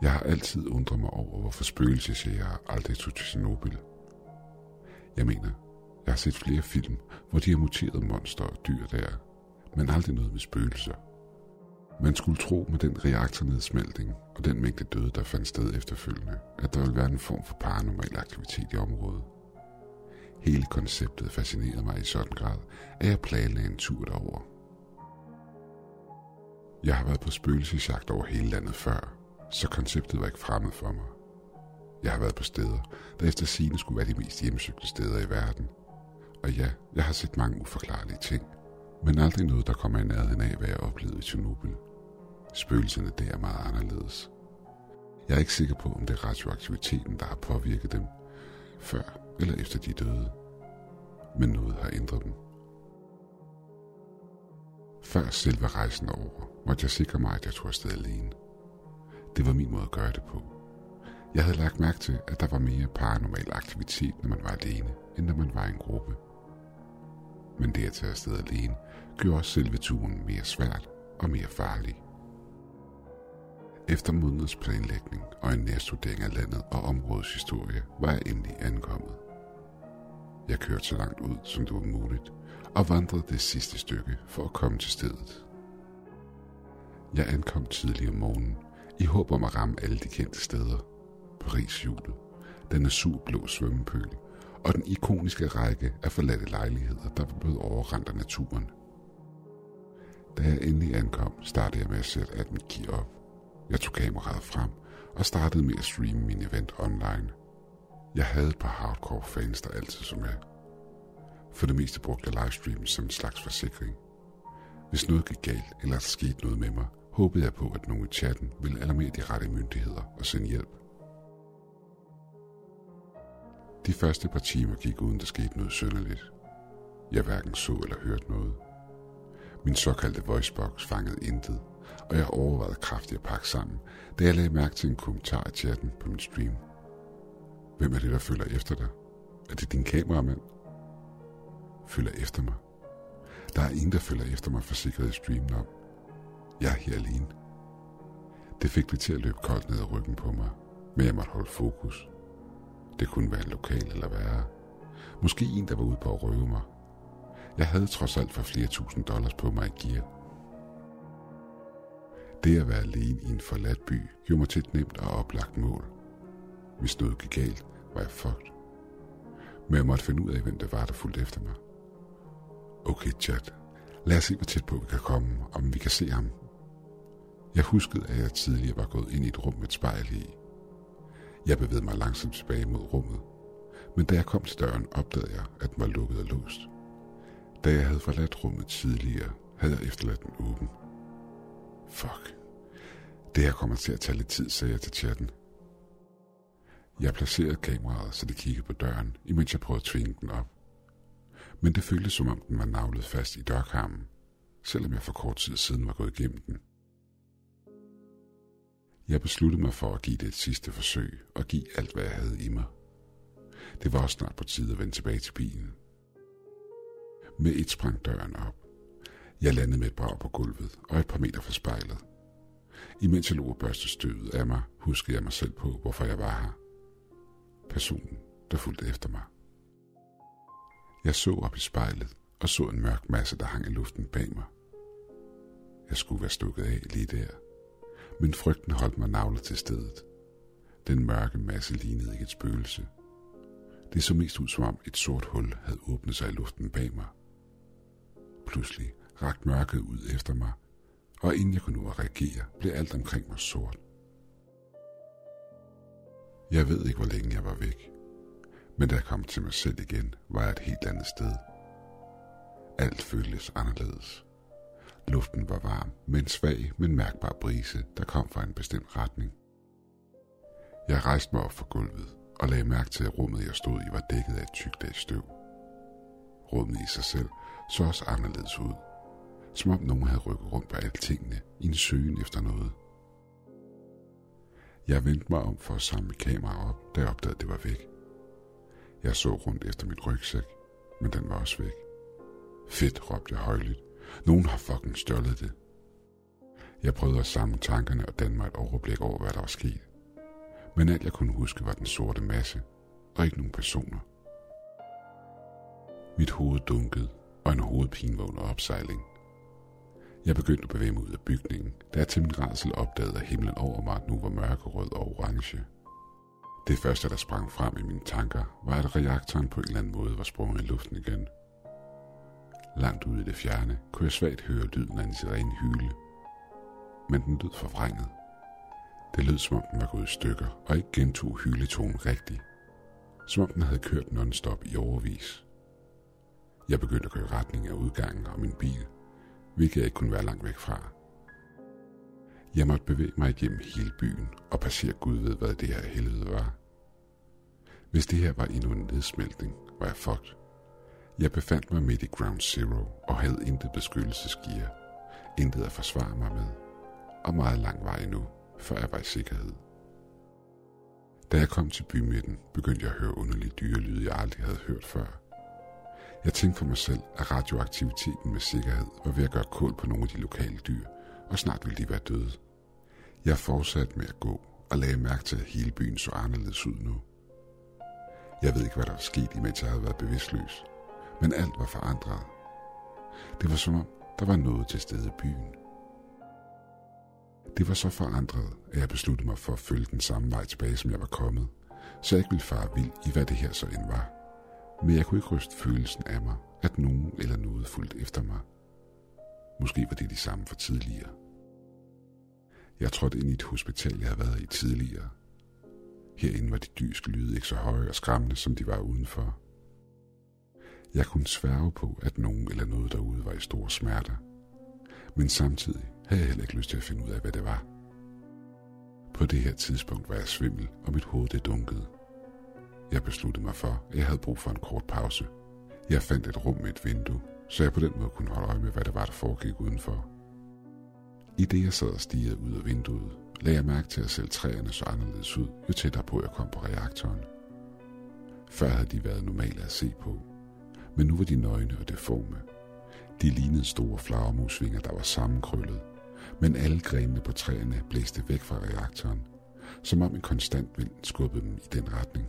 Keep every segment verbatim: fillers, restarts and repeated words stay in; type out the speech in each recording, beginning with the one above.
Jeg har altid undret mig over, hvorfor spøgelsesjægere aldrig tog til Tjernobyl. Jeg mener, jeg har set flere film, hvor de har muteret monster og dyr der, men aldrig noget med spøgelser. Man skulle tro med den reaktornedsmeltning og den mængde døde, der fandt sted efterfølgende, at der ville være en form for paranormal aktivitet i området. Hele konceptet fascinerede mig i sådan grad, at jeg planlagde en tur derover. Jeg har været på spøgelsesjagt over hele landet før, så konceptet var ikke fremmed for mig. Jeg har været på steder, der efter sigende skulle være de mest hjemsøgte steder i verden. Og ja, jeg har set mange uforklarlige ting, men aldrig noget, der kommer i nærheden af, hvad jeg oplevede i Tjernobyl. Spøgelserne der er meget anderledes. Jeg er ikke sikker på, om det er radioaktiviteten, der har påvirket dem, før eller efter de døde. Men noget har ændret dem. Før selve rejsen over, måtte jeg sikre mig, at jeg tog afsted alene. Det var min måde at gøre det på. Jeg havde lagt mærke til, at der var mere paranormal aktivitet, når man var alene, end når man var i en gruppe. Men det at tage afsted alene, gjorde også selve turen mere svært og mere farlig. Efter måneders planlægning og en nærstudering af landet og områdets historie, var jeg endelig ankommet. Jeg kørte så langt ud, som det var muligt, og vandrede det sidste stykke for at komme til stedet. Jeg ankom tidlig om morgenen, i håb om at ramme alle de kendte steder. Parishjulet, den azurblå svømmepøl og den ikoniske række af forladte lejligheder, der var blevet overrendt af naturen. Da jeg endelig ankom, startede jeg med at sætte alt mit gear op. Jeg tog kameraet frem og startede med at streame min event online. Jeg havde et par hardcore fans, der altid så med. For det meste brugte jeg livestreamen som en slags forsikring. Hvis noget gik galt, eller der skete noget med mig, håbede jeg på, at nogen i chatten ville alarmere de rette myndigheder og sende hjælp. De første par timer gik uden der skete noget synderligt. Jeg hverken så eller hørte noget. Min såkaldte voicebox fangede intet, og jeg overvejede kraftigt at pakke sammen, da jeg lagde mærke til en kommentar i chatten på min stream. Hvem er det, der følger efter dig? Er det din kameramand? Følger efter mig? Der er ingen, der følger efter mig, forsikrede streamen om. Jeg er her alene. Det fik det til at løbe koldt ned ad ryggen på mig, men jeg måtte holde fokus. Det kunne være en lokal eller værre. Måske en, der var ude på at røve mig. Jeg havde trods alt for flere tusind dollars på mig i gear. Det at være alene i en forladt by gjorde mig til et nemt og oplagt mål. Hvis noget gik galt, var jeg fucked. Men jeg måtte finde ud af, hvem det var, der fulgte efter mig. Okay, chat. Lad os se, hvor tæt på vi kan komme, om vi kan se ham. Jeg huskede, at jeg tidligere var gået ind i et rum med et spejl i. Jeg bevægede mig langsomt tilbage mod rummet, men da jeg kom til døren, opdagede jeg, at den var lukket og låst. Da jeg havde forladt rummet tidligere, havde jeg efterladt den åben. Fuck. Det her kommer til at tage lidt tid, sagde jeg til chatten. Jeg placerede kameraet, så det kiggede på døren, imens jeg prøvede at tvinge den op. Men det føltes som om den var naglet fast i dørkarmen, selvom jeg for kort tid siden var gået igennem den. Jeg besluttede mig for at give det et sidste forsøg og give alt, hvad jeg havde i mig. Det var også snart på tide at vende tilbage til bilen. Med et sprang døren op. Jeg landede med et brag på gulvet og et par meter fra spejlet. Imens jeg lå og børste støvet af mig, huskede jeg mig selv på, hvorfor jeg var her. Personen, der fulgte efter mig. Jeg så op i spejlet og så en mørk masse, der hang i luften bag mig. Jeg skulle være stukket af lige der, men frygten holdt mig naglet til stedet. Den mørke masse lignede ikke et spøgelse. Det så mest ud som om et sort hul havde åbnet sig i luften bag mig. Pludselig rakte mørket ud efter mig, og inden jeg kunne nå at reagere, blev alt omkring mig sort. Jeg ved ikke, hvor længe jeg var væk, men da jeg kom til mig selv igen, var jeg et helt andet sted. Alt føltes anderledes. Luften var varm med en svag, men mærkbar brise, der kom fra en bestemt retning. Jeg rejste mig op fra gulvet og lagde mærke til, at rummet, jeg stod i, var dækket af et tykt lag støv. Rummet i sig selv så også anderledes ud, som om nogen havde rykket rundt på alle tingene i en søgen efter noget. Jeg vendte mig om for at samle mit kamera op, da jeg opdagede, at det var væk. Jeg så rundt efter mit rygsæk, men den var også væk. Fedt, råbte jeg højlydt. Nogen har fucking stjålet det. Jeg prøvede at samle tankerne og danne mig et overblik over, hvad der var sket. Men alt jeg kunne huske var den sorte masse, og ikke nogen personer. Mit hoved dunkede, og en hovedpine var under opsejling. Jeg begyndte at bevæge mig ud af bygningen, da jeg til min rædsel opdagede, at himlen over mig nu var mørkerød og orange. Det første, der sprang frem i mine tanker, var, at reaktoren på en eller anden måde var sprunget i luften igen. Langt ude i det fjerne kunne jeg svagt høre lyden af en sirene hyle. Men den lød forvrænget. Det lød, som om den var gået i stykker, og ikke gentog hyletonen rigtigt. Som om den havde kørt non-stop i overvis. Jeg begyndte at gå i retning af udgangen og min bil, hvilket jeg ikke kunne være langt væk fra. Jeg måtte bevæge mig igennem hele byen og passere Gud ved, hvad det her helvede var. Hvis det her var endnu en nedsmeltning, var jeg fucked. Jeg befandt mig midt i Ground Zero og havde intet beskyttelsesgear, intet at forsvare mig med, og meget lang vej endnu, før jeg var i sikkerhed. Da jeg kom til bymidten, begyndte jeg at høre underlige dyrelyde, jeg aldrig havde hørt før. Jeg tænkte for mig selv, at radioaktiviteten med sikkerhed var ved at gøre kål på nogle af de lokale dyr, og snart ville de være døde. Jeg fortsatte med at gå og lagde mærke til, at hele byen så anderledes ud nu. Jeg ved ikke, hvad der var sket, imens jeg havde været bevidstløs, men alt var forandret. Det var som om, der var noget til stede i byen. Det var så forandret, at jeg besluttede mig for at følge den samme vej tilbage, som jeg var kommet, så jeg ikke ville fare vild i, hvad det her så end var. Men jeg kunne ikke ryste følelsen af mig, at nogen eller noget fulgte efter mig. Måske var det de samme for tidligere. Jeg trådte ind i et hospital, jeg havde været i tidligere. Herinde var de dyrske lyde ikke så høje og skræmmende, som de var udenfor. Jeg kunne sværge på, at nogen eller noget derude var i store smerter. Men samtidig havde jeg heller ikke lyst til at finde ud af, hvad det var. På det her tidspunkt var jeg svimmel, og mit hoved det dunkede. Jeg besluttede mig for, at jeg havde brug for en kort pause. Jeg fandt et rum med et vindue, så jeg på den måde kunne holde øje med, hvad det var, der foregik udenfor. I det jeg sad og stirrede ud af vinduet, lagde jeg mærke til, at selv træerne så anderledes ud, jo tættere på jeg kom på reaktoren. Før havde de været normale at se på, men nu var de nøgne og deforme. De lignede store flagermusvinger, der var sammenkrøllet, men alle grenene på træerne blæste væk fra reaktoren, som om en konstant vind skubbede dem i den retning.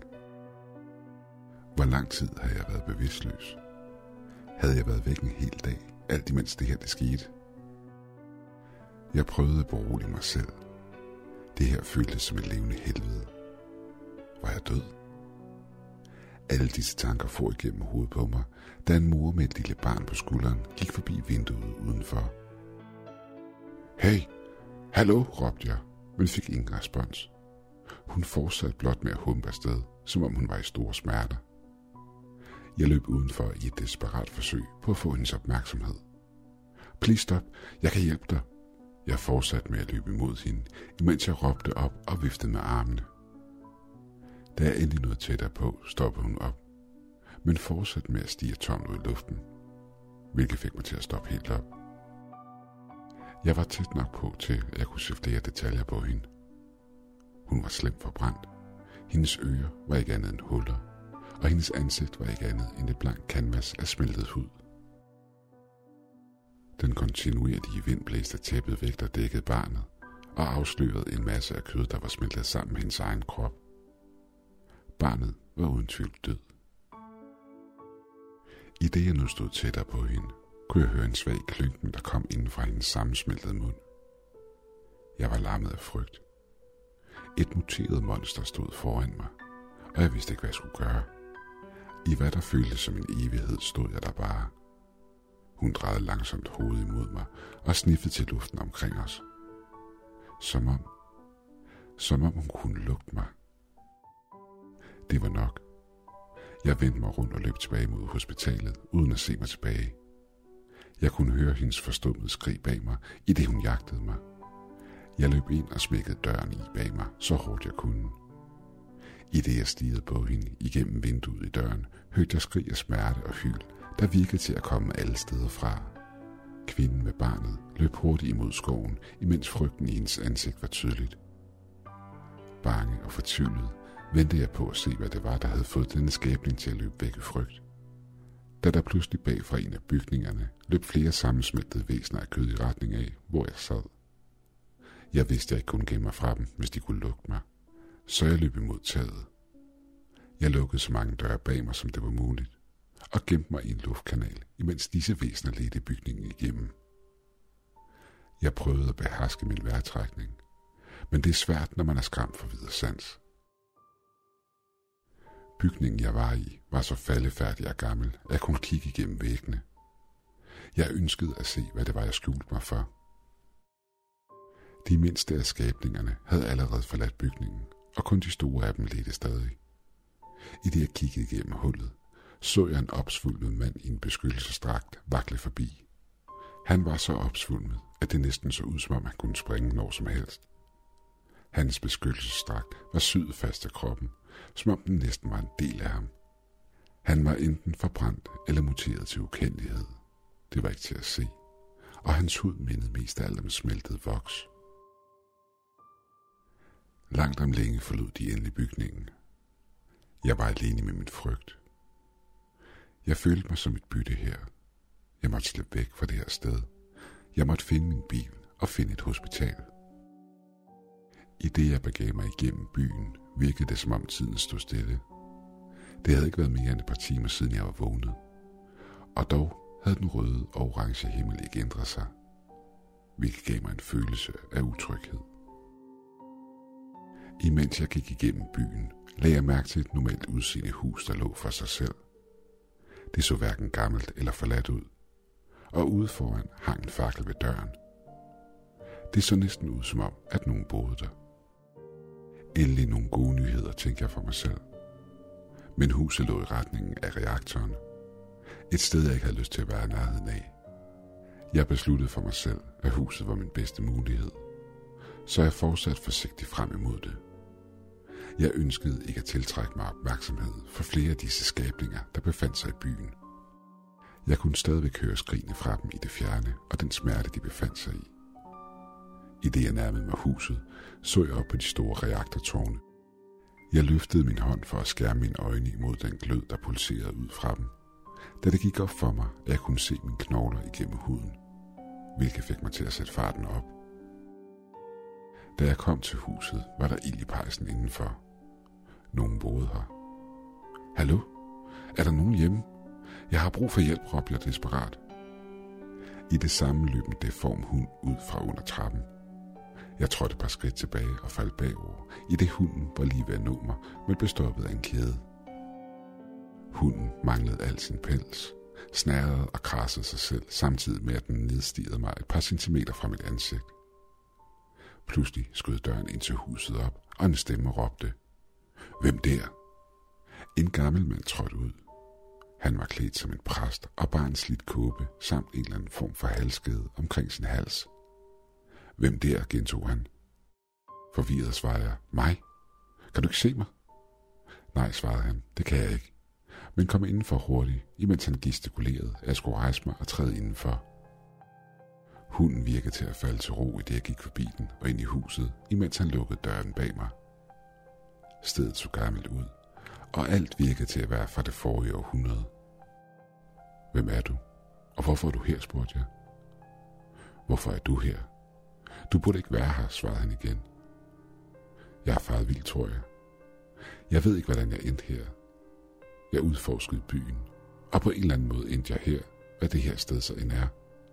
Hvor lang tid havde jeg været bevidstløs? Havde jeg været væk en hel dag, alt imens det her det skete? Jeg prøvede at berolige mig selv. Det her føltes som et levende helvede. Var jeg død? Alle disse tanker for igennem hovedet på mig, da en mor med et lille barn på skulderen gik forbi vinduet udenfor. Hey, hallo, råbte jeg, men fik ingen respons. Hun fortsatte blot med at humpe afsted, som om hun var i store smerter. Jeg løb udenfor i et desperat forsøg på at få hendes opmærksomhed. Please stop, jeg kan hjælpe dig. Jeg fortsatte med at løbe imod hende, imens jeg råbte op og viftede med armene. Da jeg endelig nåede tættere på, stoppede hun op, men fortsatte med at stige tomt ud i luften, hvilket fik mig til at stoppe helt op. Jeg var tæt nok på til, at jeg kunne se flere detaljer på hende. Hun var slemt forbrændt. Hendes ører var ikke andet end huller, og hendes ansigt var ikke andet end et blankt canvas af smeltet hud. Den kontinuerlige vind blæste tæppet væk, der dækkede barnet, og afslørede en masse af kød, der var smeltet sammen med hendes egen krop. Barnet var uden tvivl død. I det jeg nu stod tættere på hende, kunne jeg høre en svag klynken, der kom inden fra hendes sammensmeltede mund. Jeg var lammet af frygt. Et muteret monster stod foran mig, og jeg vidste ikke, hvad jeg skulle gøre. I hvad der føltes som en evighed, stod jeg der bare. Hun drejede langsomt hovedet imod mig og sniffede til luften omkring os. Som om, som om hun kunne lugte mig. Det var nok. Jeg vendte mig rundt og løb tilbage mod hospitalet, uden at se mig tilbage. Jeg kunne høre hendes forstummede skrig bag mig, i det hun jagtede mig. Jeg løb ind og smækkede døren i bag mig, så hårdt jeg kunne. I det jeg stirrede på hende igennem vinduet i døren, hørte jeg skrig af smerte og hyl, der virkede til at komme alle steder fra. Kvinden med barnet løb hurtigt imod skoven, imens frygten i hendes ansigt var tydeligt. Bange og fortvivlet ventede jeg på at se, hvad det var, der havde fået denne skabning til at løbe væk i frygt. Da der pludselig bag fra en af bygningerne løb flere sammensmeltede væsener af kød i retning af, hvor jeg sad. Jeg vidste, jeg ikke kunne gemme mig fra dem, hvis de kunne lugte mig. så jeg løb imod taget. Jeg lukkede så mange døre bag mig, som det var muligt, og gemte mig i en luftkanal, imens disse væsener ledte bygningen igennem. Jeg prøvede at beherske min vejrtrækning, men det er svært, når man er skræmt for videre sans. Bygningen, jeg var i, var så faldefærdig og gammel, at jeg kunne kigge igennem væggene. Jeg ønskede at se, hvad det var, jeg skjulte mig for. De mindste af skabningerne havde allerede forladt bygningen, og kun de store af dem ledte stadig. I det jeg kiggede igennem hullet, så jeg en opsvulmet mand i en beskyttelsesdragt vakle forbi. Han var så opsvulmet, at det næsten så ud, som om han kunne springe når som helst. Hans beskyttelsesdragt var syet fast af kroppen, som om den næsten var en del af ham. Han var enten forbrændt eller muteret til ukendelighed. Det var ikke til at se, og hans hud mindede mest af alt om smeltet voks. Langt om længe forlod de endelig bygningen. Jeg var alene med min frygt. Jeg følte mig som et bytte her. Jeg måtte slippe væk fra det her sted. Jeg måtte finde min bil og finde et hospital. I det jeg begav mig igennem byen, virkede det som om tiden stod stille. Det havde ikke været mere end et par timer siden jeg var vågnet. Og dog havde den røde og orange himmel ikke ændret sig, hvilket gav mig en følelse af utryghed. Imens jeg gik igennem byen, lagde jeg mærke til et normalt udseende hus, der lå for sig selv. Det så hverken gammelt eller forladt ud, og ude foran hang en fakkel ved døren. Det så næsten ud som om, at nogen boede der. Endelig nogle gode nyheder, tænkte jeg for mig selv. Men huset lå i retningen af reaktoren. Et sted, jeg ikke havde lyst til at være i nærheden af. Jeg besluttede for mig selv, at huset var min bedste mulighed, så jeg fortsatte forsigtigt frem imod det. Jeg ønskede ikke at tiltrække mig opmærksomhed for flere af disse skabninger, der befandt sig i byen. Jeg kunne stadigvæk høre skrigene fra dem i det fjerne og den smerte, de befandt sig i. I det jeg nærmede mig huset, så jeg op på de store reaktortårne. Jeg løftede min hånd for at skærme mine øjne imod den glød, der pulserede ud fra dem, da det gik op for mig, at jeg kunne se mine knogler igennem huden, hvilket fik mig til at sætte farten op. Da jeg kom til huset, var der ild i pejsen indenfor. Nogen boede her. Hallo? Er der nogen hjemme? Jeg har brug for hjælp, råbte jeg desperat. I det samme løb en deform hund ud fra under trappen. Jeg trådte et par skridt tilbage og faldt bagover, i det hunden var lige ved at nå mig, men blev stoppet af en kæde. Hunden manglede al sin pels, snærede og krassede sig selv, samtidig med at den nedstirrede mig et par centimeter fra mit ansigt. Pludselig skød døren ind til huset op, og en stemme råbte: Hvem der? En gammel mand trådte ud. Han var klædt som en præst og bar en slidt kåbe samt en eller anden form for halskæde omkring sin hals. Hvem der? Gentog han. Forvirret svarede jeg: Mig? Kan du ikke se mig? Nej, svarede han, det kan jeg ikke. Men kom indenfor hurtigt, imens han gestikulerede, at jeg skulle rejse mig og træde indenfor. Hunden virkede til at falde til ro, i det jeg gik forbi den og ind i huset, imens han lukkede døren bag mig. Stedet så gammelt ud, og alt virkede til at være fra det forrige århundrede. Hvem er du? Og hvorfor er du her, spurgte jeg. Hvorfor er du her? Du burde ikke være her, svarede han igen. Jeg er faret vild, tror jeg. Jeg ved ikke, hvordan jeg endte her. Jeg udforskede byen, og på en eller anden måde endte jeg her, hvad det her sted så end er.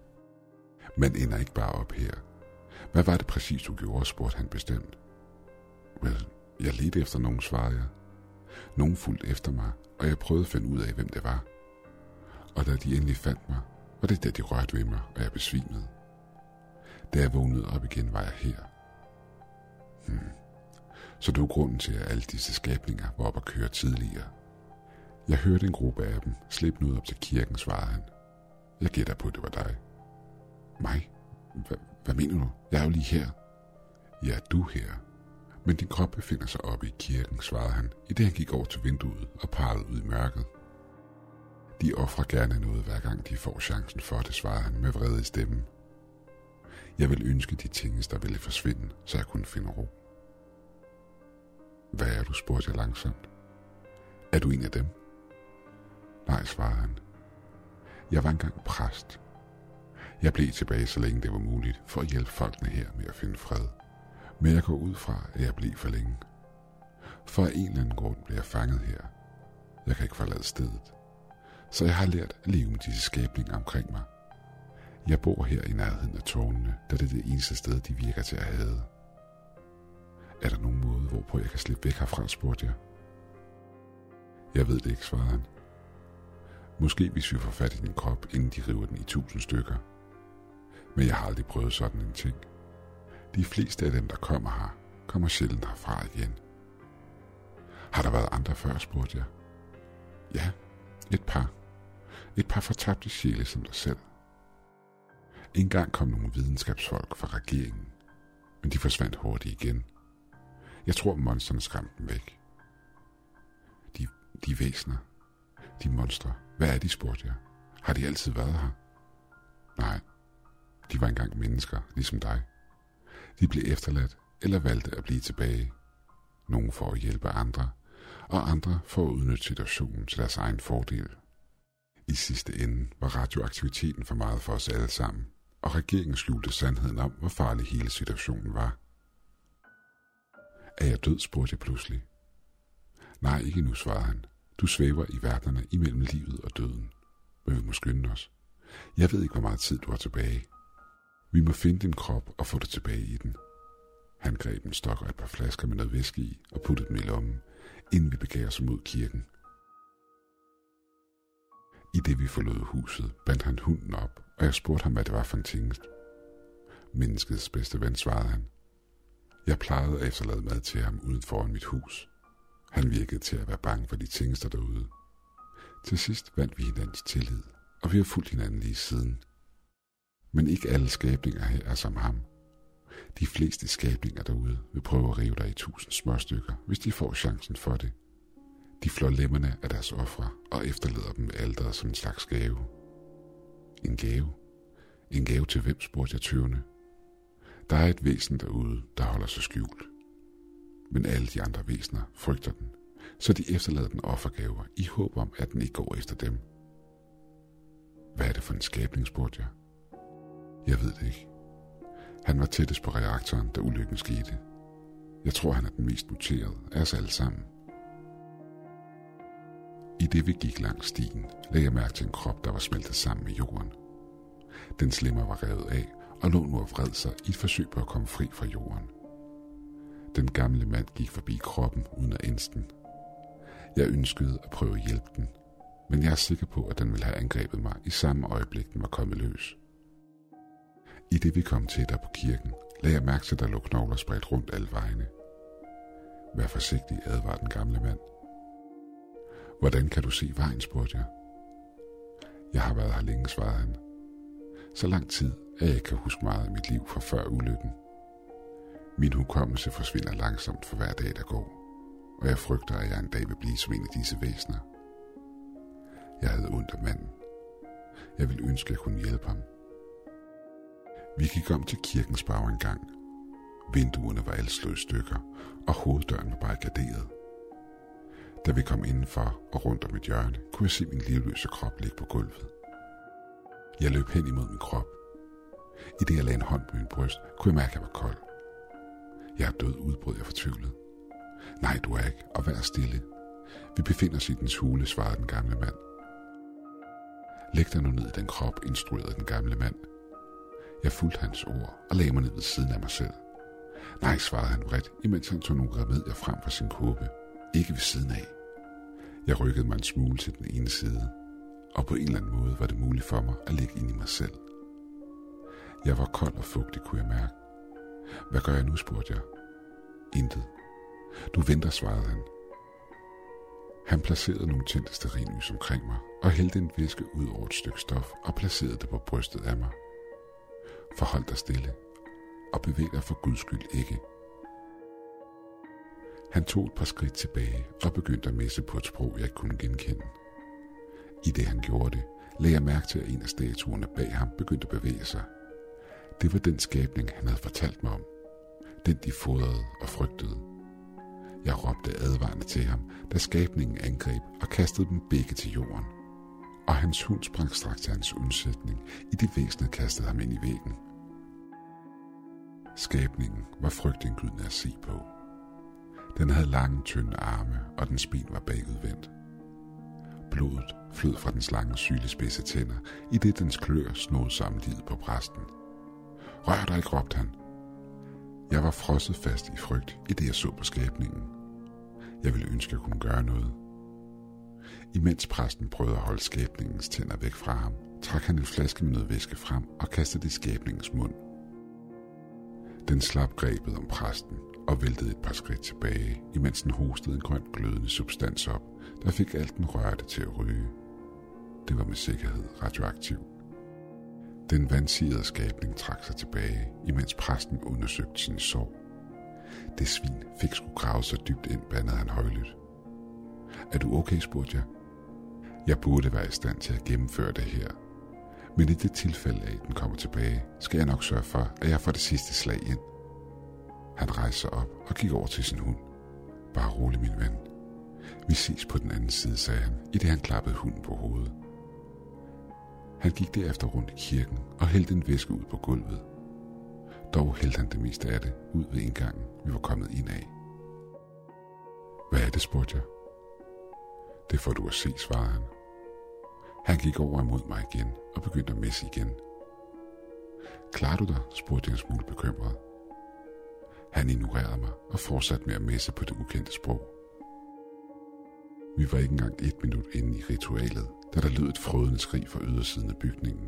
Man ender ikke bare op her. Hvad var det præcis, du gjorde, spurgte han bestemt. Vel, jeg ledte efter nogen, svarede jeg. Nogen fulgte efter mig, og jeg prøvede at finde ud af, hvem det var. Og da de endelig fandt mig, var det da de rørte ved mig, og jeg besvimede. Da jeg vågnede op igen, var jeg her. Hmm. Så det var grunden til, at alle disse skabninger var oppe at køre tidligere. Jeg hørte en gruppe af dem slippe ud op til kirken, svarede han. Jeg gætter på, at det var dig. Mig? Hva, hvad mener du? Jeg er jo lige her. Ja, du er her. Men din krop befinder sig oppe i kirken, svarede han, i det han gik over til vinduet og pegede ud i mørket. De offrer gerne noget, hver gang de får chancen for det, svarede han med vrede i stemmen. Jeg vil ønske de ting, der ville forsvinde, så jeg kunne finde ro. Hvad er du, spurgte jeg langsomt. Er du en af dem? Nej, svarede han. Jeg var engang præst. Jeg blev tilbage, så længe det var muligt, for at hjælpe folkene her med at finde fred. Men jeg går ud fra, at jeg blev for længe. For af en eller anden grund blev jeg fanget her. Jeg kan ikke forlade stedet. Så jeg har lært at leve med disse skabninger omkring mig. Jeg bor her i nærheden af tårnene, da det er det eneste sted, de virker til at have. Er der nogen måde, hvorpå jeg kan slippe væk herfra, spurgte jeg. Jeg ved det ikke, svarede han. Måske hvis vi får fat i din krop, inden de river den i tusind stykker. Men jeg har aldrig prøvet sådan en ting. De fleste af dem, der kommer her, kommer sjældent herfra igen. Har der været andre før, spurgte jeg. Ja, et par. Et par fortabte sjæle som dig selv. En gang kom nogle videnskabsfolk fra regeringen, men de forsvandt hurtigt igen. Jeg tror, monsterne skræmte dem væk. De, de væsner, de monstre, hvad er de, spurgte jeg. Har de altid været her? Nej, de var engang mennesker, ligesom dig. De blev efterladt eller valgte at blive tilbage. Nogle for at hjælpe andre, og andre for at udnytte situationen til deres egen fordel. I sidste ende var radioaktiviteten for meget for os alle sammen, og regeringen skjulte sandheden om, hvor farlig hele situationen var. Er jeg død, spurgte jeg pludselig. Nej, ikke nu, svarede han. Du svæver i verdenerne imellem livet og døden. Men vi må skynde os. Jeg ved ikke, hvor meget tid du har tilbage. Vi må finde din krop og få dig tilbage i den. Han greb en stok og et par flasker med noget væske i og puttede dem i lommen, inden vi begav os mod kirken. I det vi forlod huset, bandt han hunden op, og jeg spurgte ham, hvad det var for en tingest. Menneskets bedste ven, svarede han. Jeg plejede at efterlade mad til ham uden foran mit hus. Han virkede til at være bange for de tingester derude. Til sidst vandt vi hinandens tillid, og vi har fulgt hinanden lige siden. Men ikke alle skabninger her er som ham. De fleste skabninger derude vil prøve at rive dig i tusind små stykker, hvis de får chancen for det. De flår lemmerne af deres ofre og efterlader dem ved alteret som en slags gave. En gave? En gave til hvem, spurgte jeg tøvende. Der er et væsen derude, der holder sig skjult. Men alle de andre væsener frygter den, så de efterlader den offergaver i håb om, at den ikke går efter dem. Hvad er det for en skabning, spurgte jeg. Jeg ved det ikke. Han var tættest på reaktoren, da ulykken skete. Jeg tror, han er den mest muterede af os alle sammen. I det vi gik langs stien, lagde jeg mærke til en krop, der var smeltet sammen med jorden. Den slimmer var revet af og lå nu og vred sig i et forsøg på at komme fri fra jorden. Den gamle mand gik forbi kroppen uden at ænse den. Jeg ønskede at prøve at hjælpe den, men jeg er sikker på, at den ville have angrebet mig i samme øjeblik, den var kommet løs. I det vi kom tættere på kirken, lagde jeg mærke til, at der lå knogler spredt rundt alle vejene. Vær forsigtig, advarede den gamle mand. Hvordan kan du se vejen, spurgte jeg. Jeg har været her længe, svarede han. Så lang tid, at jeg ikke kan huske meget af mit liv fra før ulykken. Min hukommelse forsvinder langsomt for hver dag, der går, og jeg frygter, at jeg en dag vil blive som en af disse væsener. Jeg havde ondt af manden. Jeg ville ønske, at jeg kunne hjælpe ham. Vi gik om til kirkens bag en gang. Vinduerne var alle slået i stykker, og hoveddøren var barrikaderet. Da vi kom indenfor og rundt om et hjørne, kunne jeg se min livløse krop ligge på gulvet. Jeg løb hen imod min krop. I det jeg lagde en hånd på min bryst, kunne jeg mærke, at jeg var kold. Jeg er død, udbrød jeg fortvivlet. Nej, du er ikke, og vær stille. Vi befinder os i dens hule, svarede den gamle mand. Læg dig nu ned i den krop, instruerede den gamle mand. Jeg fulgte hans ord og lagde mig ned ved siden af mig selv. Nej, svarede han vredt, imens han tog nogle remedier frem fra sin kåbe. Ikke ved siden af. Jeg rykkede mig en smule til den ene side, og på en eller anden måde var det muligt for mig at ligge ind i mig selv. Jeg var kold og fugtig, kunne jeg mærke. Hvad gør jeg nu, spurgte jeg. Intet. Du venter, svarede han. Han placerede nogle tændte stearinlys omkring mig og hældte en væske ud over et stykke stof og placerede det på brystet af mig. Forhold dig stille og bevæg dig for Guds skyld ikke. Han tog et par skridt tilbage og begyndte at messe på et sprog, jeg ikke kunne genkende. I det han gjorde det, lagde jeg mærke til, at en af statuerne bag ham begyndte at bevæge sig. Det var den skabning, han havde fortalt mig om. Den de fodrede og frygtede. Jeg råbte advarende til ham, da skabningen angreb og kastede dem begge til jorden. Og hans hund sprang straks til hans undsætning, i det væsenet kastede ham ind i væggen. Skabningen var frygtindgydende at se på. Den havde lange, tynde arme, og dens ben var bagudvendt. Blodet flød fra dens lange, sylespidse tænder, i det dens klør snod sammenlivet på præsten. Rør dig ikke, råbte han. Jeg var frosset fast i frygt, i det jeg så på skabningen. Jeg ville ønske, at jeg kunne gøre noget. Imens præsten prøvede at holde skabningens tænder væk fra ham, trak han en flaske med noget væske frem og kastede det i skabningens mund. Den slap grebet om præsten og væltede et par skridt tilbage, imens den hostede en grøn glødende substans op, der fik alt den rørte til at ryge. Det var med sikkerhed radioaktiv. Den vandsirede skabning trak sig tilbage, imens præsten undersøgte sin sår. Det svin fik sgu gravet så dybt ind, bandede han højlydt. Er du okay, spurgte jeg. Jeg burde være i stand til at gennemføre det her. Men i det tilfælde af, at den kommer tilbage, skal jeg nok sørge for, at jeg får det sidste slag ind. Han rejste sig op og gik over til sin hund. Bare rolig, min ven. Vi ses på den anden side, sagde han, i det han klappede hunden på hovedet. Han gik derefter rundt i kirken og hældte en væske ud på gulvet. Dog hældte han det meste af det ud ved indgangen, vi var kommet ind af. Hvad er det, spurgte jeg. Det får du at se, svarede han. Han gik over imod mig igen og begyndte at messe igen. Klarer du dig, spurgte jeg en smule bekymret. Han ignorerede mig og fortsatte med at messe på det ukendte sprog. Vi var ikke engang et minut inde i ritualet, da der lød et frødende skrig fra ydersiden af bygningen.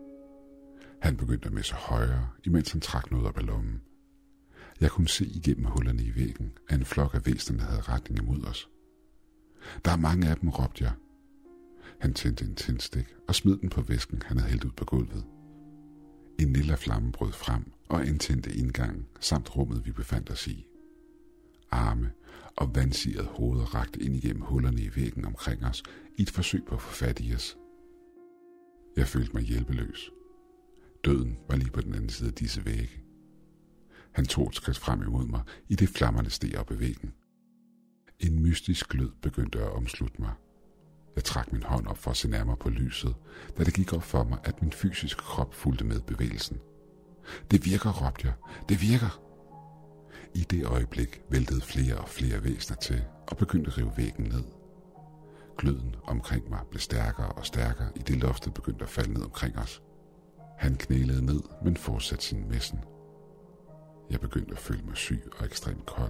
Han begyndte at messe højere, imens han trak noget op af lommen. Jeg kunne se igennem hullerne i væggen, at en flok af væsenerne havde retning imod os. Der er mange af dem, råbte jeg. Han tændte en tændstik og smed den på væsken, han havde hældt ud på gulvet. En lille flamme brød frem og antændte indgangen samt rummet, vi befandt os i. Arme og vandsirede hoveder rakte ind igennem hullerne i væggen omkring os i et forsøg på at få fat i os. Jeg følte mig hjælpeløs. Døden var lige på den anden side af disse vægge. Han tog et skridt frem imod mig, i det flammerne steg op ad væggen. En mystisk glød begyndte at omslutte mig. Jeg trak min hånd op for at se nærmere på lyset, da det gik op for mig, at min fysiske krop fulgte med bevægelsen. Det virker, råbte jeg. Det virker! I det øjeblik væltede flere og flere væsener til og begyndte at rive væggen ned. Gløden omkring mig blev stærkere og stærkere, i det loftet begyndte at falde ned omkring os. Han knælede ned, men fortsatte sin messen. Jeg begyndte at føle mig syg og ekstremt kold.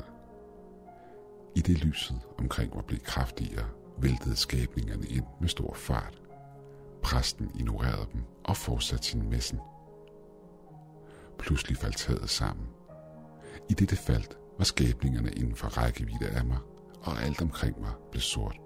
I det lyset omkring mig blev kraftigere, væltede skabningerne ind med stor fart. Præsten ignorerede dem og fortsatte sin messen. Pludselig faldt taget sammen. I det det faldt, var skabningerne inden for rækkevidde af mig, og alt omkring mig blev sort.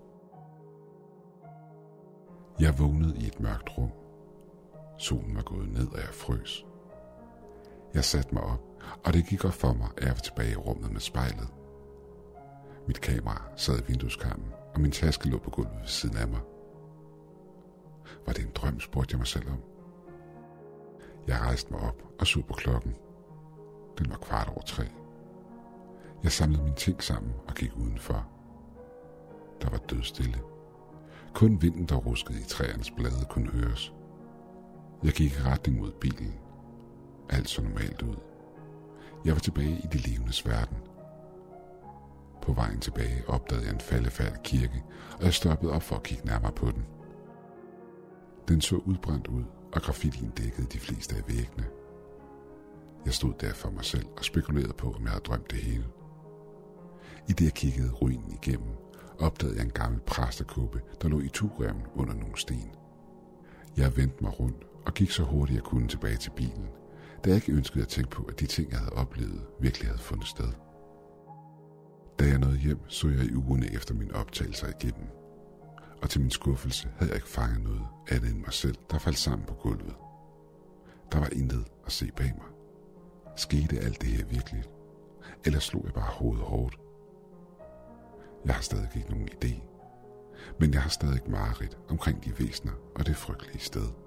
Jeg vågnede i et mørkt rum. Solen var gået ned, og jeg frøs. Jeg satte mig op, og det gik op for mig, at jeg var tilbage i rummet med spejlet. Mit kamera sad i vindueskarmen, og min taske lå på gulvet ved siden af mig. Var det en drøm, spurgte jeg mig selv om. Jeg rejste mig op og så på klokken. Den var kvart over tre. Jeg samlede mine ting sammen og gik udenfor. Der var dødstille. Kun vinden, der ruskede i træernes blade, kunne høres. Jeg gik i retning mod bilen. Alt så normalt ud. Jeg var tilbage i de levendes verden. På vejen tilbage opdagede jeg en faldefærdig kirke, og jeg stoppede op for at kigge nærmere på den. Den så udbrændt ud, og graffitien dækkede de fleste af væggene. Jeg stod der for mig selv og spekulerede på, om jeg havde drømt det hele. I det jeg kiggede ruinen igennem, opdagede jeg en gammel præstekåbe, der lå i tugremmen under nogle sten. Jeg vendte mig rundt og gik så hurtigt jeg kunne tilbage til bilen, da jeg ikke ønskede at tænke på, at de ting, jeg havde oplevet, virkelig havde fundet sted. Da jeg nåede hjem, så jeg i ugerne efter mine optagelser igennem. Og til min skuffelse havde jeg ikke fanget noget andet end mig selv, der faldt sammen på gulvet. Der var intet at se bag mig. Skete alt det her virkelig? Eller slog jeg bare hovedet hårdt? Jeg har stadig ikke nogen idé. Men jeg har stadig mareridt omkring de væsener og det frygtelige sted.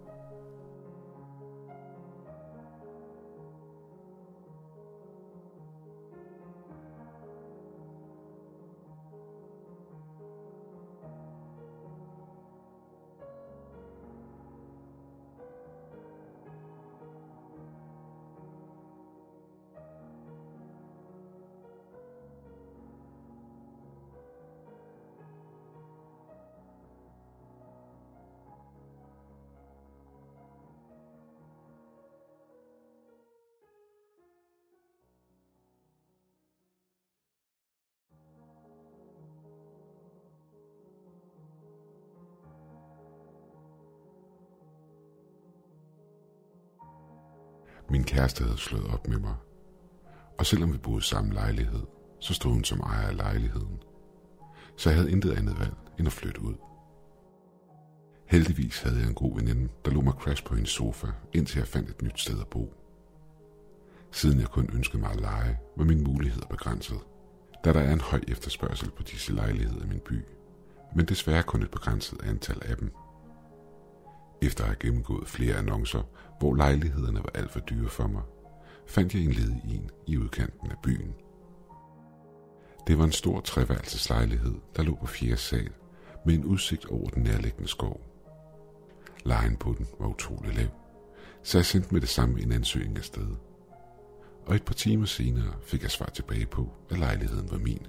Min kæreste havde slået op med mig, og selvom vi boede i samme lejlighed, så stod hun som ejer af lejligheden. Så jeg havde intet andet valg end at flytte ud. Heldigvis havde jeg en god veninde, der lod mig crash på hendes sofa, indtil jeg fandt et nyt sted at bo. Siden jeg kun ønskede mig at lege, var mine muligheder begrænset, da der er en høj efterspørgsel på disse lejligheder i min by, men desværre kun et begrænset antal af dem. Efter at have gennemgået flere annoncer, hvor lejlighederne var alt for dyre for mig, fandt jeg en ledig en i udkanten af byen. Det var en stor treværelseslejlighed, der lå på fjerde sal, med en udsigt over den nærliggende skov. Lejen på den var utrolig lav, så jeg sendte med det samme en ansøgning afsted. Og et par timer senere fik jeg svar tilbage på, at lejligheden var min.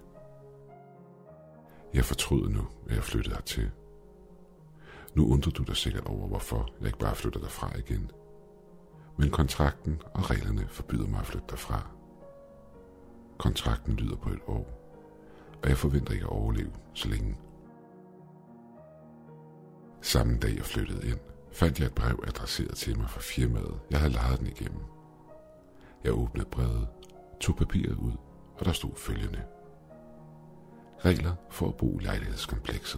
Jeg fortrød nu, at jeg flyttede hertil. Nu undrer du dig sikkert over, hvorfor jeg ikke bare flytter derfra igen. Men kontrakten og reglerne forbyder mig at flytte derfra. Kontrakten lyder på et år, og jeg forventer ikke at overleve så længe. Samme dag jeg flyttede ind, fandt jeg et brev adresseret til mig fra firmaet, jeg havde lejet den igennem. Jeg åbnede brevet, tog papiret ud, og der stod følgende: regler for at bo i lejlighedskomplekset.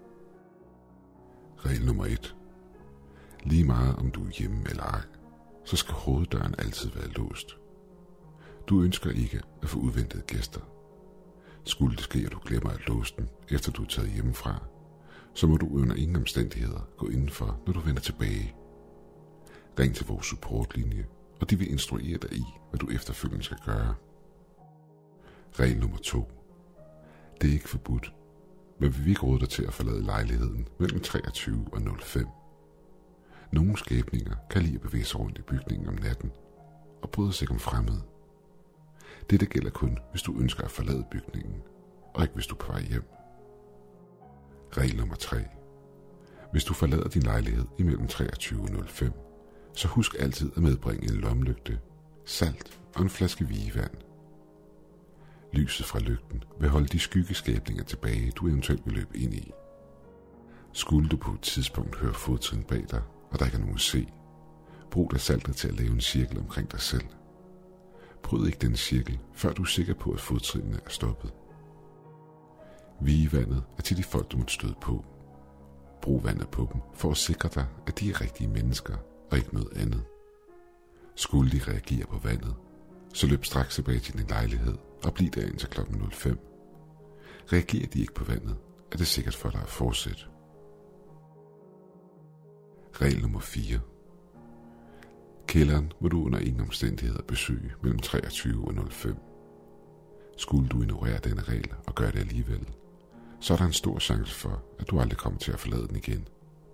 Regel nummer et. Lige meget om du er hjemme eller ej, så skal hoveddøren altid være låst. Du ønsker ikke at få udventede gæster. Skulle det ske, at du glemmer at låse den, efter du er taget hjemmefra, så må du under ingen omstændigheder gå indenfor, når du vender tilbage. Ring til vores supportlinje, og de vil instruere dig i, hvad du efterfølgende skal gøre. Regel nummer to. Det er ikke forbudt, men vi vil ikke råde dig til at forlade lejligheden mellem treogtyve og nul fem. Nogle skabninger kan lide at bevæge sig rundt i bygningen om natten og bryde sig om fremmede. Dette gælder kun, hvis du ønsker at forlade bygningen, og ikke hvis du er på vej hjem. Regel nummer tre. Hvis du forlader din lejlighed imellem treogtyve og nul fem, så husk altid at medbringe en lommelygte, salt og en flaske vigevand. Lyset fra lygten vil holde de skyggeskabninger tilbage, du eventuelt vil løbe ind i. Skulle du på et tidspunkt høre fodtrin bag dig, og der ikke er nogen at se, brug da saltet til at lave en cirkel omkring dig selv. Bryd ikke den cirkel, før du er sikker på, at fodtrinene er stoppet. Vigevandet er til de folk, du måtte støde på. Brug vandet på dem for at sikre dig, at de er rigtige mennesker og ikke noget andet. Skulle de reagere på vandet, så løb straks tilbage til din lejlighed og bliv der indtil klokken nul fem. Reagerer de ikke på vandet, er det sikkert for dig at fortsætte. Regel nummer fire. Kælderen må du under ingen omstændigheder besøge mellem treogtyve og nul fem. Skulle du ignorere denne regel og gøre det alligevel, så er der en stor chance for, at du aldrig kommer til at forlade den igen.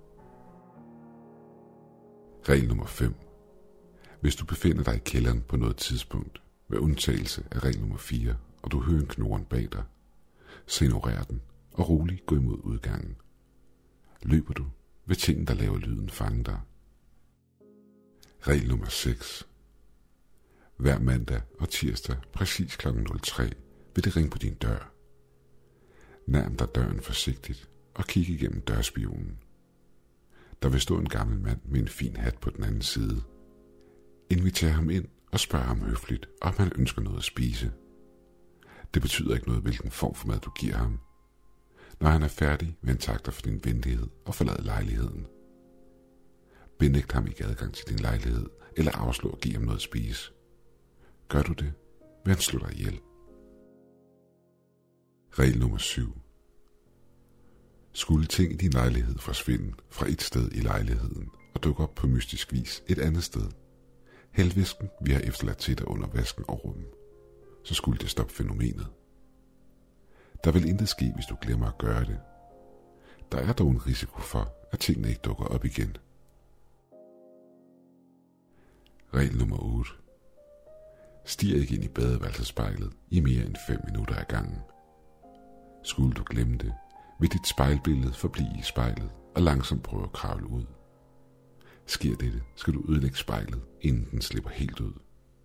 Regel nummer fem. Hvis du befinder dig i kælderen på noget tidspunkt, med undtagelse af regel nummer fire, og du hører en knoren bag dig, så ignorer den og roligt gå imod udgangen. Løber du, vil tingen, der laver lyden, fange dig. Regel nummer seks. Hver mandag og tirsdag præcis klokken nul tre vil det ringe på din dør. Nærm dig døren forsigtigt og kig igennem dørspionen. Der vil stå en gammel mand med en fin hat på den anden side. Inviter ham ind og spørg ham høfligt, om han ønsker noget at spise. Det betyder ikke noget, hvilken form for mad du giver ham. Når han er færdig, vil han takke dig for din venlighed og forlade lejligheden. Benægt ham ikke adgang til din lejlighed, eller afslå at give ham noget at spise. Gør du det, vil han slå dig ihjel. Regel nummer syv. Skulle ting i din lejlighed forsvinde fra et sted i lejligheden og dukke op på mystisk vis et andet sted, hæld væsken, vi har efterladt til dig under vasken over dem, så skulle det stoppe fænomenet. Der vil intet ske, hvis du glemmer at gøre det. Der er dog en risiko for, at tingene ikke dukker op igen. Regel nummer otte. Stir ikke ind i badeværelsespejlet i mere end fem minutter ad gangen. Skulle du glemme det, vil dit spejlbillede forblive i spejlet og langsomt prøve at kravle ud. Sker dette, skal du ødelægge spejlet, inden den slipper helt ud.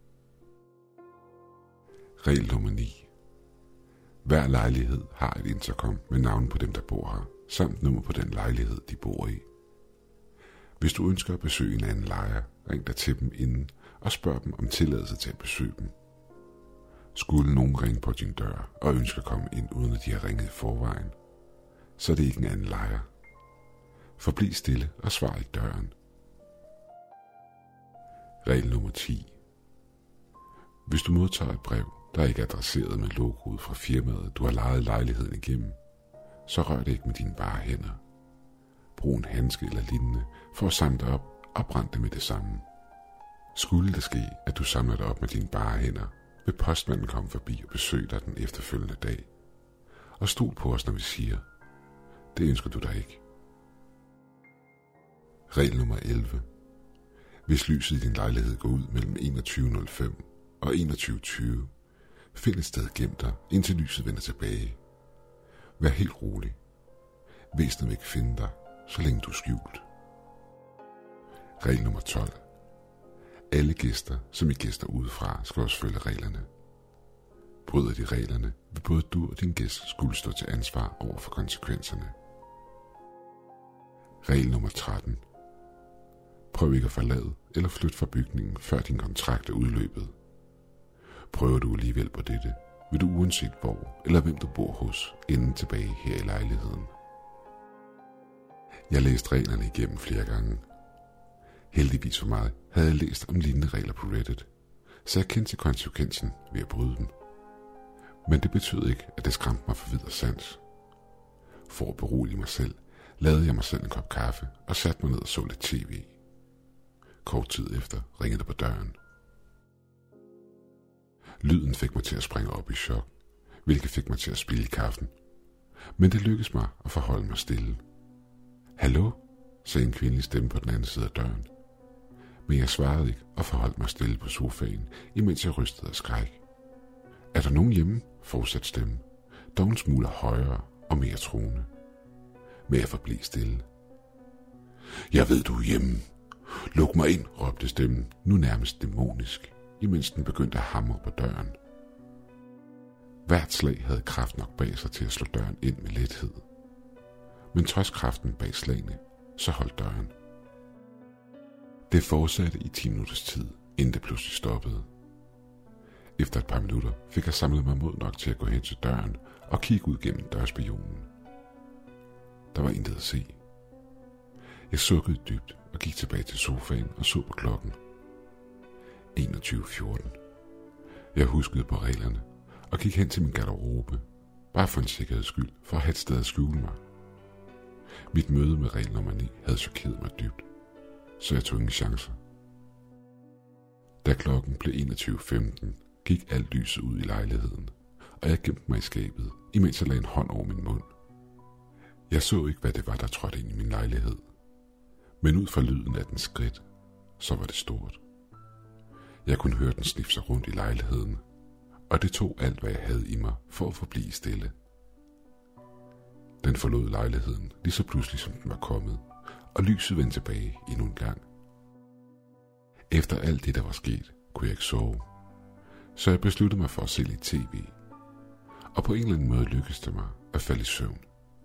Regel nummer ni. Hver lejlighed har et intercom med navn på dem, der bor her, samt nummer på den lejlighed, de bor i. Hvis du ønsker at besøge en anden lejer, ring dig til dem inden og spørg dem om tilladelse til at besøge dem. Skulle nogen ringe på din dør og ønsker at komme ind, uden at de har ringet i forvejen, så er det ikke en anden lejer. Forbliv stille og svar ikke døren. Regel nummer ti. Hvis du modtager et brev, der ikke er adresseret med logoet fra firmaet, du har lejet lejligheden igennem, så rør det ikke med dine bare hænder. Brug en handske eller lignende for at samle det op og brænde det med det samme. Skulle det ske, at du samler det op med dine bare hænder, vil postmanden komme forbi og besøge dig den efterfølgende dag. Og stol på os, når vi siger, det ønsker du dig ikke. Regel nummer elleve. Hvis lyset i din lejlighed går ud mellem enogtyve nul fem og enogtyve tyve, find et sted gemt dig, indtil lyset vender tilbage. Vær helt rolig. Væsenet vil ikke finde dig, så længe du er skjult. Regel nummer tolv. Alle gæster, som I gæster udefra, skal også følge reglerne. Bryder de reglerne, vil både du og din gæst skulle stå til ansvar over for konsekvenserne. Regel nummer tretten. Prøv ikke at forlade eller flytte fra bygningen, før din kontrakt er udløbet. Prøver du alligevel på dette, vil du uanset hvor eller hvem du bor hos, ende tilbage her i lejligheden. Jeg læste reglerne igennem flere gange. Heldigvis for mig havde jeg læst om lignende regler på Reddit, så jeg kendte til konsekvensen ved at bryde dem. Men det betød ikke, at det skræmte mig for videre sans. For at berolige mig selv, lavede jeg mig selv en kop kaffe og satte mig ned og så lidt tv. Kort tid efter ringede det på døren. Lyden fik mig til at springe op i chok, hvilket fik mig til at spilde kaffen. Men det lykkedes mig at forholde mig stille. Hallo, sagde en kvindelig stemme på den anden side af døren. Men jeg svarede ikke og forholdt mig stille på sofaen, imens jeg rystede af skræk. Er der nogen hjemme? Fortsatte stemmen, dog en smule højere og mere truende. Men jeg forblev stille. Jeg ved, du er hjemme. Luk mig ind, råbte stemmen, nu nærmest dæmonisk, imens den begyndte at hamre på døren. Hvert slag havde kraft nok bag sig til at slå døren ind med lethed. Men trods kraften bag slagene, så holdt døren. Det fortsatte i ti minutters tid, inden det pludselig stoppede. Efter et par minutter fik jeg samlet mig mod nok til at gå hen til døren og kigge ud gennem dørspionen. Der var intet at se. Jeg sukkede dybt og gik tilbage til sofaen og så på klokken. enogtyve fjorten. Jeg huskede på reglerne og gik hen til min garderobe, bare for en sikkerheds skyld, for at have et sted at skjule mig. Mit møde med regel nummer ni havde chokeret mig dybt, så jeg tog ingen chancer. Da klokken blev enogtyve femten, gik alt lyset ud i lejligheden, og jeg gemte mig i skabet, imens jeg lagde en hånd over min mund. Jeg så ikke, hvad det var, der trådte ind i min lejlighed, men ud fra lyden af den skridt, så var det stort. Jeg kunne høre den snifse rundt i lejligheden, og det tog alt, hvad jeg havde i mig, for at forblive stille. Den forlod lejligheden lige så pludselig, som den var kommet, og lyset vendte tilbage endnu en gang. Efter alt det, der var sket, kunne jeg ikke sove, så jeg besluttede mig for at se lidt tv, og på en eller anden måde lykkedes det mig at falde i søvn.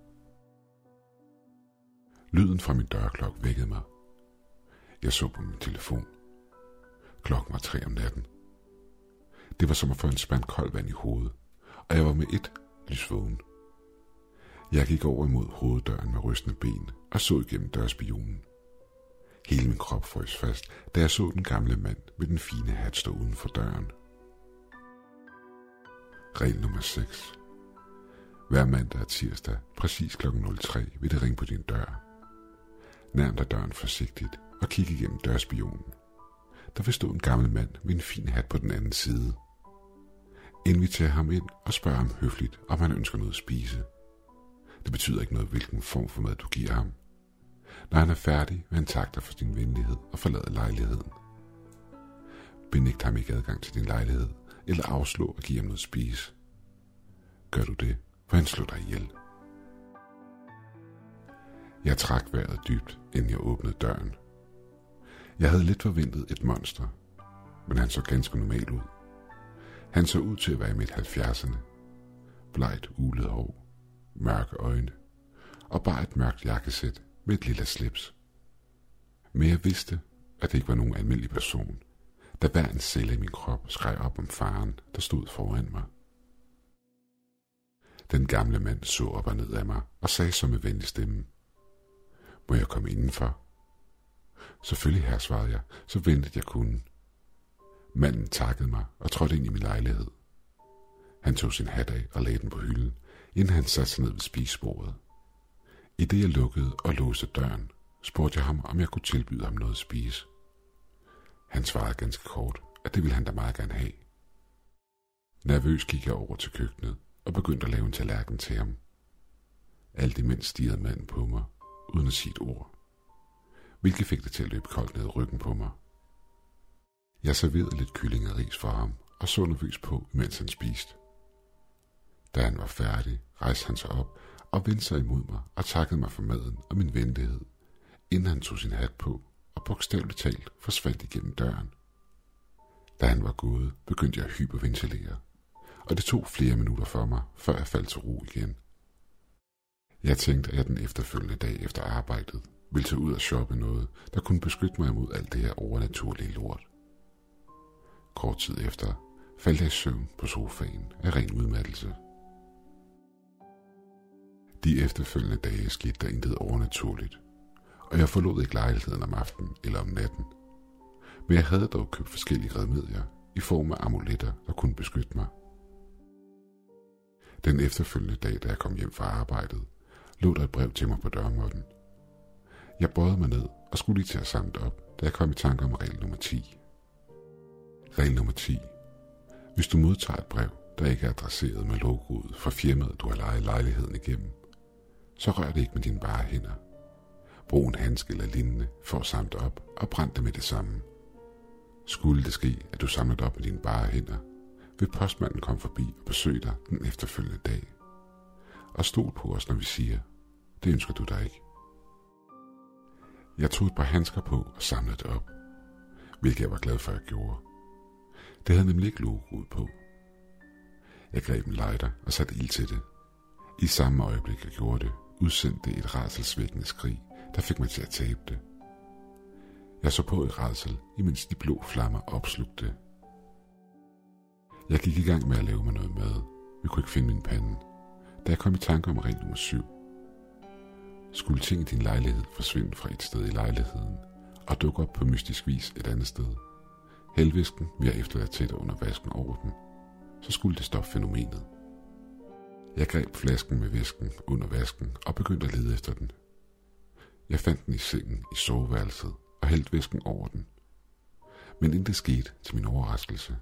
Lyden fra min dørklok vækkede mig. Jeg så på min telefon. Klokken var tre om natten. Det var som at få en spand koldt vand i hovedet, og jeg var med et lysvågen. Jeg gik over imod hoveddøren med rystende ben og så igennem dørspionen. Hele min krop frøs fast, da jeg så den gamle mand med den fine hat stå uden for døren. Regel nummer seks. Hver mandag og tirsdag, præcis klokken nul tre, vil det ringe på din dør. Nærm dig døren forsigtigt og kig igennem dørspionen. Der vil stå en gammel mand med en fin hat på den anden side. Inviter ham ind og spørg ham høfligt, om han ønsker noget at spise. Det betyder ikke noget, hvilken form for mad du giver ham. Når han er færdig, vil han takke dig for din venlighed og forlade lejligheden. Benægt ham ikke adgang til din lejlighed, eller afslå og give ham noget at spise. Gør du det, vil han slå dig ihjel. Jeg trak vejret dybt, inden jeg åbnede døren. Jeg havde lidt forventet et monster, men han så ganske normal ud. Han så ud til at være i midt halvfjerdserne. Blegt ulet hår, mørke øjne og bare et mørkt jakkesæt med et lille slips. Men jeg vidste, at det ikke var nogen almindelig person, da hver en celle i min krop skreg op om faren, der stod foran mig. Den gamle mand så op og ned af mig og sagde så med venlig stemme: Må jeg komme indenfor? Selvfølgelig, herre, svarede jeg, så ventede jeg kunne. Manden takkede mig og trådte ind i min lejlighed. Han tog sin hat af og lagde den på hylden, inden han satte sig ned ved spisebordet. I det jeg lukkede og låste døren, spurgte jeg ham, om jeg kunne tilbyde ham noget at spise. Han svarede ganske kort, at det ville han da meget gerne have. Nervøs gik jeg over til køkkenet og begyndte at lave en tallerken til ham. Alt imens stirrede manden på mig, uden at sige et ord, hvilket fik det til at løbe koldt ned ryggen på mig. Jeg serverede lidt kylling og ris for ham og så nervøs på, mens han spiste. Da han var færdig, rejste han sig op og vendte sig imod mig og takkede mig for maden og min venlighed, inden han tog sin hat på og bogstaveligt talt forsvandt igennem døren. Da han var gået, begyndte jeg at hyperventilere, og det tog flere minutter for mig, før jeg faldt til ro igen. Jeg tænkte, at jeg den efterfølgende dag efter arbejdet ville tage ud og shoppe noget, der kunne beskytte mig imod alt det her overnaturlige lort. Kort tid efter faldt jeg i søvn på sofaen af ren udmattelse. De efterfølgende dage skete der intet overnaturligt, og jeg forlod ikke lejligheden om aftenen eller om natten. Men jeg havde dog købt forskellige remedier i form af amuletter, der kunne beskytte mig. Den efterfølgende dag, da jeg kom hjem fra arbejdet, lå der et brev til mig på dørmåtten. Jeg bøjede mig ned og skulle lige til at samle det op, da jeg kom i tanke om regel nummer ti. Regel nummer ti. Hvis du modtager et brev, der ikke er adresseret med logoet for firmaet, du har lejet lejligheden igennem, så rør det ikke med dine bare hænder. Brug en handske eller lignende for at samle det op og brænd det med det samme. Skulle det ske, at du samler det op med dine bare hænder, vil postmanden komme forbi og besøge dig den efterfølgende dag. Og stol på os, når vi siger, det ønsker du dig ikke. Jeg tog et par handsker på og samlede det op, hvilket jeg var glad for, at jeg gjorde. Det havde nemlig ikke logoet på. Jeg greb en lighter og satte ild til det. I samme øjeblik jeg gjorde det, udsendte det et rædselsvækkende skrig, der fik mig til at tabe det. Jeg så på i rædsel, imens de blå flammer opslugte det. Jeg gik i gang med at lave mig noget mad. Vi kunne ikke finde min pande, da jeg kom i tanke om regel nummer syv. Skulle ting i din lejlighed forsvinde fra et sted i lejligheden og dukke op på mystisk vis et andet sted, helvisken vil jeg efterlade til dig under vasken over den, så skulle det stoppe fænomenet. Jeg greb flasken med væsken under vasken og begyndte at lede efter den. Jeg fandt den i sengen i soveværelset og hældte væsken over den. Men intet skete til min overraskelse.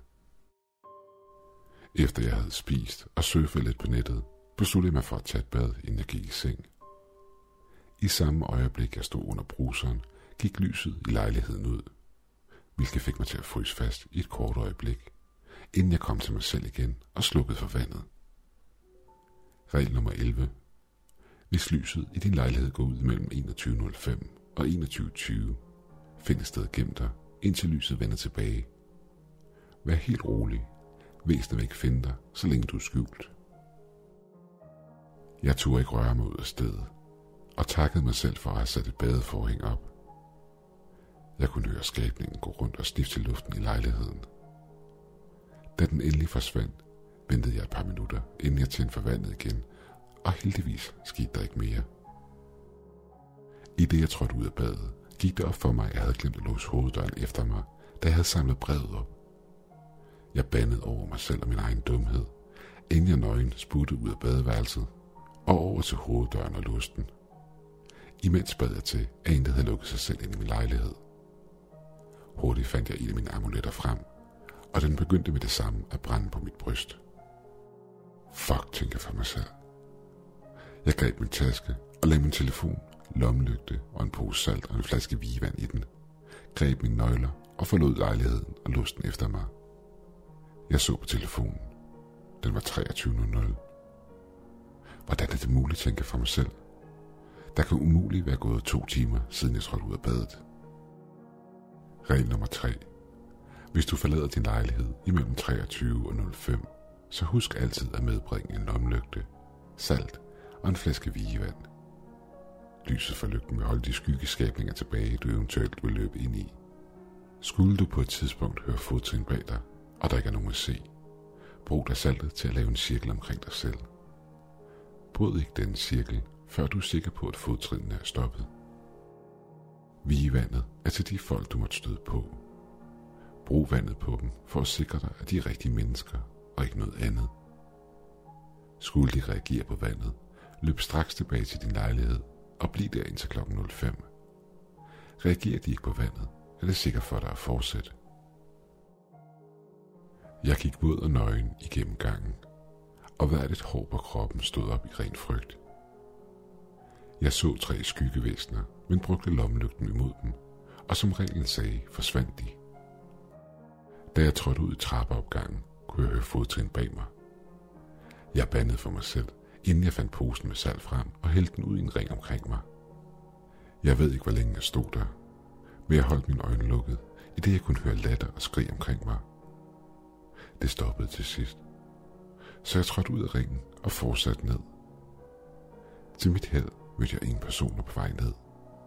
Efter jeg havde spist og surfet lidt på nettet, besluttede jeg mig for at tage et bad, inden jeg gik i seng. I samme øjeblik jeg stod under bruseren, gik lyset i lejligheden ud, hvilket fik mig til at fryse fast i et kort øjeblik, inden jeg kom til mig selv igen og slukkede for vandet. Regel nummer elleve. Hvis lyset i din lejlighed går ud mellem enogtyve nul fem og enogtyve tyve, find et sted gem dig, indtil lyset vender tilbage. Vær helt rolig. Væsenet vil ikke finde dig, så længe du er skjult. Jeg turde ikke røre mig ud af stedet, og takkede mig selv for at have sat et badeforhæng op. Jeg kunne høre skabningen gå rundt og snifte luften i lejligheden. Da den endelig forsvandt, ventede jeg et par minutter, inden jeg tændte for vandet igen, og heldigvis skete der ikke mere. I det jeg trådte ud af badet, gik det op for mig, at jeg havde glemt at låse hoveddøren efter mig, da jeg havde samlet brevet op. Jeg bandede over mig selv og min egen dumhed, inden jeg nøgen spudte ud af badeværelset og over til hoveddøren og låste den. Imens bad jeg til, at en, der havde lukket sig selv ind i min lejlighed. Hurtigt fandt jeg en af mine amuletter frem, og den begyndte med det samme at brænde på mit bryst. Fuck, tænkte jeg for mig selv. Jeg greb min taske og lagde min telefon, lommelygte og en pose salt og en flaske vigevand i den, greb mine nøgler og forlod lejligheden og låste den efter mig. Jeg så på telefonen. Den var treogtyve nul nul. Hvordan er det muligt, tænker jeg for mig selv? Der kan umuligt være gået to timer, siden jeg trådte ud af badet. Regel nummer tre. Hvis du forlader din lejlighed imellem treogtyve og nul fem, så husk altid at medbringe en lommelygte, salt og en flaske vigevand. Lyset fra lygten vil holde de skyggeskabninger tilbage, du eventuelt vil løbe ind i. Skulle du på et tidspunkt høre fodtrin bag dig, og der ikke er nogen at se, brug dig saltet til at lave en cirkel omkring dig selv. Bryd ikke den cirkel, før du er sikker på, at fodtrinene er stoppet. Vigevandet er til de folk, du måtte støde på. Brug vandet på dem for at sikre dig, at de er rigtige mennesker og ikke noget andet. Skulle de reagere på vandet, løb straks tilbage til din lejlighed og bliv der indtil klokken nul fem. Reagerer de ikke på vandet, er det sikkert for dig at fortsætte. Jeg gik våd og nøgen igennem gangen, og hvert et hår på kroppen stod op i ren frygt. Jeg så tre skyggevæsener, men brugte lommelygten imod dem, og som reglen sagde, forsvandt de. Da jeg trådte ud i trappeopgangen, kunne jeg høre fodtrin bag mig. Jeg bandede for mig selv, inden jeg fandt posen med salt frem og hældte den ud i en ring omkring mig. Jeg ved ikke, hvor længe jeg stod der, men jeg holdt mine øjne lukket, i det jeg kunne høre latter og skrig omkring mig. Det stoppede til sidst, så jeg trådte ud af ringen og fortsatte ned. Til mit held mødte jeg en person på vej ned.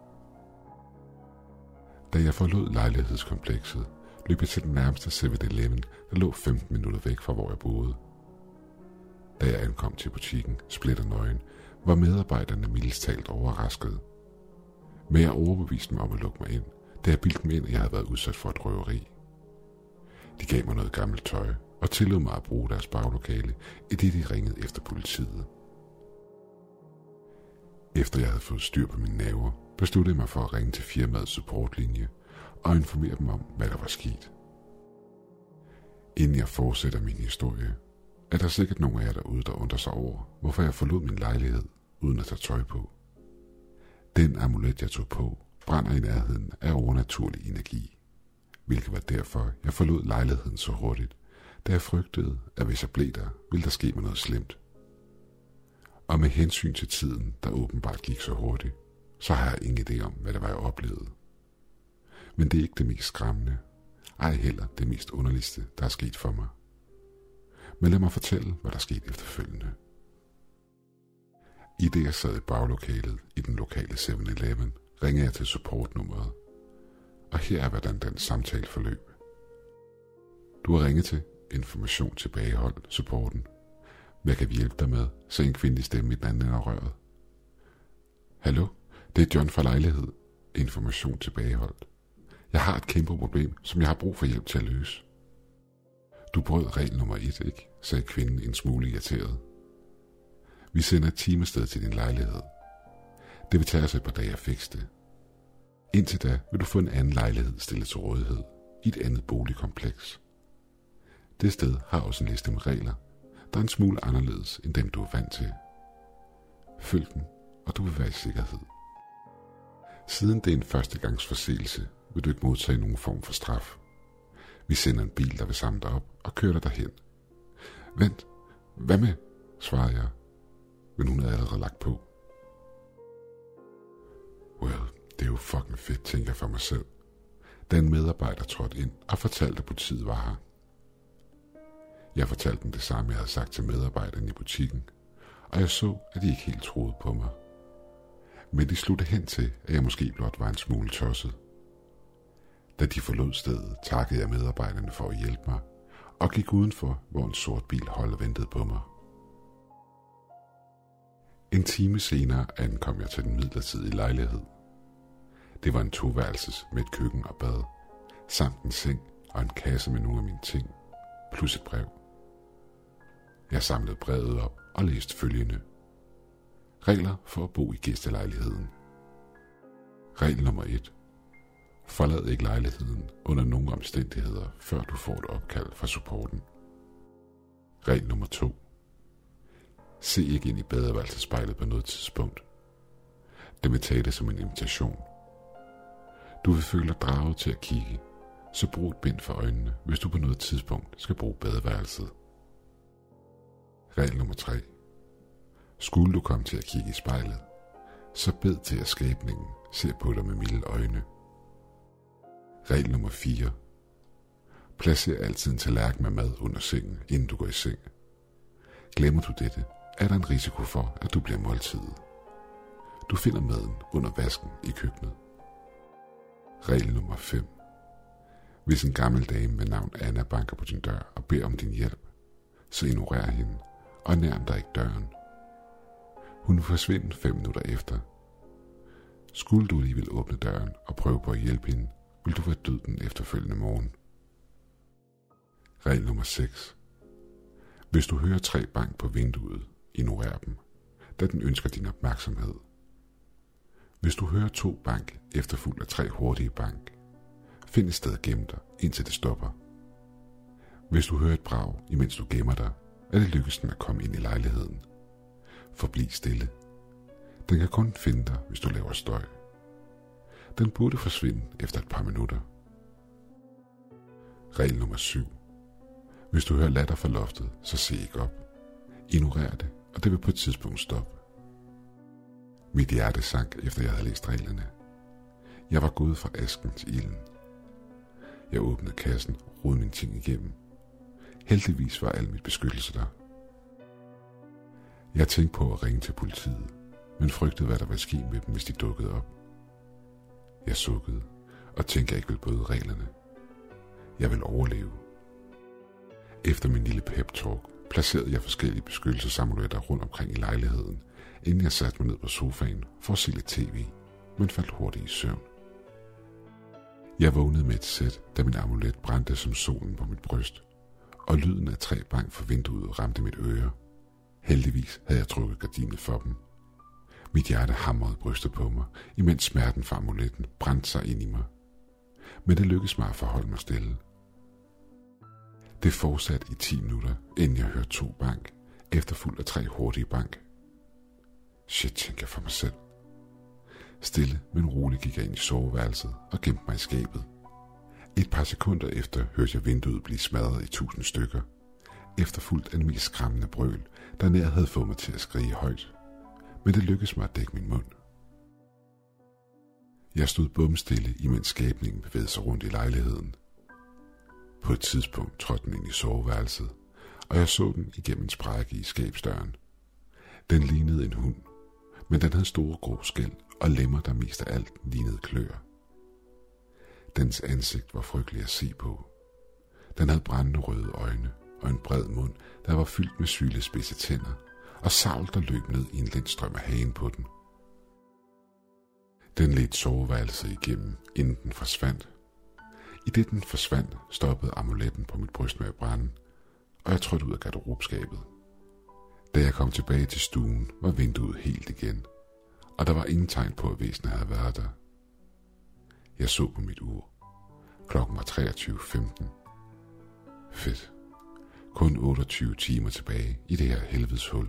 Da jeg forlod lejlighedskomplekset, løb jeg til den nærmeste seven eleven, der lå femten minutter væk fra, hvor jeg boede. Da jeg ankom til butikken, splitter nøgen, var medarbejderne mildest talt overraskede. Men jeg overbeviste mig om at lukke mig ind, da jeg bildte mig ind, at jeg havde været udsat for et røveri. De gav mig noget gammelt tøj og tillod mig at bruge deres baglokale, i det de ringede efter politiet. Efter jeg havde fået styr på mine nerver, besluttede jeg mig for at ringe til firmaets supportlinje og informere dem om, hvad der var sket. Inden jeg fortsætter min historie, er der sikkert nogle af jer derude, der undrer sig over, hvorfor jeg forlod min lejlighed uden at tage tøj på. Den amulet, jeg tog på, brænder i nærheden af overnaturlig energi, hvilket var derfor, jeg forlod lejligheden så hurtigt, da jeg frygtede, at hvis jeg blev der, ville der ske mig noget slemt. Og med hensyn til tiden, der åbenbart gik så hurtigt, så har jeg ingen idé om, hvad det var, jeg oplevede. Men det er ikke det mest skræmmende, ej heller det mest underligste, der er sket for mig. Men lad mig fortælle, hvad der skete efterfølgende. I det jeg sad i baglokalet i den lokale seven eleven, ringede jeg til supportnummeret. Og her er, hvordan den samtale forløb. Du har ringet til Information tilbagehold supporten. Hvad kan vi hjælpe dig med, sagde en kvindelig stemme i den anden ende af røret. Hallo, det er John fra lejlighed. Information tilbageholdt. Jeg har et kæmpe problem, som jeg har brug for hjælp til at løse. Du brød regel nummer et, ikke? Sagde kvinden en smule irriteret. Vi sender et timested til din lejlighed. Det vil tage os et par dage at fikse det. Indtil da vil du få en anden lejlighed stillet til rådighed i et andet boligkompleks. Det sted har også en liste med regler, der er en smule anderledes end dem, du er vant til. Følg den, og du vil være i sikkerhed. Siden det er en førstegangsforseelse, vil du ikke modtage nogen form for straf. Vi sender en bil, der vil samle dig op og køre dig derhen. Vent, hvad med? Svarede jeg, men hun havde allerede lagt på. Well, det er jo fucking fedt, tænker jeg for mig selv, da en medarbejder trådte ind og fortalte, at politiet var her. Jeg fortalte dem det samme, jeg havde sagt til medarbejderne i butikken, og jeg så, at de ikke helt troede på mig. Men de sluttede hen til, at jeg måske blot var en smule tosset. Da de forlod stedet, takkede jeg medarbejderne for at hjælpe mig, og gik udenfor, hvor en sort bil holdt og ventede på mig. En time senere ankom jeg til den midlertidige lejlighed. Det var en toværelses med et køkken og bad, samt en seng og en kasse med nogle af mine ting, plus et brev. Jeg samlede brevet op og læste følgende. Regler for at bo i gæstelejligheden. Regel nummer et. Forlad ikke lejligheden under nogen omstændigheder, før du får et opkald fra supporten. Regel nummer to. Se ikke ind i badeværelsespejlet på noget tidspunkt. Det vil tage det som en invitation. Du vil føle dig draget til at kigge, så brug et bind for øjnene, hvis du på noget tidspunkt skal bruge badeværelset. Regel nummer tre. Skulle du komme til at kigge i spejlet, så bed til at skabningen ser på dig med milde øjne. Regel nummer fire. Placer altid en tallerken med mad under sengen, inden du går i seng. Glemmer du dette, er der en risiko for, at du bliver måltidet. Du finder maden under vasken i køkkenet. Regel nummer fem. Hvis en gammel dame med navn Anna banker på din dør og beder om din hjælp, så ignorer hende og nærm dig ikke døren. Hun vil forsvinde fem minutter efter. Skulle du alligevel åbne døren og prøve på at hjælpe hende, vil du være død den efterfølgende morgen. Regel nummer seks. Hvis du hører tre bank på vinduet, ignorer dem, da den ønsker din opmærksomhed. Hvis du hører to bank efterfulgt af tre hurtige bank, find et sted at gemme dig, indtil det stopper. Hvis du hører et brag, imens du gemmer dig, er det lykkes den at komme ind i lejligheden. Forbliv stille. Den kan kun finde dig, hvis du laver støj. Den burde forsvinde efter et par minutter. Regel nummer syv. Hvis du hører latter fra loftet, så se ikke op. Ignorer det, og det vil på et tidspunkt stoppe. Mit hjerte sank, efter jeg havde læst reglerne. Jeg var gået fra asken til ilden. Jeg åbnede kassen og rodede mine ting igennem. Heldigvis var al mit beskyttelse der. Jeg tænkte på at ringe til politiet, men frygtede, hvad der ville ske med dem, hvis de dukkede op. Jeg sukkede og tænkte, at jeg ikke ville bryde reglerne. Jeg ville overleve. Efter min lille pep-talk placerede jeg forskellige beskyttelsesamuletter rundt omkring i lejligheden, inden jeg satte mig ned på sofaen for at se lidt tv, men faldt hurtigt i søvn. Jeg vågnede med et sæt, da min amulet brændte som solen på mit bryst, og lyden af tre bank fra vinduet ramte mit øre. Heldigvis havde jeg trukket gardinet for dem. Mit hjerte hamrede brystet på mig, imens smerten fra amuletten brændte sig ind i mig. Men det lykkedes mig at forholde mig stille. Det fortsatte i ti minutter, inden jeg hørte to bank, efterfulgt af tre hurtige bank. Shit, tænkte jeg for mig selv. Stille, men roligt gik jeg ind i soveværelset og gemte mig i skabet. Et par sekunder efter hørte jeg vinduet blive smadret i tusind stykker, efterfulgt af den mest skræmmende brøl, der nær havde fået mig til at skrige højt. Men det lykkedes mig at dække min mund. Jeg stod bumstille, imens skabningen bevægede sig rundt i lejligheden. På et tidspunkt trådte den ind i soveværelset, og jeg så den igennem en sprække i skabsdøren. Den lignede en hund, men den havde store grå skæl og lemmer, der mest af alt lignede kløer. Dens ansigt var frygtelig at se på. Den havde brændende røde øjne og en bred mund, der var fyldt med sylespidse tænder, og savl, der løb ned i en lindstrøm af hagen på den. Den ledte soveværelset igennem, inden den forsvandt. I det den forsvandt, stoppede amuletten på mit bryst med at brænde, og jeg trådte ud af garderobeskabet. Da jeg kom tilbage til stuen, var vinduet helt igen, og der var ingen tegn på, at væsenet havde været der. Jeg så på mit ur. Klokken var treogtyve femten. Fedt. Kun otteogtyve timer tilbage i det her helvedes hul.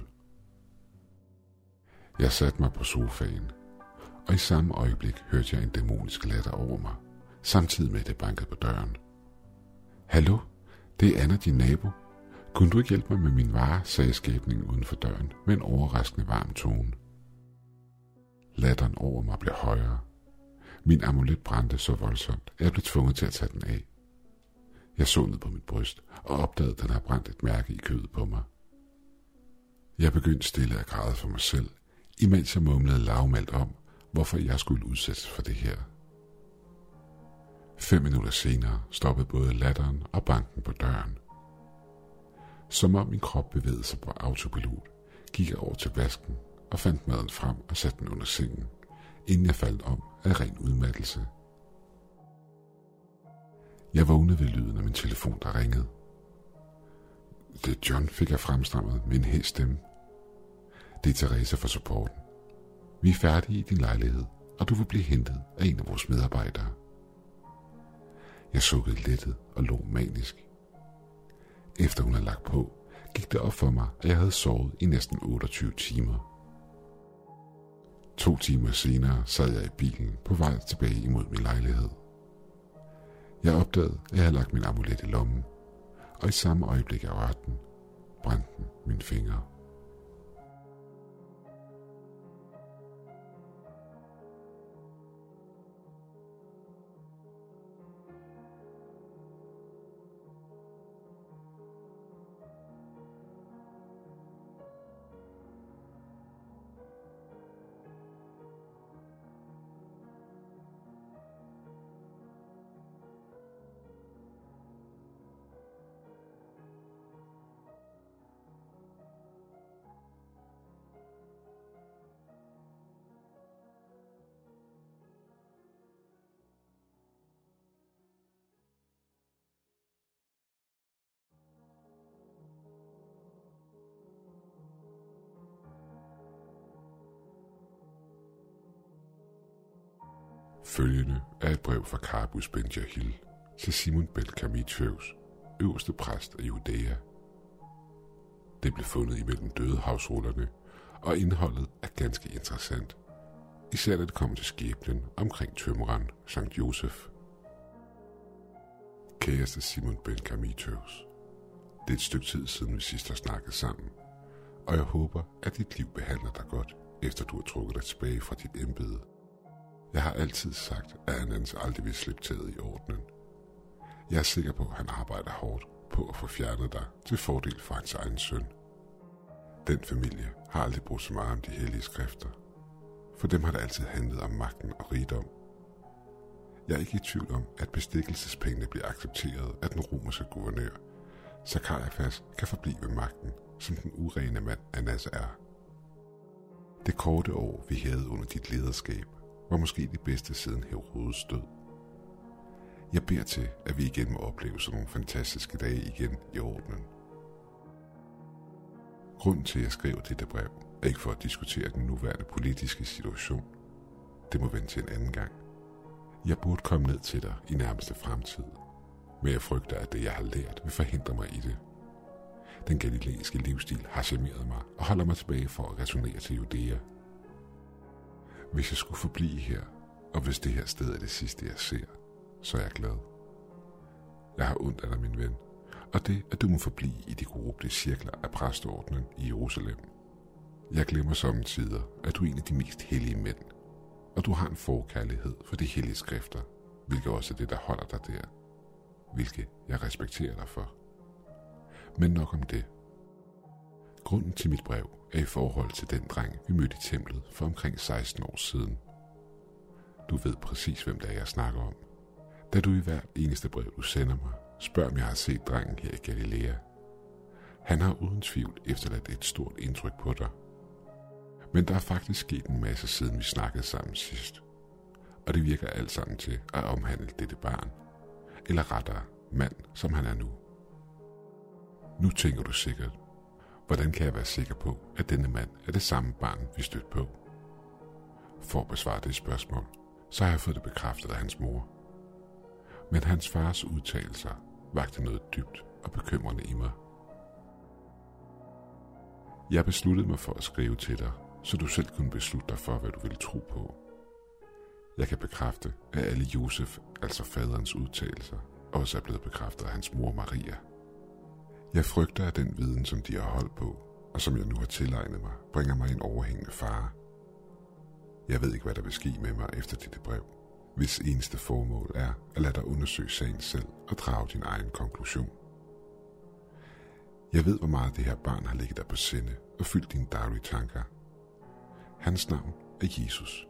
Jeg satte mig på sofaen, og i samme øjeblik hørte jeg en dæmonisk latter over mig, samtidig med at det bankede på døren. Hallo, det er Anna, din nabo. Kunne du ikke hjælpe mig med min vare, sagde skæbningen uden for døren med en overraskende varm tone. Latteren over mig blev højere. Min amulet brændte så voldsomt, at jeg blev tvunget til at tage den af. Jeg så ned på mit bryst og opdagede, at den havde brændt et mærke i kødet på mig. Jeg begyndte stille at græde for mig selv, imens jeg mumlede lavmælt om, hvorfor jeg skulle udsættes for det her. Fem minutter senere stoppede både latteren og banken på døren. Som om min krop bevægede sig på autopilot, gik jeg over til vasken og fandt maden frem og satte den under sengen, inden jeg faldt om af ren udmattelse. Jeg vågnede ved lyden af min telefon, der ringede. Det er John, fik jeg fremstammet med en hæs stemme. Det er Therese fra supporten. Vi er færdige i din lejlighed, og du vil blive hentet af en af vores medarbejdere. Jeg sukkede lettet og lå manisk. Efter hun havde lagt på, gik det op for mig, at jeg havde sovet i næsten otteogtyve timer. To timer senere sad jeg i bilen på vej tilbage imod min lejlighed. Jeg opdagede, at jeg havde lagt min amulet i lommen, og i samme øjeblik jeg rørte den, brændte den mine fingre. Følgende er et brev fra Carabus ben Jahil til Simon ben Kamitøus, øverste præst af Judæa. Det blev fundet imellem dødehavsrullerne, og indholdet er ganske interessant, især da det kommer til skæbnen omkring tømreren Sankt Josef. Kæreste Simon ben Kamitøus, det er et stykke tid siden vi sidst har snakket sammen, og jeg håber, at dit liv behandler dig godt, efter du har trukket dig tilbage fra dit embede. Jeg har altid sagt, at Anans aldrig vil slippe taget i ordenen. Jeg er sikker på, at han arbejder hårdt på at få fjernet dig til fordel for hans egen søn. Den familie har aldrig brugt så meget om de hellige skrifter. For dem har det altid handlet om magten og rigdom. Jeg er ikke i tvivl om, at bestikkelsespengene bliver accepteret af den romerske guvernør, så Kajafas kan forblive ved magten, som den urene mand Annas er. Det korte år, vi havde under dit lederskab, var måske det bedste siden Herodes død. Jeg beder til, at vi igen må opleve sådan nogle fantastiske dage igen i ordenen. Grunden til, at jeg skriver dette brev, er ikke for at diskutere den nuværende politiske situation. Det må vente til en anden gang. Jeg burde komme ned til dig i nærmeste fremtid, men jeg frygter, at det, jeg har lært, vil forhindre mig i det. Den galilæiske livsstil har charmeret mig og holder mig tilbage for at returnere til Judæa. Hvis jeg skulle forblive her, og hvis det her sted er det sidste, jeg ser, så er jeg glad. Jeg har ondt af dig, min ven, og det, at du må forblive i de korrupte cirkler af præsteordenen i Jerusalem. Jeg glemmer sommetider, at du er en af de mest hellige mænd, og du har en forkærlighed for de hellige skrifter, hvilket også er det, der holder dig der, hvilket jeg respekterer dig for. Men nok om det. Grunden til mit brev er i forhold til den dreng, vi mødte i templet for omkring seksten år siden. Du ved præcis, hvem det er, jeg snakker om. Da du i hvert eneste brev, du sender mig, spørger, om jeg har set drengen her i Galilea. Han har uden tvivl efterladt et stort indtryk på dig. Men der er faktisk sket en masse, siden vi snakkede sammen sidst. Og det virker alt sammen til at omhandle dette barn. Eller rettere, mand, som han er nu. Nu tænker du sikkert, hvordan kan jeg være sikker på, at denne mand er det samme barn, vi stødte på? For at besvare det spørgsmål, så har jeg fået det bekræftet af hans mor. Men hans fars udtalelser vagte noget dybt og bekymrende i mig. Jeg besluttede mig for at skrive til dig, så du selv kunne beslutte dig for, hvad du ville tro på. Jeg kan bekræfte, at alle Josef, altså faderens udtalelser, også er blevet bekræftet af hans mor Maria. Jeg frygter, at den viden, som de har holdt på, og som jeg nu har tilegnet mig, bringer mig en overhængende fare. Jeg ved ikke, hvad der vil ske med mig efter dette brev, hvis eneste formål er at lade dig undersøge sagen selv og drage din egen konklusion. Jeg ved, hvor meget det her barn har ligget dig på sinde og fyldt dine daglige tanker. Hans navn er Jesus.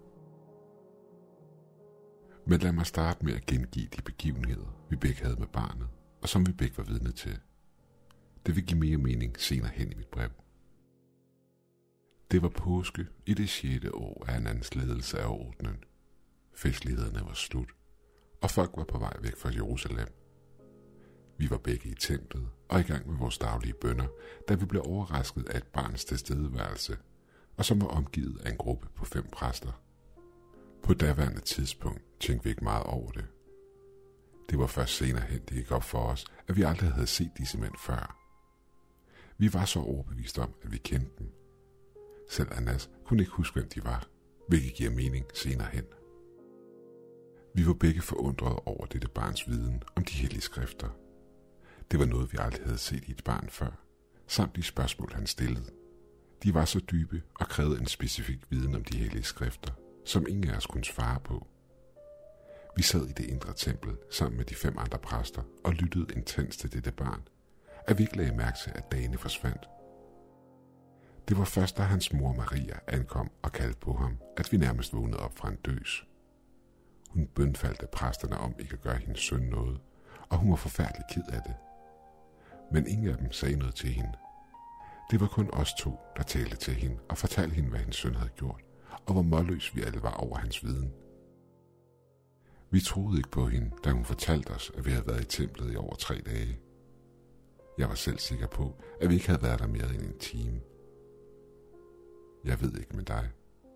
Men lad mig starte med at gengive de begivenheder, vi begge havde med barnet, og som vi begge var vidne til. Det vil give mere mening senere hen i mit brev. Det var påske i det sjette år af Anans ledelse af ordenen. Festlighederne var slut, og folk var på vej væk fra Jerusalem. Vi var begge i templet og i gang med vores daglige bønner, da vi blev overrasket af et barns tilstedeværelse, og som var omgivet af en gruppe på fem præster. På daværende tidspunkt tænkte vi ikke meget over det. Det var først senere hen, det gik op for os, at vi aldrig havde set disse mænd før. Vi var så overbevist om, at vi kendte dem. Selv Annas kunne ikke huske, hvem de var, hvilket giver mening senere hen. Vi var begge forundrede over dette barns viden om de hellige skrifter. Det var noget, vi aldrig havde set i et barn før, samt de spørgsmål, han stillede. De var så dybe og krævede en specifik viden om de hellige skrifter, som ingen af os kunne svare på. Vi sad i det indre tempel sammen med de fem andre præster og lyttede intens til dette barn, at vi ikke lagde mærke til, at dagene forsvandt. Det var først, da hans mor Maria ankom og kaldte på ham, at vi nærmest vågnede op fra en døs. Hun bønfaldte præsterne om ikke at gøre hendes søn noget, og hun var forfærdelig ked af det. Men ingen af dem sagde noget til hende. Det var kun os to, der talte til hende og fortalte hende, hvad hendes søn havde gjort, og hvor målløs vi alle var over hans viden. Vi troede ikke på hende, da hun fortalte os, at vi havde været i templet i over tre dage. Jeg var selv sikker på, at vi ikke havde været der mere end en time. Jeg ved ikke med dig,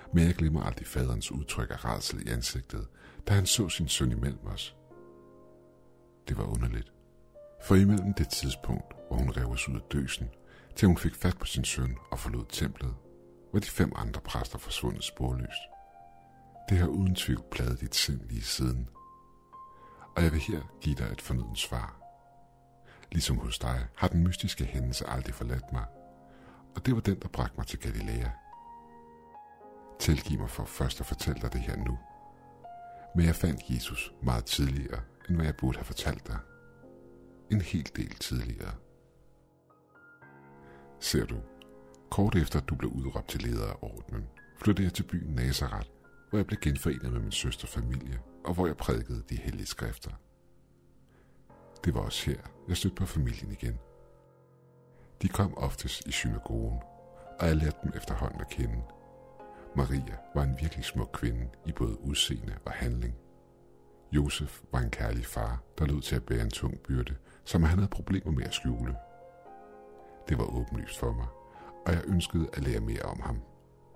Men jeg glemmer aldrig faderens udtryk af rædsel i ansigtet, da han så sin søn imellem os. Det var underligt, for imellem det tidspunkt, hvor hun rev os ud af døsen, til hun fik fat på sin søn og forlod templet, var de fem andre præster forsvundet sporløst. Det har uden tvivl plaget dit sind lige siden, og jeg vil her give dig et fornødent svar. Ligesom hos dig har den mystiske hændelse aldrig forladt mig, og det var den, der bragte mig til Galilea. Tilgiv mig for først at fortælle dig det her nu, men jeg fandt Jesus meget tidligere, end hvad jeg burde have fortalt dig. En hel del tidligere. Ser du, kort efter at du blev udråbt til leder af ordenen, flyttede jeg til byen Nazaret, hvor jeg blev genforenet med min søsters familie, og hvor jeg prædikede de hellige skrifter. Det var også her, jeg stødte på familien igen. De kom oftest i synagogen, og jeg lærte dem efterhånden at kende. Maria var en virkelig smuk kvinde i både udseende og handling. Josef var en kærlig far, der lod til at bære en tung byrde, som han havde problemer med at skjule. Det var åbenlyst for mig, og jeg ønskede at lære mere om ham.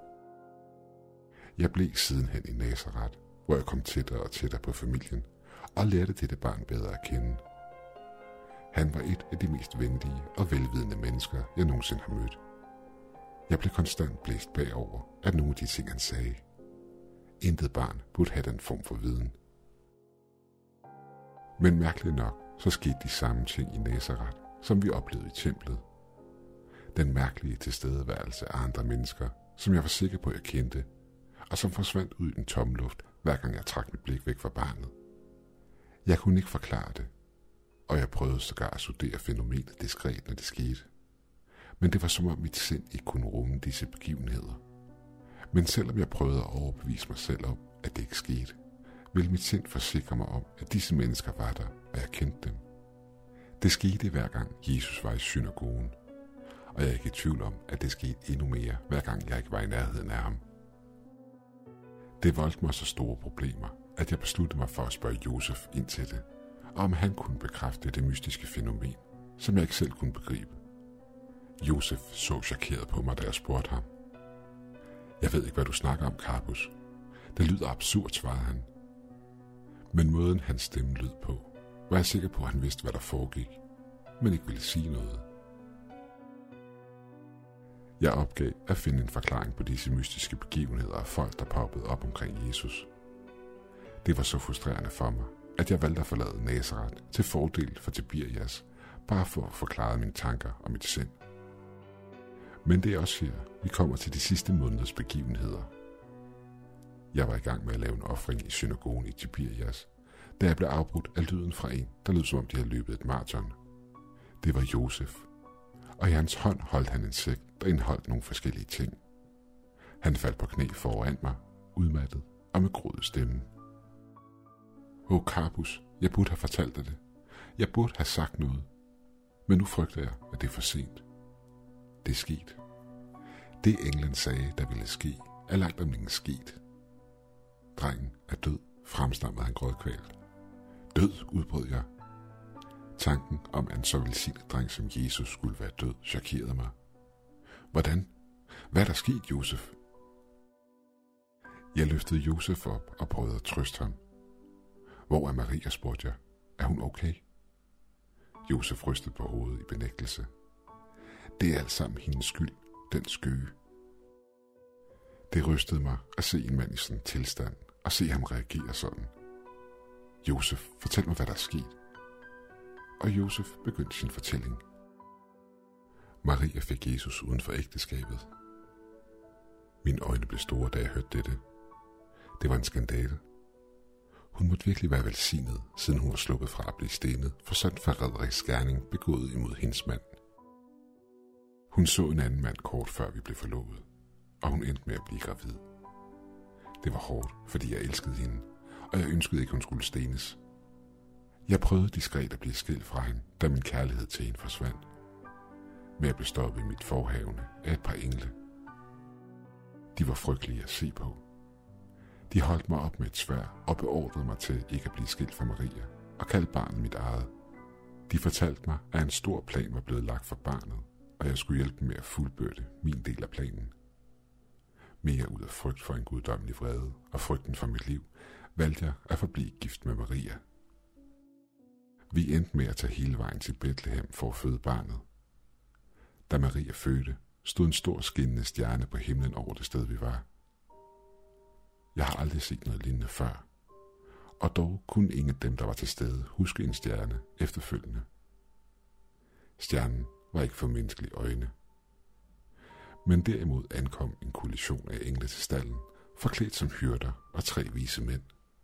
Jeg blev sidenhen i Nazaret, hvor jeg kom tættere og tættere på familien, og lærte dette barn bedre at kende. Han var et af de mest venlige og velvidende mennesker, jeg nogensinde har mødt. Jeg blev konstant blæst bagover af nogle af de ting, han sagde. Intet barn burde have den form for viden. Men mærkeligt nok, så skete de samme ting i Nazaret, som vi oplevede i templet. Den mærkelige tilstedeværelse af andre mennesker, som jeg var sikker på, jeg kendte, og som forsvandt ud i den tomme luft, hver gang jeg trak mit blik væk fra barnet. Jeg kunne ikke forklare det, og jeg prøvede sågar at studere fænomenet diskret, når det skete. Men det var som om mit sind ikke kunne rumme disse begivenheder. Men selvom jeg prøvede at overbevise mig selv om, at det ikke skete, ville mit sind forsikre mig om, at disse mennesker var der, og jeg kendte dem. Det skete hver gang Jesus var i synagogen, og jeg er ikke i tvivl om, at det skete endnu mere, hver gang jeg ikke var i nærheden af ham. Det voldte mig så store problemer, at jeg besluttede mig for at spørge Josef ind til det, og om han kunne bekræfte det mystiske fænomen, som jeg ikke selv kunne begribe. Josef så chokeret på mig, da jeg spurgte ham. Jeg ved ikke, hvad du snakker om, Karpus. Det lyder absurd, svarede han. Men måden hans stemme lød på, var jeg sikker på, at han vidste, hvad der foregik, men ikke ville sige noget. Jeg opgav at finde en forklaring på disse mystiske begivenheder og folk, der poppede op omkring Jesus. Det var så frustrerende for mig, at jeg valgte at forlade Nazaret til fordel for Tiberias, bare for at forklare mine tanker og mit sind. Men det er også her, vi kommer til de sidste måneders begivenheder. Jeg var i gang med at lave en ofring i synagogen i Tiberias, da jeg blev afbrudt af lyden fra en, der lød som om de havde løbet et maraton. Det var Josef, og i hans hånd holdt han en sæk, der indeholdt nogle forskellige ting. Han faldt på knæ foran mig, udmattet og med groet stemme. Åh, Karpus, jeg burde have fortalt dig det. Jeg burde have sagt noget. Men nu frygter jeg, at det er for sent. Det er sket. Det englen sagde, der ville ske, er langt om længe sket. Drengen er død, fremstammede han grådkvalt. Død, udbrød jeg. Tanken om, at en så velsignet dreng som Jesus skulle være død, chokerede mig. Hvordan? Hvad er der sket, Josef? Jeg løftede Josef op og prøvede at trøste ham. Hvor er Maria, spurgte jeg. Er hun okay? Josef rystede på hovedet i benægtelse. Det er alt sammen hendes skyld, den skøge. Det rystede mig at se en mand i sådan en tilstand, og se ham reagere sådan. Josef, fortæl mig, hvad der er sket. Og Josef begyndte sin fortælling. Maria fik Jesus uden for ægteskabet. Mine øjne blev store, da jeg hørte dette. Det var en skandale. Hun måtte virkelig være velsignet, siden hun var sluppet fra at blive stenet for sådan forræderisk gerning begået imod hendes mand. Hun så en anden mand kort før vi blev forlovet, og hun endte med at blive gravid. Det var hårdt, fordi jeg elskede hende, og jeg ønskede ikke, hun skulle stenes. Jeg prøvede diskret at blive skilt fra hende, da min kærlighed til hende forsvandt. Men jeg blev stoppet i mit forhavne af et par engle. De var frygtelige at se på. De holdt mig op med et sværd og beordrede mig til ikke at blive skilt fra Maria og kaldte barnet mit eget. De fortalte mig, at en stor plan var blevet lagt for barnet, og jeg skulle hjælpe med at fuldbyrde min del af planen. Mere ud af frygt for en guddommelig vrede og frygten for mit liv, valgte jeg at forblive gift med Maria. Vi endte med at tage hele vejen til Bethlehem for at føde barnet. Da Maria fødte, stod en stor skinnende stjerne på himlen over det sted, vi var. Jeg har aldrig set noget lignende før, og dog kunne ingen af dem, der var til stede, huske en stjerne efterfølgende. Stjernen var ikke for menneskelige øjne. Men derimod ankom en koalition af engle til stalden, forklædt som hyrder og tre vise mænd.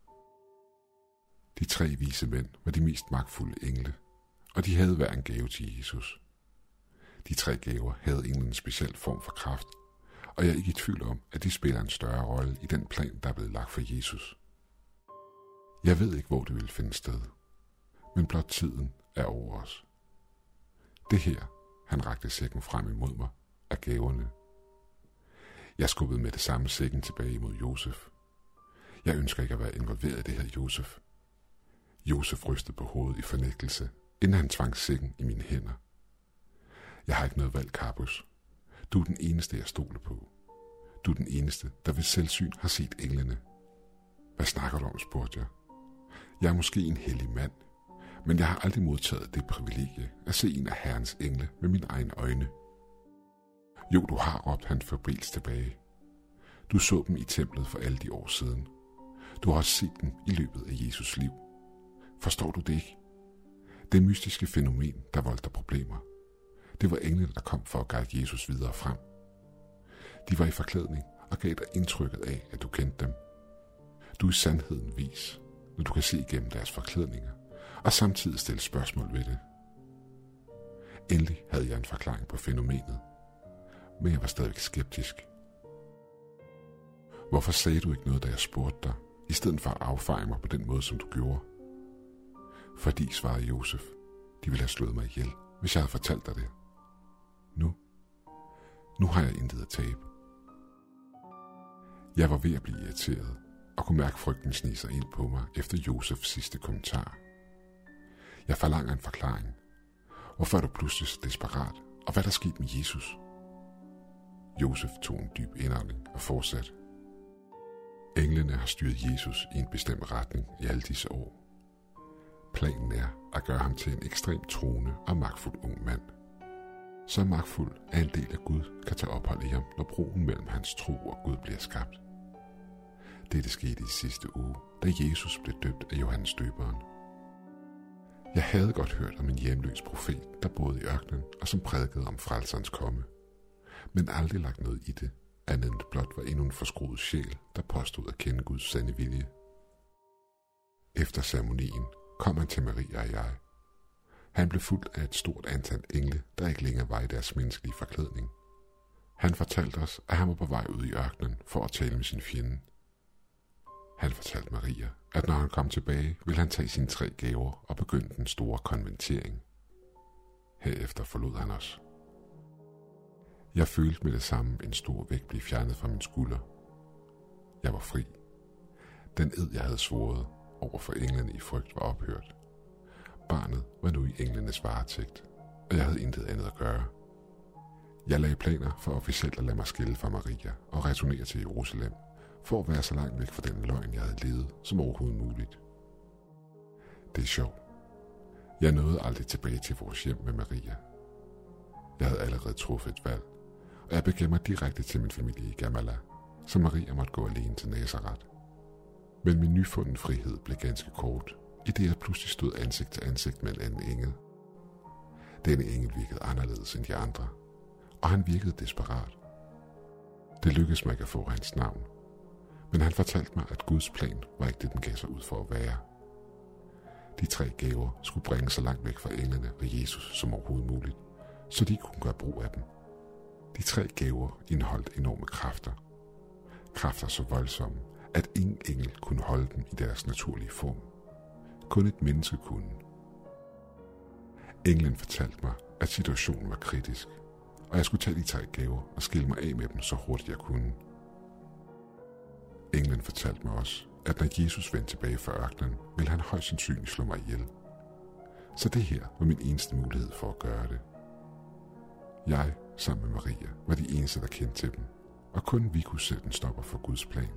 De tre vise mænd var de mest magtfulde engle, og de havde hver en gave til Jesus. De tre gaver havde englen en speciel form for kraft, og jeg er ikke i tvivl om, at de spiller en større rolle i den plan, der er blevet lagt for Jesus. Jeg ved ikke, hvor det vil finde sted, men blot tiden er over os. Det her, han rakte sækken frem imod mig, er gaverne. Jeg skubbede med det samme sækken tilbage imod Josef. Jeg ønsker ikke at være involveret i det her, Josef. Josef rystede på hovedet i fornægtelse, inden han tvang sækken i mine hænder. Jeg har ikke noget valg, Karpus. Du er den eneste, jeg stoler på. Du er den eneste, der ved selvsyn har set englene. Hvad snakker du om, spurgte jeg. Jeg er måske en hellig mand, men jeg har aldrig modtaget det privilegie at se en af Herrens engle med mine egne øjne. Jo, du har, råbt han febrilsk tilbage. Du så dem i templet for alle de år siden. Du har også set dem i løbet af Jesus liv. Forstår du det ikke? Det mystiske fænomen, der voldte problemer. Det var englene, der kom for at guide Jesus videre frem. De var i forklædning og gav dig indtrykket af, at du kendte dem. Du er i sandheden vis, når du kan se igennem deres forklædninger, og samtidig stille spørgsmål ved det. Endelig havde jeg en forklaring på fænomenet, men jeg var stadig skeptisk. Hvorfor sagde du ikke noget, da jeg spurgte dig, i stedet for at affeje mig på den måde, som du gjorde? Fordi, svarede Josef, de ville have slået mig ihjel, hvis jeg havde fortalt dig det. Nu, nu har jeg intet at tabe. Jeg var ved at blive irriteret, og kunne mærke frygten snige sig ind på mig efter Josefs sidste kommentar. Jeg forlanger en forklaring. Hvorfor er du pludselig så desperat, og hvad der skete med Jesus? Josef tog en dyb indånding og fortsatte. Englene har styret Jesus i en bestemt retning i alle disse år. Planen er at gøre ham til en ekstremt troende og magtfuld ung mand. Så magtfuld, at en del af Gud kan tage ophold i ham, når broen mellem hans tro og Gud bliver skabt. Dette skete i sidste uge, da Jesus blev døbt af Johannes Døberen. Jeg havde godt hørt om en hjemløs profet, der boede i ørkenen og som prædikede om frelserens komme, men aldrig lagt noget i det, andet end blot var endnu en forskruet sjæl, der påstod at kende Guds sande vilje. Efter ceremonien kom han til Maria og jeg. Han blev fuldt af et stort antal engle, der ikke længere var i deres menneskelige forklædning. Han fortalte os, at han var på vej ud i ørkenen for at tale med sin fjende. Han fortalte Maria, at når han kom tilbage, ville han tage sine tre gaver og begynde den store konvertering. Herefter forlod han os. Jeg følte med det samme en stor vægt blive fjernet fra min skulder. Jeg var fri. Den ed, jeg havde svoret over for englene i frygt, var ophørt. Barnet var nu i englenes varetægt, og jeg havde intet andet at gøre. Jeg lagde planer for officielt at lade mig skille fra Maria og returnere til Jerusalem, for at være så langt væk fra den løgn, jeg havde levet, som overhovedet muligt. Det er sjovt. Jeg nåede aldrig tilbage til vores hjem med Maria. Jeg havde allerede truffet et valg, og jeg begav mig direkte til min familie i Gamala, så Maria måtte gå alene til Nazaret. Men min nyfundne frihed blev ganske kort, i det jeg pludselig stod ansigt til ansigt med en anden engel. Denne engel virkede anderledes end de andre, og han virkede desperat. Det lykkedes mig ikke at få hans navn, men han fortalte mig, at Guds plan var ikke det, den gav sig ud for at være. De tre gaver skulle bringe så langt væk fra englene og Jesus som overhovedet muligt, så de kunne gøre brug af dem. De tre gaver indeholdt enorme kræfter. Kræfter så voldsomme, at ingen engel kunne holde dem i deres naturlige form. Kun et menneske kunne. Englen fortalte mig, at situationen var kritisk, og jeg skulle tage de tre gaver og skille mig af med dem så hurtigt jeg kunne. Englen fortalte mig også, at når Jesus vendte tilbage fra ørkenen, ville han højst sandsynligt slå mig ihjel. Så det her var min eneste mulighed for at gøre det. Jeg, sammen med Maria, var de eneste, der kendte til dem, og kun vi kunne sætte en stopper for Guds plan.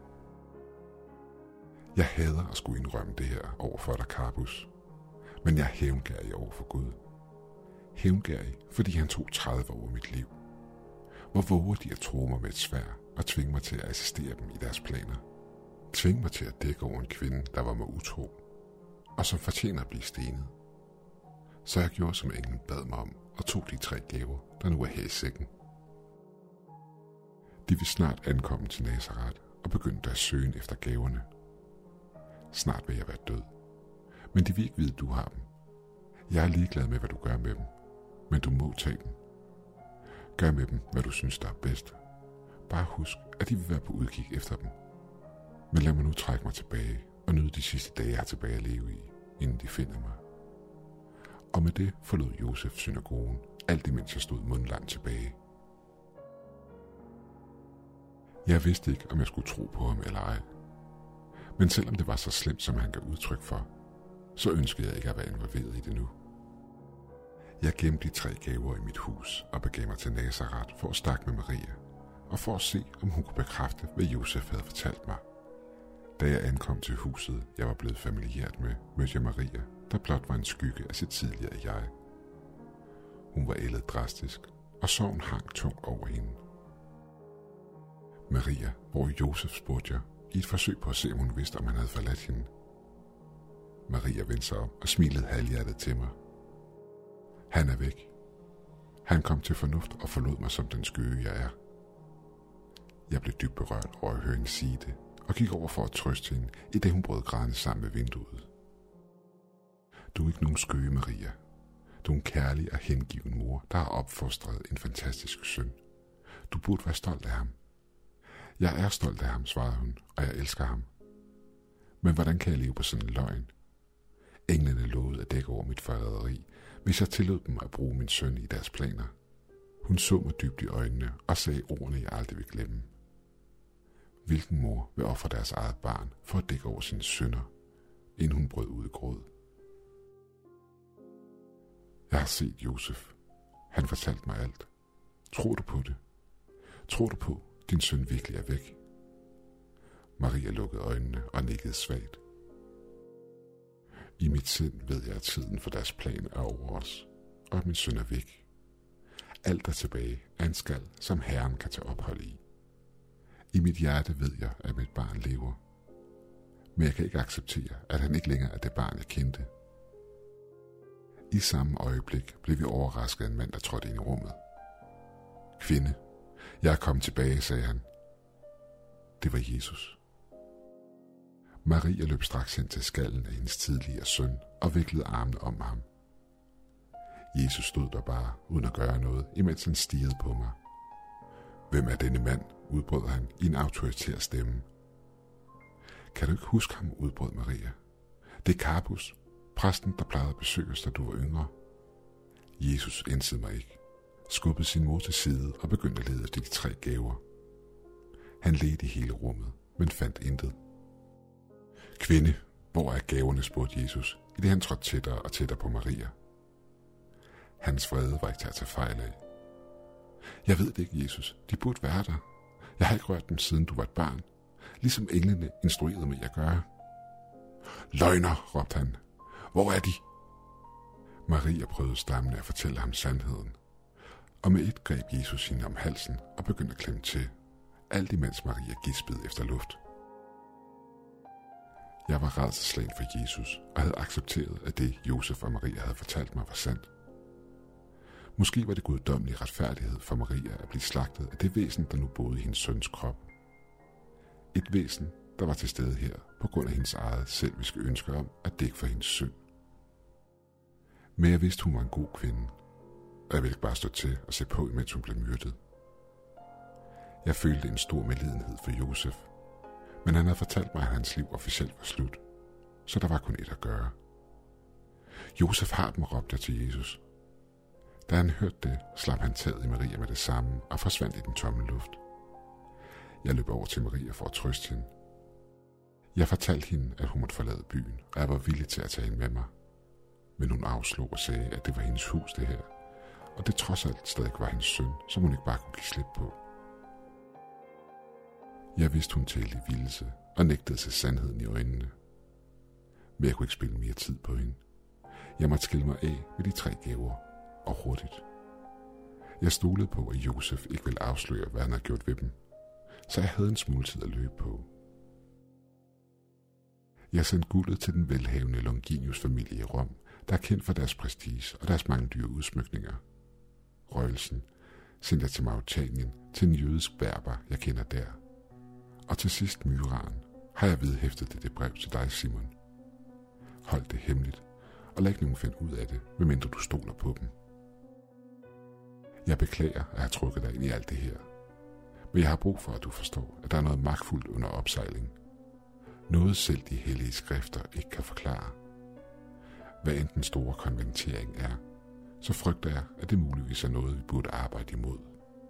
Jeg hader at skulle indrømme det her over for dig, Karpus, men jeg er hævngærig over for Gud. Hævngærig, fordi han tog tredive år af mit liv. Hvor våger de at tro mig med et sværd og tvinge mig til at assistere dem i deres planer? Tvinge mig til at dække over en kvinde, der var mig utro, og som fortjener at blive stenet. Så jeg gjorde, som englen bad mig om, og tog de tre gaver, der nu er her i sækken. De vil snart ankomme til Nazaret og begynde deres søgen efter gaverne. Snart vil jeg være død, men de vil ikke vide, at du har dem. Jeg er ligeglad med, hvad du gør med dem, men du må tage dem. Gør med dem, hvad du synes, der er bedst. Bare husk, at de vil være på udkig efter dem. Men lad mig nu trække mig tilbage og nyde de sidste dage, jeg har tilbage at leve i, inden de finder mig. Og med det forlod Josef synagogen, alt imens jeg stod mundlangt tilbage. Jeg vidste ikke, om jeg skulle tro på ham eller ej. Men selvom det var så slemt, som han gav udtryk for, så ønskede jeg ikke at være involveret i det nu. Jeg gemte de tre gaver i mit hus og begav mig til Nazaret for at snakke med Maria, og for at se, om hun kunne bekræfte, hvad Josef havde fortalt mig. Da jeg ankom til huset, jeg var blevet familiært med, mødte jeg Maria, der blot var en skygge af sit tidligere jeg. Hun var ældet drastisk, og sorgen hang tungt over hende. Maria, hvor Josef, spurgte jeg, i et forsøg på at se, om hun vidste, om han havde forladt hende. Maria vendte sig om og smilede halvhjertet til mig. Han er væk. Han kom til fornuft og forlod mig som den skøge, jeg er. Jeg blev dybt berørt over at høre hende sige det, og gik over for at trøste hende, i det hun brød grædende sammen ved vinduet. Du er ikke nogen skøge, Maria. Du er en kærlig og hengiven mor, der har opfostret en fantastisk søn. Du burde være stolt af ham. Jeg er stolt af ham, svarede hun, og jeg elsker ham. Men hvordan kan jeg leve på sådan en løgn? Englene lovede at dække over mit forræderi, hvis jeg tillod dem at bruge min søn i deres planer. Hun så mig dybt i øjnene og sagde ordene, jeg aldrig vil glemme. Hvilken mor vil ofre deres eget barn for at dække over sine synder, inden hun brød ud i gråd? Jeg har set Josef. Han fortalte mig alt. Tror du på det? Tror du på, at din søn virkelig er væk? Maria lukkede øjnene og nikkede svagt. I mit sind ved jeg, at tiden for deres plan er over os, og at min søn er væk. Alt der tilbage er en skal, som Herren kan tage ophold i. I mit hjerte ved jeg, at mit barn lever. Men jeg kan ikke acceptere, at han ikke længere er det barn, jeg kendte. I samme øjeblik blev vi overrasket af en mand, der trådte ind i rummet. Kvinde, jeg er kommet tilbage, sagde han. Det var Jesus. Maria løb straks hen til skallen af hendes tidligere søn og viklede armene om ham. Jesus stod der bare, uden at gøre noget, imens han stirrede på mig. Hvem er denne mand? Udbrød han i en autoritær stemme. Kan du ikke huske ham? Udbrød Maria. Det er Karpus, præsten, der plejede at besøge os, da du var yngre. Jesus indsede mig ikke, skubbede sin mor til side og begyndte at lede efter de tre gaver. Han ledte i hele rummet, men fandt intet. Kvinde, hvor er gaverne? Spurgte Jesus, i det han trådte tættere og tættere på Maria. Hans vrede var ikke til at tage fejl af. Jeg ved det ikke, Jesus. De burde være der. Jeg har ikke rørt dem, siden du var et barn. Ligesom englene instruerede mig at gøre. Løgner, råbte han. Hvor er de? Maria prøvede stammende at fortælle ham sandheden. Og med et greb Jesus hende om halsen og begyndte at klemme til. Alt imens Maria gispede efter luft. Jeg var rædselsslagen for Jesus og havde accepteret, at det Josef og Maria havde fortalt mig var sandt. Måske var det guddommelig retfærdighed for Maria at blive slagtet af det væsen, der nu boede i hendes søns krop. Et væsen, der var til stede her på grund af hendes eget selviske ønske om at dække for hendes synd. Men jeg vidste, hun var en god kvinde, og jeg ville ikke bare stå til og se på, imens hun blev myrdet. Jeg følte en stor medlidenhed for Josef, men han havde fortalt mig, at hans liv officielt var slut, så der var kun et at gøre. Josef har dem, råbte jeg til Jesus. Da han hørte det, slap han taget i Maria med det samme og forsvandt i den tomme luft. Jeg løb over til Maria for at trøste hende. Jeg fortalte hende, at hun måtte forlade byen, og jeg var villig til at tage hende med mig. Men hun afslog og sagde, at det var hendes hus det her, og det trods alt stadig var hendes søn, som hun ikke bare kunne give slip på. Jeg vidste, hun talte i vildelse og nægtede at se sandheden i øjnene. Men jeg kunne ikke spille mere tid på hende. Jeg måtte skille mig af med de tre gaver, og hurtigt. Jeg stolede på, at Josef ikke ville afsløre, hvad han havde gjort ved dem, så jeg havde en smule tid at løbe på. Jeg sendte guldet til den velhavende Longinius-familie i Rom, der er kendt for deres prestige og deres mange dyre udsmykninger. Røgelsen sendte jeg til Mauritanien til en jødisk berber, jeg kender der. Og til sidst myraen har jeg vedhæftet det, det brev til dig, Simon. Hold det hemmeligt, og lad ikke nogen finde ud af det, medmindre du stoler på dem. Jeg beklager at have trukket dig ind i alt det her, men jeg har brug for, at du forstår, at der er noget magtfuldt under opsejling. Noget selv de hellige skrifter ikke kan forklare. Hvad end den store konventering er, så frygter jeg, at det muligvis er noget, vi burde arbejde imod.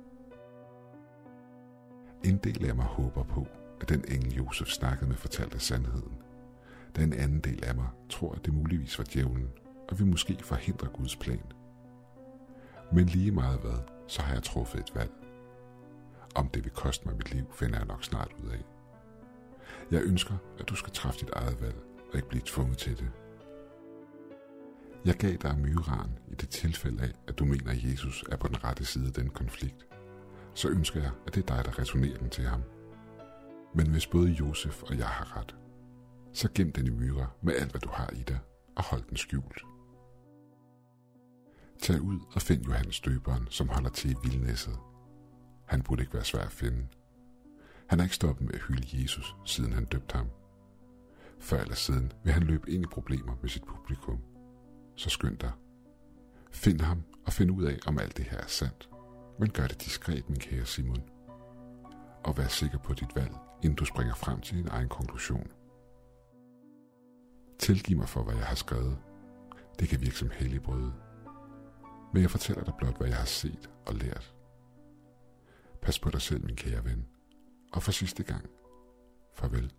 En del af mig håber på, at den engel Josef snakkede med fortalte sandheden. Da en anden del af mig tror, at det muligvis var djævlen, og vi måske forhindrer Guds plan. Men lige meget hvad, så har jeg truffet et valg. Om det vil koste mig mit liv, finder jeg nok snart ud af. Jeg ønsker, at du skal træffe dit eget valg, og ikke blive tvunget til det. Jeg gav dig myraen i det tilfælde af, at du mener, at Jesus er på den rette side af den konflikt. Så ønsker jeg, at det er dig, der returnerer den til ham. Men hvis både Josef og jeg har ret, så gem den i myra med alt, hvad du har i dig, og hold den skjult. Tag ud og find Johannes Døberen, som holder til i Vildnæsset. Han burde ikke være svær at finde. Han har ikke stoppet med at hylde Jesus, siden han døbte ham. Før eller siden vil han løbe ind i problemer med sit publikum. Så skynd dig. Find ham og find ud af, om alt det her er sandt. Men gør det diskret, min kære Simon. Og vær sikker på dit valg, inden du springer frem til din egen konklusion. Tilgiv mig for, hvad jeg har skrevet. Det kan virke som helligbrøde. Men jeg fortæller dig blot, hvad jeg har set og lært. Pas på dig selv, min kære ven. Og for sidste gang, farvel.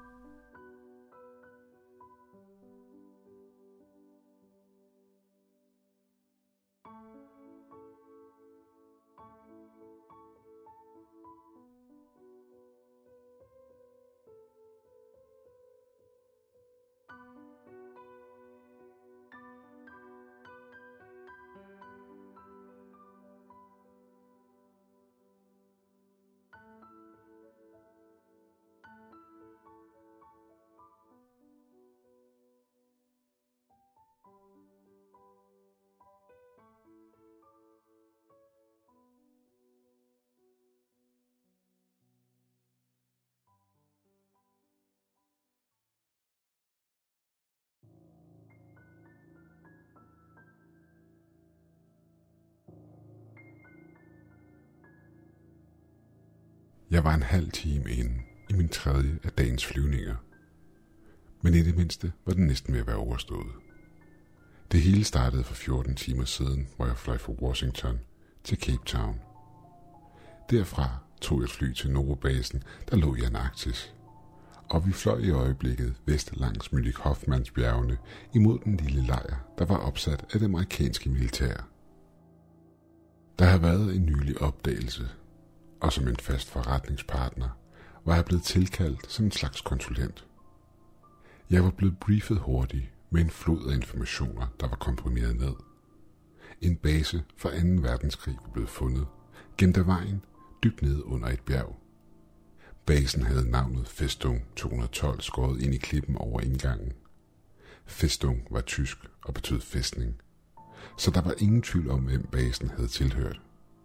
Jeg var en halv time inde i min tredje af dagens flyvninger. Men i det mindste var den næsten ved at være overstået. Det hele startede for fjorten timer siden, hvor jeg fløj fra Washington til Cape Town. Derfra tog jeg et fly til Novo-basen, der lå i Antarktis. Og vi fløj i øjeblikket vest langs Mülich Hoffmanns bjergene imod den lille lejr, der var opsat af det amerikanske militær. Der havde været en nylig opdagelse, og som en fast forretningspartner var jeg blevet tilkaldt som en slags konsulent. Jeg var blevet briefet hurtigt med en flod af informationer, der var komprimeret ned. En base fra anden verdenskrig var blevet fundet, gemt af vejen, dybt nede under et bjerg. Basen havde navnet Festung to hundrede og tolv skåret ind i klippen over indgangen. Festung var tysk og betød fæstning, så der var ingen tvivl om, hvem basen havde tilhørt.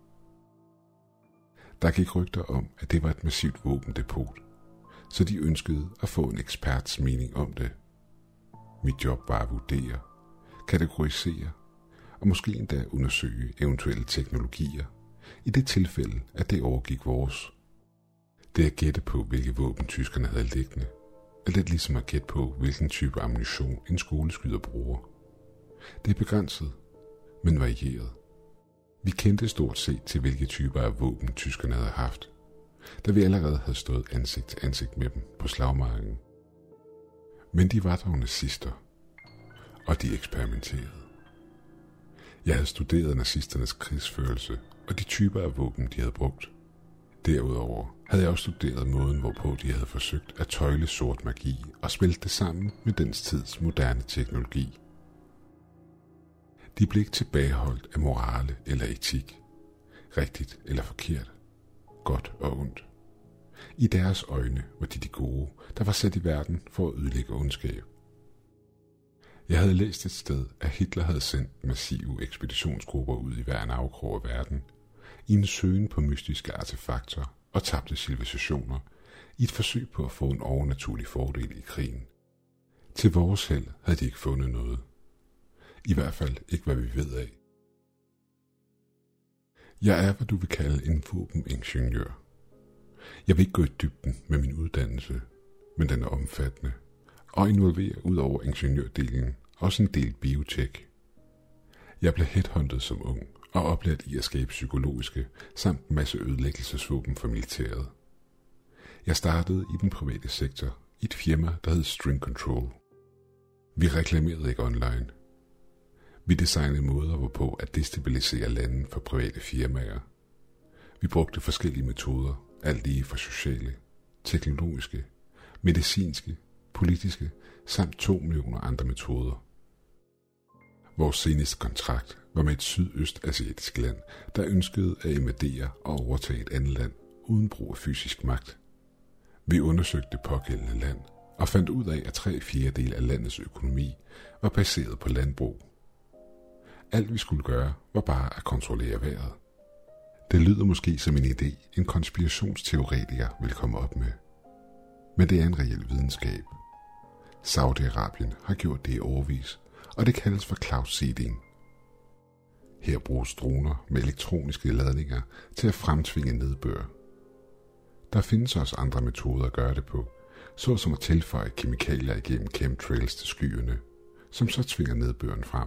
Der gik rygter om, at det var et massivt våbendepot, så de ønskede at få en eksperts mening om det. Mit job var at vurdere, kategorisere og måske endda undersøge eventuelle teknologier, i det tilfælde, at det overgik vores. Det at gætte på, hvilke våben tyskerne havde liggende, er lidt ligesom at gætte på, hvilken type ammunition en skoleskyder bruger. Det er begrænset, men varieret. Vi kendte stort set til, hvilke typer af våben tyskerne havde haft, da vi allerede havde stået ansigt til ansigt med dem på slagmarken. Men de var dog nazister, og de eksperimenterede. Jeg havde studeret nazisternes krigsførelse og de typer af våben, de havde brugt. Derudover havde jeg også studeret måden, hvorpå de havde forsøgt at tøjle sort magi og spille det sammen med dens tids moderne teknologi. De blev ikke tilbageholdt af morale eller etik, rigtigt eller forkert, godt og ondt. I deres øjne var de de gode, der var sat i verden for at ødelægge ondskab. Jeg havde læst et sted, at Hitler havde sendt massive ekspeditionsgrupper ud i hver en afkrog af verden, i en søgen på mystiske artefakter og tabte civilisationer, i et forsøg på at få en overnaturlig fordel i krigen. Til vores held havde de ikke fundet noget. I hvert fald ikke, hvad vi ved af. Jeg er, hvad du vil kalde en våbeningeniør. Jeg vil ikke gå i dybden med min uddannelse, men den er omfattende, og involverer ud over ingeniørdelen også en del biotek. Jeg blev headhuntet som ung og oplært i at skabe psykologiske samt masse ødelæggelsesvåben for militæret. Jeg startede i den private sektor i et firma, der hed String Control. Vi reklamerede ikke online. Vi designede måder hvorpå at destabilisere lande for private firmaer. Vi brugte forskellige metoder, alt lige fra sociale, teknologiske, medicinske, politiske samt to millioner andre metoder. Vores seneste kontrakt var med et sydøstasiatisk land, der ønskede at invadere og overtage et andet land uden brug af fysisk magt. Vi undersøgte det pågældende land og fandt ud af, at tre fjerdedele af landets økonomi var baseret på landbrug. Alt vi skulle gøre var bare at kontrollere vejret. Det lyder måske som en idé, en konspirationsteoretiker vil komme op med. Men det er en reel videnskab. Saudi-Arabien har gjort det i årevis, og det kaldes for cloud seeding. Her bruges droner med elektroniske ladninger til at fremtvinge nedbør. Der findes også andre metoder at gøre det på, såsom at tilføje kemikalier igennem chemtrails til skyerne, som så tvinger nedbøren frem.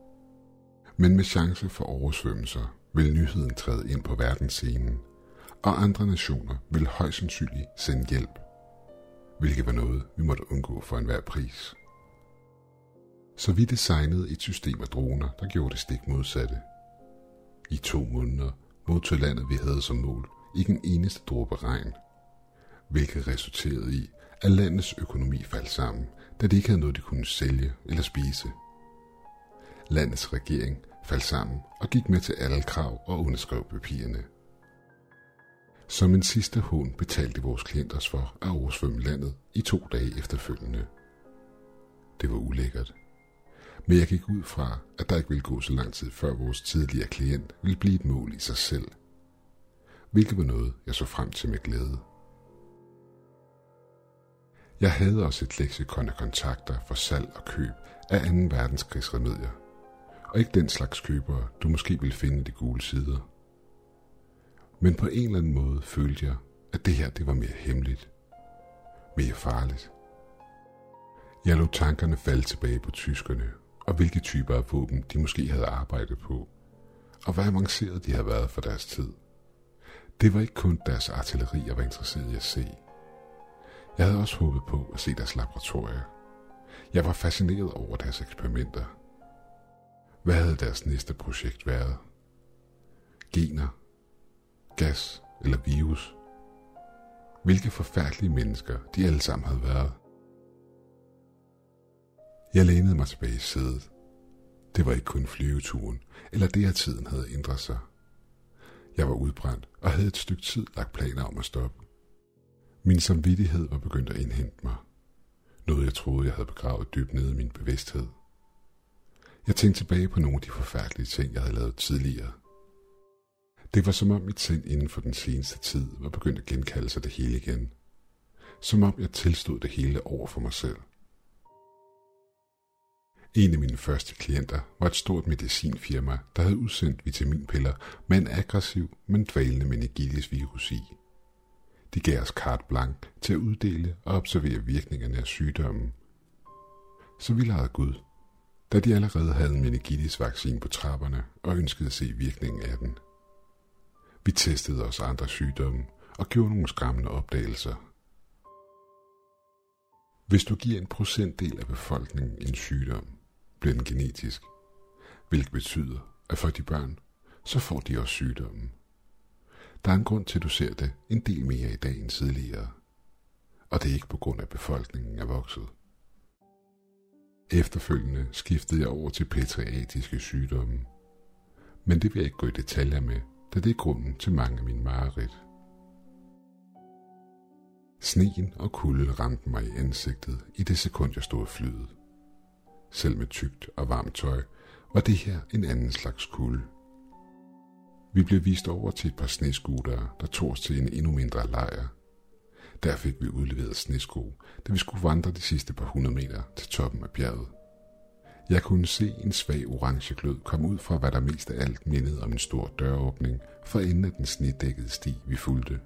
Men med chance for oversvømmelser vil nyheden træde ind på verdensscenen, og andre nationer vil højst sandsynligt sende hjælp, hvilket var noget, vi måtte undgå for enhver pris. Så vi designede et system af droner, der gjorde det stik modsatte. I to måneder modtog landet, vi havde som mål, ikke en eneste dråbe regn, hvilket resulterede i, at landets økonomi faldt sammen, da de ikke havde noget, de kunne sælge eller spise. Landets regering faldt sammen og gik med til alle krav og underskrev papirerne. Som en sidste hån betalte vores klienter os for at oversvømme landet i to dage efterfølgende. Det var ulækkert. Men jeg gik ud fra, at der ikke ville gå så lang tid før vores tidligere klient ville blive et mål i sig selv. Hvilket var noget, jeg så frem til med glæde. Jeg havde også et leksikon af kontakter for salg og køb af anden verdenskrigsremedier, og ikke den slags købere, du måske ville finde i de gule sider. Men på en eller anden måde følte jeg, at det her det var mere hemmeligt, mere farligt. Jeg lod tankerne falde tilbage på tyskerne, og hvilke typer af våben de måske havde arbejdet på, og hvor avanceret de havde været for deres tid. Det var ikke kun deres artilleri, jeg var interesseret i at se. Jeg havde også håbet på at se deres laboratorier. Jeg var fascineret over deres eksperimenter. Hvad havde deres næste projekt været? Gener, gas eller virus? Hvilke forfærdelige mennesker de alle sammen havde været. Jeg lænede mig tilbage i sædet. Det var ikke kun flyveturen, eller det at tiden havde ændret sig. Jeg var udbrændt og havde et stykke tid lagt planer om at stoppe. Min samvittighed var begyndt at indhente mig. Noget jeg troede, jeg havde begravet dybt nede i min bevidsthed. Jeg tænkte tilbage på nogle af de forfærdelige ting, jeg havde lavet tidligere. Det var som om mit sind inden for den seneste tid var begyndt at genkalde sig det hele igen. Som om jeg tilstod det hele over for mig selv. En af mine første klienter var et stort medicinfirma, der havde udsendt vitaminpiller med en aggressiv, men dvalende meningitis virus i. De gav os carte blanche til at uddele og observere virkningerne af sygdommen. Så vi legede Gud, da de allerede havde en meningitis-vaccine på trapperne og ønskede at se virkningen af den. Vi testede også andre sygdomme og gjorde nogle skræmmende opdagelser. Hvis du giver en procentdel af befolkningen en sygdom, bliver den genetisk, hvilket betyder, at for de børn, så får de også sygdommen. Der er en grund til, at du ser det en del mere i dag end tidligere. Og det er ikke på grund af, at befolkningen er vokset. Efterfølgende skiftede jeg over til pætriatiske sygdomme. Men det vil jeg ikke gå i detaljer med, da det er grunden til mange af mine mareridt. Sneen og kulde ramte mig i ansigtet i det sekund, jeg stod og flyede. Selv med tykt og varmt tøj var det her en anden slags kulde. Vi blev vist over til et par snescootere, der tog os til en endnu mindre lejr. Der fik vi udleveret snesko, da vi skulle vandre de sidste par hundrede meter til toppen af bjerget. Jeg kunne se en svag orange glød komme ud fra, hvad der mest af alt mindede om en stor døråbning for enden af den snedækkede sti, vi fulgte.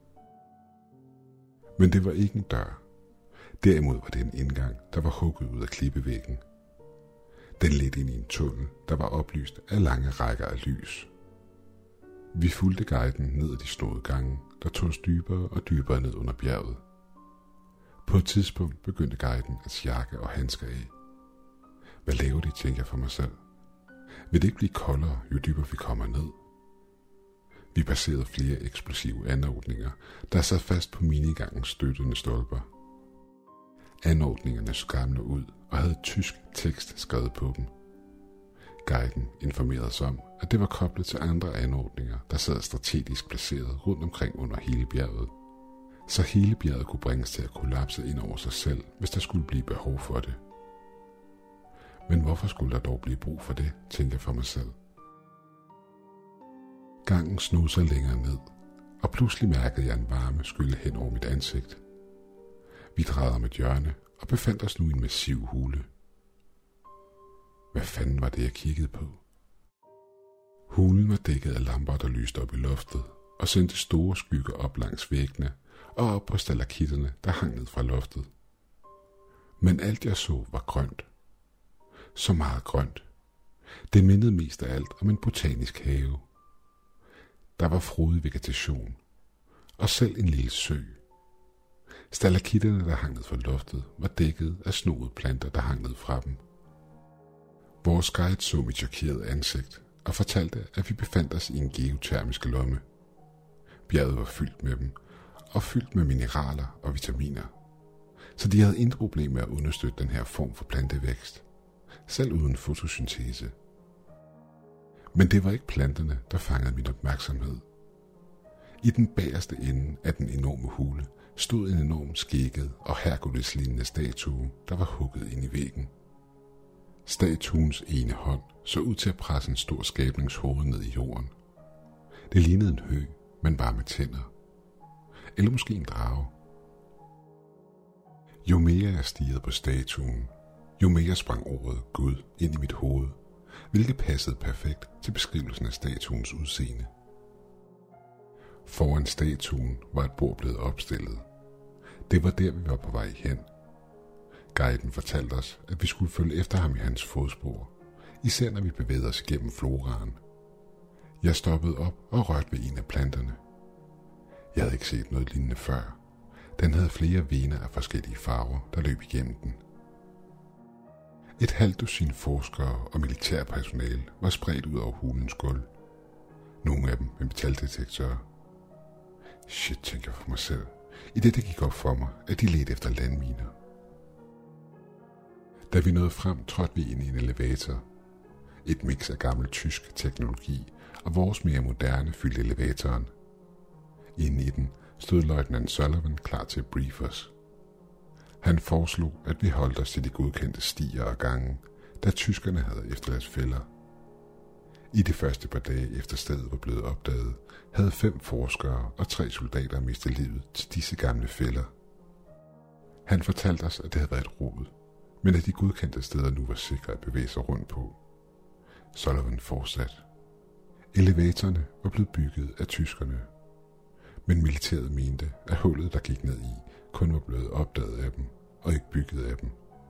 Men det var ikke en dør. Derimod var det en indgang, der var hugget ud af klippevæggen. Den ledte ind i en tunnel, der var oplyst af lange rækker af lys. Vi fulgte guiden ned ad de snodede gange, der tog os dybere og dybere ned under bjerget. På et tidspunkt begyndte guiden at sjakke og handsker af. Hvad laver de, tænker jeg for mig selv. Vil det ikke blive koldere, jo dybere vi kommer ned? Vi passerede flere eksplosive anordninger, der sad fast på minigangens støttende stolper. Anordningerne så gamle ud og havde tysk tekst skrevet på dem. Guiden informerede os om, at det var koblet til andre anordninger, der sad strategisk placeret rundt omkring under hele bjerget. Så hele bjerget kunne bringes til at kollapse ind over sig selv, hvis der skulle blive behov for det. Men hvorfor skulle der dog blive brug for det, tænker jeg for mig selv. Gangen snod sig længere ned, og pludselig mærkede jeg en varme skylle hen over mit ansigt. Vi drejede om et hjørne og befandt os nu i en massiv hule. Hvad fanden var det, jeg kiggede på? Hulen var dækket af lamper, der lyste op i loftet og sendte store skygger op langs væggene og op på stalaktitterne, der hang ned fra loftet. Men alt jeg så var grønt. Så meget grønt. Det mindede mest af alt om en botanisk have. Der var frodig vegetation, og selv en lille sø. Stalaktitterne, der hang ned fra loftet, var dækket af snoede planter, der hang ned fra dem. Vores guide så mit chokerede ansigt og fortalte, at vi befandt os i en geotermisk lomme. Bjerget var fyldt med dem, og fyldt med mineraler og vitaminer. Så de havde intet problem med at understøtte den her form for plantevækst, selv uden fotosyntese. Men det var ikke planterne, der fangede min opmærksomhed. I den bagerste ende af den enorme hule stod en enorm skægget og Herkules-lignende statue, der var hugget ind i væggen. Statuens ene hånd så ud til at presse en stor skabnings hoved ned i jorden. Det lignede en høg, men bare med tænder. Eller måske en drage. Jo mere jeg stirrede på statuen, jo mere sprang ordet Gud ind i mit hoved, hvilket passede perfekt til beskrivelsen af statuens udseende. Foran statuen var et bord blevet opstillet. Det var der, vi var på vej hen. Guiden fortalte os, at vi skulle følge efter ham i hans fodspor, især når vi bevægede os gennem floraen. Jeg stoppede op og rørte ved en af planterne. Jeg havde ikke set noget lignende før. Den havde flere vener af forskellige farver, der løb igennem den. Et halvt dusin forskere og militærpersonale var spredt ud over hulens gulv. Nogle af dem med metaldetektorer. Shit, tænker jeg for mig selv. I det, det gik op for mig, at de ledte efter landminer. Da vi nåede frem, trådte vi ind i en elevator. Et mix af gammel tysk teknologi og vores mere moderne fyldte elevatoren. Inde i den stod løjtnant Sullivan klar til at brief os. Han foreslog, at vi holdt os til de godkendte stier og gange, da tyskerne havde efterladt fælder. I de første par dage efter stedet var blevet opdaget, havde fem forskere og tre soldater mistet livet til disse gamle fælder. Han fortalte os, at det havde været et rod, men at de godkendte steder nu var sikre at bevæge sig rundt på. Sullivan fortsatte. Elevatorerne var blevet bygget af tyskerne, men militæret mente, at hullet, der gik ned i, kun var blevet opdaget af dem, og ikke bygget af dem.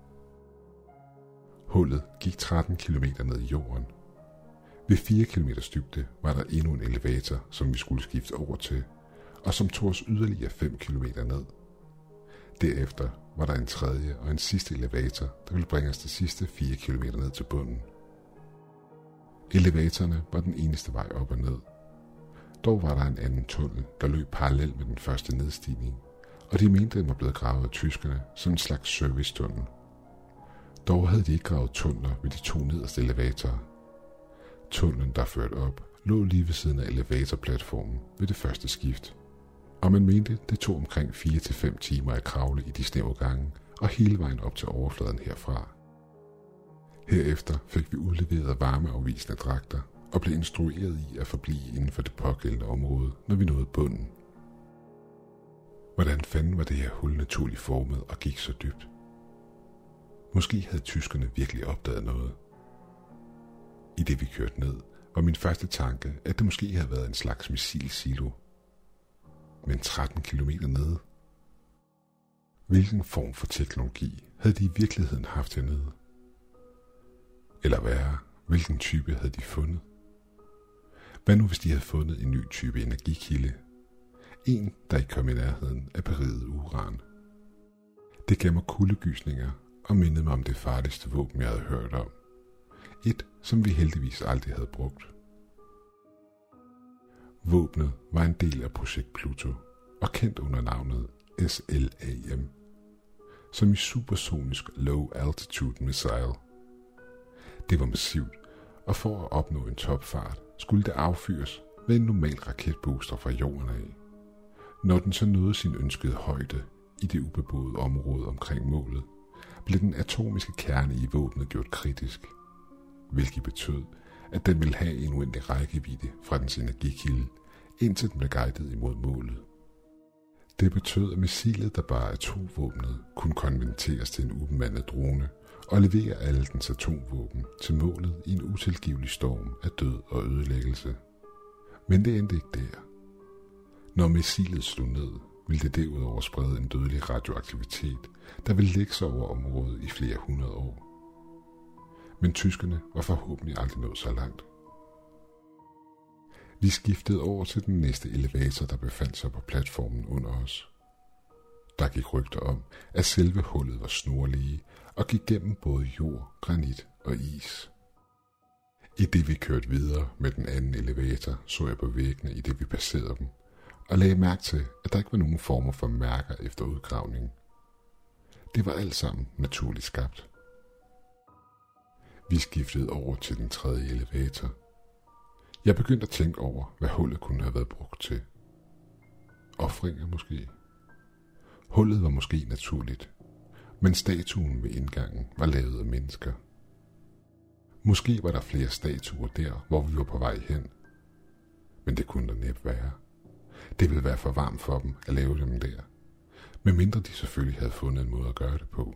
Hullet gik tretten kilometer ned i jorden. Ved fire kilometers dybde var der endnu en elevator, som vi skulle skifte over til, og som tog os yderligere fem kilometer ned. Derefter var der en tredje og en sidste elevator, der ville bringe os de sidste fire kilometer ned til bunden. Elevatorerne var den eneste vej op og ned. Dog var der en anden tunnel, der løb parallelt med den første nedstigning, og de mente, den var blevet gravet af tyskerne som en slags servicetunnel. Dog havde de ikke gravet tunneler ved de to nederste elevatorer. Tunnelen, der førte op, lå lige ved siden af elevatorplatformen ved det første skift, og man mente, det tog omkring fire til fem timer at kravle i de snævre gange og hele vejen op til overfladen herfra. Herefter fik vi udleveret varmeafvisende dragter og blev instrueret i at forblive inden for det pågældende område, når vi nåede bunden. Hvordan fanden var det her hul naturligt formet og gik så dybt? Måske havde tyskerne virkelig opdaget noget. I det vi kørte ned, var min første tanke, at det måske havde været en slags missilsilo. Men tretten kilometer nede. Hvilken form for teknologi havde de i virkeligheden haft hernede? Eller værre, hvilken type havde de fundet? Hvad nu hvis de havde fundet en ny type energikilde? En, der ikke kom i nærheden af beriget uran. Det gav mig kuldegysninger og mindede mig om det farligste våben, jeg havde hørt om. Et, som vi heldigvis aldrig havde brugt. Våbnet var en del af projekt Pluto og kendt under navnet S L A M, som i Supersonisk Low Altitude Missile. Det var massivt, og for at opnå en topfart skulle det affyres med en normal raketbooster fra jorden af. Når den så nåede sin ønskede højde i det ubeboede område omkring målet, blev den atomiske kerne i våbnet gjort kritisk, hvilket betød, at den ville have en uendelig rækkevidde fra dens energikilde, indtil den blev guidet imod målet. Det betød, at missilet, der bare atomvåbnet, kunne konverteres til en ubemandet drone og levere alle dens atomvåben til målet i en utilgivelig storm af død og ødelæggelse. Men det endte ikke der. Når missilet slog ned, ville det derudover sprede en dødelig radioaktivitet, der ville lægge sig over området i flere hundrede år. Men tyskerne var forhåbentlig aldrig nået så langt. Vi skiftede over til den næste elevator, der befandt sig på platformen under os. Der gik rygter om, at selve hullet var snorlige og gik gennem både jord, granit og is. I det vi kørte videre med den anden elevator, så jeg på væggene i det vi passerede dem, og lagde mærke til, at der ikke var nogen former for mærker efter udgravningen. Det var alt sammen naturligt skabt. Vi skiftede over til den tredje elevator. Jeg begyndte at tænke over, hvad hullet kunne have været brugt til. Ofringer måske. Hullet var måske naturligt, men statuen ved indgangen var lavet af mennesker. Måske var der flere statuer der, hvor vi var på vej hen. Men det kunne der næppe være. Det ville være for varmt for dem at lave dem der, medmindre de selvfølgelig havde fundet en måde at gøre det på.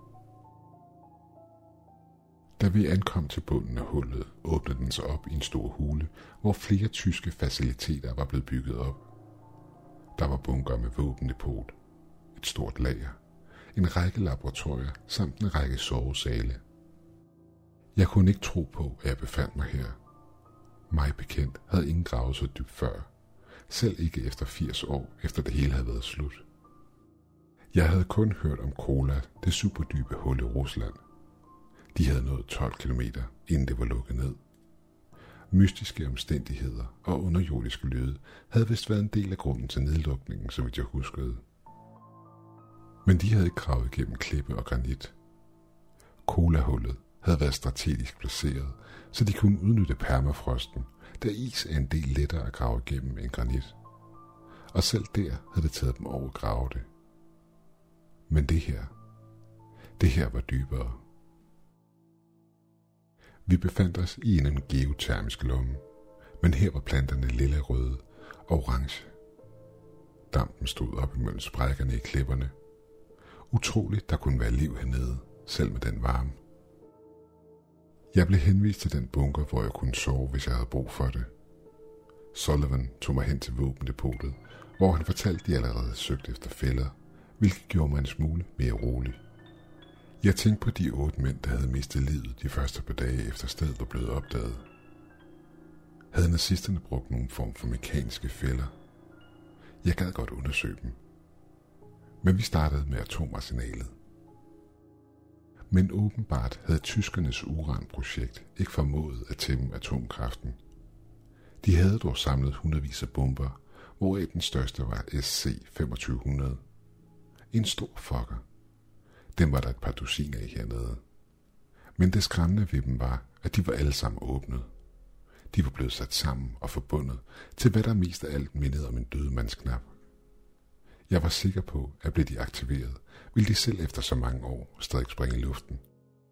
Da vi ankom til bunden af hullet, åbnede den sig op i en stor hule, hvor flere tyske faciliteter var blevet bygget op. Der var bunker med våbendepot, et stort lager, en række laboratorier samt en række sovesale. Jeg kunne ikke tro på, at jeg befandt mig her. Mig bekendt havde ingen gravet så dybt før, selv ikke efter firs år efter det hele havde været slut. Jeg havde kun hørt om Kola, det superdybe hul i Rusland. De havde nået tolv kilometer, inden det var lukket ned. Mystiske omstændigheder og underjordiske lyde havde vist været en del af grunden til nedlukningen, så vidt jeg huskede. Men de havde ikke gravet gennem klippe og granit. Kola-hullet havde været strategisk placeret, så de kunne udnytte permafrosten, da is er en del lettere at grave igennem end granit. Og selv der havde det taget dem over at grave det. Men det her, det her var dybere. Vi befandt os i en af den geotermiske lomme, men her var planterne lilla røde og orange. Dampen stod op imellem sprækkerne i klipperne. Utroligt, der kunne være liv hernede, selv med den varme. Jeg blev henvist til den bunker, hvor jeg kunne sove, hvis jeg havde brug for det. Sullivan tog mig hen til våbendepotet, hvor han fortalte, at de allerede havde søgt efter fælder, hvilket gjorde mig en smule mere rolig. Jeg tænkte på de otte mænd, der havde mistet livet de første par dage efter stedet var blevet opdaget. Havde nazisterne brugt nogen form for mekaniske fælder? Jeg gad godt undersøge dem. Men vi startede med atomarsenalet. Men åbenbart havde tyskernes uranprojekt ikke formået at tæmme atomkraften. De havde dog samlet hundredvis af bomber, hvoraf den største var S C femogtyve hundrede. En stor fucker. Den var der et par dusin af hernede. Men det skræmmende ved dem var, at de var alle sammen åbnet. De var blevet sat sammen og forbundet til hvad der mest af alt mindede om en dødemandsknap. Jeg var sikker på, at blev de aktiveret, ville de selv efter så mange år stadig springe i luften.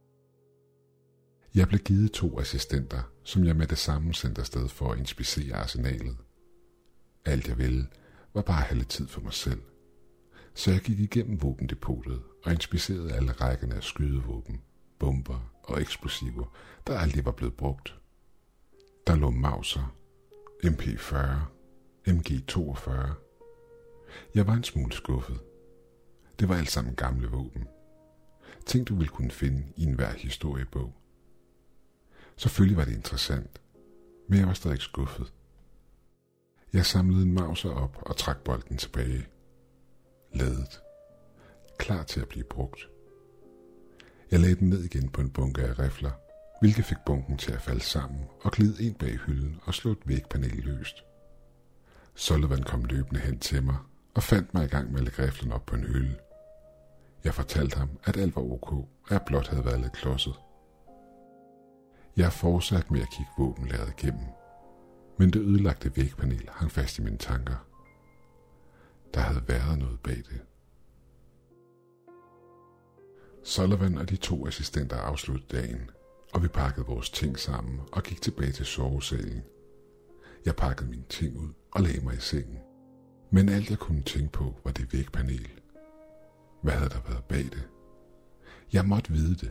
Jeg blev givet to assistenter, som jeg med det samme sendte afsted for at inspicere arsenalet. Alt jeg ville, var bare at have lidt tid for mig selv. Så jeg gik igennem våbendepotet og inspicerede alle rækkerne af skydevåben, bomber og eksplosiver, der aldrig var blevet brugt. Der lå Mauser, M P fyrre, M G toogfyrre. Jeg var en smule skuffet. Det var alt sammen gamle våben. Ting du ville kunne finde i enhver historiebog. Selvfølgelig var det interessant, men jeg var stadig skuffet. Jeg samlede en Mauser op og trak bolden tilbage. Ladet. Klar til at blive brugt. Jeg lagde den ned igen på en bunke af rifler, hvilket fik bunken til at falde sammen og glide ind bag hylden og slå et vægpanel løst. Sullivan kom løbende hen til mig og fandt mig i gang med at lægge riflen op på en hylde. Jeg fortalte ham, at alt var ok, og jeg blot havde været lidt klodset. Jeg fortsatte med at kigge våbenlageret igennem, men det ødelagte vægpanel hang fast i mine tanker. Der havde været noget bag det. Sullivan og de to assistenter afsluttede dagen, og vi pakkede vores ting sammen og gik tilbage til sovesalen. Jeg pakkede mine ting ud og lagde mig i sengen, men alt jeg kunne tænke på var det vægpanel. Hvad havde der været bag det? Jeg måtte vide det.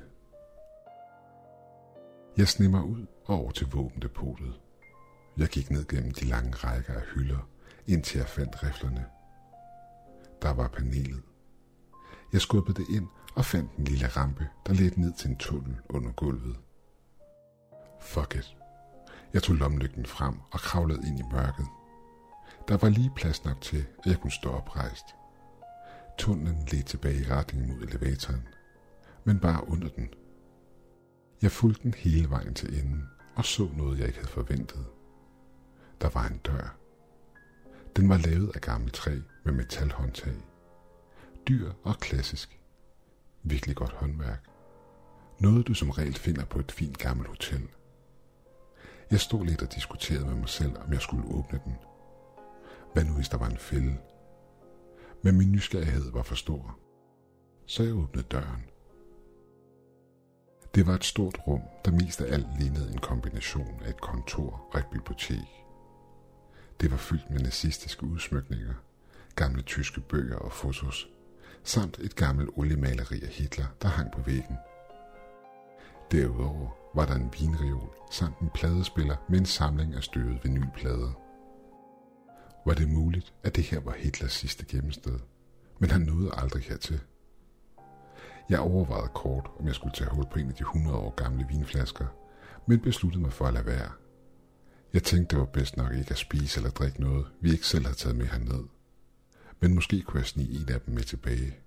Jeg sneg mig ud og over til våbendepotet. Jeg gik ned gennem de lange rækker af hylder, indtil jeg fandt riflerne. Der var panelet. Jeg skubbede det ind og fandt en lille rampe, der ledte ned til en tunnel under gulvet. Fuck it. Jeg tog lommelygten frem og kravlede ind i mørket. Der var lige plads nok til, at jeg kunne stå oprejst. Tunnelen ledte tilbage i retning mod elevatoren, men bare under den. Jeg fulgte den hele vejen til enden og så noget, jeg ikke havde forventet. Der var en dør. Den var lavet af gammelt træ med metalhåndtag. Dyr og klassisk. Virkelig godt håndværk. Noget du som regel finder på et fint gammelt hotel. Jeg stod lidt og diskuterede med mig selv, om jeg skulle åbne den. Hvad nu hvis der var en fælde? Men min nysgerrighed var for stor. Så jeg åbnede døren. Det var et stort rum, der mest af alt lignede en kombination af et kontor og et bibliotek. Det var fyldt med nazistiske udsmykninger, gamle tyske bøger og fotos, samt et gammelt oliemaleri af Hitler, der hang på væggen. Derudover var der en vinreol samt en pladespiller med en samling af støvede vinylplader. Var det muligt, at det her var Hitlers sidste gemmested, men han nåede aldrig hertil. Jeg overvejede kort, om jeg skulle tage hul på en af de hundrede år gamle vinflasker, men besluttede mig for at lade være. Jeg tænkte, det var bedst nok ikke at spise eller drikke noget, vi ikke selv havde taget med herned. Men måske kunne jeg snige en af dem med tilbage.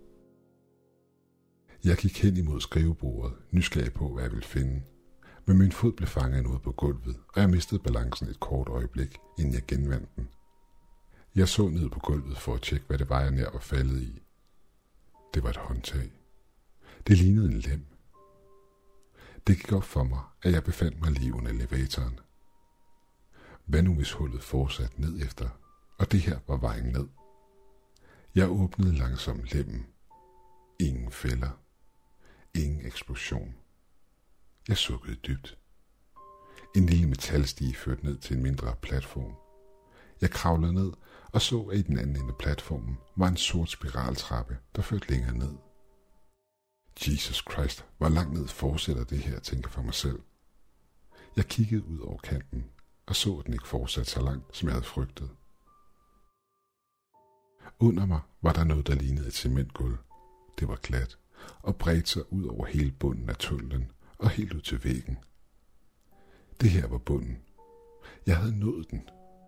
Jeg gik hen imod skrivebordet, nysgerrig på, hvad jeg ville finde. Men min fod blev fanget af noget på gulvet, og jeg mistede balancen et kort øjeblik, inden jeg genvandt den. Jeg så ned på gulvet for at tjekke, hvad det var, jeg nær var faldet i. Det var et håndtag. Det lignede en lem. Det gik op for mig, at jeg befandt mig lige under elevatoren. Hvad nu hvis hullet fortsatte ned efter, og det her var vejen ned? Jeg åbnede langsomt lemmen. Ingen fælder. Ingen eksplosion. Jeg sukkede dybt. En lille metalstige førte ned til en mindre platform. Jeg kravlede ned og så, at i den anden ende af platformen var en sort spiraltrappe, der førte længere ned. Jesus Christ, hvor langt ned fortsætter det her, tænker for mig selv. Jeg kiggede ud over kanten og så, at den ikke fortsatte så langt, som jeg havde frygtet. Under mig var der noget, der lignede et cementgulv. Det var glat og bredte sig ud over hele bunden af tunnelen og helt ud til væggen. Det her var bunden. Jeg havde nået den.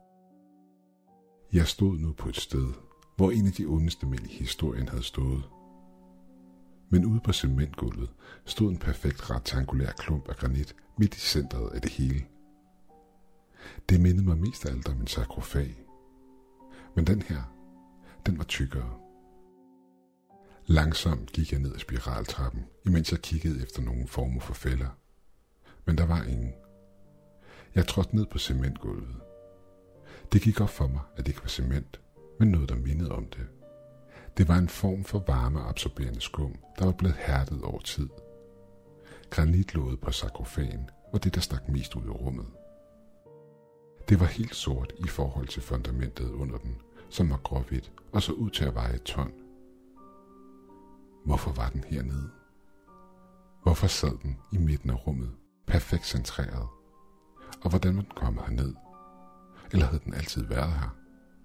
Jeg stod nu på et sted, hvor en af de ondeste mænd i historien havde stået. Men ude på cementgulvet stod en perfekt rektangulær klump af granit midt i centret af det hele. Det mindede mig mest af alt om en sarkofag. Men den her, den var tykkere. Langsomt gik jeg ned ad spiraltrappen, imens jeg kiggede efter nogle former for fælder. Men der var ingen. Jeg trådte ned på cementgulvet. Det gik op for mig, at det ikke var cement, men noget, der mindede om det. Det var en form for varmeabsorberende skum, der var blevet hærdet over tid. Granitlåget på sarkofagen var det, der stak mest ud i rummet. Det var helt sort i forhold til fundamentet under den, som var gråhvidt og så ud til at veje et ton. Hvorfor var den hernede? Hvorfor sad den i midten af rummet, perfekt centreret? Og hvordan var den kommet herned? Eller havde den altid været her?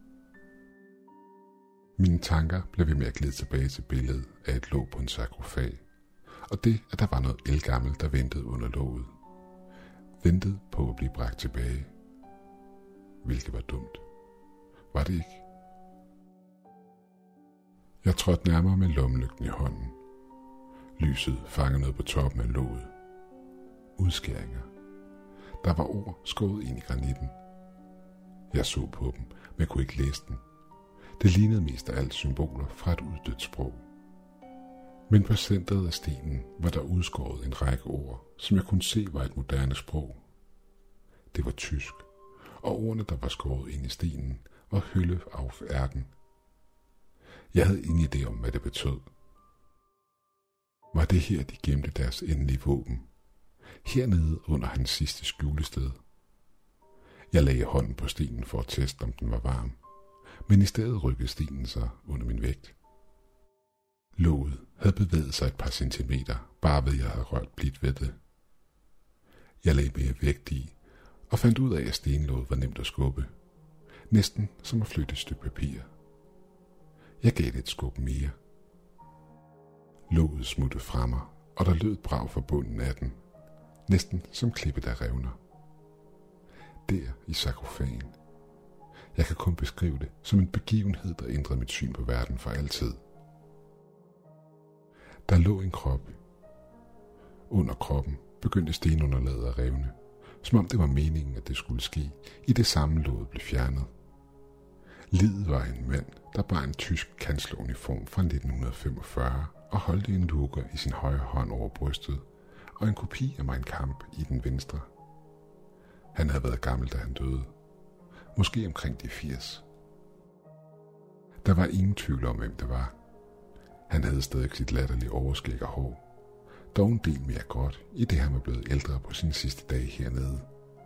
Mine tanker blev ved med at glide tilbage til billedet af et låg på en sarkofag, og det, at der var noget ældgammelt, der ventede under låget. Ventede på at blive bragt tilbage. Hvilket var dumt. Var det ikke? Jeg trådte nærmere med lommelygten i hånden. Lyset fangede noget på toppen af låget. Udskæringer. Der var ord skåret ind i granitten. Jeg så på dem, men jeg kunne ikke læse dem. Det lignede mest af alt symboler fra et uddødt sprog. Men på centret af stenen var der udskåret en række ord, som jeg kunne se var et moderne sprog. Det var tysk, og ordene, der var skåret ind i stenen, var Hölle auf Erden. Jeg havde ingen idé om, hvad det betød. Var det her, de gemte deres endelige våben? Hernede under hans sidste skjulested? Jeg lagde hånden på stenen for at teste, om den var varm, men i stedet rykkede stenen sig under min vægt. Låget havde bevæget sig et par centimeter, bare ved jeg havde rørt blidt ved det. Jeg lagde mere vægt i, og fandt ud af, at stenlåget var nemt at skubbe. Næsten som at flytte et stykke papir. Jeg gav det et skub mere. Låget smuttede fra mig, og der lød et brag fra bunden af den. Næsten som klippet af revner. Der i sarkofagen. Jeg kan kun beskrive det som en begivenhed, der ændrede mit syn på verden for altid. Der lå en krop. Under kroppen begyndte stenunderlaget at revne, som om det var meningen, at det skulle ske, i det samme låget blev fjernet. Lidet var en mand, der bar en tysk kansleruniform fra nitten femogfyrre og holdt en lukker i sin højre hånd over brystet, og en kopi af Mein Kampf i den venstre. Han havde været gammel, da han døde. Måske omkring de firs. Der var ingen tvivl om, hvem det var. Han havde stadig sit latterlige overskæg og hår. Dog en del mere godt, i det han var blevet ældre på sine sidste dage hernede.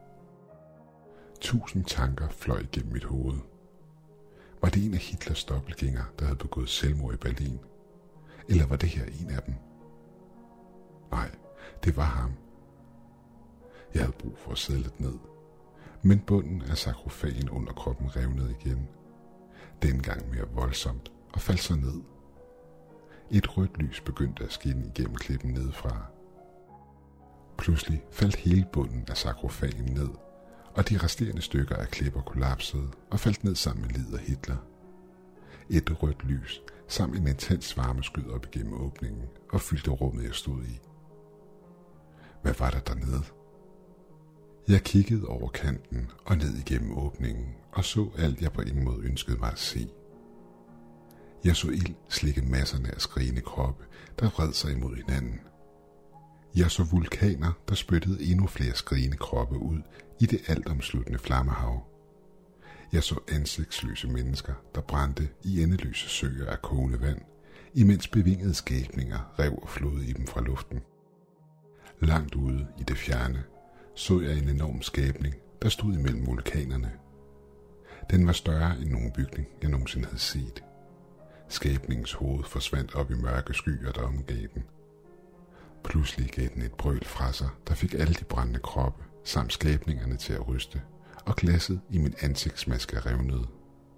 Tusind tanker fløj igennem mit hoved. Var det en af Hitlers dobbeltgængere, der havde begået selvmord i Berlin? Eller var det her en af dem? Nej, det var ham. Jeg havde brug for at sidde lidt ned. Men bunden af sarkofagen under kroppen revnede igen. Dengang mere voldsomt og faldt så ned. Et rødt lys begyndte at skinne igennem klippen nedefra. Pludselig faldt hele bunden af sarkofagen ned, og de resterende stykker af klipper kollapsede og faldt ned sammen med liget af Hitler. Et rødt lys samt en intens varme skød op igennem åbningen og fyldte rummet, jeg stod i. Hvad var der dernede? Jeg kiggede over kanten og ned igennem åbningen og så alt, jeg på ingen måde ønskede mig at se. Jeg så ild slikke masserne af skrigende kroppe, der vred sig imod hinanden. Jeg så vulkaner, der spyttede endnu flere skrigende kroppe ud i det altomsluttende flammehav. Jeg så ansigtsløse mennesker, der brændte i endeløse søer af kogende vand, imens bevingede skabninger rev og flåede i dem fra luften. Langt ude i det fjerne så jeg en enorm skabning, der stod imellem vulkanerne. Den var større end nogen bygning, jeg nogensinde havde set. Skabningens hoved forsvandt op i mørke skyer, der omgav den. Pludselig gav den et brøl fra sig, der fik alle de brændende kroppe samt skabningerne til at ryste, og glasset i min ansigtsmaske revnede.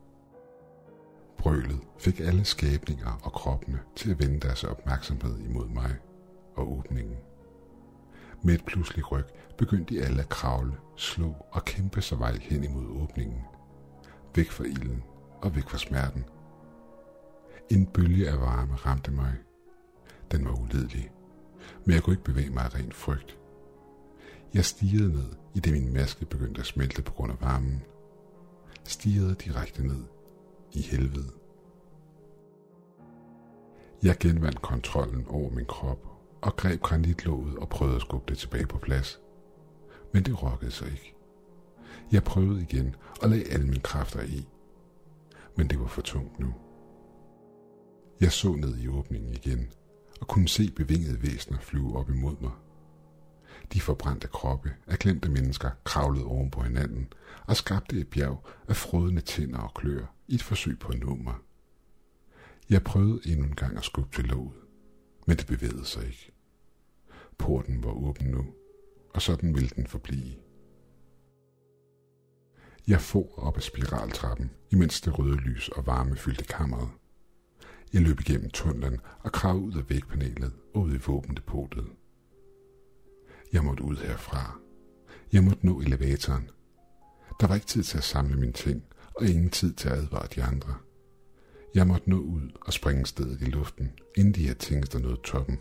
Brølet fik alle skabninger og kroppene til at vende deres opmærksomhed imod mig og åbningen. Med et pludseligt ryg begyndte de alle at kravle, slå og kæmpe sig vej hen imod åbningen. Væk fra ilden og væk fra smerten. En bølge af varme ramte mig. Den var ulidelig, men jeg kunne ikke bevæge mig af ren frygt. Jeg stirrede ned, i det min maske begyndte at smelte på grund af varmen. Stirrede direkte ned i helvede. Jeg genvandt kontrollen over min krop og greb granitlåget og prøvede at skubbe det tilbage på plads. Men det rokkede sig ikke. Jeg prøvede igen og lagde alle mine kræfter i. Men det var for tungt nu. Jeg så ned i åbningen igen og kunne se bevingede væsener flyve op imod mig. De forbrændte kroppe af glemte mennesker kravlede oven på hinanden og skabte et bjerg af frådende tænder og klør i et forsøg på at nå mig. Jeg prøvede endnu en gang at skubbe til låget, men det bevægede sig ikke. Porten var åben nu, og sådan ville den forblive. Jeg for op ad spiraltrappen, imens det røde lys og varme fyldte kammeret. Jeg løb igennem tunnelen og kravede ud af vægpanelet og ud i våbendepotet. Jeg måtte ud herfra. Jeg måtte nå elevatoren. Der var ikke tid til at samle mine ting, og ingen tid til at advare de andre. Jeg måtte nå ud og springe stedet i luften, inden de her ting der nåede toppen.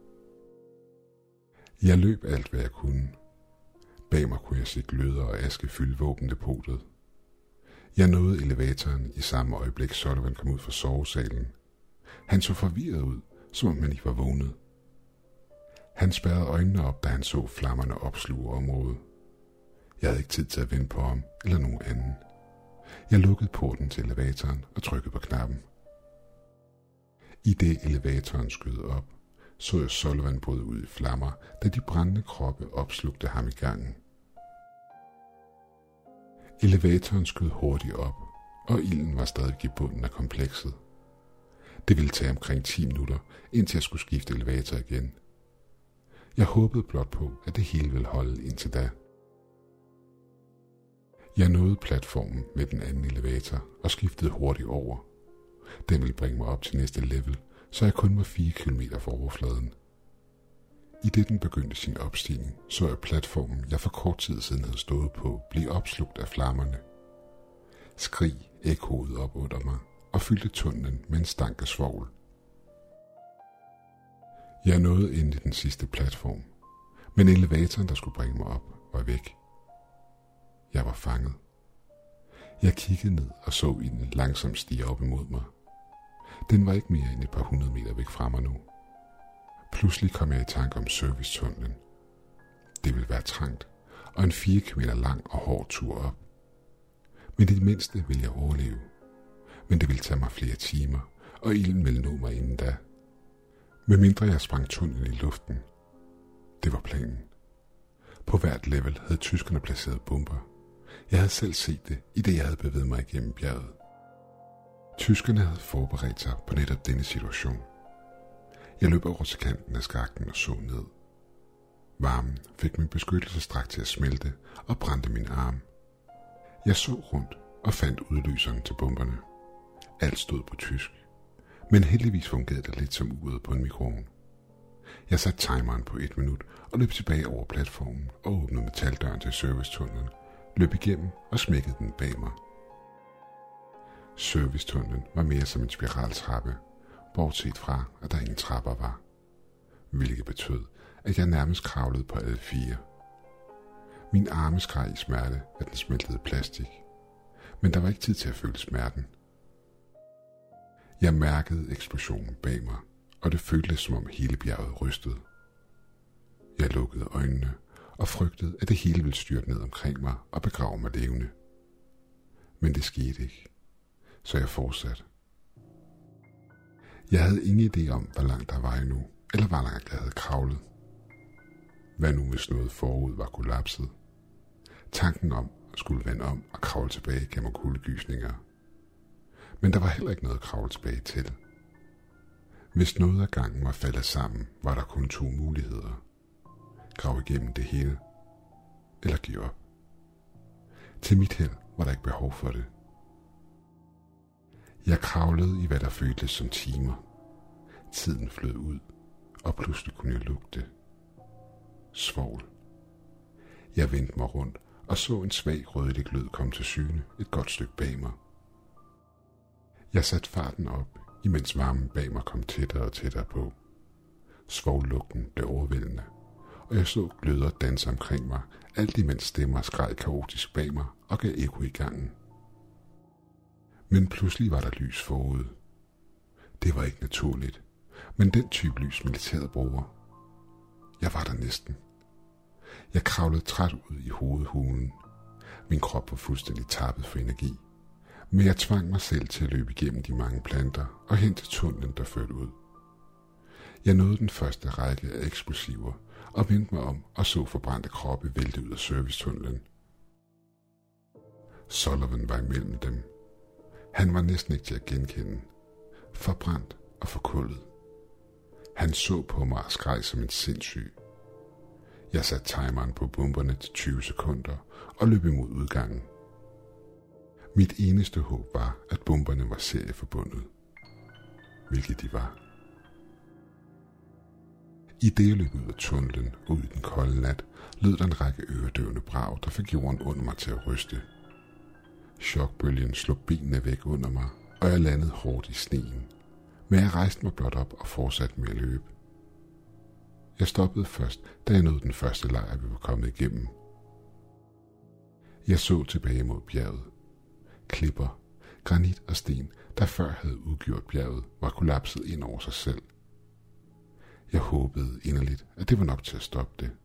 Jeg løb alt, hvad jeg kunne. Bag mig kunne jeg se gløder og aske fylde våbendepotet. Jeg nåede elevatoren i samme øjeblik, Sullivan kom ud fra sovesalen. Han så forvirret ud, som om han ikke var vågnet. Han spærrede øjnene op, da han så flammerne opsluge området. Jeg havde ikke tid til at vente på ham eller nogen anden. Jeg lukkede porten til elevatoren og trykkede på knappen. I det elevatoren skød op, så jeg Sullivan bryde ud i flammer, da de brændende kroppe opslugte ham i gangen. Elevatoren skød hurtigt op, og ilden var stadig i bunden af komplekset. Det ville tage omkring ti minutter, indtil jeg skulle skifte elevator igen. Jeg håbede blot på, at det hele ville holde indtil da. Jeg nåede platformen ved den anden elevator og skiftede hurtigt over. Den ville bringe mig op til næste level, så jeg kun var fire kilometer fra overfladen. I det den begyndte sin opstigning, så jeg platformen, jeg for kort tid siden havde stået på, blive opslugt af flammerne. Skrig ekkoede op under mig og fyldte tunnelen med en stank af svovl. Jeg nåede endelig den sidste platform, men elevatoren, der skulle bringe mig op, var væk. Jeg var fanget. Jeg kiggede ned og så ilden langsomt stige op imod mig. Den var ikke mere end et par hundrede meter væk fra mig nu. Pludselig kom jeg i tanke om servicetunnelen. Det ville være trangt, og en fire kilometer lang og hård tur op. Men i det mindste ville jeg overleve. Men det ville tage mig flere timer, og ilden ville nå mig inden da. Med mindre jeg sprang tunnelen i luften. Det var planen. På hvert level havde tyskerne placeret bomber. Jeg havde selv set det, i det jeg havde bevæget mig igennem bjerget. Tyskerne havde forberedt sig på netop denne situation. Jeg løb over til kanten af skakten og så ned. Varmen fik min beskyttelsesdragt til at smelte og brændte min arm. Jeg så rundt og fandt udløseren til bomberne. Alt stod på tysk, men heldigvis fungerede det lidt som uret på en mikroovn. Jeg satte timeren på et minut og løb tilbage over platformen og åbnede metaldøren til servicetunnelen, løb igennem og smækkede den bag mig. Servicetunnelen var mere som en spiraltrappe, bortset fra, at der ingen trapper var, hvilket betød, at jeg nærmest kravlede på alle fire. Min arme skreg i smerte, at den smeltede plastik, men der var ikke tid til at føle smerten. Jeg mærkede eksplosionen bag mig, og det føltes som om hele bjerget rystede. Jeg lukkede øjnene og frygtede, at det hele ville styrte ned omkring mig og begrave mig levende. Men det skete ikke, så jeg fortsatte. Jeg havde ingen idé om, hvor langt der var endnu, eller hvor langt jeg havde kravlet. Hvad nu hvis noget forud var kollapset? Tanken om at skulle vende om og kravle tilbage gav mig kuldegysninger. Men der var heller ikke noget at kravle tilbage til. Hvis noget af gangen var faldet sammen, var der kun to muligheder. Grave igennem det hele, eller give op. Til mit held var der ikke behov for det. Jeg kravlede i hvad der føltes som timer. Tiden flød ud, og pludselig kunne jeg lugte svovl. Jeg vendte mig rundt og så en svag rødlig glød komme til syne et godt stykke bag mig. Jeg satte farten op, imens varmen bag mig kom tættere og tættere på. Svovllugten blev overvældende, og jeg så gløder danse omkring mig, alt imens stemmer skreg kaotisk bag mig og gav ekko i gangen. Men pludselig var der lys forude. Det var ikke naturligt, men den type lys militæret bruger. Jeg var der næsten. Jeg kravlede træt ud i hovedhulen. Min krop var fuldstændig tappet for energi, men jeg tvang mig selv til at løbe igennem de mange planter og hen til tunnelen, der førte ud. Jeg nåede den første række af eksplosiver og vendte mig om og så forbrændte kroppe vælte ud af servicetunnelen. Sullivan var imellem dem. Han var næsten ikke til at genkende. Forbrændt og forkullet. Han så på mig og skreg som en sindssyg. Jeg satte timeren på bomberne til tyve sekunder og løb imod udgangen. Mit eneste håb var, at bomberne var serieforbundet. Hvilket de var. I det jeg løb ud af tunnelen og ud i den kolde nat, lød der en række øredøvende brag, der fik jorden under mig til at ryste. Chokbølgen slog benene væk under mig, og jeg landede hårdt i sneen. Men jeg rejste mig blot op og fortsatte med at løbe. Jeg stoppede først, da jeg nåede den første lejr, vi var kommet igennem. Jeg så tilbage mod bjerget. Klipper, granit og sten, der før havde udgjort bjerget, var kollapset ind over sig selv. Jeg håbede inderligt, at det var nok til at stoppe det.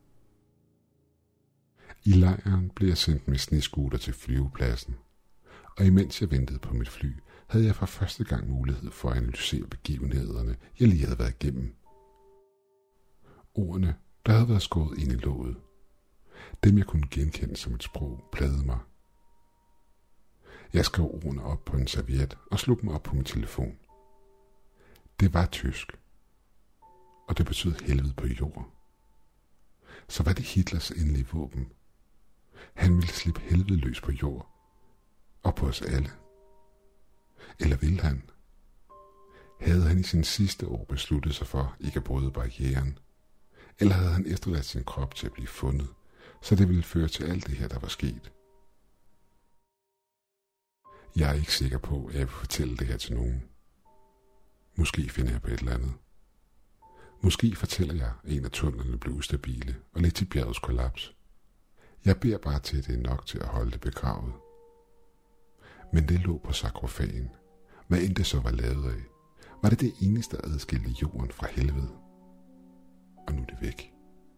I lejren blev jeg sendt med snescooter til flyvepladsen, og imens jeg ventede på mit fly, havde jeg for første gang mulighed for at analysere begivenhederne, jeg lige havde været igennem. Ordene, der havde været skåret ind i låget. Dem jeg kunne genkende som et sprog, plagede mig. Jeg skrev ordene op på en serviet og slog dem op på min telefon. Det var tysk, og det betød helvede på jord. Så var det Hitlers endelige våben. Han ville slippe helvede løs på jord, og på os alle. Eller ville han? Havde han i sin sidste år besluttet sig for ikke at bryde barrieren? Eller havde han efterladt sin krop til at blive fundet, så det ville føre til alt det her, der var sket? Jeg er ikke sikker på, at jeg vil fortælle det her til nogen. Måske finder jeg på et eller andet. Måske fortæller jeg, at en af tunnelerne blev ustabile og lidt til bjergets kollaps. Jeg beder bare til, at det er nok til at holde det begravet. Men det lå på sarkofagen. Hvad end det så var lavet af, var det det eneste, der adskilte jorden fra helvede. Og nu er det væk.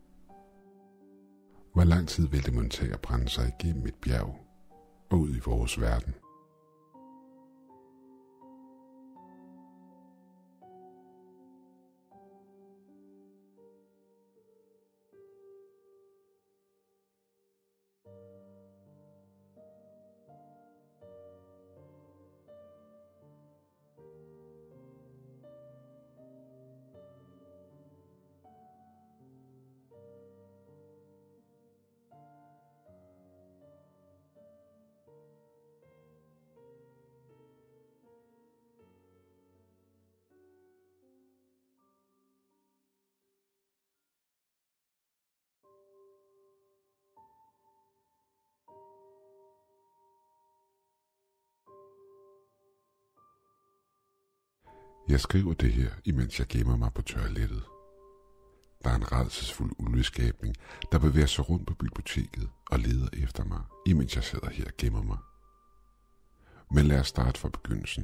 Hvor lang tid ville det måtte tage at brænde sig igennem et bjerg og ud i vores verden? Jeg skriver det her, imens jeg gemmer mig på toilettet. Der er en rædselsfuld ulveskabning, der bevæger sig rundt på biblioteket og leder efter mig, imens jeg sidder her og gemmer mig. Men lad os starte fra begyndelsen.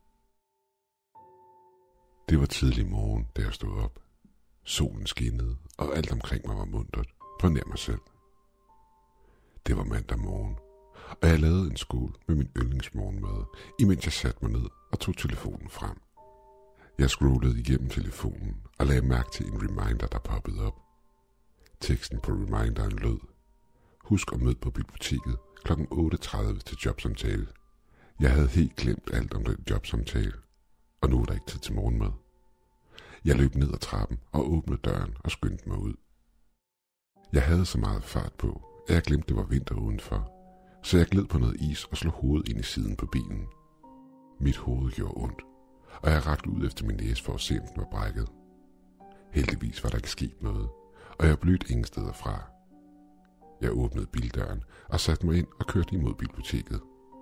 Det var tidlig morgen, da jeg stod op. Solen skinnede, og alt omkring mig var muntert, på nær mig selv. Det var mandag morgen, og jeg lavede en skål med min yndlingsmorgenmad, imens jeg satte mig ned og tog telefonen frem. Jeg scrollede igennem telefonen og lagde mærke til en reminder, der poppede op. Teksten på reminderen lød: Husk at møde på biblioteket klokken otte tredive til jobsamtale. Jeg havde helt glemt alt om den jobsamtale, og nu var der ikke tid til morgenmad. Jeg løb ned ad trappen og åbnede døren og skyndte mig ud. Jeg havde så meget fart på, at jeg glemte, det var vinter udenfor, så jeg gled på noget is og slog hovedet ind i siden på bilen. Mit hoved gjorde ondt, og jeg rakte ud efter min næse for at se, om den var brækket. Heldigvis var der ikke sket noget, og jeg blødte ingen steder fra. Jeg åbnede bildøren og satte mig ind og kørte imod biblioteket.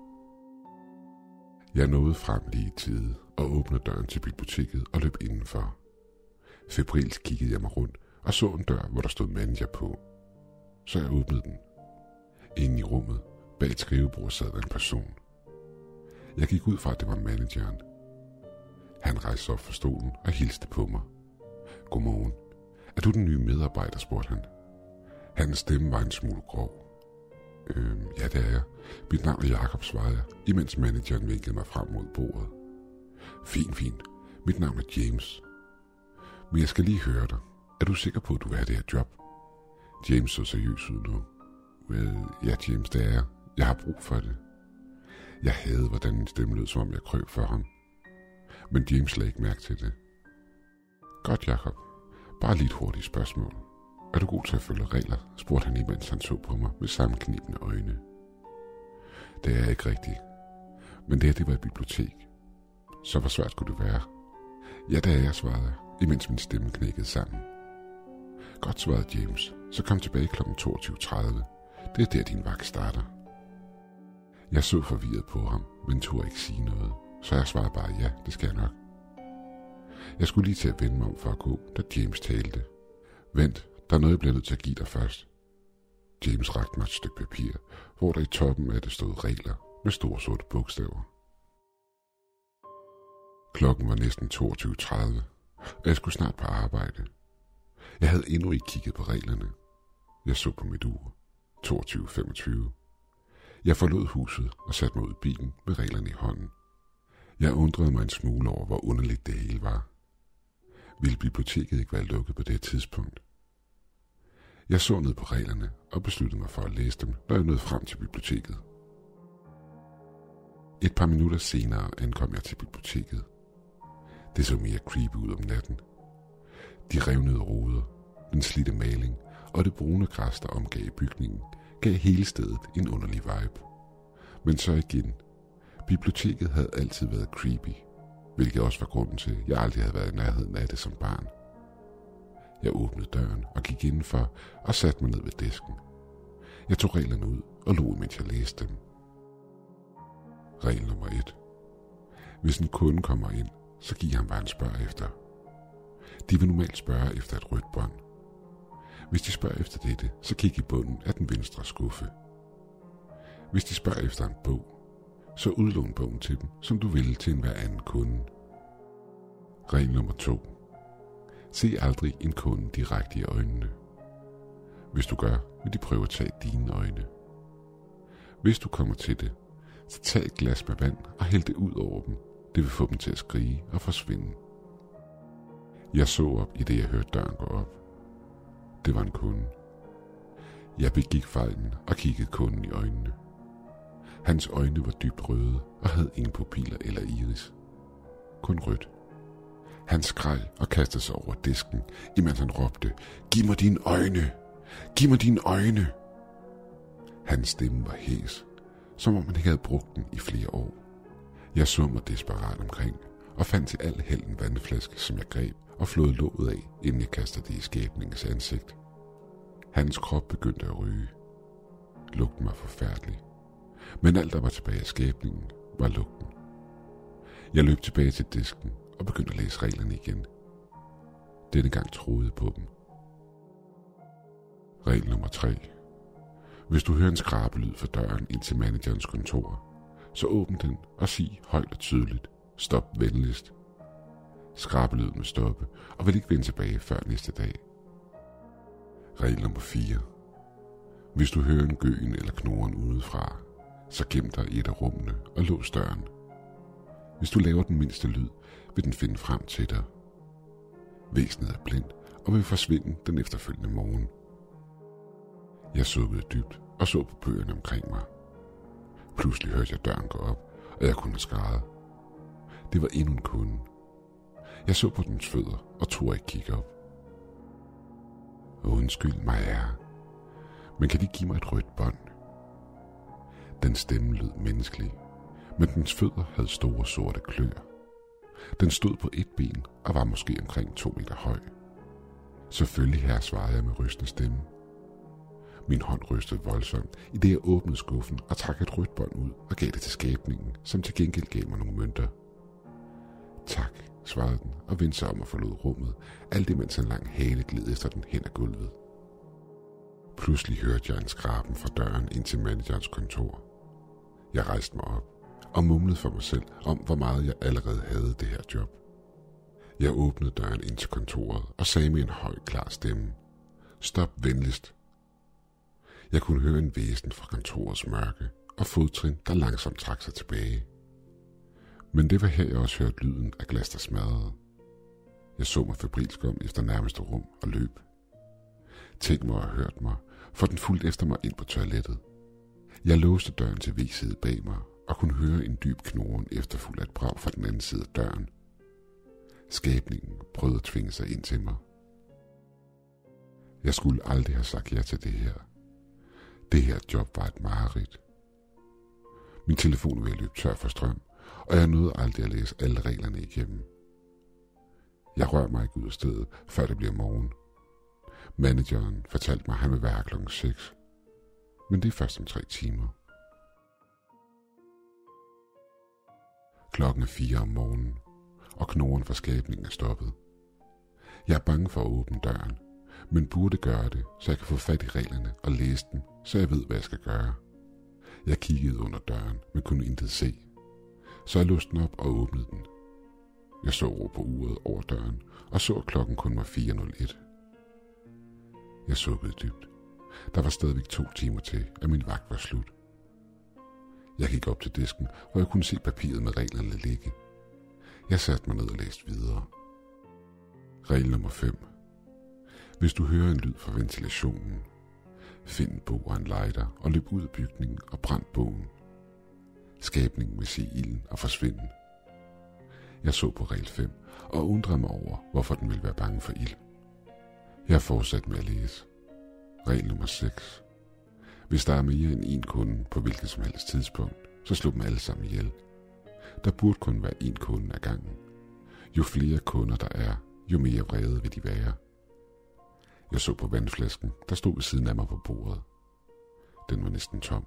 Jeg nåede frem lige i tide og åbnede døren til biblioteket og løb indenfor. Febrilsk kiggede jeg mig rundt og så en dør, hvor der stod manager på. Så jeg åbnede den. Inde i rummet, bag et skrivebord, sad der en person. Jeg gik ud fra, at det var manageren. Han rejste op fra stolen og hilste på mig. Godmorgen. Er du den nye medarbejder, spurgte han. Hans stemme var en smule grov. Øhm, ja, det er jeg. Mit navn er Jakob, svarede jeg, imens manageren vinkede mig frem mod bordet. Fint, fint. Mit navn er James. Men jeg skal lige høre dig. Er du sikker på, at du vil have det her job? James så seriøs ud nu. Well, ja, James, det er jeg. Jeg har brug for det. Jeg havde, hvordan min stemme lød, som om jeg krøb for ham. Men James lagde ikke mærke til det. Godt, Jakob. Bare lige et hurtigt spørgsmål. Er du god til at følge regler, spurgte han, imens han så på mig med sammenknibende øjne. Det er jeg ikke rigtigt. Men det her, det var et bibliotek. Så hvor svært skulle det være? Ja, det er jeg, svarede jeg, imens min stemme knækkede sammen. Godt, svarede James. Så kom tilbage klokken toogtyve tredive. Det er der, din vagt starter. Jeg så forvirret på ham, men turde ikke sige noget, så jeg svarede bare ja, det skal jeg nok. Jeg skulle lige til at vende mig om for at gå, da James talte. Vent, der er noget, jeg bliver nødt til at give dig først. James rakte mig et stykke papir, hvor der i toppen af det stod regler med store sorte bogstaver. Klokken var næsten toogtyve tredive, og jeg skulle snart på arbejde. Jeg havde endnu ikke kigget på reglerne. Jeg så på mit ur. toogtyve femogtyve. Jeg forlod huset og satte mig ud i bilen med reglerne i hånden. Jeg undrede mig en smule over, hvor underligt det hele var. Ville biblioteket ikke være lukket på det tidspunkt? Jeg så ned på reglerne og besluttede mig for at læse dem, når jeg nåede frem til biblioteket. Et par minutter senere ankom jeg til biblioteket. Det så mere creepy ud om natten. De revnede ruder, den slidte maling og det brune græs, der omgav bygningen, gav hele stedet en underlig vibe. Men så igen, biblioteket havde altid været creepy, hvilket også var grunden til, at jeg aldrig havde været i nærheden af det som barn. Jeg åbnede døren og gik indenfor og satte mig ned ved disken. Jeg tog reglerne ud og lå, mens jeg læste dem. Regel nummer et. Hvis en kunde kommer ind, så giv ham, hvad han spørger efter. De vil normalt spørge efter et rødt bånd. Hvis de spørger efter dette, så kig i bunden af den venstre skuffe. Hvis de spørger efter en bog, så udlån bogen til dem, som du vil til enhver anden kunde. Regel nummer to. Se aldrig en kunde direkte i øjnene. Hvis du gør, vil de prøve at tage dine øjne. Hvis du kommer til det, så tag et glas med vand og hæld det ud over dem. Det vil få dem til at skrige og forsvinde. Jeg så op i det, jeg hørte døren gå op. Det var en kunde. Jeg begik fejlen og kiggede kunden i øjnene. Hans øjne var dybt røde og havde ingen pupiller eller iris. Kun rødt. Han skreg og kastede sig over disken, imens han råbte, "Giv mig dine øjne! Giv mig dine øjne!" Hans stemme var hæs, som om han ikke havde brugt den i flere år. Jeg så mig desperat omkring og fandt til al held en vandflaske, som jeg greb og flåede låget af, inden jeg kastede det i skabningens ansigt. Hans krop begyndte at ryge. Lugten var forfærdelig. Men alt, der var tilbage af skabningen, var lugten. Jeg løb tilbage til disken og begyndte at læse reglerne igen. Denne gang troede jeg på dem. Regel nummer tre. Hvis du hører en skrabelyd fra døren ind til managerens kontor, så åbn den og sig højt og tydeligt, stop venligst. Skrabelyden må stoppe og vil ikke vende tilbage før næste dag. Regel nummer fire. Hvis du hører en gøen eller knoren udefra, så gem dig i et af rummene og lås døren. Hvis du laver den mindste lyd, vil den finde frem til dig. Væsenet er blindt og vil forsvinde den efterfølgende morgen. Jeg sukkede dybt og så på bøgerne omkring mig. Pludselig hørte jeg døren gå op, og jeg kunne skræde. Det var endnu en kunde. Jeg så på dens fødder og turde ikke kigge op. Undskyld mig, herre, men kan de give mig et rødt bånd? Den stemme lød menneskelig, men dens fødder havde store sorte kløer. Den stod på et ben og var måske omkring to meter høj. Selvfølgelig, herre, svarede jeg med rystende stemme. Min hånd rystede voldsomt, i det jeg åbnede skuffen og trak et rødt bånd ud og gav det til skabningen, som til gengæld gav mig nogle mønter. Tak, svarede den og vendte sig om og forlod rummet, alt imens en lang hale gled efter den hen ad gulvet. Pludselig hørte jeg en skraben fra døren ind til managerens kontor. Jeg rejste mig op og mumlede for mig selv om, hvor meget jeg allerede havde det her job. Jeg åbnede døren ind til kontoret og sagde med en høj, klar stemme: Stop venligst. Jeg kunne høre en væsen fra kontorets mørke og fodtrin, der langsomt trak sig tilbage. Men det var her, jeg også hørte lyden af glas, der smadrede. Jeg så mig febrilsk om efter nærmeste rum og løb. Tænk mig og hørt mig, for den fulgte efter mig ind på toilettet. Jeg låste døren til V-side bag mig og kunne høre en dyb knoren efterfulgt af et brag fra den anden side af døren. Skabningen prøvede at tvinge sig ind til mig. Jeg skulle aldrig have sagt ja til det her. Det her job var et mareridt. Min telefon ville løbe tør for strøm, og jeg nåede aldrig at læse alle reglerne igennem. Jeg rører mig ikke ud af stedet, før det bliver morgen. Manageren fortalte mig, at han vil være her klokken seks. Men det er først om tre timer. Klokken er fire om morgenen, og knoren fra skabningen er stoppet. Jeg er bange for at åbne døren, men burde gøre det, så jeg kan få fat i reglerne og læse den, så jeg ved, hvad jeg skal gøre. Jeg kiggede under døren, men kunne intet se. Så jeg låste den op og åbnede den. Jeg så på uret over døren og så, at klokken kun var fire nul et. Jeg sukkede dybt. Der var stadigvæk to timer til, at min vagt var slut. Jeg gik op til disken, hvor jeg kunne se papiret med reglerne ligge. Jeg satte mig ned og læste videre. Regel nummer fem. Hvis du hører en lyd fra ventilationen, find en bog og en lighter og løb ud af bygningen og brænd bogen. Skabningen vil se ilden og forsvinde. Jeg så på regel fem og undrede mig over, hvorfor den ville være bange for ild. Jeg fortsatte med at læse. Regel nummer seks. Hvis der er mere end én kunde på hvilket som helst tidspunkt, så slå dem alle sammen ihjel. Der burde kun være én kunde ad gangen. Jo flere kunder der er, jo mere vrede vil de være. Jeg så på vandflasken, der stod ved siden af mig på bordet. Den var næsten tom.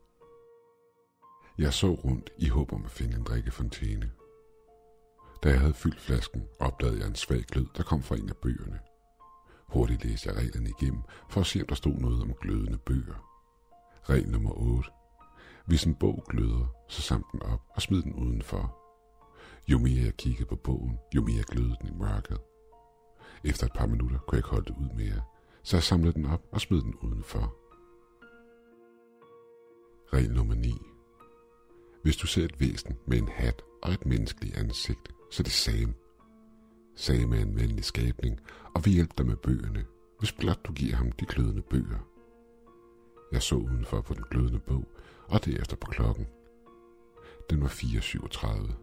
Jeg så rundt i håb om at finde en drikkefontæne. Da jeg havde fyldt flasken, opdagede jeg en svag glød, der kom fra en af bøgerne. Hurtigt læste jeg reglerne igennem, for at se, om der stod noget om glødende bøger. Regel nummer otte. Hvis en bog gløder, så saml den op og smid den udenfor. Jo mere jeg kiggede på bogen, jo mere glødede den i mørket. Efter et par minutter kunne jeg ikke holde det ud mere, så jeg samlede den op og smed den udenfor. Regel nummer ni. Hvis du ser et væsen med en hat og et menneskeligt ansigt, så er det Sam. Sam er en venlig skabning og vil hjælpe dig med bøgerne, hvis blot du giver ham de glødende bøger. Jeg så udenfor på den glødende bog, og derefter på klokken. Den var fire syvogtredive.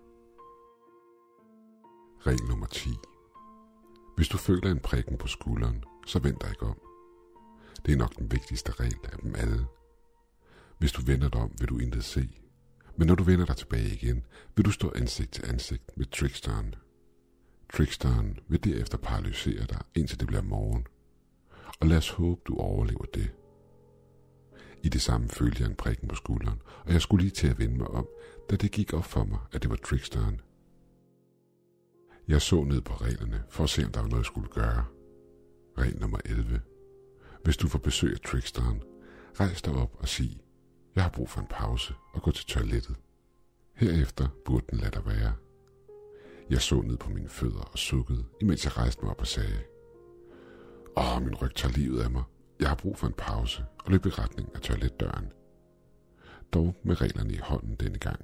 Regel nummer ti. Hvis du føler en prikken på skulderen, så vend dig ikke om. Det er nok den vigtigste regel af dem alle. Hvis du vender dig om, vil du intet se. Men når du vender dig tilbage igen, vil du stå ansigt til ansigt med tricksteren. Tricksteren vil derefter paralysere dig, indtil det bliver morgen. Og lad os håbe, du overlever det. I det samme følte jeg en prikken på skulderen, og jeg skulle lige til at vende mig om, da det gik op for mig, at det var tricksteren. Jeg så ned på reglerne for at se, om der var noget, jeg skulle gøre. Regel nummer elleve. Hvis du får besøg af tricksteren, rejs dig op og sig: Jeg har brug for en pause og gå til toilettet. Herefter burde den lade dig være. Jeg så ned på mine fødder og sukkede, imens jeg rejste mig op og sagde: Åh, min ryg tager livet af mig. Jeg har brug for en pause og løb i retning af toiletdøren. Dog med reglerne i hånden denne gang.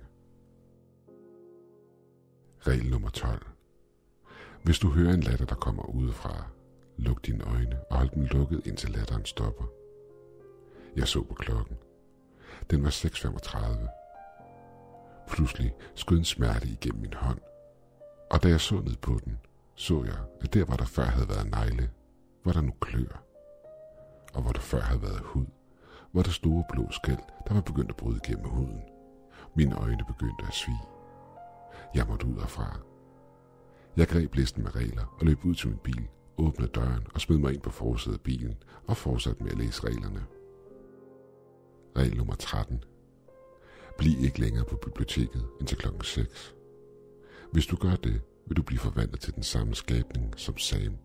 Regel nummer tolv. Hvis du hører en latter, der kommer udefra, luk dine øjne og hold dem lukket, indtil latteren stopper. Jeg så på klokken. Den var seks femogtredive. Pludselig skød en smerte igennem min hånd, og da jeg så ned på den, så jeg, at der, hvor der før havde været negle, var der nu klør. Og hvor der før havde været hud, var der store blå skæl, der var begyndt at bryde igennem huden. Mine øjne begyndte at svige. Jeg måtte ud herfra. Jeg greb listen med regler og løb ud til min bil, åbnede døren og smed mig ind på forsædet af bilen og fortsatte med at læse reglerne. Regel nummer tretten. Bliv ikke længere på biblioteket indtil klokken seks. Hvis du gør det, vil du blive forvandlet til den samme skabning som Sam.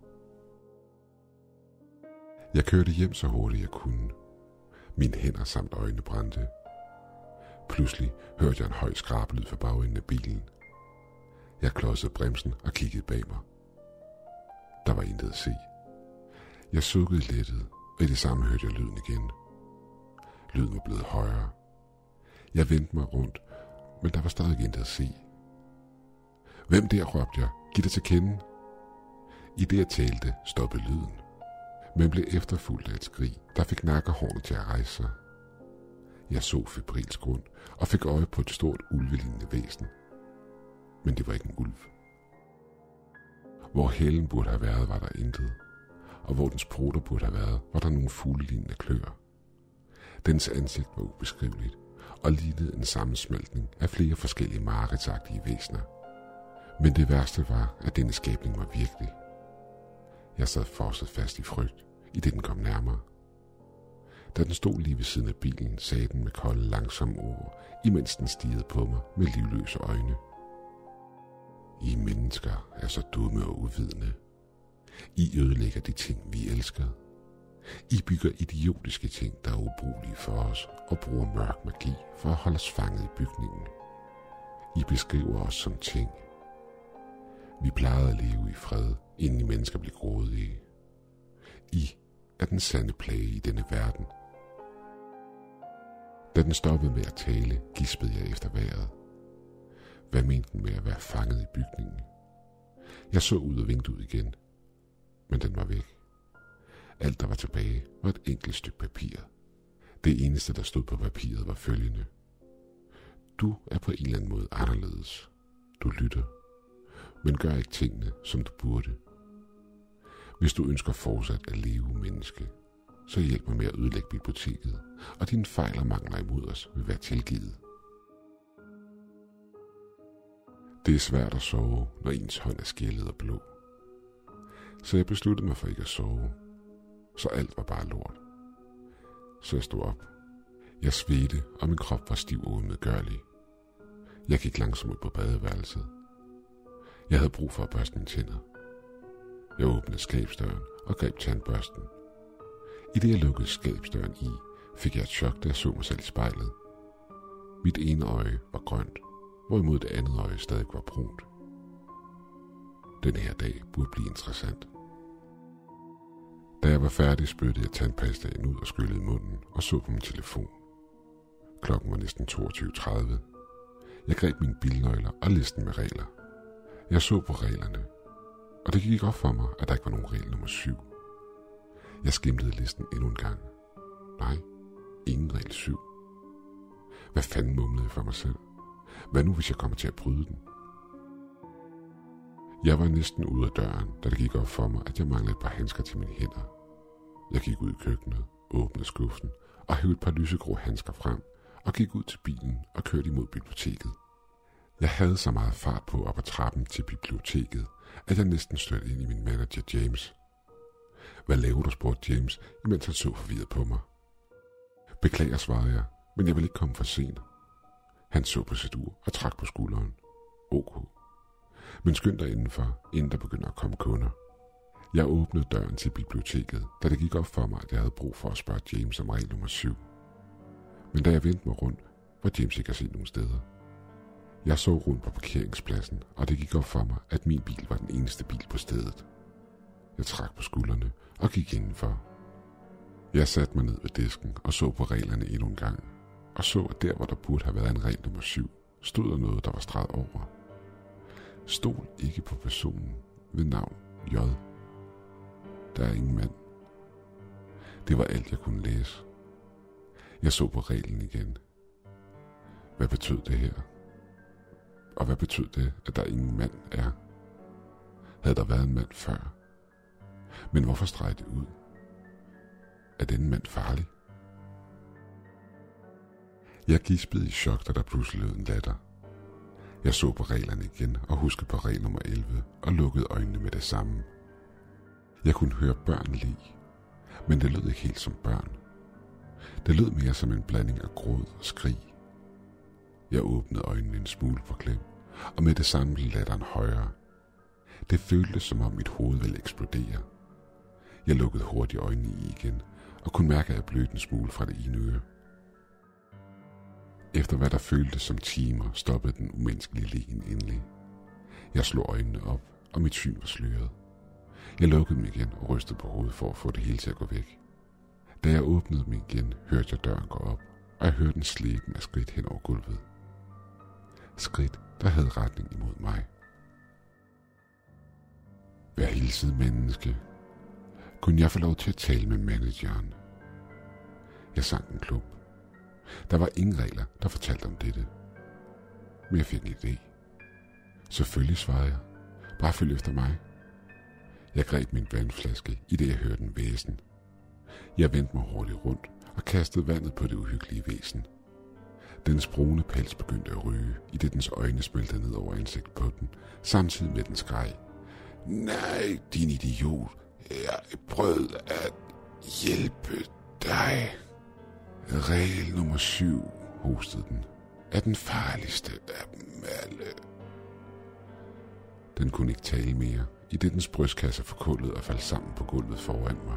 Jeg kørte hjem så hurtigt jeg kunne. Mine hænder samt øjnene brændte. Pludselig hørte jeg en høj skrabelyd fra bagenden af bilen. Jeg klodsede bremsen og kiggede bag mig. Der var intet at se. Jeg sukkede lettet, og i det samme hørte jeg lyden igen. Lyden var blevet højere. Jeg vendte mig rundt, men der var stadig intet at se. Hvem der, råbte jeg. Giv dig til kende. I det jeg talte, stoppede lyden, men blev efterfulgt af et skrig, der fik nakkehårene til at rejse sig. Jeg så febrilsk rundt og fik øje på et stort ulvelignende væsen. Men det var ikke en ulv. Hvor halen burde have været, var der intet, og hvor dens poter burde have været, var der nogle fuglelignende kløer. Dens ansigt var ubeskriveligt og lignede en sammensmeltning af flere forskellige mareridtsagtige væsener. Men det værste var, at denne skabning var virkelig. Jeg sad frosset fast i frygt, i det den kom nærmere. Da den stod lige ved siden af bilen, sagde den med kolde, langsomme ord, imens den stirrede på mig med livløse øjne. I mennesker er så dumme og uvidende. I ødelægger de ting, vi elsker. I bygger idiotiske ting, der er ubrugelige for os, og bruger mørk magi for at holde os fanget i bygningen. I beskriver os som ting. Vi plejede at leve i fred, inden I mennesker blev grådige. I er den sande plage i denne verden. Da den stoppede med at tale, gispede jeg efter vejret. Hvad mente den med at være fanget i bygningen? Jeg så ud af vinduet igen, men den var væk. Alt der var tilbage var et enkelt stykke papir. Det eneste der stod på papiret var følgende. Du er på en eller anden måde anderledes. Du lytter, men gør ikke tingene som du burde. Hvis du ønsker fortsat at leve menneske, så hjælp mig med at ødelægge biblioteket, og dine fejl og mangler imod os vil være tilgivet. Det er svært at sove, når ens hånd er skællet og blå. Så jeg besluttede mig for ikke at sove, så alt var bare lort. Så jeg stod op. Jeg svedte, og min krop var stiv og umedgørlig. Jeg gik langsomt ud på badeværelset. Jeg havde brug for at børste mine tænder. Jeg åbnede skabsdøren og greb tandbørsten. I det jeg lukkede skabsdøren i, fik jeg et chok, da jeg så mig selv i spejlet. Mit ene øje var grønt, hvorimod det andet øje stadig var brunt. Den her dag burde blive interessant. Da jeg var færdig, spyttede jeg tandpastaen ud og skyllede munden og så på min telefon. Klokken var næsten toogtyve tredive. Jeg greb mine bilnøgler og listen med regler. Jeg så på reglerne, og det gik op for mig, at der ikke var nogen regel nummer syv. Jeg skimtede listen endnu en gang. Nej, ingen regel syv. Hvad fanden mumlede jeg for mig selv? Hvad nu, hvis jeg kommer til at bryde den? Jeg var næsten ude af døren, da det gik op for mig, at jeg manglede et par handsker til mine hænder. Jeg gik ud i køkkenet, åbnede skuffen og hævde et par lysegrå handsker frem og gik ud til bilen og kørte imod biblioteket. Jeg havde så meget fart på op ad trappen til biblioteket, at jeg næsten stødte ind i min manager James. Hvad laver du, spurgte James, imens han så forvirret på mig. Beklager, svarede jeg, men jeg vil ikke komme for sent. Han så på sit ur og trak på skulderen. Ok. Men skynd dig indenfor, inden der begynder at komme kunder. Jeg åbnede døren til biblioteket, da det gik op for mig, at jeg havde brug for at spørge James om regel nummer syv. Men da jeg vendte mig rundt, var James ikke at se nogen steder. Jeg så rundt på parkeringspladsen, og det gik op for mig, at min bil var den eneste bil på stedet. Jeg trak på skuldrene og gik indenfor. Jeg satte mig ned ved disken og så på reglerne endnu en gang, og så, at der, hvor der burde have været en regel nummer syv, stod der noget, der var streget over. Stol ikke på personen ved navn J. Der er ingen mand. Det var alt, jeg kunne læse. Jeg så på reglen igen. Hvad betød det her? Og hvad betød det, at der ingen mand er? Havde der været en mand før? Men hvorfor stregede det ud? Er denne mand farlig? Jeg gispede i chok, da der pludselig lød en latter. Jeg så på reglerne igen og huskede på regel nummer elleve og lukkede øjnene med det samme. Jeg kunne høre børn le, men det lød ikke helt som børn. Det lød mere som en blanding af gråd og skrig. Jeg åbnede øjnene en smule på klem, og med det samme blev latteren højere. Det føltes, som om mit hoved ville eksplodere. Jeg lukkede hurtigt øjnene i igen, og kunne mærke, at jeg blødte en smule fra det ene øre. Efter hvad der føltes som timer, stoppede den umenneskelige legen endelig. Jeg slog øjnene op, og mit syn var sløret. Jeg lukkede dem igen og rystede på hovedet for at få det hele til at gå væk. Da jeg åbnede dem igen, hørte jeg døren gå op, og jeg hørte en slæben af skridt hen over gulvet. Skridt, der havde retning imod mig. Vær hilset, menneske. Kunne jeg få lov til at tale med manageren? Jeg sank en klump. Der var ingen regler, der fortalte om dette. Men jeg fik en idé. Selvfølgelig, svarede jeg. Bare følg efter mig. Jeg greb min vandflaske, i det jeg hørte en væsen. Jeg vendte mig hurtigt rundt og kastede vandet på det uhyggelige væsen. Dens brune pels begyndte at ryge, i det dens øjne smeltede ned over ansigtet på den, samtidig med den skreg. Nej, din idiot. Jeg prøvede at hjælpe dig. Regel nummer syv, hostede den, er den farligste af dem alle. Den kunne ikke tale mere, i det dens brystkasse forkullede og faldt sammen på gulvet foran mig.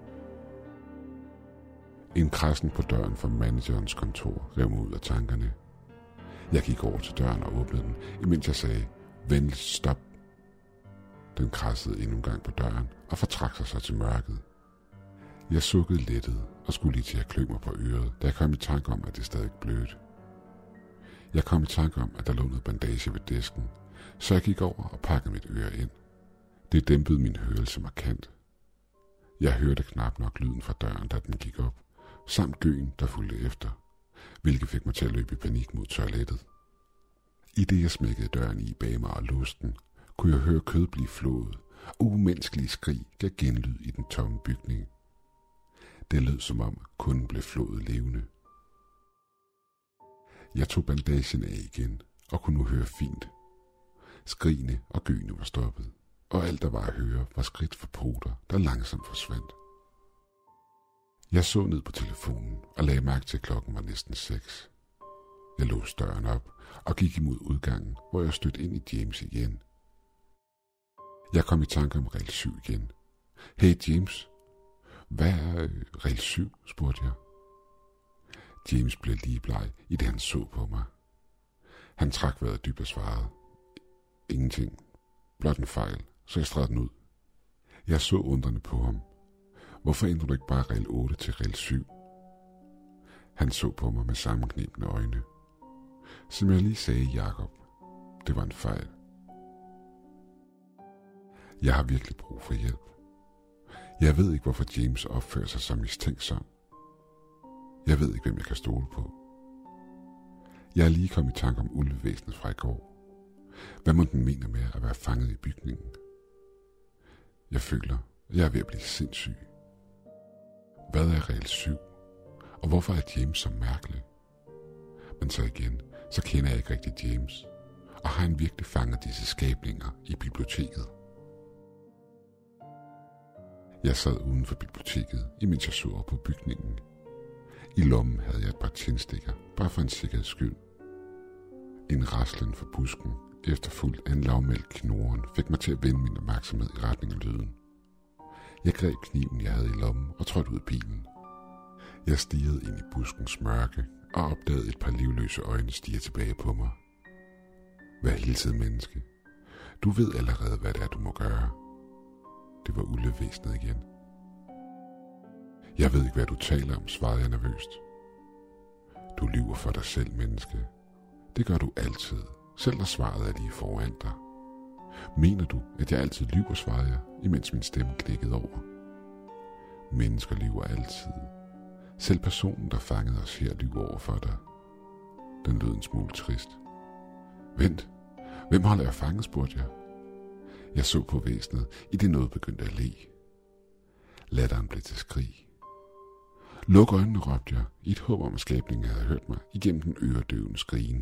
En krassen på døren fra managerens kontor rev mig ud af tankerne. Jeg gik over til døren og åbnede den, imens jeg sagde, venligst stop. Den krassede endnu en gang på døren og fortrak sig så til mørket. Jeg sukkede lettet og skulle lige til at klø mig på øret, da jeg kom i tanke om, at det stadig blødte. Jeg kom i tanke om, at der lå noget bandage ved disken, så jeg gik over og pakkede mit øre ind. Det dæmpede min hørelse markant. Jeg hørte knap nok lyden fra døren, da den gik op, samt gøen, der fulgte efter, hvilket fik mig til at løbe i panik mod toilettet. I det jeg smækkede døren i bag mig og låste den, kunne jeg høre kød blive flået, og umenneskelige skrig gav genlyd i den tomme bygning. Det lød som om kunden blev flået levende. Jeg tog bandagen af igen og kunne nu høre fint. Skrigene og gøene var stoppet, og alt der var at høre var skridt for poter, der langsomt forsvandt. Jeg så ned på telefonen og lagde mærke til, at klokken var næsten seks. Jeg låste døren op og gik imod udgangen, hvor jeg stødte ind i James igen. Jeg kom i tanke om regel syv igen. Hey James, hvad er øh, regel syv, spurgte jeg. James blev lige bleg, i det han så på mig. Han trak vejret dybt og svarede. Ingenting. Blot en fejl, så jeg strædte den ud. Jeg så undrende på ham. Hvorfor ændrer du ikke bare regel otte til regel syv? Han så på mig med sammenknebne øjne. Som jeg lige sagde, Jakob, det var en fejl. Jeg har virkelig brug for hjælp. Jeg ved ikke, hvorfor James opfører sig så mistænksom. Jeg ved ikke, hvem jeg kan stole på. Jeg er lige kommet i tanke om ulvevæsenet fra i går. Hvad må den mene med at være fanget i bygningen? Jeg føler, at jeg er ved at blive sindssyg. Hvad er regel syv? Og hvorfor er James så mærkelig? Men så igen, så kender jeg ikke rigtig James. Og har han virkelig fanget disse skabninger i biblioteket? Jeg sad uden for biblioteket, imens jeg så op på bygningen. I lommen havde jeg et par tændstikker, bare for en sikkerheds skyld. En raslen fra busken, efterfulgt af en lavmælk knoren, fik mig til at vende min opmærksomhed i retning af lyden. Jeg greb kniven, jeg havde i lommen, og trådte ud af bilen. Jeg stirrede ind i buskens mørke, og opdagede et par livløse øjne stirre tilbage på mig. Vær hilset, menneske. Du ved allerede, hvad det er, du må gøre. Det var ulvevæsenet igen. Jeg ved ikke, hvad du taler om, svarede jeg nervøst. Du lyver for dig selv, menneske. Det gør du altid, selv når svaret er lige foran dig. Mener du, at jeg altid lyver, svarede jeg, imens min stemme klikkede over. Mennesker lyver altid. Selv personen, der fangede os her, lyver over for dig. Den lød en smule trist. Vent, hvem holder jeg fanget, spurgte jeg. Jeg så på væsenet, i det noget begyndte at le. Latteren blev til skrig. Luk øjnene, råbte jeg, i et håb om, at skabningen havde hørt mig igennem den øredøvende skrigen.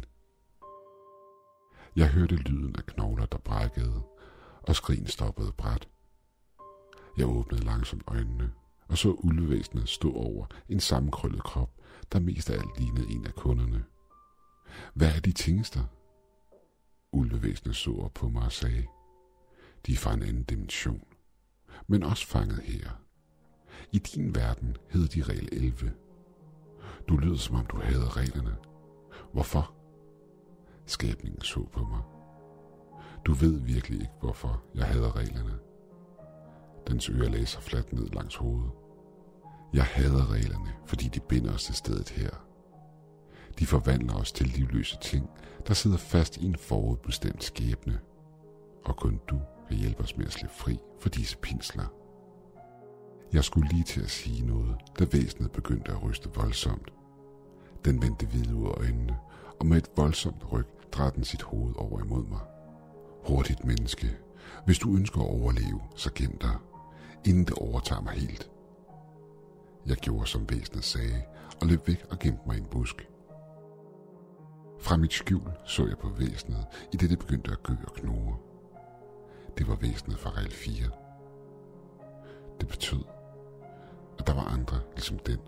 Jeg hørte lyden af knogler, der brækkede, og skrigen stoppede brat. Jeg åbnede langsomt øjnene, og så ulvevæsenet stå over en sammenkrøllet krop, der mest af alt lignede en af kunderne. Hvad er de tingester? Ulvevæsenet så op på mig og sagde, De er fra en anden dimension, men også fanget her. I din verden hedder de regel elleve. Du lyder som om du hader reglerne. Hvorfor? Skabningen så på mig. Du ved virkelig ikke, hvorfor jeg hader reglerne. Dens ører lagde sig fladt ned langs hovedet. Jeg hader reglerne, fordi de binder os til stedet her. De forvandler os til livløse ting, der sidder fast i en forudbestemt skæbne. Og kun du kan hjælpe os med at slippe fri for disse pinsler. Jeg skulle lige til at sige noget, da væsenet begyndte at ryste voldsomt. Den vendte hvide ud af øjnene, og med et voldsomt ryg drejede den sit hoved over imod mig. Hurtigt, menneske. Hvis du ønsker at overleve, så gem dig, inden det overtager mig helt. Jeg gjorde, som væsenet sagde, og løb væk og gemte mig i en busk. Fra mit skjul så jeg på væsenet, i det det begyndte at gø og knurre. Det var væsenet fra regel fire. Det betød, at der var andre ligesom den.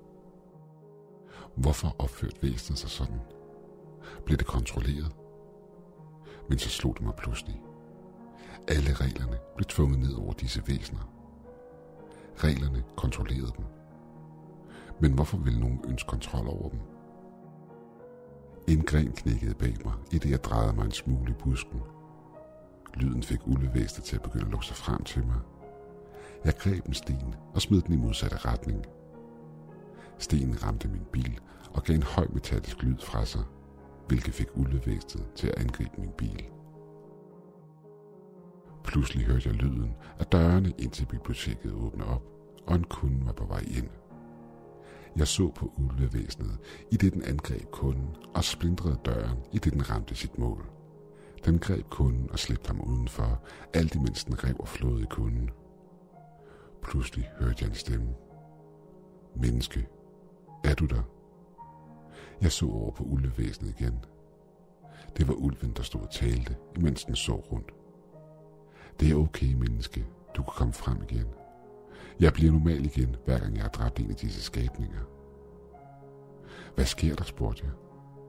Hvorfor opførte væsenet sig sådan? Blev det kontrolleret? Men så slog det mig pludselig. Alle reglerne blev tvunget ned over disse væsener. Reglerne kontrollerede dem. Men hvorfor ville nogen ønske kontrol over dem? En gren knækkede bag mig, i det jeg drejede mig en smule i busken. Lyden fik ulvevæsenet til at begynde at lukke sig frem til mig. Jeg greb en sten og smed den i modsatte retning. Stenen ramte min bil og gav en høj metallisk lyd fra sig, hvilket fik ulvevæsenet til at angribe min bil. Pludselig hørte jeg lyden af dørene ind til biblioteket åbne op, og en kunde var på vej ind. Jeg så på ulvevæsenet, i det den angreb kunden, og splindrede døren, i det den ramte sit mål. Den greb kunden og slæbte ham udenfor, alt imens den rev og flåede kunden. Pludselig hørte jeg en stemme. Menneske, er du der? Jeg så over på ulvevæsenet igen. Det var ulven, der stod og talte, imens den så rundt. Det er okay, menneske. Du kan komme frem igen. Jeg bliver normal igen, hver gang jeg har dræbt en af disse skabninger. Hvad sker der, spurgte jeg.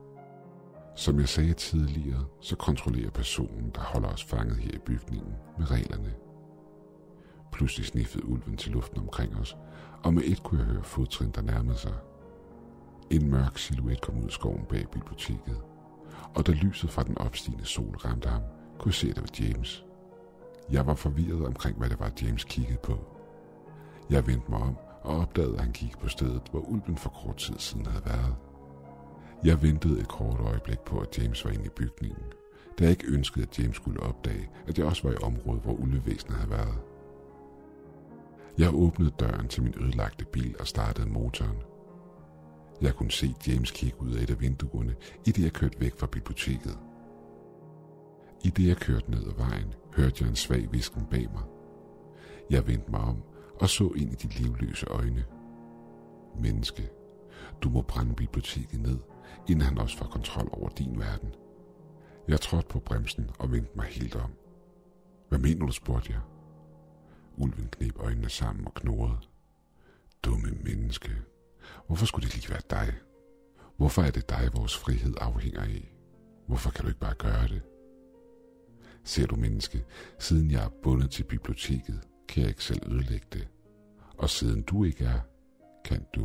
Som jeg sagde tidligere, så kontrollerer personen, der holder os fanget her i bygningen, med reglerne. Pludselig sniffede ulven til luften omkring os, og med et kunne jeg høre fodtrin, der nærmede sig. En mørk silhuet kom ud af skoven bag biblioteket, og da lyset fra den opstigende sol ramte ham, kunne jeg se, at det var James. Jeg var forvirret omkring, hvad det var, James kiggede på. Jeg vendte mig om og opdagede, at han kiggede på stedet, hvor ulven for kort tid siden havde været. Jeg ventede et kort øjeblik på, at James var inde i bygningen, da jeg ikke ønskede, at James skulle opdage, at jeg også var i området, hvor ulvevæsenet havde været. Jeg åbnede døren til min ødelagte bil og startede motoren. Jeg kunne se James kigge ud af et af vinduerne, i det jeg kørte væk fra biblioteket. I det jeg kørte ned ad vejen, hørte jeg en svag hvisken bag mig. Jeg vendte mig om og så ind i de livløse øjne. Menneske, du må brænde biblioteket ned, inden han også får kontrol over din verden. Jeg trådte på bremsen og vendte mig helt om. Hvad mener du, spurgte jeg. Ulven kneb øjnene sammen og knurrede. Dumme menneske. Hvorfor skulle det lige være dig? Hvorfor er det dig, vores frihed afhænger af? Hvorfor kan du ikke bare gøre det? Ser du, menneske, siden jeg er bundet til biblioteket, kan jeg ikke selv ødelægge det. Og siden du ikke er, kan du.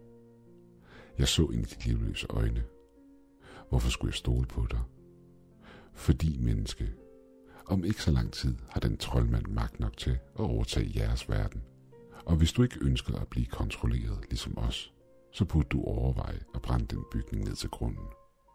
Jeg så ind i de livløse øjne. Hvorfor skulle jeg stole på dig? Fordi, menneske, om ikke så lang tid har den troldmand magt nok til at overtage jeres verden. Og hvis du ikke ønsker at blive kontrolleret ligesom os, så burde du overveje at brænde den bygning ned til grunden.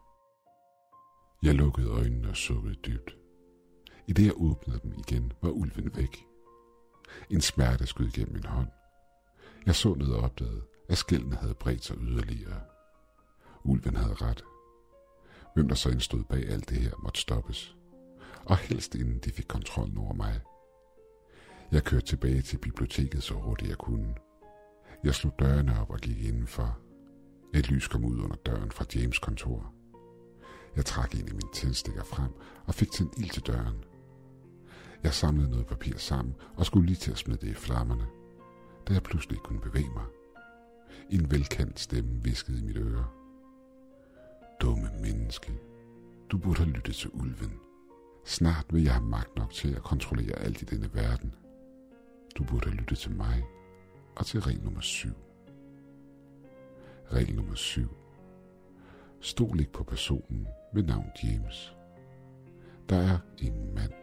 Jeg lukkede øjnene og sukkede dybt. I det jeg åbnede dem igen, var ulven væk. En smerte skød gennem min hånd. Jeg så ned og opdagede, at skældene havde bredt sig yderligere. Ulven havde ret. Hvem der så end stod bag alt det her, måtte stoppes. Og helst inden de fik kontrollen over mig. Jeg kørte tilbage til biblioteket så hurtigt jeg kunne. Jeg slog dørene op og gik indenfor. Et lys kom ud under døren fra James' kontor. Jeg trak en af mine tændstikker frem og fik tændt ild til døren. Jeg samlede noget papir sammen og skulle lige til at smide det i flammerne, da jeg pludselig ikke kunne bevæge mig. En velkendt stemme hviskede i mit øre. Dumme menneske, du burde have lyttet til ulven. Snart vil jeg have magt nok til at kontrollere alt i denne verden. Du burde lytte til mig og til regel nummer syv. Regel nummer syv. Stol ikke på personen ved navn James. Der er ingen mand.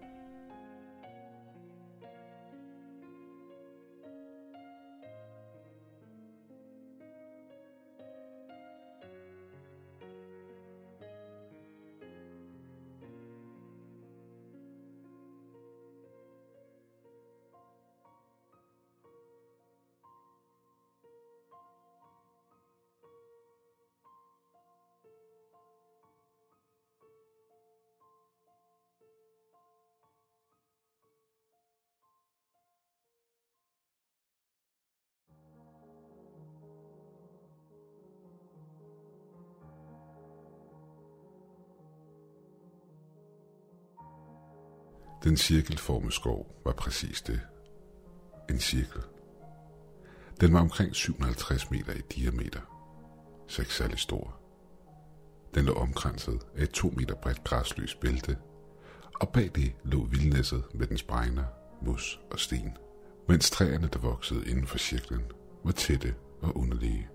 Den cirkelformede skov var præcis det. En cirkel. Den var omkring syv hundrede og halvtreds meter i diameter. Så ikke særlig stor. Den lå omkranset af et to meter bredt græsløst bælte, og bag det lå vildnæsset med dens bregner, mos og sten, mens træerne, der voksede inden for cirklen, var tætte og underlige.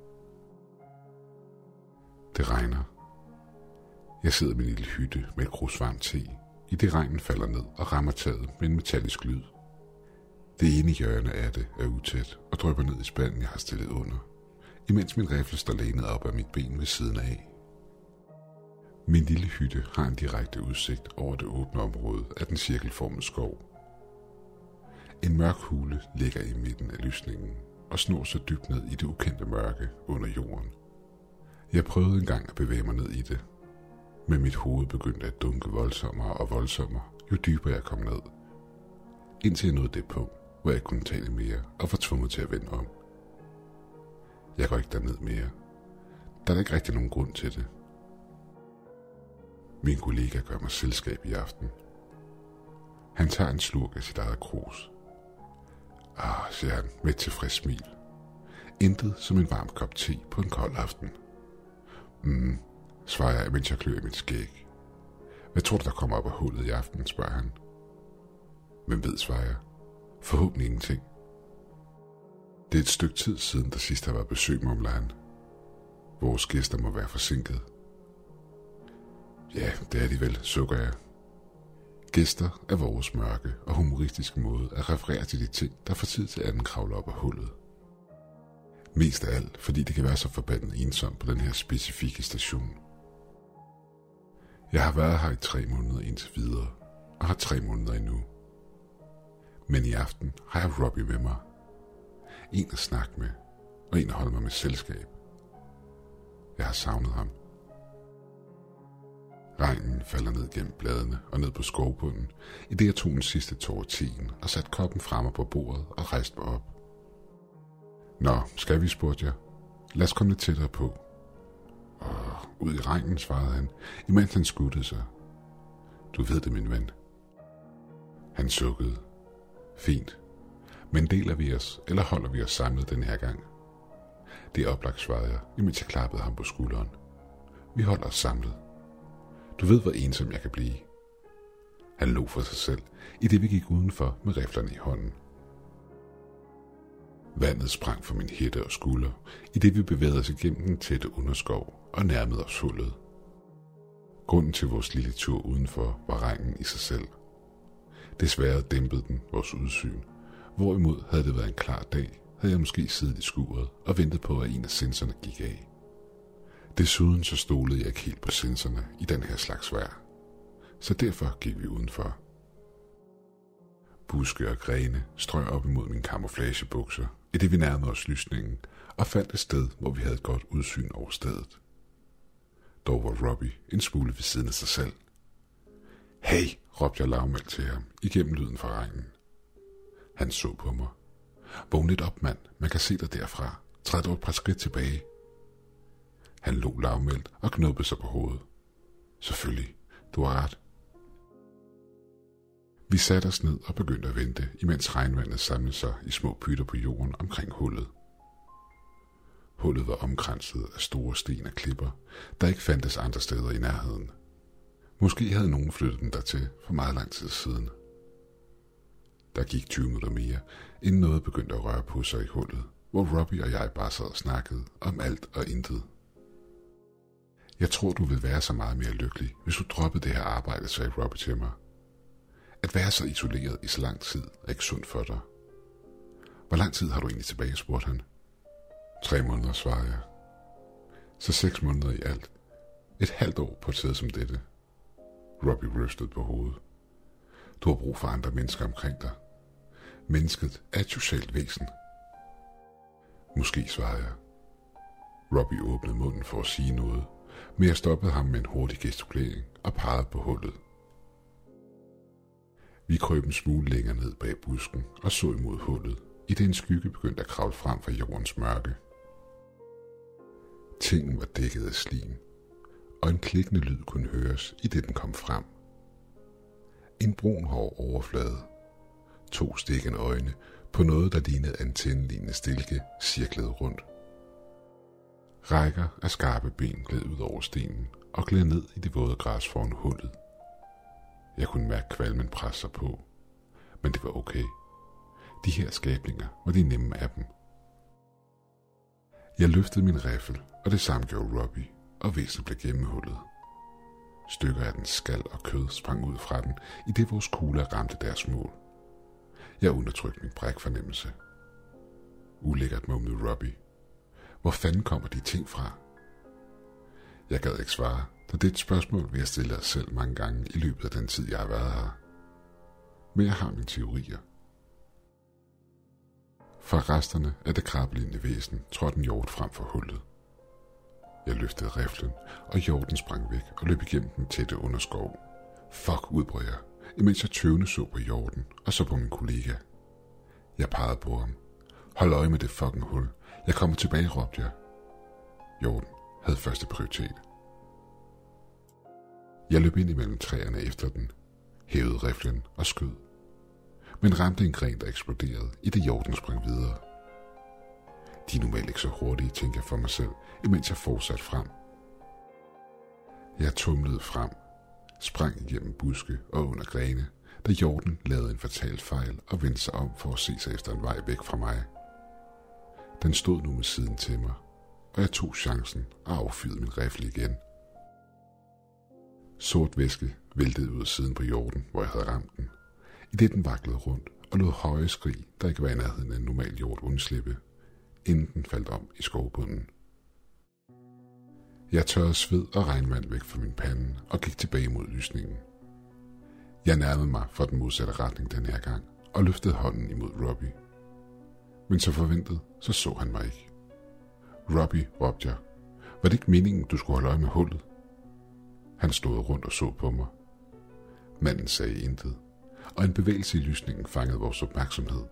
Det regner. Jeg sidder i min lille hytte med et krusvarmt te, i det regnen falder ned og rammer taget med en metallisk lyd. Det ene hjørne af det er utæt og drypper ned i spanden, jeg har stillet under, imens min rifle står lænet op af mit ben ved siden af. Min lille hytte har en direkte udsigt over det åbne område af den cirkelformede skov. En mørk hule ligger i midten af lysningen og snor sig dybt ned i det ukendte mørke under jorden. Jeg prøvede engang at bevæge mig ned i det, men mit hoved begyndte at dunke voldsommere og voldsommere, jo dybere jeg kom ned. Indtil jeg nåede det punkt, hvor jeg kunne tale mere og var tvunget til at vende om. Jeg går ikke derned mere. Der er ikke rigtig nogen grund til det. Min kollega gør mig selskab i aften. Han tager en slurk af sit eget krus. Ah, siger han med et tilfreds smil. Intet som en varm kop te på en kold aften. Mm, svarer jeg, mens jeg klør i mit skæg. Hvad tror du, der kommer op af hullet i aften, spørger han. Hvem ved, svarer jeg. Forhåbentlig ingenting. Det er et stykke tid siden, der sidst har været besøg, mumler han. Vores gæster må være forsinket. Ja, det er de vel, sukker jeg. Gæster er vores mørke og humoristiske måde at referere til de ting, der får tid til anden kravler op af hullet. Mest af alt, fordi det kan være så forbandet ensomt på den her specifikke station. Jeg har været her i tre måneder indtil videre, og har tre måneder endnu. Men i aften har jeg Robbie med mig. En at snakke med, og en at holde mig med selskab. Jeg har savnet ham. Regnen falder ned gennem bladene og ned på skovbunden, i det jeg tog den sidste tår af teen og satte koppen fremme på bordet og rejste mig op. Nå, skal vi, spurgte jeg. Lad os komme lidt tættere på. Og ud i regnen, svarede han, imens han skuttede sig. Du ved det, min ven. Han sukkede. Fint. Men deler vi os, eller holder vi os samlet den her gang? Det er oplagt, svarede jeg, imens jeg klappede ham på skulderen. Vi holder os samlet. Du ved, hvor ensom jeg kan blive. Han lå for sig selv, i det vi gik udenfor med riflerne i hånden. Vandet sprang fra min hætte og skulder, i det vi bevægede os igennem den tætte underskov og nærmede os hullet. Grunden til vores lille tur udenfor var regnen i sig selv. Desværre dæmpede den vores udsyn. Hvorimod havde det været en klar dag, havde jeg måske siddet i skuret og ventet på, at en af sensorerne gik af. Desuden så stolede jeg ikke helt på sensorerne i den her slags vejr. Så derfor gik vi udenfor. Buske og grene strøg op imod mine camouflagebukser, i det vi nærmede os lysningen, og fandt et sted, hvor vi havde et godt udsyn over stedet. Dog var Robbie en smule ved siden af sig selv. Hey, råbte jeg lavmældt til ham, igennem lyden fra regnen. Han så på mig. Vågn lidt op, mand. Man kan se dig derfra. Træd dog et par skridt tilbage. Han lå lavmældt og knuppede sig på hovedet. Selvfølgelig, du har ret. Vi satte os ned og begyndte at vente, imens regnvandet samlede sig i små pytter på jorden omkring hullet. Hullet var omkranset af store sten og klipper, der ikke fandtes andre steder i nærheden. Måske havde nogen flyttet den dertil for meget lang tid siden. Der gik tyve minutter mere, inden noget begyndte at røre på sig i hullet, hvor Robbie og jeg bare sad og snakkede om alt og intet. Jeg tror, du vil være så meget mere lykkelig, hvis du droppede det her arbejde, sagde Robbie til mig. At være så isoleret i så lang tid er ikke sundt for dig. Hvor lang tid har du egentlig tilbage, spurgte han. Tre måneder, svarede jeg. Så seks måneder i alt. Et halvt år på et sted som dette. Robbie rystede på hovedet. Du har brug for andre mennesker omkring dig. Mennesket er et socialt væsen. Måske, svarede jeg. Robbie åbnede munden for at sige noget, men jeg stoppede ham med en hurtig gestikulering og pegede på hullet. Vi krøb en smule længere ned bag busken og så imod hullet, i det en skygge begyndte at kravle frem fra jordens mørke. Tingen var dækket af slim, og en klikkende lyd kunne høres, i det den kom frem. En brun hård overflade, to stikkende øjne på noget, der lignede antennelignende stilke, cirklede rundt. Rækker af skarpe ben gled ud over stenen og gled ned i det våde græs foran hullet. Jeg kunne mærke kvalmen presse sig på, men det var okay. De her skabninger var de nemme af dem. Jeg løftede min riffel, og det samme gjorde Robbie, og væsenet blev gennemhullet. Stykker af den skal og kød sprang ud fra den, i det vores kugler ramte deres mål. Jeg undertrykte min brækfornemmelse. Ulækkert mumlede Robbie. Hvor fanden kommer de ting fra? Jeg gad ikke svare, da det er et spørgsmål, vi har stillet os selv mange gange i løbet af den tid, jeg har været her. Men jeg har mine teorier. Fra resterne af det krabbelignende væsen trådte en hjort frem for hullet. Jeg løftede riflen, og hjorten sprang væk og løb igennem den tætte underskov. Fuck, udbrød jeg, imens jeg tøvende så på hjorten og så på min kollega. Jeg pegede på ham. Hold øje med det fucking hul. Jeg kommer tilbage, råbte jeg. Hjorten havde første prioritet. Jeg løb ind imellem træerne efter den, hævede riflen og skød. Men ramte en gren, der eksploderede, i det hjorten sprang videre. De er normalt ikke så hurtige, tænkte jeg for mig selv, imens jeg fortsatte frem. Jeg tumlede frem, sprang igennem buske og under grene, da hjorten lavede en fatal fejl og vendte sig om for at se sig efter en vej væk fra mig. Den stod nu med siden til mig, og jeg tog chancen og affyrede min rifle igen. Sort væske væltede ud af siden på hjorten, hvor jeg havde ramt den, i det den vaklede rundt og lod høje skrig, der ikke var i nærheden af en normal hjort undslippe, inden den faldt om i skovbunden. Jeg tørrede sved og regnvand væk fra min pande og gik tilbage mod lysningen. Jeg nærmede mig fra den modsatte retning den her gang og løftede hånden imod Robbie. Men så forventet, så så han mig ikke. Robbie, råbte jeg. Var det ikke meningen, du skulle holde øje med hullet? Han stod rundt og så på mig. Manden sagde intet, og en bevægelse i lysningen fangede vores opmærksomhed.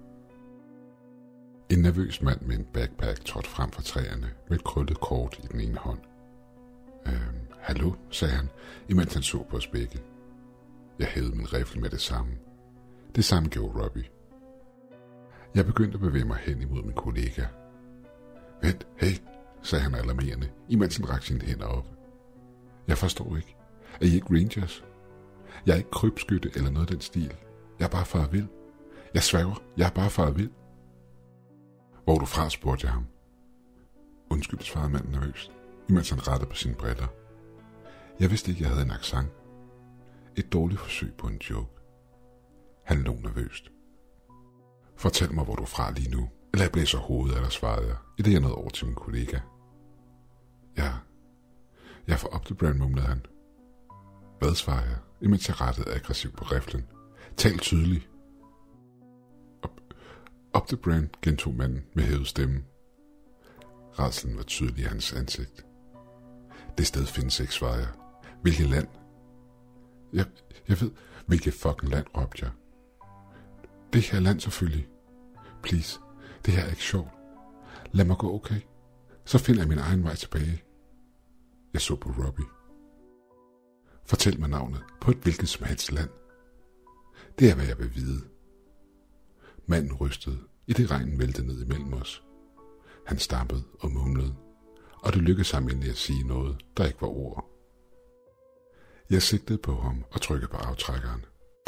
En nervøs mand med en backpack trådte frem fra træerne med et krøllet kort i den ene hånd. Øhm, hallo, sagde han, imens han så på os begge. Jeg hævede min rifle med det samme. Det samme gjorde Robbie. Jeg begyndte at bevæge mig hen imod min kollega. Vent, hey, sagde han alarmerende, imens han rakte sine hænder op. Jeg forstår ikke. Er I ikke Rangers? Jeg er ikke krybskytte eller noget af den stil. Jeg er bare faret vild. Jeg sværger, jeg er bare faret vild. Hvor er du fra, spurgte jeg ham. Undskyld, svarede manden nervøst, imens han rettede på sine briller. Jeg vidste ikke, jeg havde en accent. Et dårligt forsøg på en joke. Han lå nervøst. Fortæl mig, hvor du er fra lige nu, eller jeg blæser hovedet af dig, svarede jeg, i det jeg nåede over til min kollega. Ja, jeg er fra Optebrand, mumlede han. Hvad, svarede jeg, imens jeg rettede aggressivt på riflen. Tal tydeligt. Op, Optebrand, gentog manden med hævet stemme. Rædslen var tydelig i hans ansigt. Det sted findes ikke, svarede jeg. Hvilket land? Jeg, jeg ved, hvilket fucking land, råbte jeg. Det her land selvfølgelig. Please, det her er ikke sjovt. Lad mig gå, okay? Så finder jeg min egen vej tilbage. Jeg så på Robbie. Fortæl mig navnet på et hvilket som helst land. Det er, hvad jeg vil vide. Manden rystede, i det regnen væltede ned imellem os. Han stampede og mumlede, og det lykkedes ham endelig at sige noget, der ikke var ord. Jeg sigtede på ham og trykkede på aftrækkeren.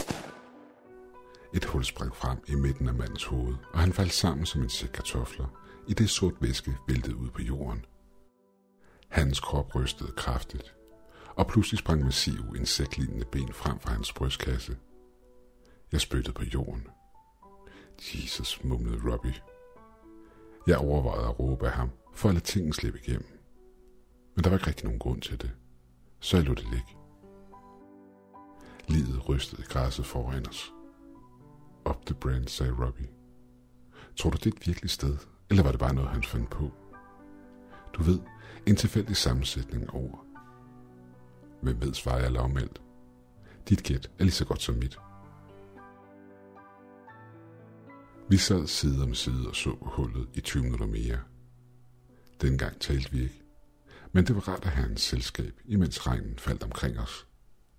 Et hul sprang frem i midten af mandens hoved, og han faldt sammen som en sæk kartofler, i det sort væske væltede ud på jorden. Hans krop rystede kraftigt, og pludselig sprang massive insektlignende ben frem fra hans brystkasse. Jeg spyttede på jorden. Jesus, mumlede Robbie. Jeg overvejede at råbe af ham, for at lade tingene slippe igennem. Men der var ikke rigtig nogen grund til det, så jeg lod det ligge. Livet rystede i græsset foran os. Up the brand, sagde Robbie. Tror du, det er et virkeligt sted, eller var det bare noget, han fandt på? Du ved, en tilfældig sammensætning af ord. Hvem ved, svarede jeg lavmældt. Dit gæt er lige så godt som mit. Vi sad side om side og så på hullet i tyve minutter mere. Dengang talte vi ikke, men det var rart at have hans selskab, imens regnen faldt omkring os.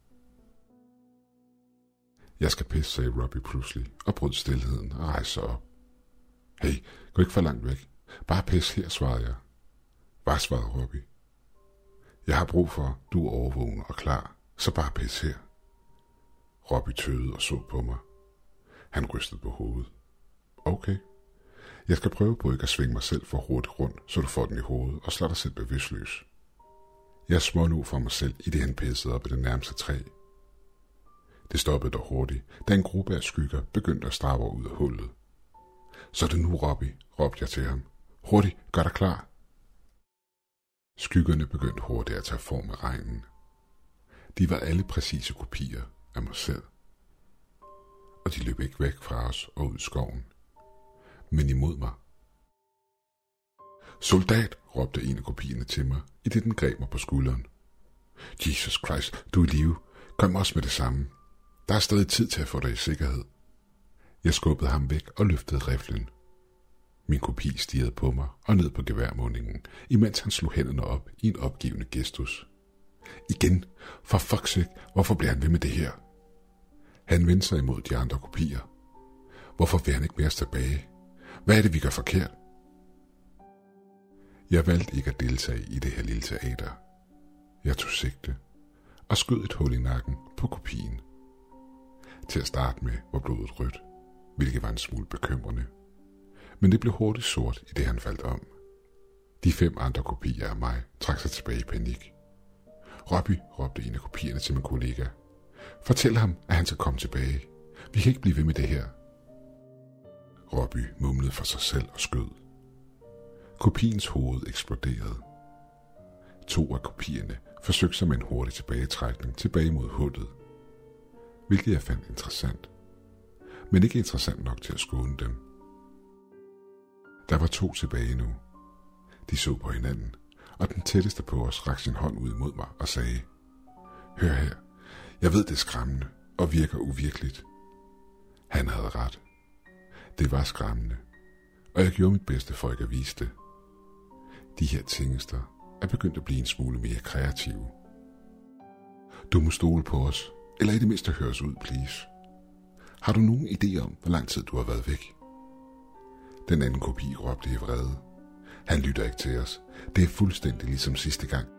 Jeg skal pisse, sagde Robbie pludselig, og brød stilheden og rejste sig op. Hey, gå ikke for langt væk. Bare pis her, svarede jeg. Hvad, svarede Robbie. Jeg har brug for, du er overvågen og klar, så bare pis her. Robbie tøvede og så på mig. Han rystede på hovedet. Okay. Jeg skal prøve på ikke at svinge mig selv for hurtigt rundt, så du får den i hovedet og slår dig selv bevidstløs. Jeg smålog for mig selv, i det han pissede op i det nærmeste træ. Det stoppede dog hurtigt, da en gruppe af skygger begyndte at strave ud af hullet. Så er det nu, Robbie, råbte jeg til ham. Hurtigt, gør dig klar. Skyggerne begyndte hurtigt at tage form af regnen. De var alle præcise kopier af mig selv. Og de løb ikke væk fra os og ud i skoven, men imod mig. Soldat, råbte en af kopierne til mig, i det den greb mig på skulderen. Jesus Christ, du er i live. Kom også med det samme. Der er stadig tid til at få dig i sikkerhed. Jeg skubbede ham væk og løftede riflen. Min kopi stirrede på mig og ned på geværmundingen, imens han slog hænderne op i en opgivende gestus. Igen, for fuck's sake, hvorfor bliver han ved med det her? Han vendte sig imod de andre kopier. Hvorfor vil han ikke mere tilbage? Hvad er det, vi gør forkert? Jeg valgte ikke at deltage i det her lille teater. Jeg tog sigte og skød et hul i nakken på kopien. Til at starte med var blodet rødt, hvilket var en smule bekymrende. Men det blev hurtigt sort, i det han faldt om. De fem andre kopier af mig trak sig tilbage i panik. Robbie, råbte en af kopierne til min kollega. Fortæl ham, at han skal komme tilbage. Vi kan ikke blive ved med det her. Robbie mumlede for sig selv og skød. Kopiens hoved eksploderede. To af kopierne forsøgte sig med en hurtig tilbagetrækning tilbage mod hullet, hvilket jeg fandt interessant, men ikke interessant nok til at skåne dem. Der var to tilbage nu. De så på hinanden, og den tætteste på os rakte sin hånd ud imod mig og sagde, hør her, jeg ved det er skræmmende og virker uvirkeligt. Han havde ret. Det var skræmmende, og jeg gjorde mit bedste for ikke at vise det. De her tingester er begyndt at blive en smule mere kreative. Du må stole på os, eller i det mindste høre os ud, please. Har du nogen idé om, hvor lang tid du har været væk? Den anden kopi råbte i vrede. Han lytter ikke til os. Det er fuldstændig ligesom sidste gang.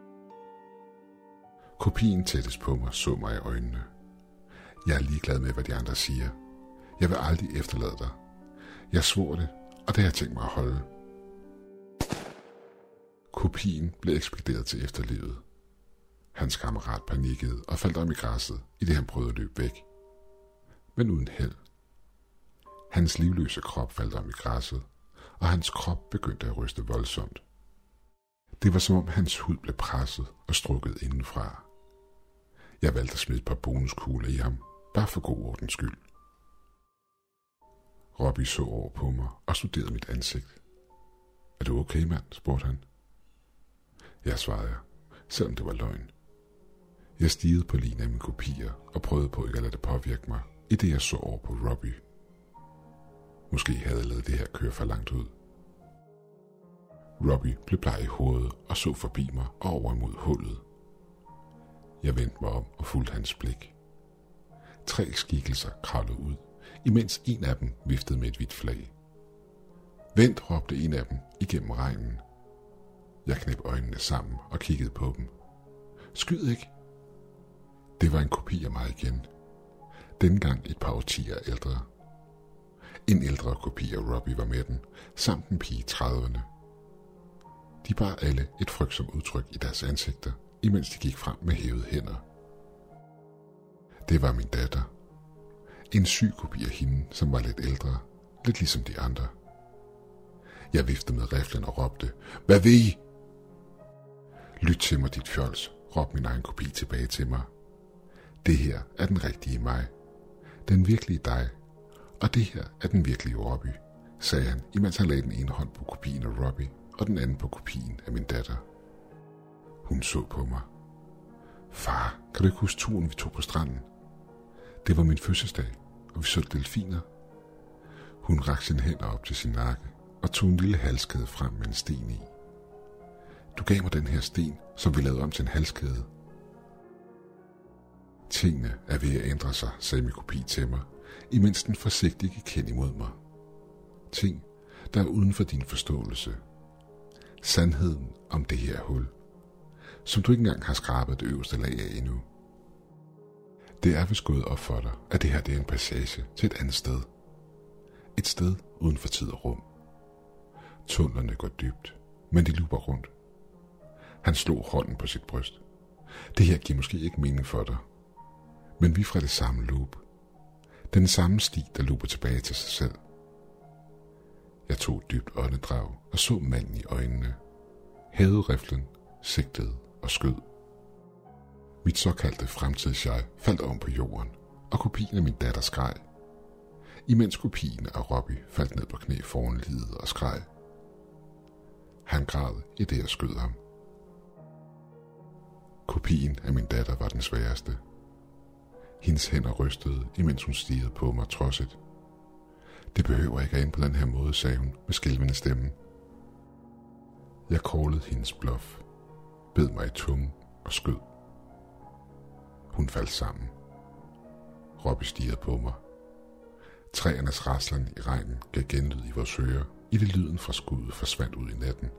Kopien tættest på mig så mig i øjnene. Jeg er ligeglad med, hvad de andre siger. Jeg vil aldrig efterlade dig. Jeg svor det, og det har jeg tænkt mig at holde. Kopien blev ekspederet til efterlivet. Hans kammerat panikkede og faldt om i græsset, i det han prøvede at løbe væk. Men uden held. Hans livløse krop faldt om i græsset, og hans krop begyndte at ryste voldsomt. Det var som om hans hud blev presset og strukket indenfra. Jeg valgte at smide et par bonuskugler i ham, bare for god ordens skyld. Robbie så over på mig og studerede mit ansigt. Er du okay, mand? Spurgte han. Jeg svarede, selvom det var løgn. Jeg stirrede på lignende af mine kopier og prøvede på ikke at lade det påvirke mig, i det jeg så over på Robbie. Måske havde jeg ladet det her køre for langt ud. Robbie blev bleg i hovedet og så forbi mig og over imod hullet. Jeg vendte mig om og fulgte hans blik. Tre skikkelser kravlede ud, imens en af dem viftede med et hvidt flag. Vent, råbte en af dem igennem regnen. Jeg knep øjnene sammen og kiggede på dem. Skyd ikke! Det var en kopi af mig igen. Denne gang et par årtier ældre. En ældre kopi af Robbie var med den, samt en pige i trediverne. De bar alle et frygtsomt udtryk i deres ansigter, imens de gik frem med hævede hænder. Det var min datter. En syg kopi af hende, som var lidt ældre, lidt ligesom de andre. Jeg viftede med riflen og råbte, hvad vil I? Lyt til mig, dit fjols, råbte min egen kopi tilbage til mig. Det her er den rigtige mig. Den virkelige dig. Og det her er den virkelige Robbie, sagde han, imens han lagde den ene hånd på kopien af Robbie, og den anden på kopien af min datter. Hun så på mig. Far, kan du ikke huske turen, vi tog på stranden? Det var min fødselsdag, og vi så delfiner. Hun rakte sine hænder op til sin nakke og tog en lille halskæde frem med en sten i. Du gav mig den her sten, som vi lavede om til en halskæde. Tingene er ved at ændre sig, sagde min kopi til mig, imens den forsigtigt gik hen imod mig. Ting, der er uden for din forståelse. Sandheden om det her hul, som du ikke engang har skrabet det øverste lag af endnu. Det er vist gået op for dig, at det her det er en passage til et andet sted. Et sted uden for tid og rum. Tunnelerne går dybt, men de luber rundt. Han slog hånden på sit bryst. Det her giver måske ikke mening for dig, men vi er fra det samme loop. Den samme sti, der luber tilbage til sig selv. Jeg tog et dybt åndedrag og så manden i øjnene. Hævede riflen, sigtede og skød. Mit såkaldte fremtidsjeg faldt oven på jorden, og kopien af min datter skreg. Imens kopien af Robbie faldt ned på knæ foran lidet og skreg. Han græd i det, jeg skød ham. Kopien af min datter var den sværeste. Hendes hænder rystede, imens hun stirrede på mig trodset. Det behøver ikke at ende på den her måde, sagde hun med skælvende stemme. Jeg kålede hendes bluff, bed mig i tungen og skød. Hun faldt sammen. Robbie stirrede på mig. Træernes raslen i regnen gav genlyd i vores ører, i det lyden fra skuddet forsvandt ud i natten.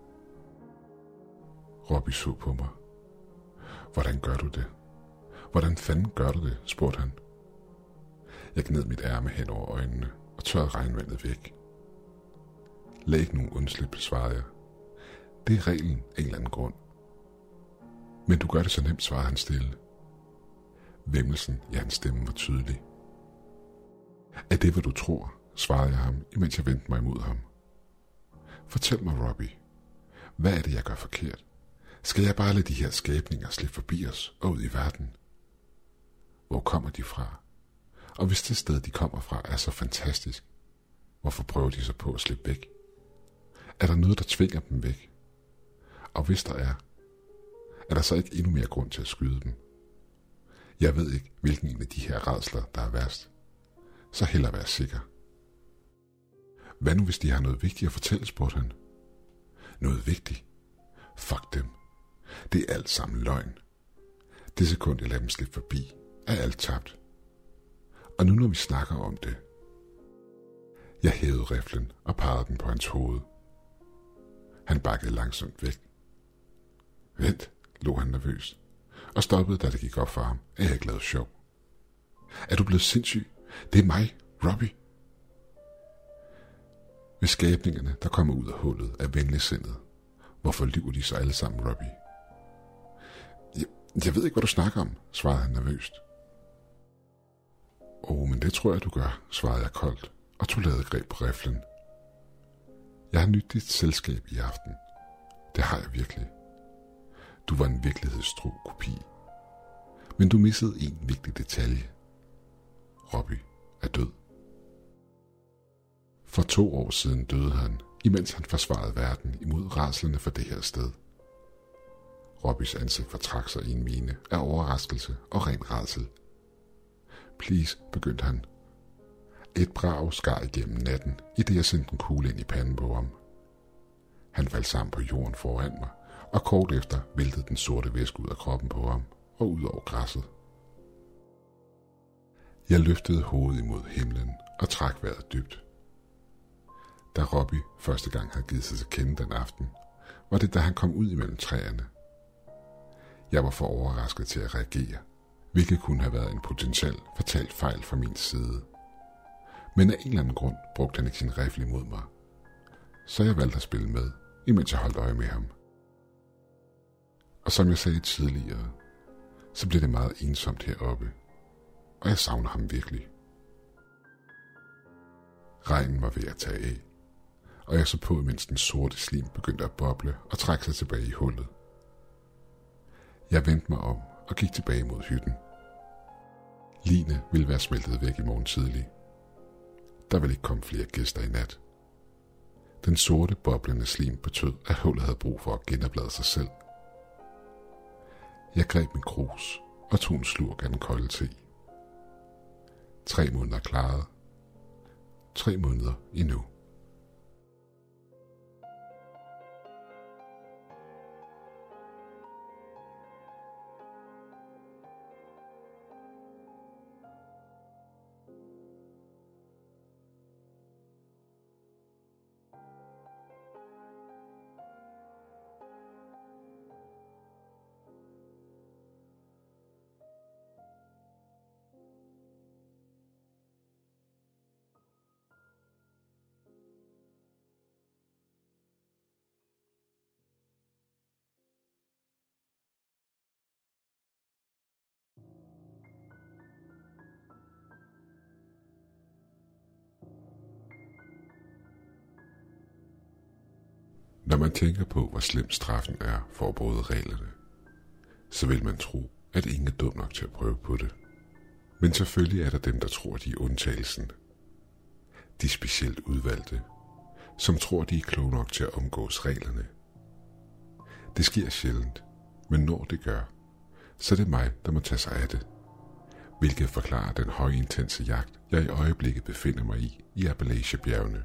Robbie så på mig. Hvordan gør du det? Hvordan fanden gør du det? Spurgte han. Jeg gned mit ærme hen over øjnene og tørrede regnvandet væk. Lad ikke nogen undslip, svarede jeg. Det er reglen af en eller anden grund. Men du gør det så nemt, svarede han stille. Væmmelsen i hans stemme var tydelig. Er det, hvad du tror? Svarede jeg ham, imens jeg vendte mig imod ham. Fortæl mig, Robbie. Hvad er det, jeg gør forkert? Skal jeg bare lade de her skabninger slippe forbi os og ud i verden? Hvor kommer de fra? Og hvis det sted, de kommer fra, er så fantastisk, hvorfor prøver de så på at slippe væk? Er der noget, der tvinger dem væk? Og hvis der er, er der så ikke endnu mere grund til at skyde dem? Jeg ved ikke, hvilken en af de her rædsler, der er værst. Så hellere være sikker. Hvad nu, hvis de har noget vigtigt at fortælle, spurgte han. Noget vigtigt? Fuck dem. Det er alt sammen løgn. Det sekund, jeg lader dem slippe forbi, er alt tabt. Og nu når vi snakker om det. Jeg hævede riflen og pegede den på hans hoved. Han bakkede langsomt væk. Vent, lå han nervøst, og stoppede, da det gik op for ham, at jeg ikke lavede sjov. Er du blevet sindssyg? Det er mig, Robbie. Ved skabningerne, der kommer ud af hullet, er venligsindet. Hvorfor lyver de så alle sammen, Robbie? Jeg, jeg ved ikke, hvad du snakker om, svarede han nervøst. Åh, oh, men det tror jeg, du gør, svarede jeg koldt, og tog ladet greb på riflen. Jeg har nydt dit selskab i aften. Det har jeg virkelig. Du var en virkelighedstro kopi. Men du missede en vigtig detalje. Robbie er død. For to år siden døde han, imens han forsvarede verden imod rædslerne for det her sted. Robbies ansigt fortrak sig i en mine af overraskelse og ren rædsel. Please, begyndte han. Et brag skar igennem natten, i det jeg sendte en kugle ind i panden på ham. Han faldt sammen på jorden foran mig, og kort efter væltede den sorte væske ud af kroppen på ham og ud over græsset. Jeg løftede hovedet imod himlen og trak vejret dybt. Da Robbie første gang havde givet sig til kende den aften, var det da han kom ud imellem træerne. Jeg var for overrasket til at reagere, hvilket kunne have været en potentiel fatal fejl fra min side. Men af en eller anden grund brugte han ikke sin rifle imod mig, så jeg valgte at spille med, imens jeg holdt øje med ham. Og som jeg sagde tidligere, så blev det meget ensomt heroppe, og jeg savner ham virkelig. Regnen var ved at tage af, og jeg så på, mens den sorte slim begyndte at boble og trække sig tilbage i hullet. Jeg vendte mig om og gik tilbage mod hytten. Line ville være smeltet væk i morgen tidlig. Der ville ikke komme flere gæster i nat. Den sorte, boblende slim betød, at hullet havde brug for at genoplade sig selv. Jeg greb min krus og tog en slurk af den kolde te. Tre måneder klaret. Tre måneder endnu. Når man tænker på, hvor slem straffen er for at bryde reglerne, så vil man tro, at ingen er dum nok til at prøve på det. Men selvfølgelig er der dem, der tror, de er undtagelsen. De specielt udvalgte, som tror, de er kloge nok til at omgås reglerne. Det sker sjældent, men når det gør, så er det mig, der må tage sig af det. Hvilket forklarer den højintense jagt, jeg i øjeblikket befinder mig i i Appalacherbjergene.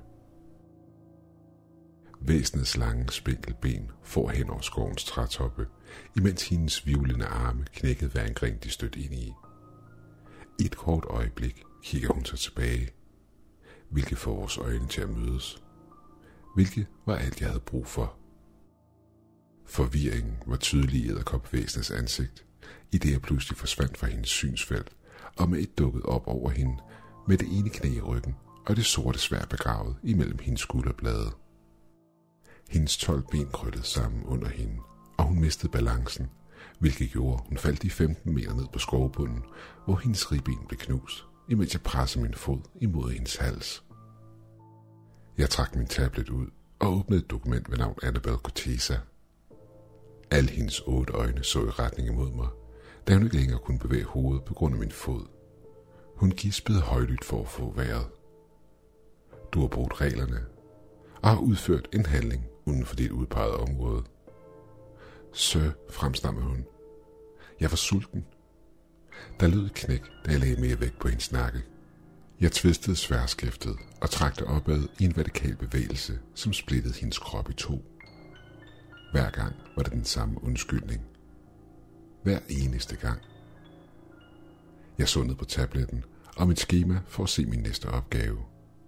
Væsenets lange spinkelben får hen over skovens trætoppe, imens hendes hvivlende arme knækkede hver en gren, de stødte ind i. I et kort øjeblik kigger hun sig tilbage, hvilket får vores øjne til at mødes. Hvilket var alt, jeg havde brug for. Forvirringen var tydelig i edderkopvæsenets ansigt, i det jeg pludselig forsvandt fra hendes synsfelt, og med et dukket op over hende, med det ene knæ i ryggen og det sorte sværd begravet imellem hendes skulderblade. Hendes tolv ben krøllede sammen under hende, og hun mistede balancen, hvilket gjorde, hun faldt i femten meter ned på skovbunden, hvor hendes ribben blev knust, imens jeg pressede min fod imod hendes hals. Jeg trak min tablet ud og åbnede et dokument ved navn Annabelle Cortesa. Alle hendes otte øjne så i retning imod mig, da hun ikke længere kunne bevæge hovedet på grund af min fod. Hun gispede højlydt for at få vejret. Du har brudt reglerne og har udført en handling uden for dit udpegede område. Sir, fremstammede hun. Jeg var sulten. Der lød et knæk, da jeg lagde mere vægt på hendes nakke. Jeg tvistede sværskæftet og trak det opad i en vertikal bevægelse, som splittede hendes krop i to. Hver gang var det den samme undskyldning. Hver eneste gang. Jeg så ned på tabletten og mit skema for at se min næste opgave.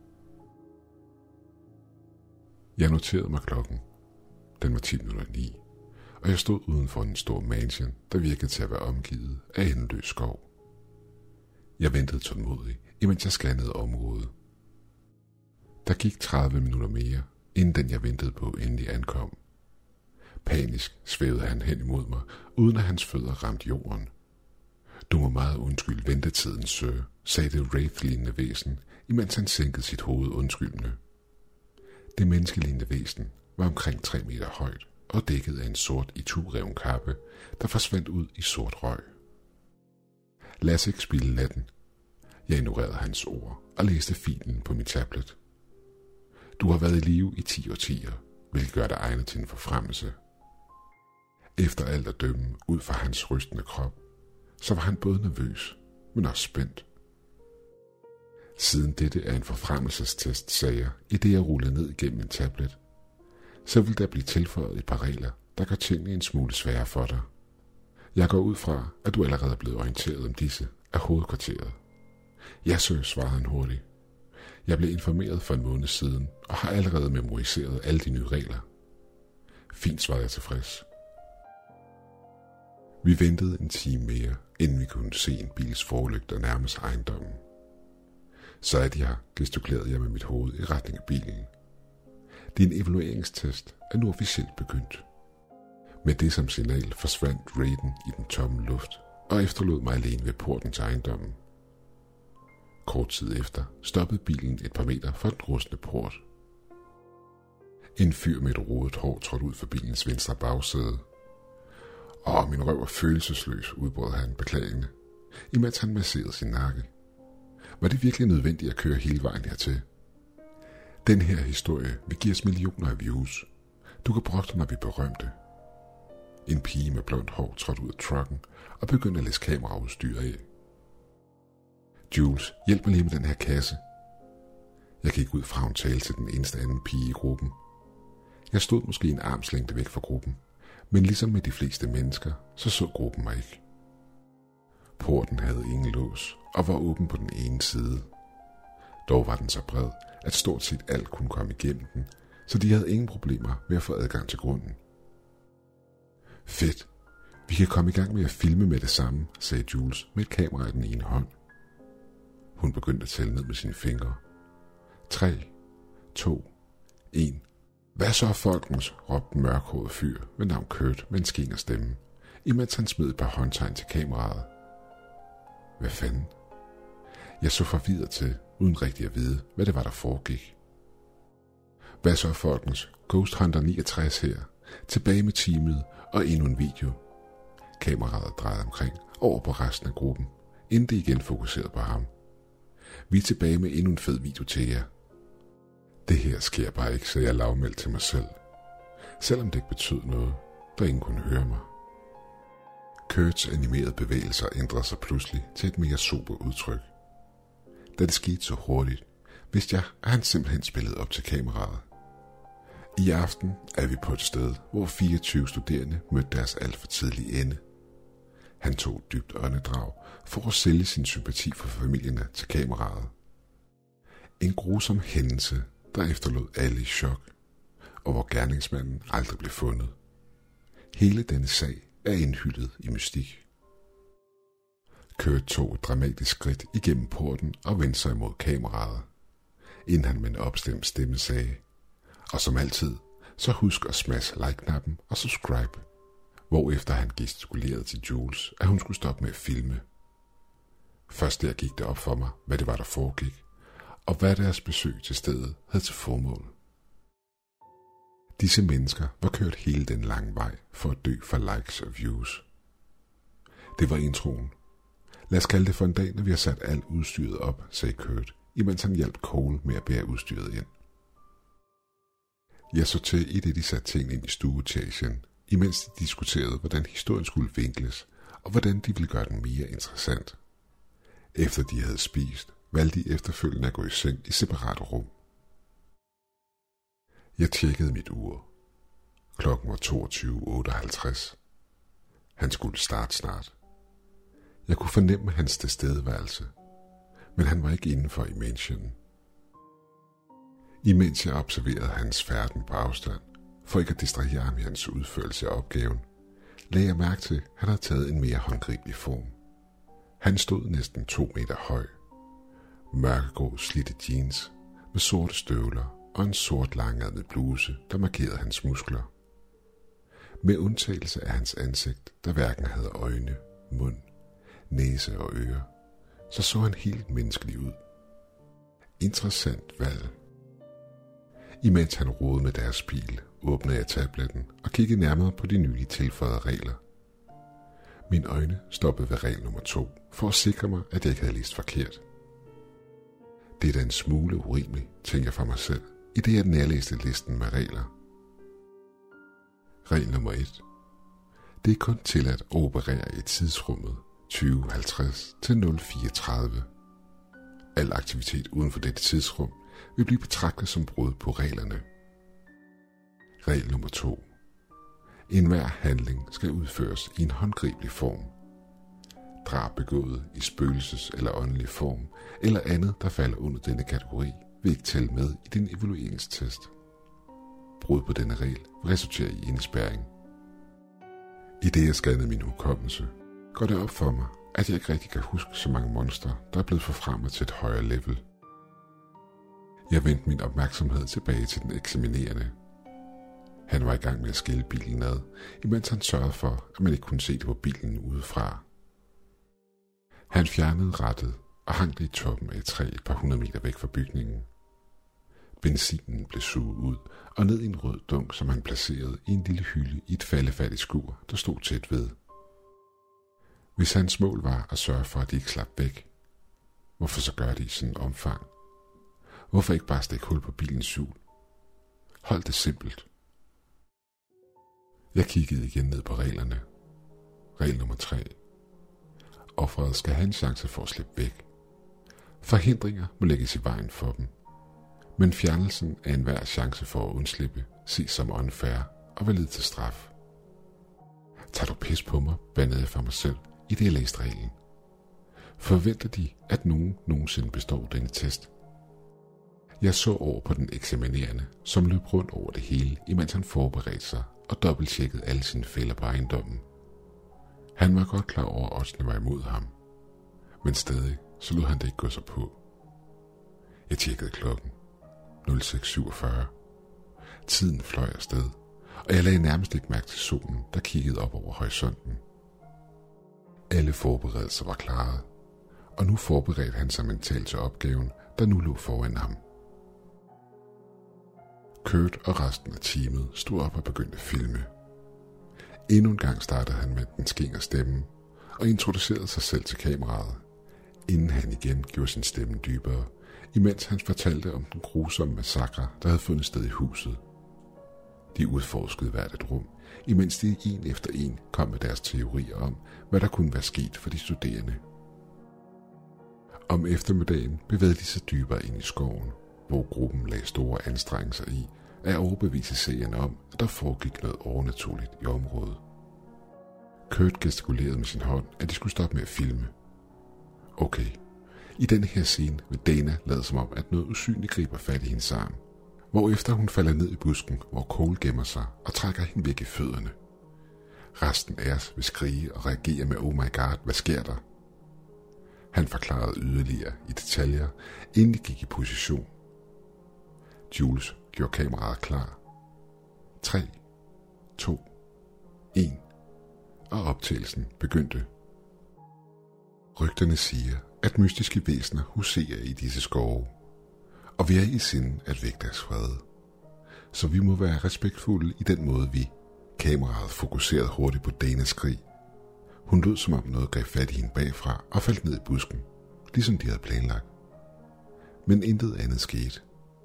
Jeg noterede mig klokken. Den var ti minutter ni, og jeg stod uden for en stor mansion, der virkede til at være omgivet af endeløs skov. Jeg ventede tålmodigt, imens jeg scannede området. Der gik tredive minutter mere, inden den jeg ventede på endelig ankom. Panisk svævede han hen imod mig, uden at hans fødder ramte jorden. Du må meget undskylde ventetiden, sir, sagde det wraith-lignende væsen, imens han sænkede sit hoved undskyldende. Det menneskelignende væsen var omkring tre meter højt og dækket af en sort itu-reven kappe, der forsvandt ud i sort røg. Lad os ikke spilde natten. Jeg ignorerede hans ord og læste filen på min tablet. Du har været i live i ti årtier, hvilket gør dig egnet til en forfremmelse. Efter alt at dømme ud fra hans rystende krop, så var han både nervøs, men også spændt. Siden dette er en forfremmelsestest, sagde jeg, i det jeg rullede ned igennem min tablet, så vil der blive tilføjet et par regler, der gør tingene en smule sværere for dig. Jeg går ud fra, at du allerede er blevet orienteret om disse af hovedkvarteret. Ja, sir, svarede han hurtigt. Jeg blev informeret for en måned siden, og har allerede memoriseret alle de nye regler. Fint, svarede jeg tilfreds. Vi ventede en time mere, inden vi kunne se en bils forlygter nærme sig ejendommen. Så er de her, gestikulerede jeg med mit hoved i retning af bilen. Din evalueringstest er nu officielt begyndt. Med det som signal forsvandt Raiden i den tomme luft og efterlod mig alene ved porten til ejendommen. Kort tid efter stoppede bilen et par meter fra den rustne port. En fyr med et rodet hår trådte ud for bilens venstre bagsæde. Åh, min røv var følelsesløs, udbrød han beklagende, imens han masserede sin nakke. Var det virkelig nødvendigt at køre hele vejen hertil? Den her historie vil give os millioner af views. Du kan brokke dig, når vi er berømte. En pige med blondt hår trådte ud af trucken og begyndte at læse kameraudstyr af. Jules, hjælp mig lige med den her kasse. Jeg gik ud fra, hun talte til den eneste anden pige i gruppen. Jeg stod måske en armslængde væk fra gruppen, men ligesom med de fleste mennesker, så så gruppen mig ikke. Porten havde ingen lås og var åben på den ene side. Dog var den så bred, at stort set alt kunne komme igennem den, så de havde ingen problemer med at få adgang til grunden. Fedt. Vi kan komme i gang med at filme med det samme, sagde Jules med et kamera i den ene hånd. Hun begyndte at tælle ned med sine fingre. Tre, to, en. Hvad så, folkens? Råbte en mørkhåret fyr ved navn Kurt med en skinger stemme, imens han smed et par håndtegn til kameraet. Hvad fanden? Jeg så forvirret til, uden rigtig at vide, hvad det var, der foregik. Hvad så, folkens? Ghost Hunter niogtres her. Tilbage med teamet og endnu en video. Kameraet drejede omkring over på resten af gruppen, inden det igen fokuserede på ham. Vi er tilbage med endnu en fed video til jer. Det her sker bare ikke, så jeg lavmældt til mig selv. Selvom det ikke betød noget, der ingen kunne høre mig. Kurts animerede bevægelser ændrede sig pludselig til et mere sober udtryk. Da det skete så hurtigt, vidste jeg, at han simpelthen spillede op til kameraet. I aften er vi på et sted, hvor fireogtyve studerende mødte deres alt for tidlige ende. Han tog et dybt åndedrag for at sælge sin sympati for familierne til kameraet. En grusom hændelse, der efterlod alle i chok, og hvor gerningsmanden aldrig blev fundet. Hele denne sag er indhyllet i mystik. Kurt tog et dramatisk skridt igennem porten og vendte sig imod kameraet, inden han med en opstemt stemme sagde, og som altid, så husk at smash like-knappen og subscribe, hvorefter han gestikulerede til Jules, at hun skulle stoppe med at filme. Først der gik det op for mig, hvad det var, der foregik, og hvad deres besøg til stedet havde til formål. Disse mennesker var kørt hele den lange vej for at dø for likes og views. Det var introen. Lad os kalde det for en dag, når vi har sat alt udstyret op, sagde Kurt, imens han hjalp Cole med at bære udstyret ind. Jeg så til i det, de satte tingene ind i stueetagen, imens de diskuterede, hvordan historien skulle vinkles, og hvordan de ville gøre den mere interessant. Efter de havde spist, valgte de efterfølgende at gå i seng i separate rum. Jeg tjekkede mit ur. Klokken var toogtyve otteoghalvtreds. Han skulle starte snart. Jeg kunne fornemme hans tilstedeværelse, men han var ikke indenfor i mansionen. Imens jeg observerede hans færden på afstand, for ikke at distrahere ham i hans udførelse af opgaven, lagde jeg mærke til, at han havde taget en mere håndgribelig form. Han stod næsten to meter høj. Mørkegrå slidte jeans med sorte støvler og en sort langærmet bluse, der markerede hans muskler. Med undtagelse af hans ansigt, der hverken havde øjne, mund, næse og ører, så så han helt menneskelig ud. Interessant valg. Imens han rodede med deres bil, åbnede jeg tabletten og kiggede nærmere på de nye tilføjede regler. Mine øjne stoppede ved regel nummer to, for at sikre mig, at jeg ikke havde læst forkert. Det er da en smule urimeligt, tænker jeg for mig selv, i det jeg nærlæste listen med regler. Regel nummer et. Det er kun tilladt at operere i tidsrummet tyve halvtreds til nul fire tredive. Al aktivitet uden for dette tidsrum vil blive betragtet som brud på reglerne. Regel nummer to. Enhver handling skal udføres i en håndgribelig form. Drab begået i spøgelses- eller åndelig form, eller andet, der falder under denne kategori, vil ikke tælle med i din evalueringstest. Brud på denne regel vil resultere i indespærring. I det jeg scannede min hukommelse, går det op for mig, at jeg ikke rigtig kan huske så mange monstre, der er blevet forfremmet til et højere level. Jeg vendte min opmærksomhed tilbage til den eksaminerende. Han var i gang med at skille bilen ad, imens han sørgede for, at man ikke kunne se det på bilen udefra. Han fjernede rattet og hang det i toppen af et træ et par hundrede meter væk fra bygningen. Benzinen blev suget ud og ned i en rød dunk, som han placerede i en lille hylde i et faldefærdigt skur, der stod tæt ved. Hvis hans mål var at sørge for, at de ikke slap væk, hvorfor så gøre det i sådan en omfang? Hvorfor ikke bare stikke hul på bilens hjul? Hold det simpelt. Jeg kiggede igen ned på reglerne. Regel nummer tre. Offeret skal have en chance for at slippe væk. Forhindringer må lægges i vejen for dem. Men fjernelsen af enhver chance for at undslippe ses som unfair og vil lede til straf. Tager du pis på mig, bandede jeg for mig selv, i det jeg læste reglen. Forventer de, at nogen nogensinde består denne test? Jeg så over på den eksaminerende, som løb rundt over det hele, imens han forberedte sig og dobbelttjekkede alle sine fælder på ejendommen. Han var godt klar over, at oddsene var imod ham. Men stadig, så lod han det ikke gå sig på. Jeg tjekkede klokken. nul seks syvogfyrre. Tiden fløj afsted, og jeg lagde nærmest ikke mærke til solen, der kiggede op over horisonten. Alle forberedelser var klare, og nu forberedte han sig mentalt til opgaven, der nu lå foran ham. Kurt og resten af teamet stod op og begyndte at filme. Endnu en gang startede han med den skinger stemme og introducerede sig selv til kameraet, inden han igen gjorde sin stemme dybere, imens han fortalte om den grusomme massakre, der havde fundet sted i huset. De udforskede hvert et rum, imens de en efter en kom med deres teorier om, hvad der kunne være sket for de studerende. Om eftermiddagen bevægede de sig dybere ind i skoven, hvor gruppen lagde store anstrengelser i at overbevise seerne om, at der foregik noget overnaturligt i området. Kurt gestikulerede med sin hånd, at de skulle stoppe med at filme. Okay, i denne her scene vil Dana lade som om, at noget usynligt griber fat i hendes arm, hvorefter hun falder ned i busken, hvor Cole gemmer sig og trækker hende væk i fødderne. Resten af os vil skrige og reagere med oh my god, hvad sker der? Han forklarede yderligere i detaljer, inden de gik i position. Jules gjorde kameraet klar. tre, to, et, og optagelsen begyndte. Rygterne siger, at mystiske væsener huserer i disse skove, og vi er i sinde at vække deres fred. Så vi må være respektfulde i den måde, vi kameraet fokuserede hurtigt på Danas skrig. Hun lød som om noget greb fat i hende bagfra og faldt ned i busken, ligesom de havde planlagt. Men intet andet skete.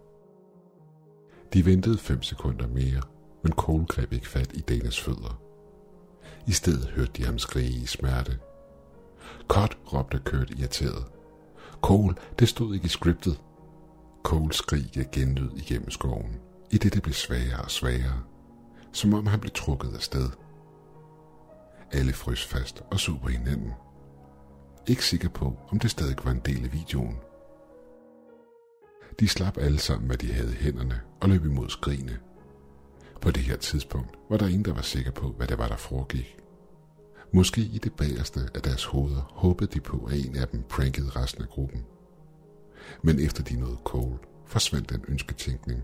De ventede fem sekunder mere, men Cole greb ikke fat i Danas fødder. I stedet hørte de ham skrige i smerte. Cut, råbte Kurt irriteret. Cole, det stod ikke i scriptet. Coles skrig genlød igennem skoven, i det det blev svagere og svagere, som om han blev trukket af sted. Alle frøs fast og så på hinanden. Ikke sikker på, om det stadig var en del af videoen. De slap alle sammen, hvad de havde i hænderne, og løb imod skrigene. På det her tidspunkt var der ingen, der var sikker på, hvad det var, der foregik. Måske i det bagerste af deres hoveder håbede de på, at en af dem prankede resten af gruppen. Men efter de nåede Cole, forsvandt den ønsketænkning.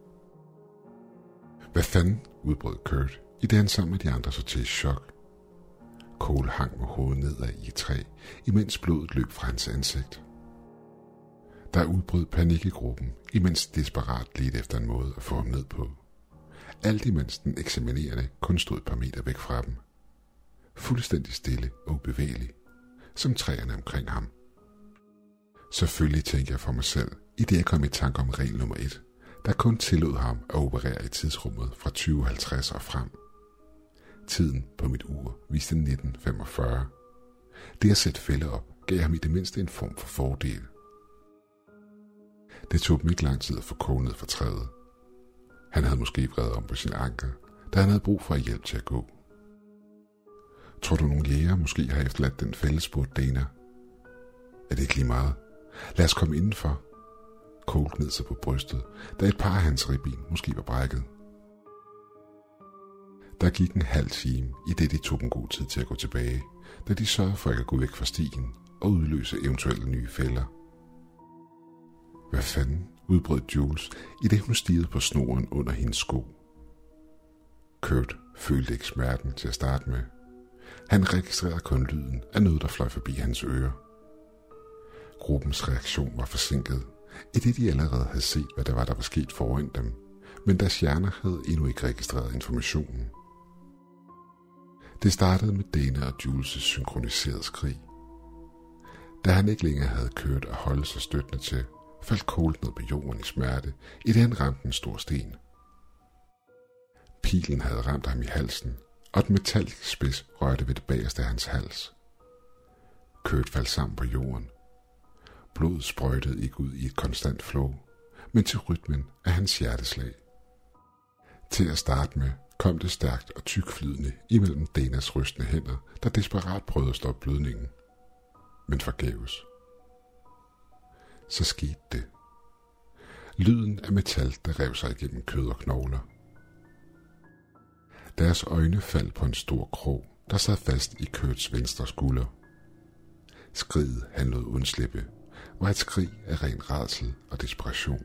Hvad fanden, udbrød Kurt, i det han sammen med de andre så til i chok. Cole hang med hovedet nedad i et træ, imens blodet løb fra hans ansigt. Der udbrød panik i gruppen, imens desperat ledte efter en måde at få ham ned på. Alt imens den eksaminerende kun stod et par meter væk fra dem. Fuldstændig stille og ubevægelig, som træerne omkring ham. Selvfølgelig tænkte jeg for mig selv, i det jeg kom i tanke om regel nummer et, der kun tillod ham at operere i tidsrummet fra tyve halvtreds og frem. Tiden på mit ur viste nitten femogfyrre. Det at sætte fælde op gav ham i det mindste en form for fordel. Det tog dem ikke lang tid at få Cole ned fra træet. Han havde måske vredet om på sin ankel, da han havde brug for hjælp til at gå. Tror du, nogle jæger måske har efterladt den fælde, spurgte Dana. Er det ikke lige meget? Lad os komme indenfor. Cole gned sig på brystet, da et par af hans ribben måske var brækket. Der gik en halv time, i det de tog en god tid til at gå tilbage, da de sørgede for ikke at gå væk fra stien og udløse eventuelle nye fælder. Hvad fanden, udbrød Jules, i det hun stirrede på snoren under hendes sko. Kurt følte ikke smerten til at starte med. Han registrerede kun lyden af noget, der fløj forbi hans ører. Gruppens reaktion var forsinket, i det de allerede havde set, hvad der var, der var sket foran dem, men deres hjerner havde endnu ikke registreret informationen. Det startede med Dana og Jules' synkroniserede skrig. Da han ikke længere havde kørt og holdt sig støttende til, faldt Cole ned på jorden i smerte, i det han ramte en stor sten. Pilen havde ramt ham i halsen, og den metalliske spids rørte ved det bagerste af hans hals. Kurt faldt sammen på jorden. Blodet sprøjtede ikke ud i et konstant flow, men til rytmen af hans hjerteslag. Til at starte med kom det stærkt og tykflydende imellem Danas rystende hænder, der desperat prøvede at stoppe blødningen. Men forgæves. Så skete det. Lyden af metal, der rev sig igennem kød og knogler. Deres øjne faldt på en stor krog, der sad fast i Kurts venstre skulder. Skriget, han lod undslippe, var et skrig af ren rædsel og desperation.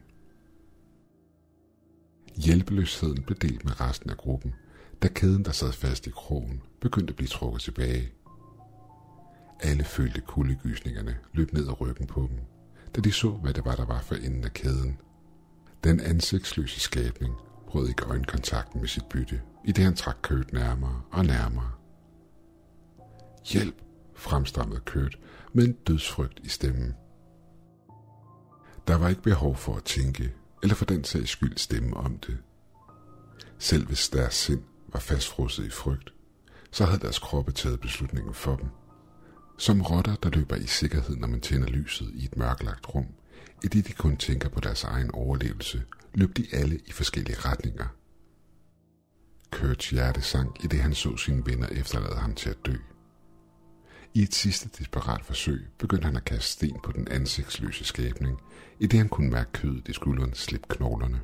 Hjælpeløsheden blev delt med resten af gruppen, da kæden, der sad fast i krogen, begyndte at blive trukket tilbage. Alle følte kuldegysningerne løb ned ad ryggen på dem, da de så, hvad det var, der var for enden af kæden. Den ansigtsløse skabning brød ikke øjenkontakten med sit bytte, i det han trak Kurt nærmere og nærmere. Hjælp, fremstammede Kurt med en dødsfrygt i stemmen. Der var ikke behov for at tænke, eller for den sags skyld stemme om det. Selv hvis deres sind var fastfrosset i frygt, så havde deres kroppe taget beslutningen for dem. Som rotter, der løber i sikkerhed, når man tænder lyset i et mørklagt rum, i det de kun tænker på deres egen overlevelse, løb de alle i forskellige retninger. Kurts hjerte sank, i det han så sine venner efterlade ham til at dø. I et sidste desperat forsøg begyndte han at kaste sten på den ansigtsløse skabning, i det han kunne mærke kødet i skulderen slippe knoglerne.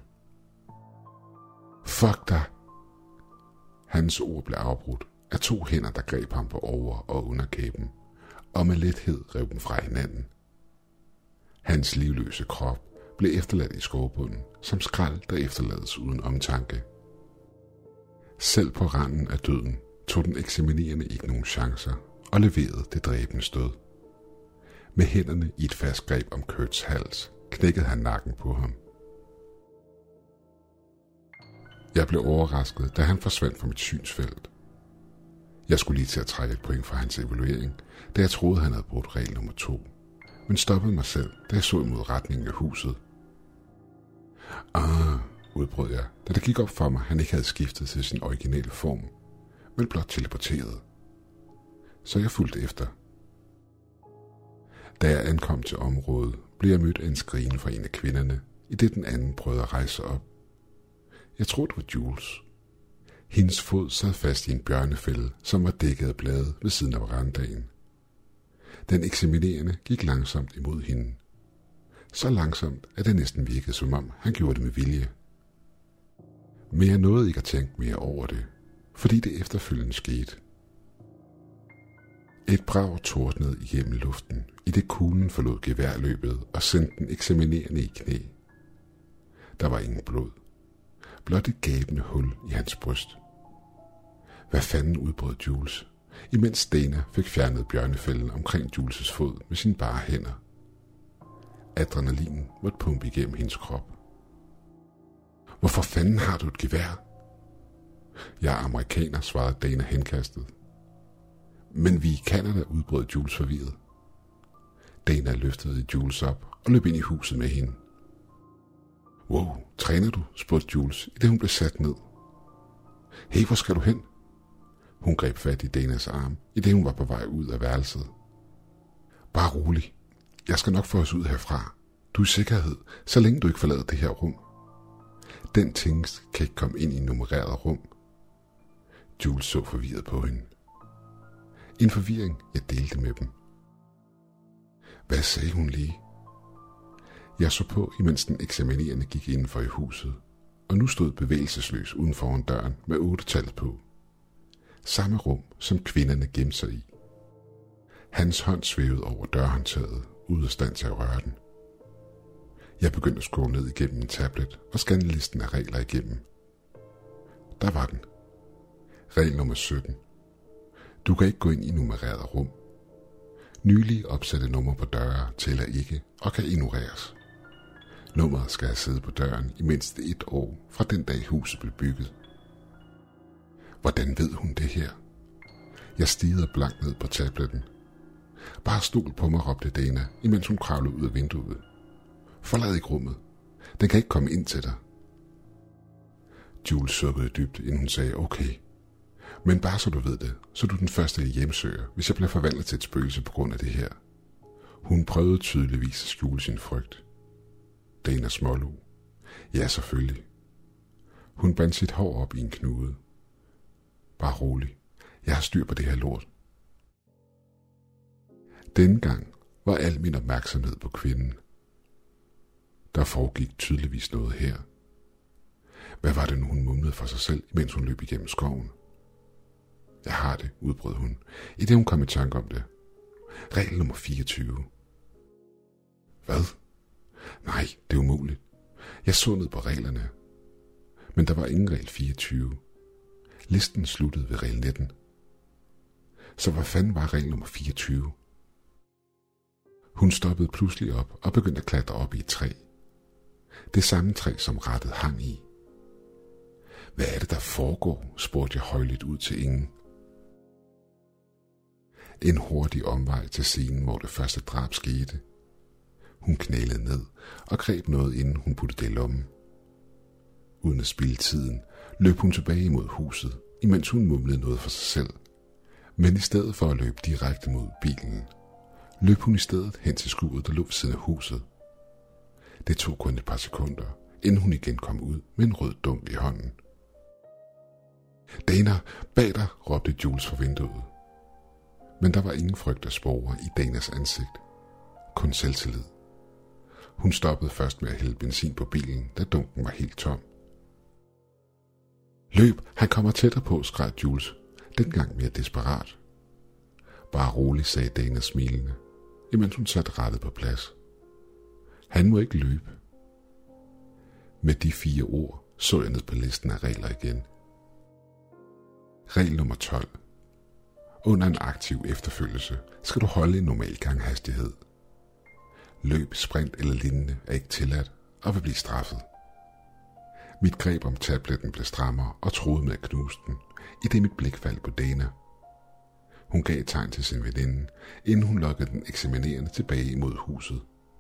Fuck dig! Hans ord blev afbrudt af to hænder, der greb ham på over- og underkæben, og med lethed rev dem fra hinanden. Hans livløse krop blev efterladt i skovbunden, som skrald, der efterlades uden omtanke. Selv på randen af døden tog den eksaminerende ikke nogen chancer og leverede det dræbende stød. Med hænderne i et fast greb om Kurts hals knækkede han nakken på ham. Jeg blev overrasket, da han forsvandt fra mit synsfelt. Jeg skulle lige til at trække et point for hans evaluering, da jeg troede, han havde brugt regel nummer to, men stoppede mig selv, da jeg så imod retningen af huset. Ah, udbrød jeg, da det gik op for mig, han ikke havde skiftet til sin originale form, men blot teleporteret. Så jeg fulgte efter. Da jeg ankom til området, blev jeg mødt af en skrigen fra en af kvinderne, i det den anden prøvede at rejse op. Jeg troede, det var Jules. Hendes fod sad fast i en bjørnefælde, som var dækket af blade ved siden af verandaen. Den eksaminerende gik langsomt imod hende. Så langsomt, at det næsten virkede, som om han gjorde det med vilje. Men jeg nåede ikke at tænke mere over det, fordi det efterfølgende skete. Et brag tordnede igennem luften, i det kuglen forlod geværløbet og sendte den eksaminerende i knæ. Der var ingen blod. Blot et gabende hul i hans bryst. Hvad fanden, udbrød Jules, imens Dana fik fjernet bjørnefælden omkring Jules' fod med sine bare hænder. Adrenalin måtte pumpe igennem hendes krop. Hvorfor fanden har du et gevær? Jeg er amerikaner, svarede Dana henkastet. Men vi er i Canada, udbrød Jules forvirret. Dana løftede Jules op og løb ind i huset med hende. Wow, træner du? Spurgte Jules, i det hun blev sat ned. Hey, hvor skal du hen? Hun greb fat i Danas arm, i det hun var på vej ud af værelset. Bare rolig. Jeg skal nok få os ud herfra. Du er i sikkerhed, så længe du ikke forlader det her rum. Den tingest kan ikke komme ind i et nummereret rum. Jules så forvirret på hende. En forvirring, jeg delte med dem. Hvad sagde hun lige? Jeg så på, imens den eksaminerende gik indenfor i huset, og nu stod bevægelsesløs uden foran døren med otte tal på. Samme rum, som kvinderne gemte sig i. Hans hånd svævede over dørhåndtaget, ude af stand til at røre den. Jeg begyndte at scrolle ned igennem min tablet og scanne listen af regler igennem. Der var den. Regel nummer sytten. Du kan ikke gå ind i nummererede rum. Nylige opsatte numre på døre tæller ikke og kan ignoreres. Nummeret skal have siddet på døren i mindst et år fra den dag huset blev bygget. Hvordan ved hun det her? Jeg stirrede blankt ned på tabletten. Bare stol på mig, råbte Dana, imens hun kravlede ud af vinduet. Forlad ikke rummet. Den kan ikke komme ind til dig. Jules sukkede dybt, inden hun sagde, okay. Men bare så du ved det, så er du den første, jeg hjemsøger, hvis jeg bliver forvandlet til et spøgelse på grund af det her. Hun prøvede tydeligvis at skjule sin frygt. Dana smålog. Ja, selvfølgelig. Hun bandt sit hår op i en knude. Bare rolig. Jeg har styr på det her lort. Denne gang var al min opmærksomhed på kvinden. Der foregik tydeligvis noget her. Hvad var det nu, hun mumlede for sig selv, mens hun løb igennem skoven? Jeg har det, udbrød hun, i det hun kom i tanke om det. Regel nummer fireogtyve. Hvad? Nej, det er umuligt. Jeg så ned på reglerne. Men der var ingen regel fireogtyve. Listen sluttede ved regel nitten. Så hvad fanden var regel nummer fireogtyve? Hun stoppede pludselig op og begyndte at klatre op i et træ. Det samme træ, som rattet hang i. Hvad er det, der foregår? Spurgte jeg højligt ud til ingen. En hurtig omvej til scenen, hvor det første drab skete. Hun knælede ned og greb noget, inden hun puttede det i lommen. Uden at spilde tiden, løb hun tilbage mod huset, imens hun mumlede noget for sig selv. Men i stedet for at løbe direkte mod bilen, løb hun i stedet hen til skuret, der lå ved siden af huset. Det tog kun et par sekunder, inden hun igen kom ud med en rød dunk i hånden. Dana, bag dig, råbte Jules fra vinduet. Men der var ingen frygt af spore i Danas ansigt. Kun selvtillid. Hun stoppede først med at hælde benzin på bilen, da dunken var helt tom. Løb, han kommer tættere på, skreg Jules, dengang mere desperat. Bare roligt, sagde Dana smilende, imens hun satte rettet på plads. Han må ikke løbe. Med de fire ord så jeg ned på listen af regler igen. Regel nummer tolv. Under en aktiv efterfølgelse skal du holde en normal ganghastighed. Løb, sprint eller lignende er ikke tilladt og vil blive straffet. Mit greb om tabletten blev strammere og troede med at knuse den, i det mit blik faldt på Dana. Hun gav et tegn til sin veninde, inden hun lokkede den eksaminerende tilbage imod huset.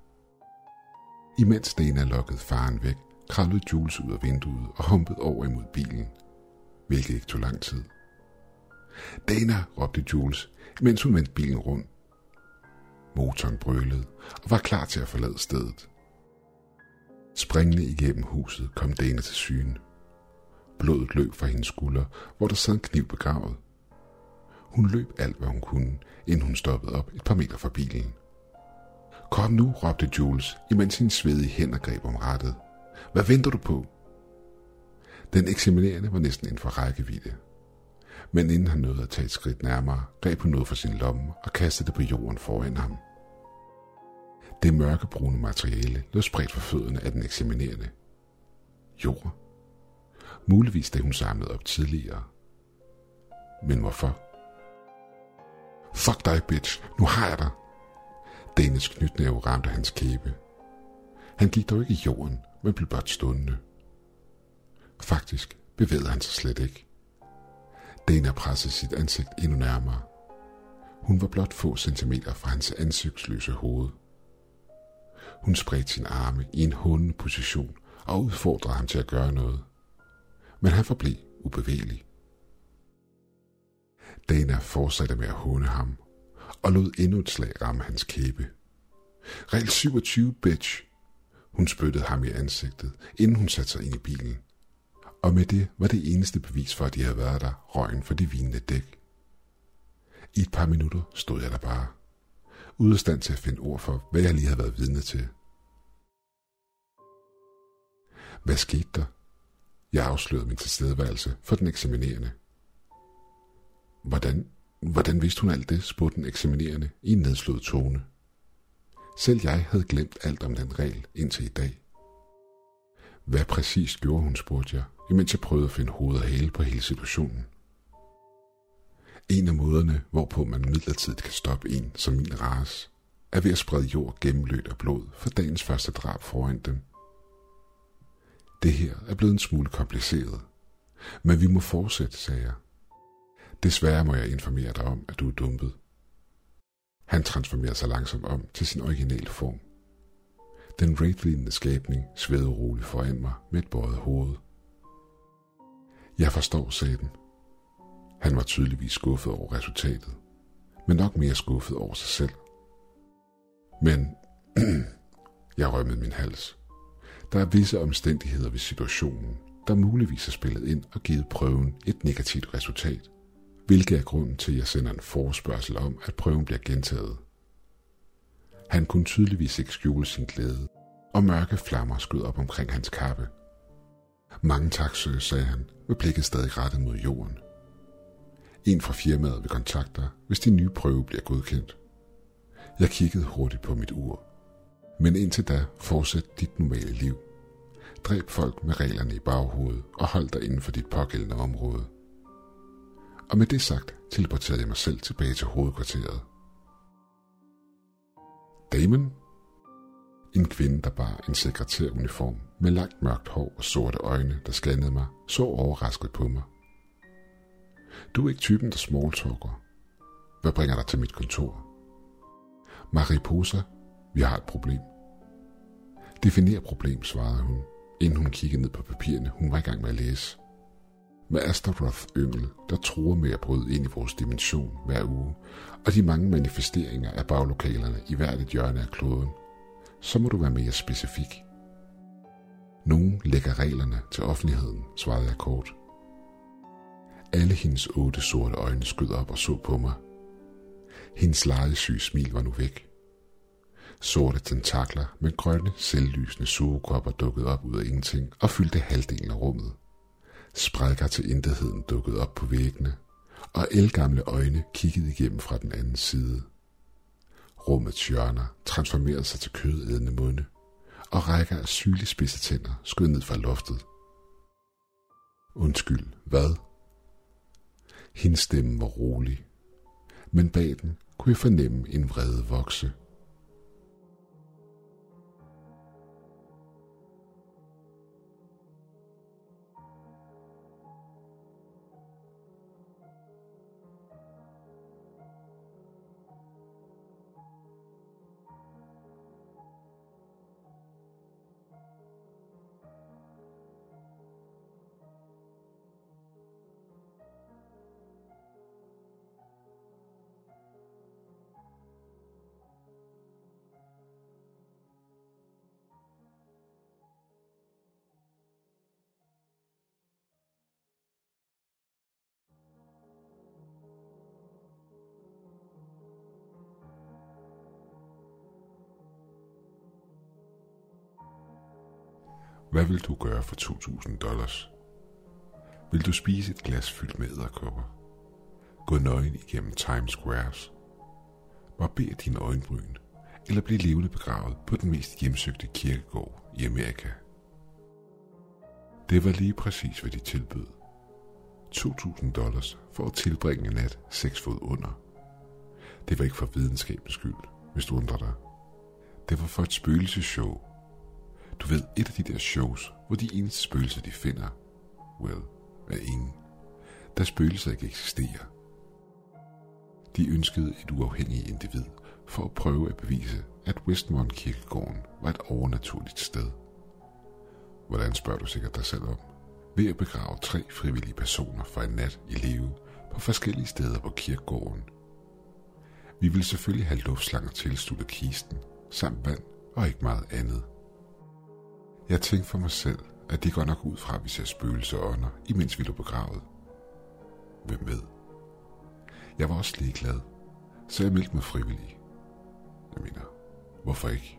Imens Dana lokkede faren væk, kravlede Jules ud af vinduet og humpede over imod bilen, hvilket ikke tog lang tid. Dana, råbte Jules, mens hun vendte bilen rundt. Motoren brølede og var klar til at forlade stedet. Springende igennem huset kom Dana til syne. Blodet løb fra hendes skulder, hvor der sad en kniv begravet. Hun løb alt, hvad hun kunne, inden hun stoppede op et par meter fra bilen. Kom nu, råbte Jules, imens hendes svedige hænder greb om rattet. Hvad venter du på? Den eksaminerende var næsten inden for rækkevidde. Men inden han nåede at tage et skridt nærmere, greb hun noget fra sin lomme og kastede det på jorden foran ham. Det mørkebrune materiale lå spredt for fødderne af den eksaminerende. Jord. Muligvis det hun samlede op tidligere. Men hvorfor? Fuck dig, bitch. Nu har jeg dig. Danes knytnæve ramte hans kæbe. Han gik dog ikke i jorden, men blev blot stående. Faktisk bevægede han sig slet ikke. Dana pressede sit ansigt endnu nærmere. Hun var blot få centimeter fra hans ansigtsløse hoved. Hun spredte sine arme i en hånende position og udfordrede ham til at gøre noget. Men han forblev ubevægelig. Dana fortsatte med at håne ham og lod endnu et slag ramme hans kæbe. Regel syvogtyve, bitch! Hun spyttede ham i ansigtet, inden hun satte sig ind i bilen. Og med det var det eneste bevis for, at de havde været der, røgen for de vinende dæk. I et par minutter stod jeg der bare, ude af stand til at finde ord for, hvad jeg lige havde været vidne til. Hvad skete der? Jeg afslørede min tilstedeværelse for den eksaminerende. Hvordan? Hvordan vidste hun alt det, spurgte den eksaminerende i en nedslået tone. Selv jeg havde glemt alt om den regel indtil i dag. Hvad præcis gjorde hun, spurgte jeg, imens jeg prøvede at finde hoved og hale på hele situationen. En af måderne, hvorpå man midlertidigt kan stoppe en som min race, er ved at sprede jord gennemlødt af blod for dagens første drab foran dem. Det her er blevet en smule kompliceret, men vi må fortsætte, sagde jeg. Desværre må jeg informere dig om, at du er dumpet. Han transformerer sig langsomt om til sin originale form. Den wraith-lignende skabning svævede roligt foran mig med et bøjet hoved. Jeg forstår, sagde den. Han var tydeligvis skuffet over resultatet, men nok mere skuffet over sig selv. Men jeg rømmede min hals. Der er visse omstændigheder ved situationen, der muligvis har spillet ind og givet prøven et negativt resultat, hvilket er grunden til, at jeg sender en forespørgsel om, at prøven bliver gentaget. Han kunne tydeligvis ikke skjule sin glæde, og mørke flammer skød op omkring hans kappe. Mange tak, sir, sagde han, med blikket stadig rettet mod jorden. En fra firmaet vil kontakte dig, hvis din nye prøve bliver godkendt. Jeg kiggede hurtigt på mit ur. Men indtil da, fortsæt dit normale liv. Dræb folk med reglerne i baghovedet og hold dig inden for dit pågældende område. Og med det sagt, teleporterede jeg mig selv tilbage til hovedkvarteret. Damon? En kvinde, der bar en sekretæruniform med langt mørkt hår og sorte øjne, der scannede mig, så overrasket på mig. Du er ikke typen, der smalltalker. Hvad bringer dig til mit kontor? Mariposa, vi har et problem. Definer problem, svarede hun, inden hun kiggede ned på papirerne, hun var i gang med at læse. Med Astaroth yngel, der truer med at bryde ind i vores dimension hver uge, og de mange manifesteringer af baglokalerne i hvert et hjørne af kloden, så må du være mere specifik. Nogen lægger reglerne til offentligheden, svarede jeg kort. Alle hendes otte sorte øjne skød op og så på mig. Hendes legesyge smil var nu væk. Sorte tentakler med grønne, selvlysende sugekopper dukkede op ud af ingenting og fyldte halvdelen af rummet. Sprækker til intetheden dukkede op på væggene, og ældgamle øjne kiggede igennem fra den anden side. Rummets hjørner transformerede sig til kødædende munde, og rækker af sygelig spidse tænder skød ned fra loftet. Undskyld, hvad? Hendes stemme var rolig, men bag den kunne jeg fornemme en vrede vokse. Hvad vil du gøre for to tusind dollars? Vil du spise et glas fyldt med edderkopper? Gå nøgen igennem Times Squares? Barber dine øjenbryn? Eller blive levende begravet på den mest hjemsøgte kirkegård i Amerika? Det var lige præcis, hvad de tilbød. to tusind dollars for at tilbringe en nat seks fod under. Det var ikke for videnskabens skyld, hvis du undrer dig. Det var for et spøgelsesshow. Du ved, et af de der shows, hvor de eneste spøgelser, de finder, well, er ingen. Da spøgelser ikke eksisterer. De ønskede et uafhængigt individ for at prøve at bevise, at Westmont kirkegården var et overnaturligt sted. Hvordan, spørger du sikkert dig selv om? Ved at begrave tre frivillige personer for en nat i live på forskellige steder på kirkegården. Vi ville selvfølgelig have luftslanger tilsluttet kisten, samt vand og ikke meget andet. Jeg tænkte for mig selv, at det går nok ud fra, at vi ser spøgelser og ånder, imens vi lå begravet. Hvem ved? Jeg var også ligeglad, så jeg meldte mig frivillig. Jeg mener, hvorfor ikke?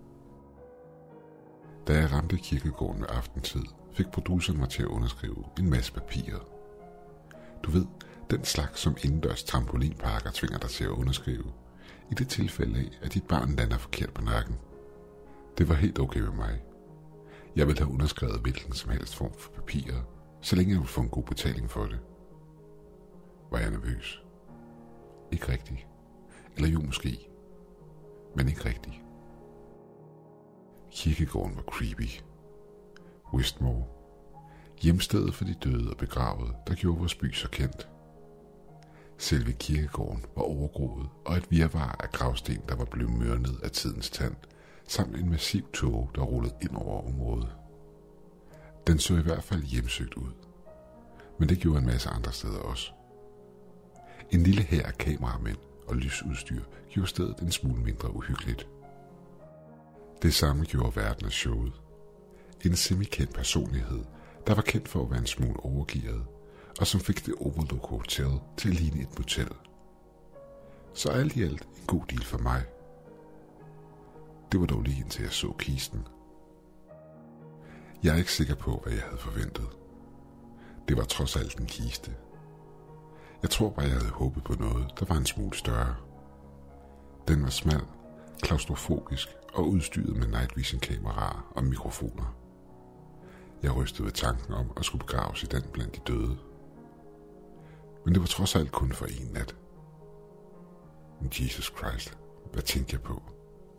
Da jeg ramte kirkegården med aftentid, fik produceren mig til at underskrive en masse papirer. Du ved, Den slags, som indendørs trampolinparker tvinger dig til at underskrive, i det tilfælde af, at dit barn lander forkert på nakken. Det var helt okay med mig. Jeg ville have underskrevet hvilken som helst form for papirer, så længe jeg ville få en god betaling for det. Var jeg nervøs? Ikke rigtigt. Eller jo måske. Men ikke rigtigt. Kirkegården var creepy. Westmore. Hjemstedet for de døde og begravede, der gjorde vores by så kendt. Selve kirkegården var overgroet, og et virvar af gravsten, der var blevet mørnet af tidens tand, samt en massiv tåge, der rullede ind over området. Den så i hvert fald hjemsøgt ud. Men det gjorde en masse andre steder også. En lille hær af kameramænd og lysudstyr gjorde stedet en smule mindre uhyggeligt. Det samme gjorde verden af showet. En semi-kendt personlighed, der var kendt for at være en smule overgearet, og som fik det Overlook Hotel til at ligne et motel. Så alt i alt en god deal for mig. Det var dog lige indtil jeg så kisten. Jeg er ikke sikker på, hvad jeg havde forventet. Det var trods alt en kiste. Jeg tror bare, jeg havde håbet på noget, der var en smule større. Den var smal, klaustrofobisk og udstyret med night vision kameraer og mikrofoner. Jeg rystede ved tanken om at skulle begraves i den blandt de døde. Men det var trods alt kun for en nat. Jesus Christ, hvad tænkte jeg på?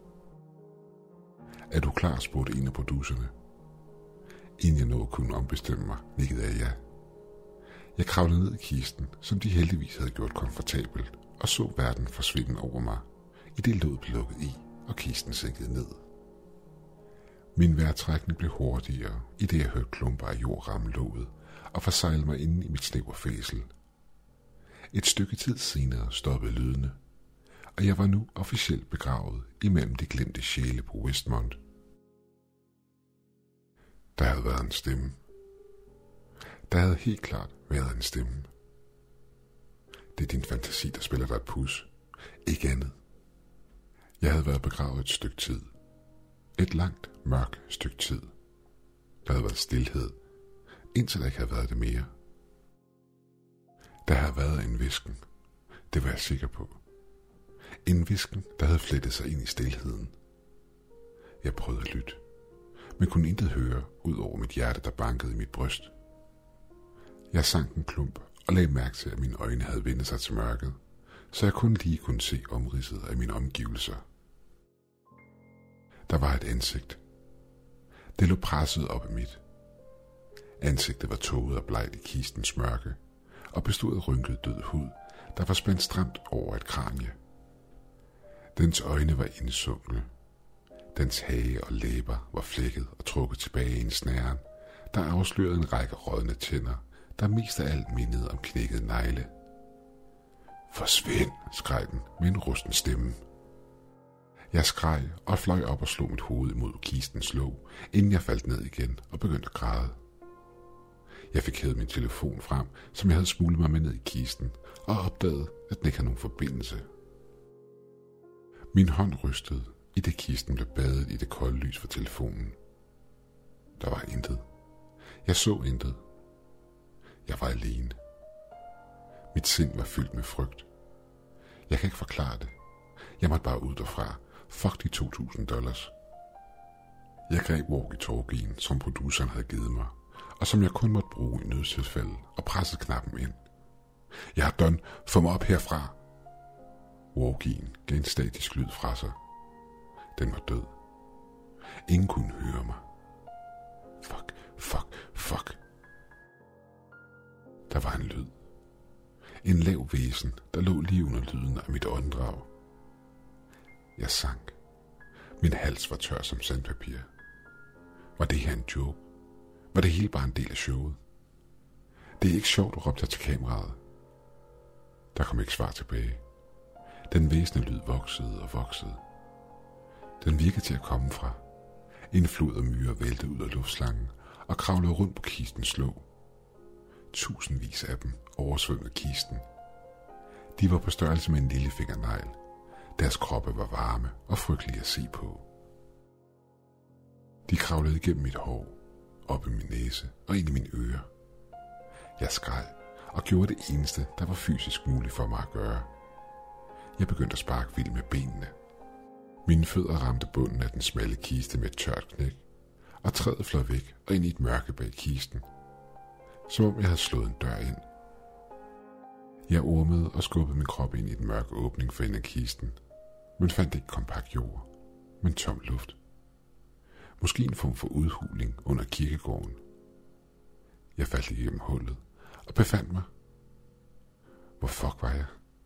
Er du klar, spurgte en af producerne. Inden jeg nåede at kunne ombestemme mig, nikkede jeg ja. Jeg kravlede ned i kisten, som de heldigvis havde gjort komfortabelt, og så verden forsvinde over mig, i det låget blev lukket i, og kisten sænkede ned. Min vejrtrækning blev hurtigere, i det jeg hørte klumper af jord ramme låget, og forsejlede mig inde i mit snævre fæsel. Et stykke tid senere stoppede lydene, og jeg var nu officielt begravet imellem de glemte sjæle på Westmont. Der havde været en stemme. Der havde helt klart været en stemme. Det er din fantasi, der spiller dig et pus. Ikke andet. Jeg havde været begravet et stykke tid. Et langt, mørkt stykke tid. Der havde været stilhed, indtil der ikke havde været det mere. Der havde været en hvisken. Det var jeg sikker på. En hvisken, der havde flettet sig ind i stilheden. Jeg prøvede at lytte, men kunne intet høre ud over mit hjerte, der bankede i mit bryst. Jeg sank en klump og lagde mærke til, at mine øjne havde vendt sig til mørket, så jeg kun lige kunne se omridset af mine omgivelser. Der var et ansigt. Det lå presset op af mit. Ansigtet var tåget og blegt i kistens mørke, og bestod af rynket død hud, der var spændt stramt over et kranie. Dens øjne var indsunkne. Dens hage og læber var flækket og trukket tilbage i en snæren, der afslørede en række rådne tænder, der mest af alt mindede om knækkede negle. Forsvind, skreg den med en rusten stemme. Jeg skreg og fløj op og slog mit hoved imod kistens låg, inden jeg faldt ned igen og begyndte at græde. Jeg fik hævet min telefon frem, som jeg havde smuglet mig med ned i kisten, og opdagede, at den ikke havde nogen forbindelse. Min hånd rystede, i det kisten blev badet i det kolde lys fra telefonen. Der var intet. Jeg så intet. Jeg var alene. Mit sind var fyldt med frygt. Jeg kan ikke forklare det. Jeg måtte bare ud derfra. Fuck de to tusind dollars. Jeg greb walkie-talkien, som produceren havde givet mig, og som jeg kun måtte bruge i nødstilfælde, og pressede knappen ind. Jeg har done. Få mig op herfra. Walkien gav en statisk lyd fra sig. Den var død. Ingen kunne høre mig. Fuck, fuck, fuck. Der var en lyd. En lav væsen, der lå lige under lyden af mit åndedrag. Jeg sank. Min hals var tør som sandpapir. Var det her en joke? Var det hele bare en del af showet? Det er ikke sjovt, råbte jeg til kameraet. Der kom ikke svar tilbage. Den væsende lyd voksede og voksede. Den virkede til at komme fra. En flod af myrer væltede ud af luftslangen og kravlede rundt på kistens låg. Tusindvis af dem oversvømmede kisten. De var på størrelse med en lille fingernegl. Deres kroppe var varme og frygtelige at se på. De kravlede igennem mit hår, op i min næse og ind i mine ører. Jeg skreg og gjorde det eneste, der var fysisk muligt for mig at gøre. Jeg begyndte at sparke vildt med benene. Mine fødder ramte bunden af den smalle kiste med et tørt knæk, og træet fløj væk og ind i et mørke bag kisten, som om jeg havde slået en dør ind. Jeg ormede og skubbede min krop ind i den mørke åbning for enden af kisten, men fandt ikke kompakt jord, men tom luft. Måske en form for udhuling under kirkegården. Jeg faldt igennem hullet og befandt mig. Hvor fuck var jeg?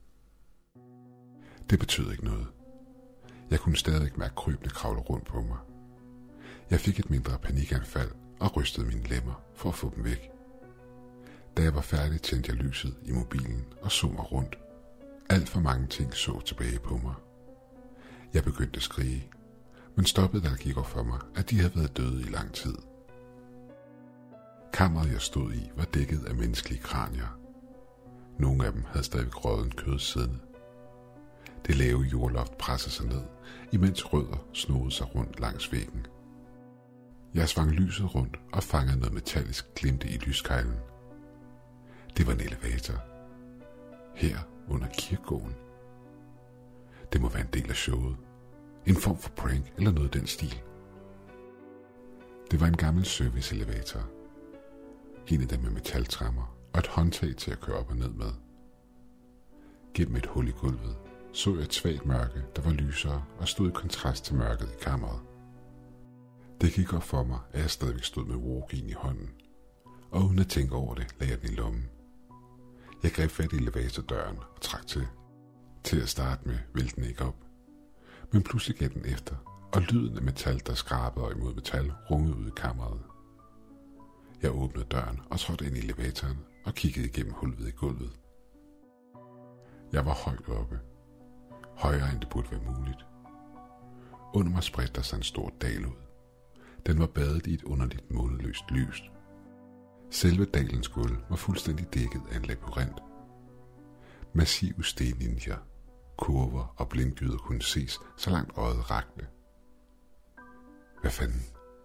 Det betød ikke noget. Jeg kunne stadig mærke krybende kravle rundt på mig. Jeg fik et mindre panikanfald og rystede mine lemmer for at få dem væk. Da jeg var færdig, tændte jeg lyset i mobilen og så mig rundt. Alt for mange ting så tilbage på mig. Jeg begyndte at skrige, men stoppede, da der gik op for mig, at de havde været døde i lang tid. Kammeret, jeg stod i, var dækket af menneskelige kranier. Nogle af dem havde stadig rådden kød siddende. Det lave jordloft pressede sig ned, imens rødder snodede sig rundt langs væggen. Jeg svang lyset rundt og fangede noget metallisk glimte i lyskejlen. Det var en elevator. Her under kirkegården. Det må være en del af showet. En form for prank eller noget i den stil. Det var en gammel service-elevator. En af dem med metaltræmmer og et håndtag til at køre op og ned med. Gennem et hul i gulvet så jeg et svagt mørke, der var lysere og stod i kontrast til mørket i kammeret. Det gik op for mig, at jeg stadigvæk stod med walkien i hånden, og uden at tænke over det, lagde jeg den i lommen. Jeg greb fat i elevatordøren og trak til. Til at starte med ville den ikke op, men pludselig gav den efter, og lyden af metal, der skrabede imod metal, rungede ud i kammeret. Jeg åbnede døren og trådte ind i elevatoren og kiggede igennem hullet i gulvet. Jeg var højt oppe. Højere end det burde være muligt. Under mig spredte der sig en stor dal ud. Den var badet i et underligt måneløst lys. Selve dalens gulv var fuldstændig dækket af en labyrint. Massive stenlinjer, kurver og blindgyder kunne ses, så langt øjet rakte. Hvad fanden?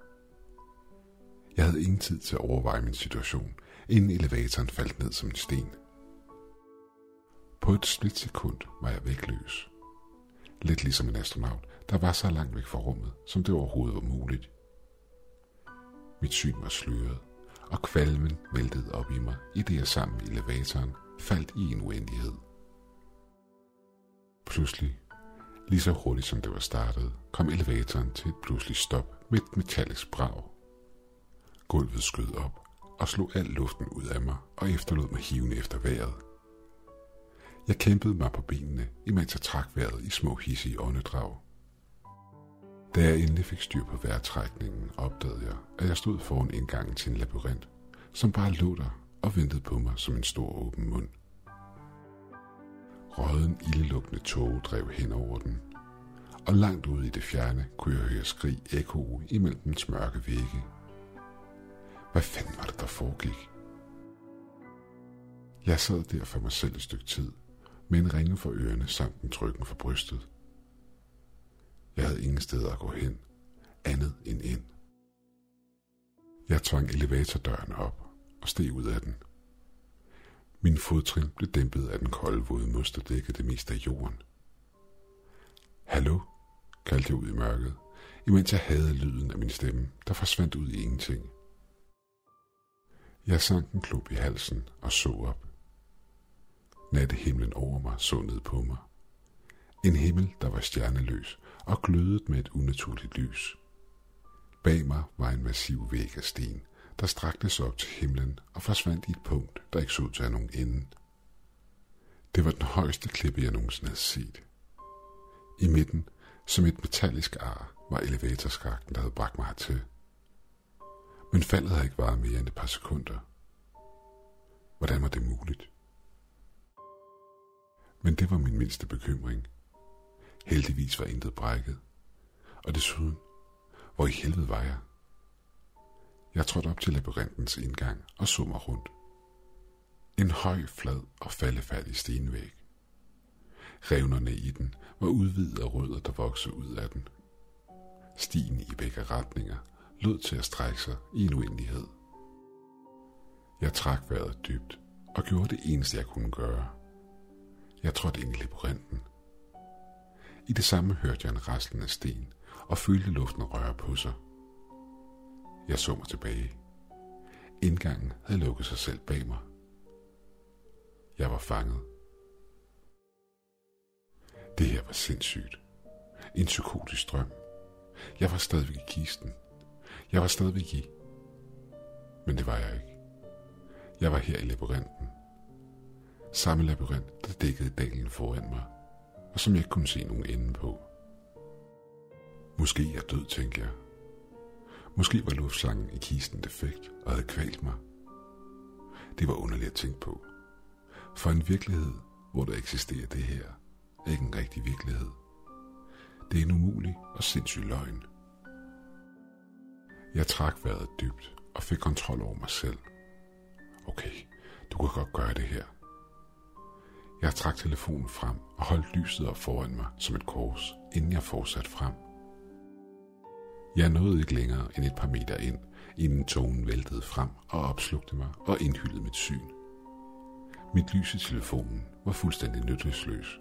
Jeg havde ingen tid til at overveje min situation, inden elevatoren faldt ned som en sten. På et splitsekund var jeg vægtløs. Lidt ligesom en astronaut, der var så langt væk fra rummet, som det overhovedet var muligt. Mit syn var sløret, og kvalmen væltede op i mig, i det jeg sammen med elevatoren faldt i en uendelighed. Pludselig, lige så hurtigt som det var startet, kom elevatoren til et pludseligt stop med et metallisk brag. Gulvet skød op og slog al luften ud af mig og efterlod mig hivende efter vejret. Jeg kæmpede mig på benene, imens jeg trak vejret i små hissige åndedrag. Da jeg endelig fik styr på vejrtrækningen, opdagede jeg, at jeg stod foran indgangen til en labyrint, som bare lå der og ventede på mig som en stor åben mund. Rådden ildelugtende tåge drev hen over den, og langt ude i det fjerne kunne jeg høre skrig ekko imellem dens mørke vægge. Hvad fanden var det, der foregik? Jeg sad der for mig selv et stykke tid, med en ringe for ørerne samt en trykken for brystet. Jeg havde ingen steder at gå hen, andet end ind. Jeg tvang elevatordøren op og steg ud af den. Min fodtrin blev dæmpet af den kolde våde must, der dækkede det meste af jorden. Hallo, kaldte jeg ud i mørket, imens jeg havde lyden af min stemme, der forsvandt ud i ingenting. Jeg sank en klump i halsen og så op. Nattehimlen over mig så ned på mig. En himmel, der var stjerneløs og glødede med et unaturligt lys. Bag mig var en massiv væg af sten, der strakte sig op til himlen og forsvandt i et punkt, der ikke så ud til at nogen ende. Det var den højeste klippe, jeg nogensinde havde set. I midten, som et metallisk ar, var elevatorskakten, der havde bragt mig hertil. Men faldet havde ikke varet mere end et par sekunder. Hvordan var det muligt? Men det var min mindste bekymring. Heldigvis var intet brækket. Og desuden, hvor i helvede var jeg? Jeg trådte op til labyrintens indgang og så mig rundt. En høj, flad og faldefærdig stenvæg. Revnerne i den var udvidet af rødder, der voksede ud af den. Stien i begge retninger lød til at strække sig i en uendelighed. Jeg trak vejret dybt og gjorde det eneste, jeg kunne gøre. Jeg trådte ind i labyrinten. I det samme hørte jeg en raslen af sten og følte luften røre på sig. Jeg så mig tilbage. Indgangen havde lukket sig selv bag mig. Jeg var fanget. Det her var sindssygt. En psykotisk drøm. Jeg var stadigvæk i kisten. Jeg var stadigvæk i. Men det var jeg ikke. Jeg var her i labyrinten. Samme labyrint, der dækkede dalen foran mig, og som jeg ikke kunne se nogen ende på. Måske er jeg død, tænkte jeg. Måske var luftslangen i kisten defekt og havde kvalt mig. Det var underligt at tænke på. For en virkelighed, hvor der eksisterer det her, er ikke en rigtig virkelighed. Det er en umulig og sindssyg løgn. Jeg trak vejret dybt og fik kontrol over mig selv. Okay, du kan godt gøre det her. Jeg trak telefonen frem og holdt lyset op foran mig som et kors, inden jeg fortsatte frem. Jeg nåede ikke længere end et par meter ind, inden togen væltede frem og opslugte mig og indhyldede mit syn. Mit lys i telefonen var fuldstændig nytteløs.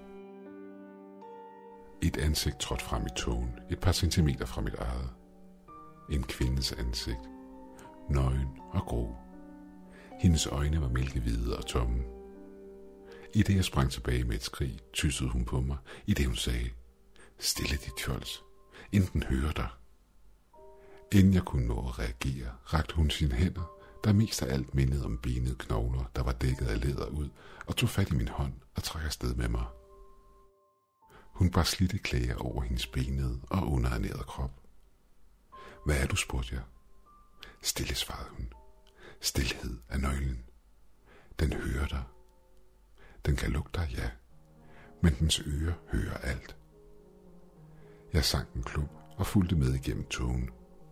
Et ansigt trådte frem i togen, et par centimeter fra mit eget. En kvindes ansigt, nøgen og grå. Hendes øjne var mælkehvide og tomme. I det jeg sprang tilbage med et skrig, tyssede hun på mig, i det hun sagde, stille dit fjols, enten hører dig. Inden jeg kunne nå at reagere, rakte hun sine hænder, der mest af alt mindede om benede knogler, der var dækket af læder ud, og tog fat i min hånd og trak afsted med mig. Hun bar slidte klæder over hendes benede og underernærede krop. Hvad er du, spurgte jeg. Stille, svarede hun. Stilhed er nøglen. Den hører dig. Den kan lugte dig, ja, men dens ører hører alt. Jeg sank en klump og fulgte med igennem togen.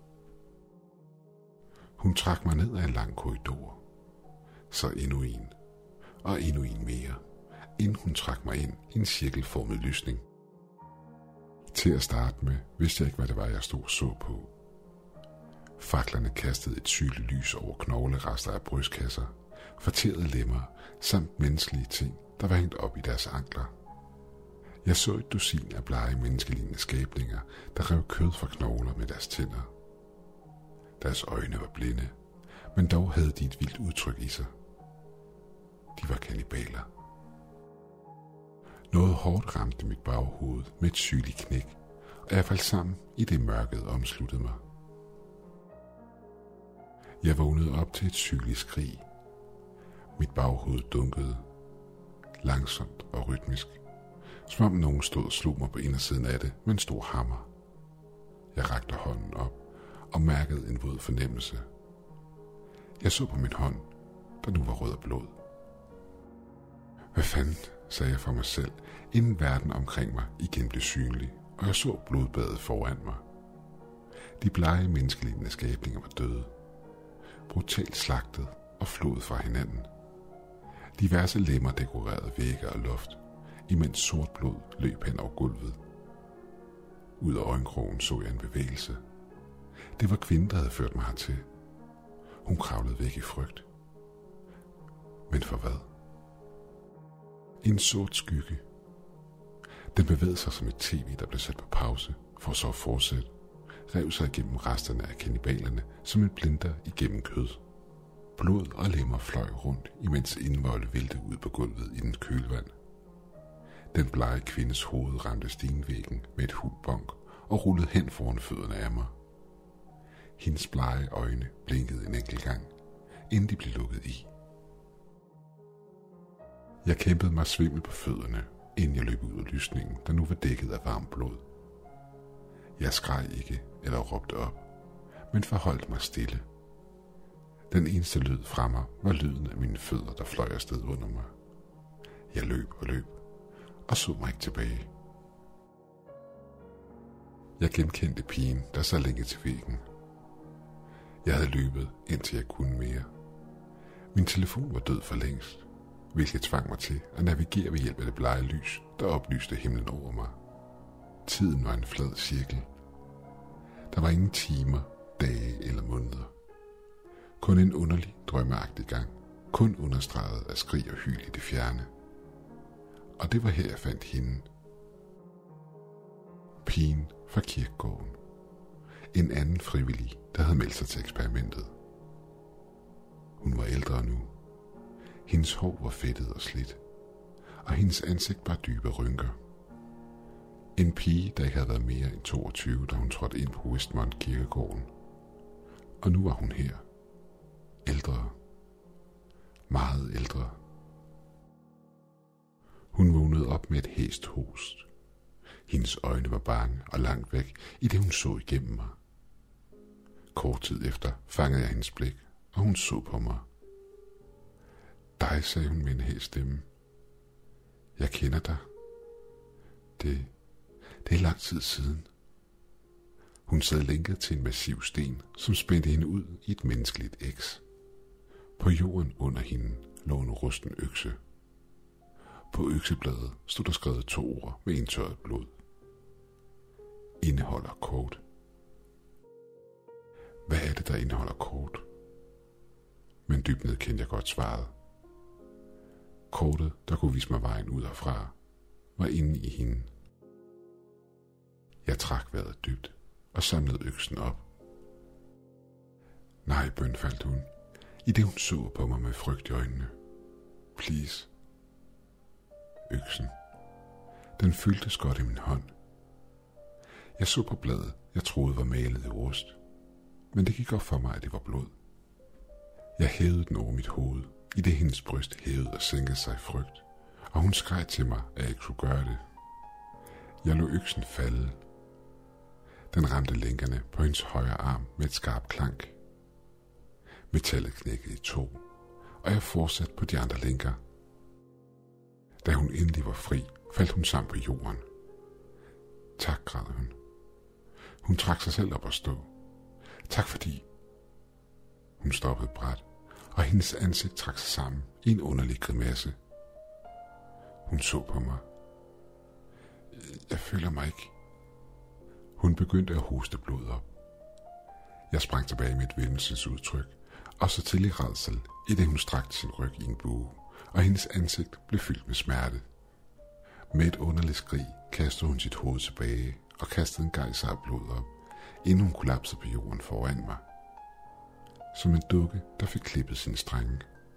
Hun trak mig ned ad en lang korridor. Så endnu en, og endnu en mere, inden hun trak mig ind i en cirkelformet lysning. Til at starte med vidste jeg ikke, hvad det var, jeg stod og så på. Faklerne kastede et sygeligt lys over knoglerester af brystkasser, fortærede lemmer samt menneskelige ting, der var hængt op i deres ankler. Jeg så et dusin af blege menneskelignende skabninger, der rev kød fra knogler med deres tænder. Deres øjne var blinde, men dog havde de et vildt udtryk i sig. De var kannibaler. Noget hårdt ramte mit baghoved med et sygeligt knæk, og jeg faldt sammen i det mørket omsluttede mig. Jeg vågnede op til et sygeligt skrig. Mit baghoved dunkede, langsomt og rytmisk, som om nogen stod og slog mig på indersiden af det med en stor hammer. Jeg rakte hånden op og mærkede en våd fornemmelse. Jeg så på min hånd, der nu var rød af blod. Hvad fanden, sagde jeg for mig selv, inden verden omkring mig igen blev synlig, og jeg så blodbadet foran mig. De blege menneskelignende skabninger var døde, brutalt slagtet og flået fra hinanden. Diverse lemmer dekorerede vægge og loft, imens sort blod løb hen over gulvet. Ud af øjenkrogen så jeg en bevægelse. Det var kvinden, der havde ført mig hertil. Hun kravlede væk i frygt. Men for hvad? En sort skygge. Den bevægede sig som et tv, der blev sat på pause, for så at fortsætte, rev sig igennem resterne af kannibalerne som en blinder igennem kød. Blod og lemmer fløj rundt, imens indvolde vælte ud på gulvet i den kølvand. Den blege kvindes hoved ramte stenvæggen med et hul bonk og rullede hen foran fødderne af mig. Hendes blege øjne blinkede en enkelt gang, inden de blev lukket i. Jeg kæmpede mig svimmel på fødderne, inden jeg løb ud af lysningen, der nu var dækket af varmt blod. Jeg skreg ikke eller råbte op, men forholdt mig stille. Den eneste lyd fra mig var lyden af mine fødder, der fløj afsted under mig. Jeg løb og løb, og så mig ikke tilbage. Jeg genkendte pigen, der sad længe til væggen. Jeg havde løbet, indtil jeg kunne mere. Min telefon var død for længst, hvilket tvang mig til at navigere ved hjælp af det blege lys, der oplyste himlen over mig. Tiden var en flad cirkel. Der var ingen timer, dage eller måneder. Kun en underlig, drømmeagtig gang, kun understreget af skrig og hyl i det fjerne. Og det var her, jeg fandt hende. Pigen fra kirkegården. En anden frivillig, der havde meldt sig til eksperimentet. Hun var ældre nu. Hendes hår var fedtet og slidt, og hendes ansigt var dybe rynker. En pige, der ikke havde været mere end toogtyve, da hun trådte ind på Westmont kirkegården. Og nu var hun her. Ældre. Meget ældre. Hun vågnede op med et hæst host. Hendes øjne var bange og langt væk, i det hun så igennem mig. Kort tid efter fangede jeg hendes blik, og hun så på mig. Dig, sagde hun med en hæs stemme. Jeg kender dig. Det, det er lang tid siden. Hun sad lænket til en massiv sten, som spændte hende ud i et menneskeligt eks. På jorden under hende lå en rusten økse. På øksebladet stod der skrevet to ord med indtørret blod. Indeholder kort. Hvad er det, der indeholder kort? Men dybt ned kendte jeg godt svaret. Kortet, der kunne vise mig vejen ud herfra, var inde i hende. Jeg trak vejret dybt og samlede øksen op. Nej, bønfaldt hun, i det hun så på mig med frygt i øjnene. Please. Øksen. Den fyldtes godt i min hånd. Jeg så på bladet, jeg troede var malet i rust, men det gik op for mig, at det var blod. Jeg hævede den over mit hoved, i det hendes bryst hævede og sænkede sig i frygt, og hun skreg til mig, at jeg ikke skulle gøre det. Jeg lå øksen falde. Den ramte lænkerne på hendes højre arm med et skarpt klank. Metallet knækkede i to, og jeg fortsatte på de andre lænker. Da hun endelig var fri, faldt hun sammen på jorden. Tak, græd hun. Hun trak sig selv op og stå. Tak fordi. Hun stoppede brat, og hendes ansigt trak sig sammen i en underlig grimasse. Hun så på mig. Jeg føler mig ikke. Hun begyndte at hoste blod op. Jeg sprang tilbage med et væmmelsesudtryk, og så til i rædsel, i det hun strakte sin ryg i en bue, og hendes ansigt blev fyldt med smerte. Med et underligt skrig kastede hun sit hoved tilbage og kastede en gejser af blod op, inden hun kollapsede på jorden foran mig. Som en dukke, der fik klippet sin strenge.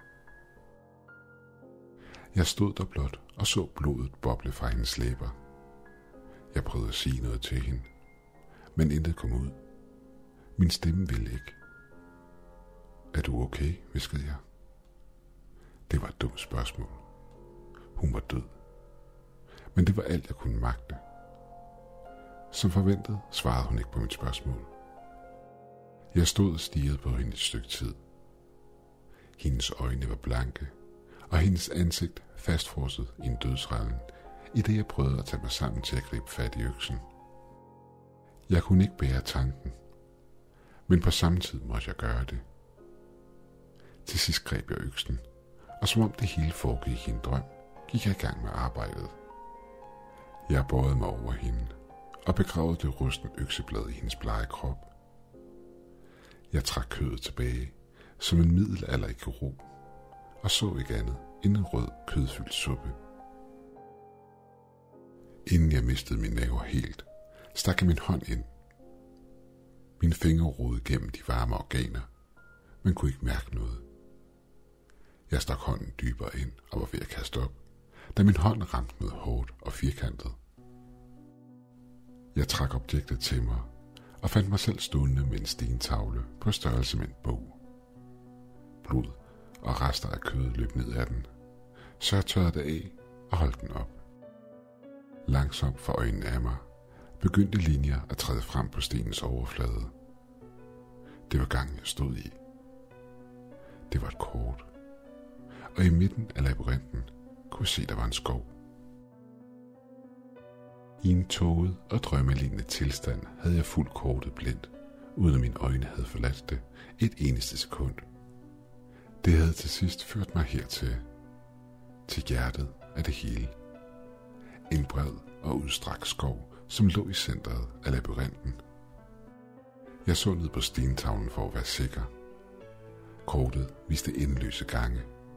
Jeg stod der blot og så blodet boble fra hendes læber. Jeg prøvede at sige noget til hende, men intet kom ud. Min stemme ville ikke. Er du okay, hviskede jeg. Det var et dumt spørgsmål. Hun var død. Men det var alt, jeg kunne magte. Som forventet svarede hun ikke på mit spørgsmål. Jeg stod og stirrede på hende et stykke tid. Hendes øjne var blanke, og hendes ansigt fastfrosset i en dødsrallen, i det jeg prøvede at tage mig sammen til at gribe fat i øksen. Jeg kunne ikke bære tanken, men på samme tid måtte jeg gøre det. Til sidst greb jeg øksen, og som om det hele foregik i en drøm, gik jeg i gang med arbejdet. Jeg bøjede mig over hende og begravede det rustne økseblad i hendes blege krop. Jeg trak kødet tilbage som en middelalderlig kirurg og så ikke andet end en rød kødfyldt suppe. Inden jeg mistede mine næver helt, stak jeg min hånd ind. Mine fingre rodede gennem de varme organer, men kunne ikke mærke noget. Jeg stak hånden dybere ind og var ved at kaste op, da min hånd ramte noget hårdt og firkantet. Jeg trak objektet til mig og fandt mig selv stående med en stentavle på størrelse med en bog. Blod og rester af kød løb ned ad den, så jeg tørrede det af og holdt den op. Langsomt for øjnene af mig begyndte linjer at træde frem på stenens overflade. Det var gangen, jeg stod i. Det var et kort, og i midten af labyrinten kunne jeg se, der var en skov. I en tåget og drømmelignende tilstand havde jeg fulgt kortet blindt, uden at mine øjne havde forladt det et eneste sekund. Det havde til sidst ført mig hertil, til hjertet af det hele. En bred og udstrakt skov, som lå i centret af labyrinten. Jeg så ned på stentavlen for at være sikker. Kortet viste endeløse gange,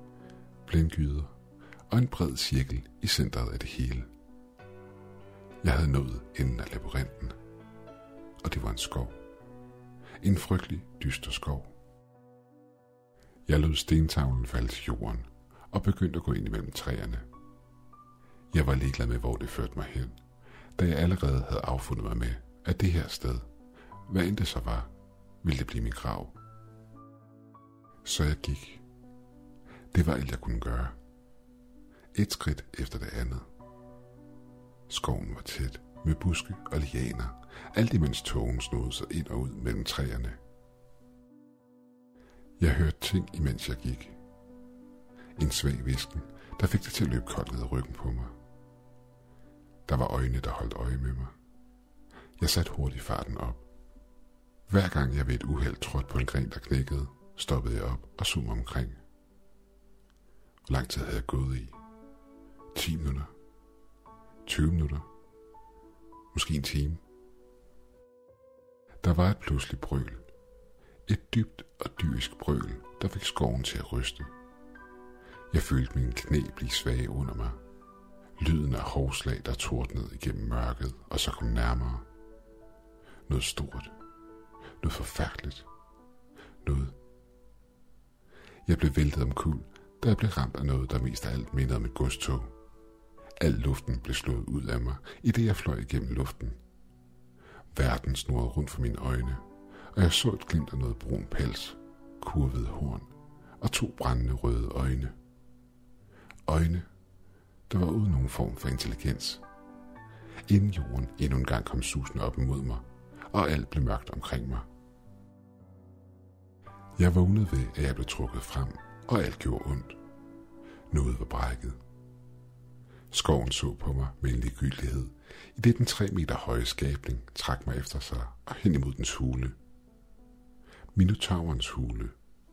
blindgyder og en bred cirkel i centret af det hele. Jeg havde nået enden af labyrinten, og det var en skov. En frygtelig, dyster skov. Jeg lod stentavlen falde til jorden og begyndte at gå ind imellem træerne. Jeg var ligeglad med, hvor det førte mig hen, da jeg allerede havde affundet mig med, at det her sted, hvad end det så var, ville det blive min grav. Så jeg gik. Det var alt, jeg kunne gøre. Et skridt efter det andet. Skoven var tæt med buske og lianer, alt imens tågen snodede sig ind og ud mellem træerne. Jeg hørte ting, imens jeg gik. En svag hvisken, der fik det til at løbe koldt ned ad ryggen på mig. Der var øjne, der holdt øje med mig. Jeg satte hurtigt farten op. Hver gang jeg ved et uheld trådte på en gren, der knækkede, stoppede jeg op og så mig omkring. Hvor lang tid havde jeg gået i? ti minutter? tyve minutter? Måske en time? Der var et pludseligt brøl. Et dybt og dyrisk brøl, der fik skoven til at ryste. Jeg følte mine knæ blive svage under mig. Lyden af hovslag, der tordnede igennem mørket og så kom nærmere. Noget stort. Noget forfærdeligt. Noget. Jeg blev væltet omkuld, da jeg blev ramt af noget, der mest af alt mindede om et godstog. Al luften blev slået ud af mig, i det jeg fløj igennem luften. Verden snurrede rundt for mine øjne, og jeg så et glimt af noget brun pels, kurvede horn og to brændende røde øjne. Øjne, der var uden nogen form for intelligens. Inden jorden endnu en gang kom susende op imod mig, og alt blev mørkt omkring mig. Jeg vågnede ved, at jeg blev trukket frem, og alt gjorde ondt. Noget var brækket. Skoven så på mig med en ligegyldighed, i det den tre meter høje skabning trak mig efter sig og hen imod dens hule. Minotaurens hule.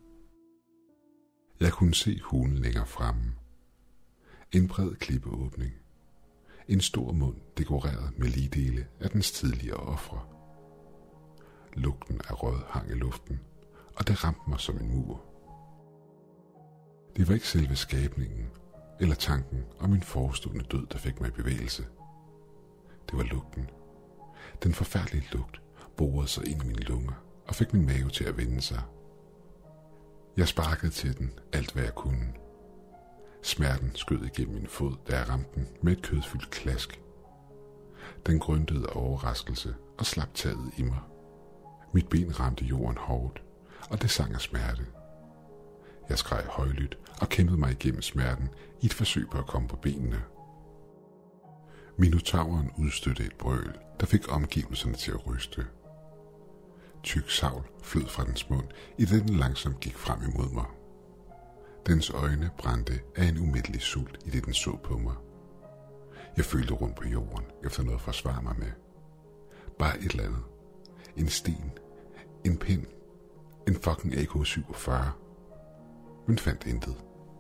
Jeg kunne se hulen længere fremme. En bred klippeåbning. En stor mund dekoreret med ligdele af dens tidligere ofre. Lugten af rød hang i luften, og det ramte mig som en mur. Det var ikke selve skabningen, eller tanken om min forestående død, der fik mig i bevægelse. Det var lugten. Den forfærdelige lugt borede sig ind i mine lunger og fik min mave til at vende sig. Jeg sparkede til den alt, hvad jeg kunne. Smerten skød igennem min fod, da jeg ramte den med et kødfyldt klask. Den grøntede af overraskelse og slap taget i mig. Mit ben ramte jorden hårdt, og det sang af smerte. Jeg skreg højlydt og kæmpede mig igennem smerten i et forsøg på at komme på benene. Minotauren udstødte et brøl, der fik omgivelserne til at ryste. Tyk savl flød fra dens mund, i det den langsomt gik frem imod mig. Dens øjne brændte af en umættelig sult, i det den så på mig. Jeg følte rundt på jorden efter noget at forsvare mig med. Bare et eller andet. En sten. En pind. En fucking A K syvogfyrre. Men fandt intet.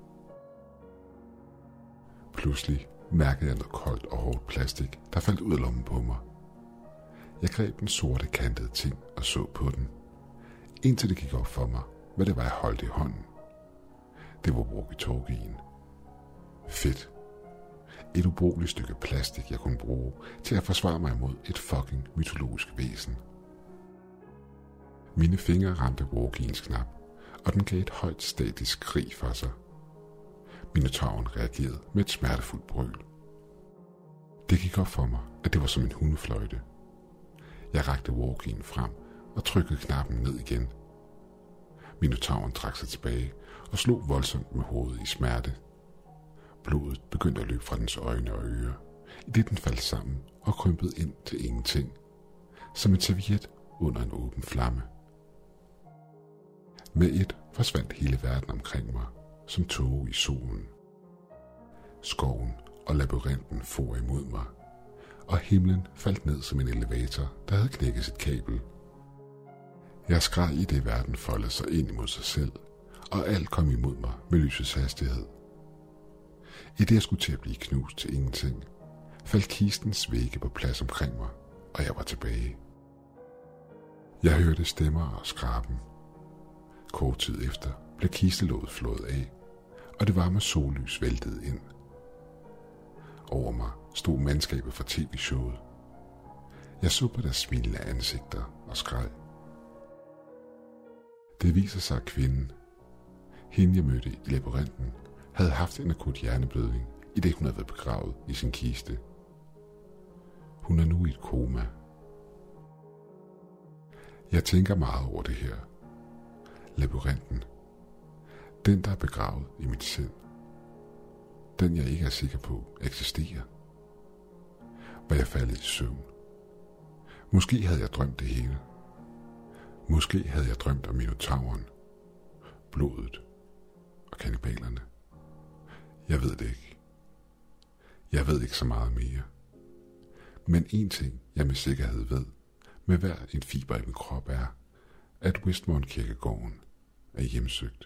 Pludselig mærkede jeg noget koldt og hårdt plastik, der faldt ud af lommen på mig. Jeg greb den sorte kantede ting og så på den, indtil det gik op for mig, hvad det var, jeg holdt i hånden. Det var walkie-talkien. Fedt. Et ubrugeligt stykke plastik, jeg kunne bruge til at forsvare mig imod et fucking mytologisk væsen. Mine fingre ramte walkiens knap, og den gav et højt statisk skrig for sig. Minotauren reagerede med et smertefuldt brøl. Det gik op for mig, at det var som en hundefløjte. Jeg rakte walkien frem og trykkede knappen ned igen. Minotauren trak sig tilbage og slog voldsomt med hovedet i smerte. Blodet begyndte at løbe fra dens øjne og ører, i det den faldt sammen og krympede ind til ingenting, som en serviet under en åben flamme. Med et forsvandt hele verden omkring mig, som tåge i solen. Skoven og labyrinten for imod mig, og himlen faldt ned som en elevator, der havde knækket sit kabel. Jeg skreg i det, verden foldede sig ind imod sig selv, og alt kom imod mig med lysets hastighed. I det jeg skulle til at blive knust til ingenting, faldt kistens vægge på plads omkring mig, og jeg var tilbage. Jeg hørte stemmer og skraben. Kort tid efter blev kistelåget flået af, og det varme sollys væltede ind. Over mig stod mandskabet fra tv-showet. Jeg så på deres smilende ansigter og skreg. Det viser sig, at kvinden, hende jeg mødte i labyrinten, havde haft en akut hjerneblødning, i det hun havde været begravet i sin kiste. Hun er nu i et koma. Jeg tænker meget over det her. Labyrinten. Den, der er begravet i mit sind. Den, jeg ikke er sikker på eksisterer. Var jeg faldet i søvn? Måske havde jeg drømt det hele. Måske havde jeg drømt om minotauren, blodet og kannibalerne. Jeg ved det ikke. Jeg ved ikke så meget mere. Men en ting, jeg med sikkerhed ved, med hver en fiber i min krop er, at Westmorland Kirkegården er hjemsøgt.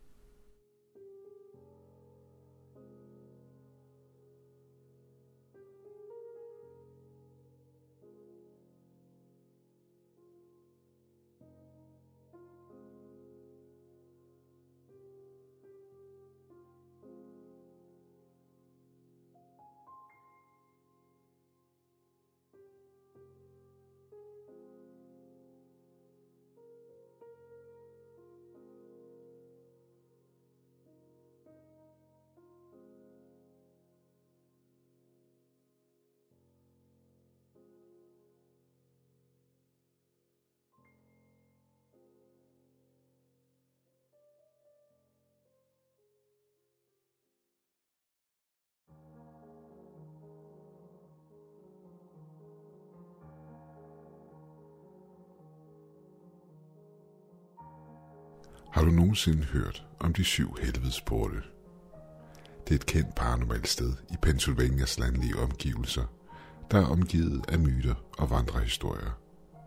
Har du nogensinde hørt om de syv helvedesporte? Det er et kendt paranormalt sted i Pennsylvanias landlige omgivelser, der er omgivet af myter og vandrehistorier.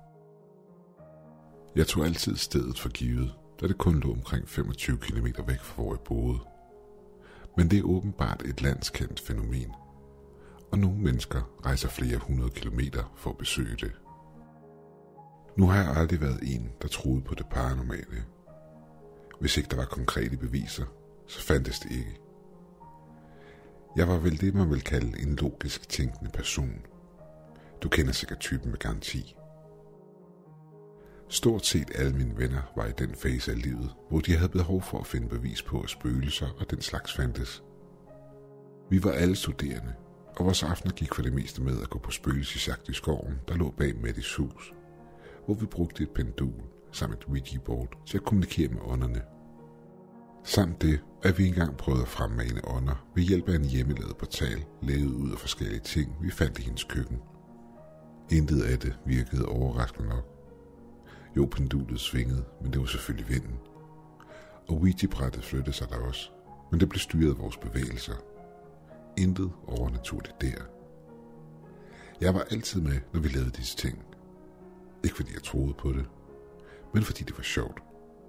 Jeg tog altid stedet for givet, da det kun lå omkring femogtyve kilometer væk fra hvor jeg boede. Men det er åbenbart et landskendt fænomen, og nogle mennesker rejser flere hundrede kilometer for at besøge det. Nu har jeg aldrig været en, der troede på det paranormale. Hvis ikke der var konkrete beviser, så fandtes det ikke. Jeg var vel det, man vil kalde en logisk tænkende person. Du kender sikkert typen med garanti. Stort set alle mine venner var i den fase af livet, hvor de havde behov for at finde bevis på, at spøgelser og den slags fandtes. Vi var alle studerende, og vores aftener gik for det meste med at gå på spøgelsesjagt i skoven, der lå bag Maddys hus, hvor vi brugte et pendul samt et Ouija-board til at kommunikere med ånderne. Samt det, at vi engang prøvede at fremmane ånder ved hjælp af en hjemmelavet portal, lavet ud af forskellige ting, vi fandt i hendes køkken. Intet af det virkede overraskende nok. Jo, pendulet svingede, men det var selvfølgelig vinden. Og Ouija-brættet flyttede sig der også, men det blev styret af vores bevægelser. Intet overnaturligt der. Jeg var altid med, når vi lavede disse ting. Ikke fordi jeg troede på det, men fordi det var sjovt.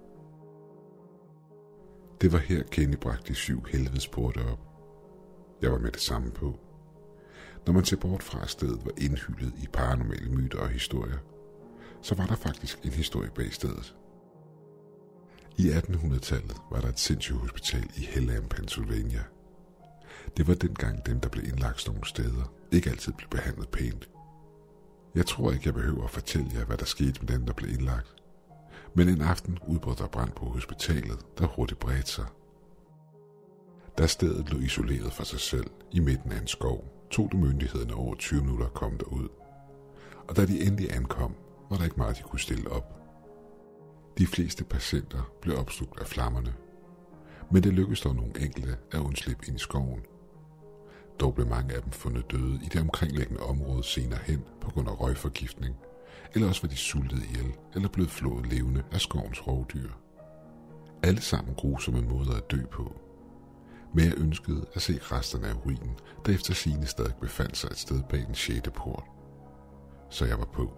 Det var her Kenny bragte de syv helvedesporte op. Jeg var med det samme på. Når man ser bort fra, at stedet var indhyllet i paranormale myter og historier, så var der faktisk en historie bag stedet. I attenhundredetallet var der et sindssygehospital i Hellam, Pennsylvania. Det var dengang dem, der blev indlagt nogle steder, ikke altid blev behandlet pænt. Jeg tror ikke, jeg behøver at fortælle jer, hvad der skete med dem, der blev indlagt. Men en aften udbrød der brand på hospitalet, der hurtigt bredte sig. Da stedet lå isoleret for sig selv i midten af en skov, tog det myndighederne over tyve minutter at komme derud. Og da de endelig ankom, var der ikke meget, de kunne stille op. De fleste patienter blev opslugt af flammerne, men det lykkedes dog nogle enkelte at undslippe ind i skoven. Dog blev mange af dem fundet døde i det omkringliggende område senere hen på grund af røgforgiftning, eller også var de sultet ihjel eller blevet flået levende af skovens rovdyr. Alle sammen grusomme måder at dø på. Men jeg ønskede at se resterne af ruinen, der efter sigende stadig befandt sig et sted bag den sjette port. Så jeg var på.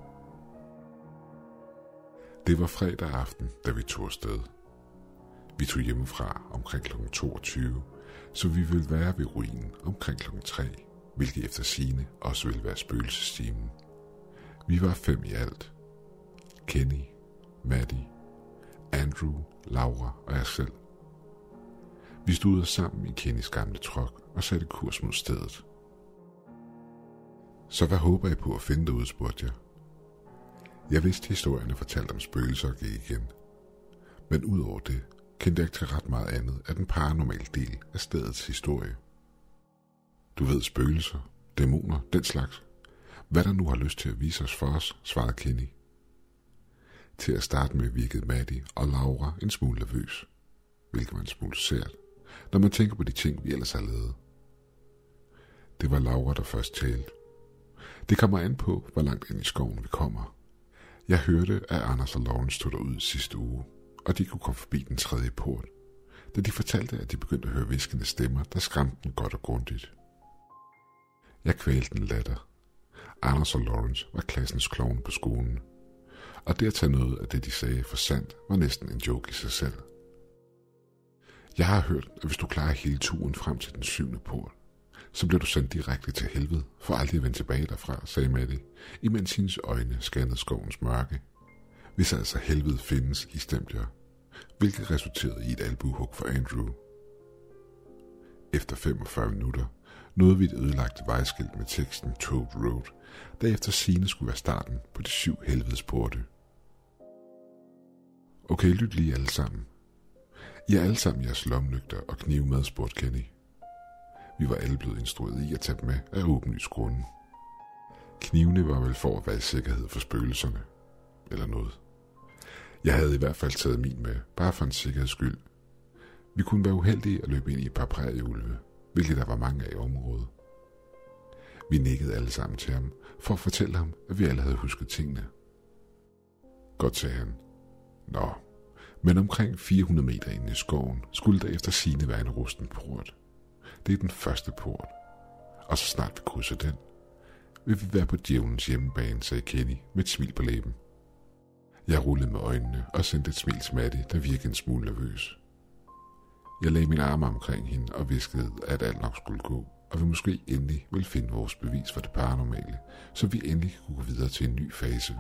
Det var fredag aften, da vi tog afsted. Vi tog hjemmefra omkring klokken toogtyve, så vi ville være ved ruinen omkring klokken tre, hvilket efter sigende også ville være spøgelsestimen. Vi var fem i alt. Kenny, Maddie, Andrew, Laura og jeg selv. Vi stod ud sammen i Kennys gamle truck og satte kurs mod stedet. Så hvad håber I på at finde derude, spurgte jeg. Jeg vidste, historierne fortalte om spøgelser og gik igen. Men udover det, kendte jeg ikke til ret meget andet af den paranormale del af stedets historie. Du ved, spøgelser, dæmoner, den slags. Hvad der nu har lyst til at vise os for os, svarede Kenny. Til at starte med virkede Maddie og Laura en smule nervøs, hvilket var en smule sært, når man tænker på de ting, vi ellers har lavet. Det var Laura, der først talte. Det kommer an på, hvor langt ind i skoven vi kommer. Jeg hørte, at Anders og Lawrence stod derud sidste uge, og de kunne komme forbi den tredje port, da de fortalte, at de begyndte at høre hviskende stemmer, der skræmte den godt og grundigt. Jeg kvælte en latter. Anders og Lawrence var klassens klovne på skolen, og det at tage noget af det, de sagde for sandt, var næsten en joke i sig selv. Jeg har hørt, at hvis du klarer hele turen frem til den syvende port, så bliver du sendt direkte til helvede, for aldrig at vende tilbage derfra, sagde Maddie, imens hendes øjne scannede skovens mørke. Hvis altså helvede findes, istemte jeg, hvilket resulterede i et albuehug for Andrew. Efter femogfyrre minutter nåede vi et ødelagt vejskilt med teksten Toad Road, der efter sigende skulle være starten på de syv helvedesporte. Okay, lyt lige alle sammen. I er alle sammen jeres lommelygter og knive med, spurgte Kenny. Vi var alle blevet instrueret i at tage dem med af åbenlys grunde. Knivene var vel for at være i sikkerhed for spøgelserne, eller noget. Jeg havde i hvert fald taget min med, bare for en sikkerheds skyld. Vi kunne være uheldige at løbe ind i et par prærieulve, hvilket der var mange af i området. Vi nikkede alle sammen til ham, for at fortælle ham, at vi alle havde husket tingene. Godt, sagde han. Nå, men omkring fire hundrede meter inde i skoven skulle der efter sigende være en rusten port. Det er den første port, og så snart vi krydser den, vil vi være på djævelens hjemmebane, sagde Kenny med et smil på læben. Jeg rullede med øjnene og sendte et smil til Maddie, der virkede en smule nervøs. Jeg lagde mine arme omkring hende og viskede, at alt nok skulle gå, og vi måske endelig ville finde vores bevis for det paranormale, så vi endelig kunne gå videre til en ny fase.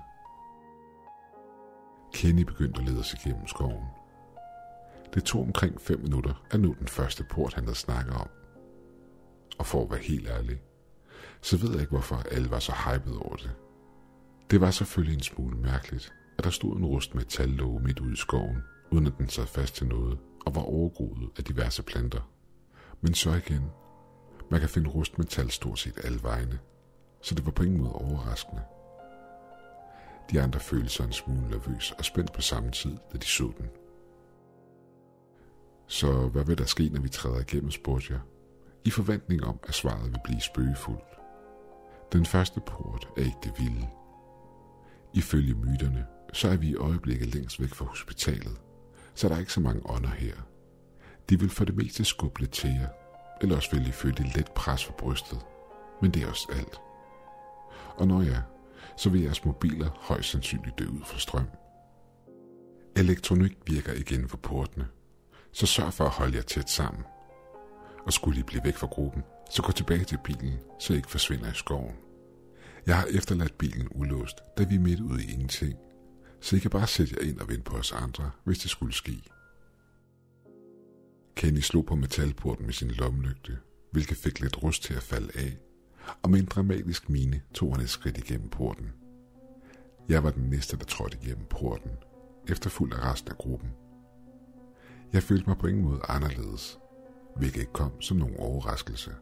Kenny begyndte at lede os igennem skoven. Det tog omkring fem minutter at nå den første port, han havde snakket om. Og for at være helt ærlig, så ved jeg ikke, hvorfor alle var så hyped over det. Det var selvfølgelig en smule mærkeligt, at der stod en rust metallåge midt ude i skoven, uden at den sad fast til noget, og var overgroet af diverse planter. Men så igen, man kan finde rustmetal stort set alle vegne, så det var på ingen måde overraskende. De andre følte sig en smule nervøs og spændt på samme tid, da de så den. Så hvad vil der ske, når vi træder igennem, spurgte jeg, i forventning om, at svaret vil blive spøgefuldt. Den første port er ikke det vilde. Ifølge myterne, så er vi i øjeblikket længst væk fra hospitalet, så der er ikke så mange ånder her. De vil for det meste skubbe lidt til jer, eller også vil I føle et let pres for brystet, men det er også alt. Og når jeg, så vil jeres mobiler højst sandsynligt dø ud for strøm. Elektronik virker igen for portene, så sørg for at holde jer tæt sammen. Og skulle I blive væk fra gruppen, så gå tilbage til bilen, så I ikke forsvinder i skoven. Jeg har efterladt bilen ulåst, da vi er midt ude i ingenting, så I kan bare sætte jer ind og vente på os andre, hvis det skulle ske. Kenny slog på metalporten med sin lommelygte, hvilket fik lidt rust til at falde af, og med en dramatisk mine tog han et skridt igennem porten. Jeg var den næste, der trådte igennem porten, efterfulgt af resten af gruppen. Jeg følte mig på ingen måde anderledes, hvilket ikke kom som nogen overraskelse.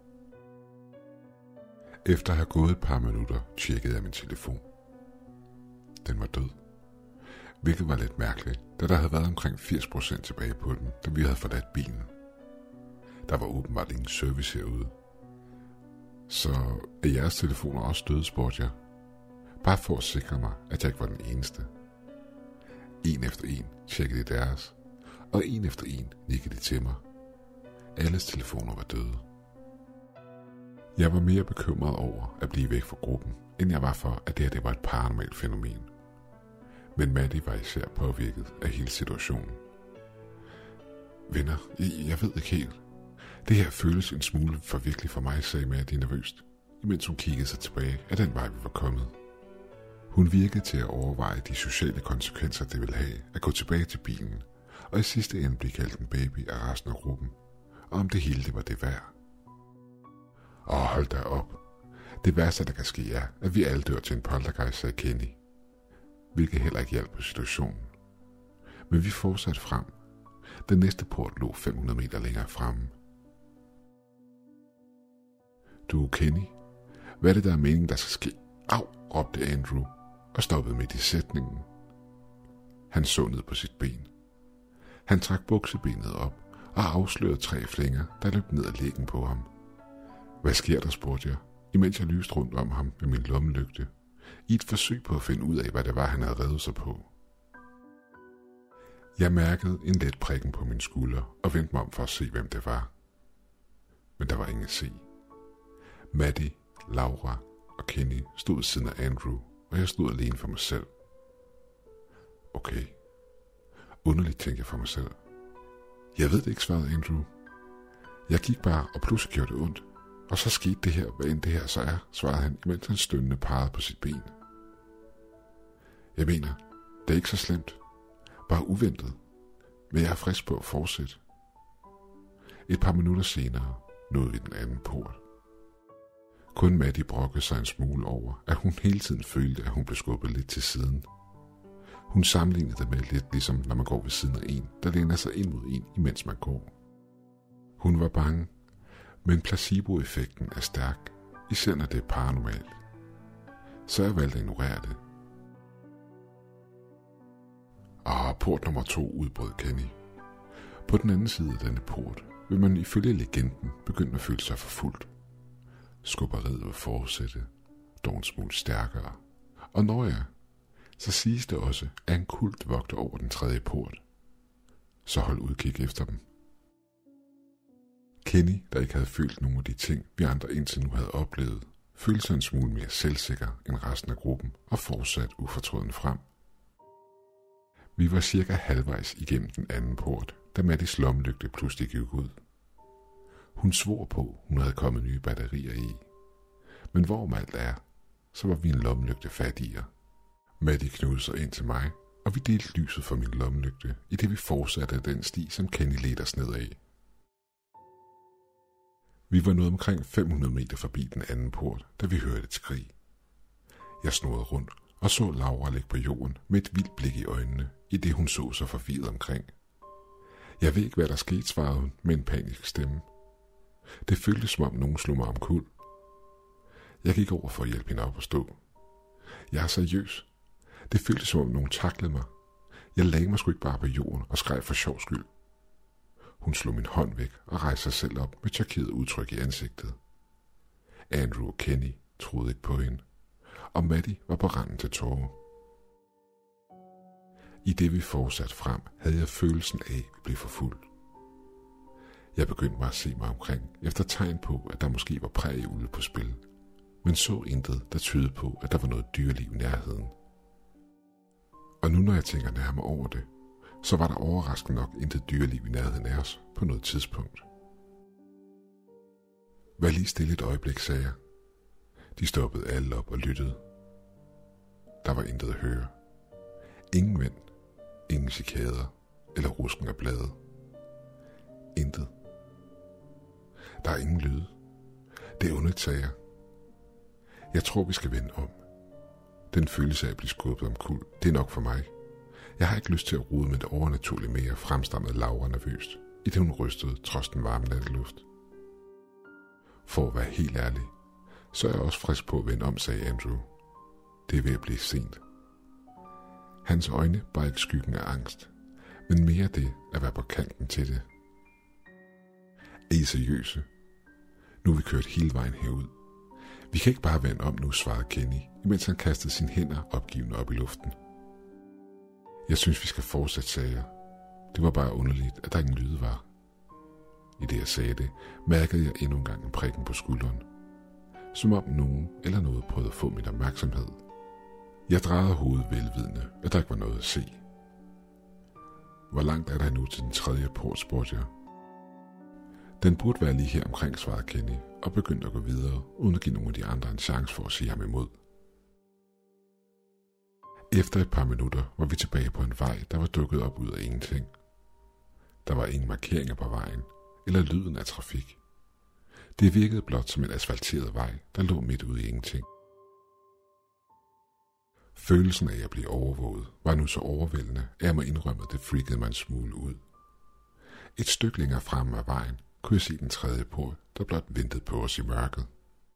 Efter at have gået et par minutter, tjekkede jeg min telefon. Den var død, hvilket var lidt mærkeligt, da der havde været omkring firs procent tilbage på den, da vi havde forladt bilen. Der var åbenbart ingen service herude. Så er jeres telefoner også døde, spurgte jeg. Bare for at sikre mig, at jeg ikke var den eneste. En efter en tjekkede de deres, og en efter en nikkede de til mig. Alles telefoner var døde. Jeg var mere bekymret over at blive væk fra gruppen, end jeg var for, at det her det var et paranormalt fænomen. Men Maddie var især påvirket af hele situationen. Venner, jeg, jeg ved ikke helt. Det her føles en smule for virkelig for mig, sagde Maddie nervøst, imens hun kiggede sig tilbage af den vej, vi var kommet. Hun virkede til at overveje de sociale konsekvenser, det ville have at gå tilbage til bilen, og i sidste ende blive kaldt en baby af resten af gruppen, og om det hele det var det værd. Åh, hold da op. Det værste, der kan ske, er, at vi alle dør til en poltergeist, sagde Kenny, hvilket heller ikke hjalp på situationen. Men vi fortsatte frem. Den næste port lå fem hundrede meter længere fremme. Du, Kenny, hvad er det, der er meningen, der skal ske? Au, råbte Andrew og stoppede midt i sætningen. Han så ned på sit ben. Han trak buksebenet op og afslørede tre flinger, der løb ned ad læggen på ham. Hvad sker der, spurgte jeg, imens jeg lyste rundt om ham med min lommelygte, i et forsøg på at finde ud af, hvad det var, han havde revet sig på. Jeg mærkede en let prikken på min skulder og vendte mig om for at se, hvem det var. Men der var ingen at se. Maddie, Laura og Kenny stod ved siden af Andrew, og jeg stod alene for mig selv. Okay. Underligt, tænkte jeg for mig selv. Jeg ved det ikke, svarede Andrew. Jeg gik bare, og pludselig gjorde det ondt. Og så skete det her, hvad end det her så er, svarede han, imens han stønnende pegede på sit ben. Jeg mener, det er ikke så slemt. Bare uventet. Men jeg er frisk på at fortsætte. Et par minutter senere nåede vi den anden port. Kun Maddie brokkede sig en smule over, at hun hele tiden følte, at hun blev skubbet lidt til siden. Hun sammenlignede det med lidt ligesom, når man går ved siden af en, der læner sig ind mod en, imens man går. Hun var bange, men placeboeffekten er stærk, især når det er paranormalt. Så jeg valgte at ignorere det. Ah, port nummer to, udbrød Kenny. På den anden side af denne port vil man ifølge legenden begynde at føle sig forfulgt. Skubberiet vil fortsætte, dog en smule stærkere. Og når jeg, så siges det også, at en kult vogter over den tredje port. Så hold udkig efter dem. Kenny, der ikke havde følt nogle af de ting, vi andre indtil nu havde oplevet, følte sig en smule mere selvsikker end resten af gruppen og fortsat ufortrøden frem. Vi var cirka halvvejs igennem den anden port, da Maddies lommelygte pludselig gik ud. Hun svor på, hun havde kommet nye batterier i. Men hvorom alt er, så var vi en lommelygte fattigere. Maddie knudede sig ind til mig, og vi delte lyset for min lommelygte, i det vi fortsatte den sti, som Kenny ledte os nedad. Vi var nået omkring fem hundrede meter forbi den anden port, da vi hørte et skrig. Jeg snurrede rundt og så Laura ligge på jorden med et vildt blik i øjnene, i det hun så så forvirret omkring. Jeg ved ikke, hvad der skete, svarede hun med en panisk stemme. Det føltes som om nogen slog mig omkuld. Jeg gik over for at hjælpe hende op at stå. Jeg er seriøs. Det føltes som om nogen taklede mig. Jeg lagde mig sgu ikke bare på jorden og skreg for sjov skyld. Hun slog min hånd væk og rejste sig selv op med chokeret udtryk i ansigtet. Andrew og Kenny troede ikke på hende, og Maddie var på randen til tårer. I det vi fortsatte frem, havde jeg følelsen af, at vi blev forfulgt. Jeg begyndte mig at se mig omkring, efter tegn på, at der måske var prærieulve på spil, men så intet, der tydede på, at der var noget dyreliv i nærheden. Og nu når jeg tænker nærmere over det, så var der overraskende nok intet dyreliv i nærheden af os på noget tidspunkt. Vær lige stille et øjeblik, sagde jeg. De stoppede alle op og lyttede. Der var intet at høre. Ingen vind, ingen cikader eller rusken af blade. Intet. Der er ingen lyde. Det er underligt, sagde jeg. Jeg tror, vi skal vende om. Den følelse af at blive skubbet omkuld, det er nok for mig. Jeg har ikke lyst til at rode med det overnaturlige mere, fremstammede Laura nervøst, i det hun rystede trods den varme natteluft. For at være helt ærlig, så er jeg også frisk på at vende om, sagde Andrew. Det er ved at blive sent. Hans øjne bar ikke skyggen af angst, men mere det at være på kanten til det. Er I seriøse? Nu er vi kørt hele vejen herud. Vi kan ikke bare vende om nu, svarede Kenny, imens han kastede sine hænder opgivende op i luften. Jeg synes, vi skal fortsætte, sagde jeg. Det var bare underligt, at der ingen lyde var. I det jeg sagde det, mærkede jeg endnu en gang en prikken på skulderen. Som om nogen eller noget prøvede at få min opmærksomhed. Jeg drejede hovedet velvidende, at der ikke var noget at se. Hvor langt er der nu til den tredje port, spurgte jeg. Den burde være lige her omkring, svarede Kenny, og begyndte at gå videre, uden at give nogen af de andre en chance for at sige ham imod. Efter et par minutter var vi tilbage på en vej, der var dukket op ud af ingenting. Der var ingen markeringer på vejen, eller lyden af trafik. Det virkede blot som en asfalteret vej, der lå midt ude i ingenting. Følelsen af at blive overvåget var nu så overvældende, at jeg må indrømme, at det freakede mig en smule ud. Et stykke længere fremme af vejen kunne jeg se den tredje port, der blot ventede på os i mørket.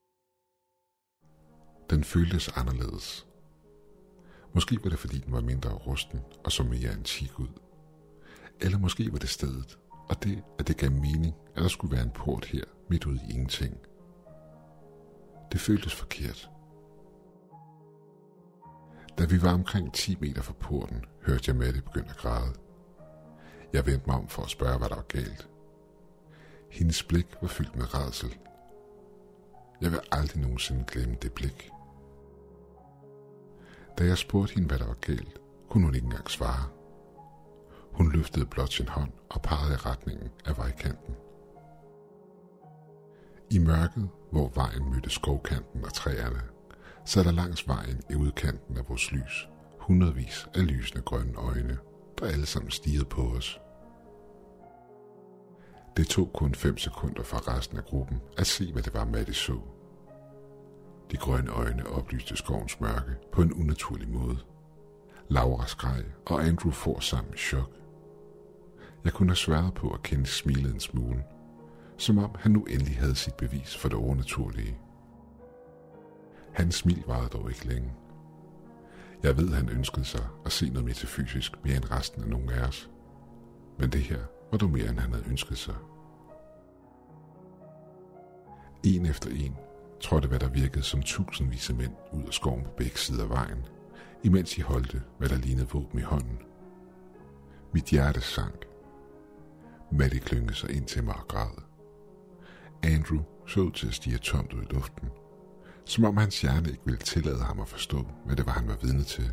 Den føltes anderledes. Måske var det, fordi den var mindre rusten og så mere antik ud. Eller måske var det stedet, og det, at det gav mening, at der skulle være en port her midt ude i ingenting. Det føltes forkert. Da vi var omkring ti meter fra porten, hørte jeg Mette begynde at græde. Jeg vendte mig om for at spørge, hvad der var galt. Hendes blik var fyldt med rædsel. Jeg vil aldrig nogensinde glemme det blik. Da jeg spurgte hende, hvad der var galt, kunne hun ikke engang svare. Hun løftede blot sin hånd og pegede i retningen af vejkanten. I mørket, hvor vejen mødte skovkanten og træerne, sad der langs vejen i udkanten af vores lys hundredvis af lysende grønne øjne, der alle sammen stirrede på os. Det tog kun fem sekunder for resten af gruppen at se, hvad det var, Maddie så. De grønne øjne oplyste skovens mørke på en unaturlig måde. Laura skreg, og Andrew for sammen i chok. Jeg kunne have sværet på at kende smilet en smule, som om han nu endelig havde sit bevis for det overnaturlige. Hans smil varede dog ikke længe. Jeg ved, han ønskede sig at se noget metafysisk mere end resten af nogen af os. Men det her var dog mere, end han havde ønsket sig. En efter en trådte, hvad der virkede som tusindvis af mænd ud af skoven på begge sider af vejen, imens de holdte, hvad der lignede våben i hånden. Mit hjerte sank. Maddie klyngede sig ind til mig og græd. Andrew så ud til at stirre tomt ud i luften, som om hans hjerne ikke ville tillade ham at forstå, hvad det var, han var vidne til.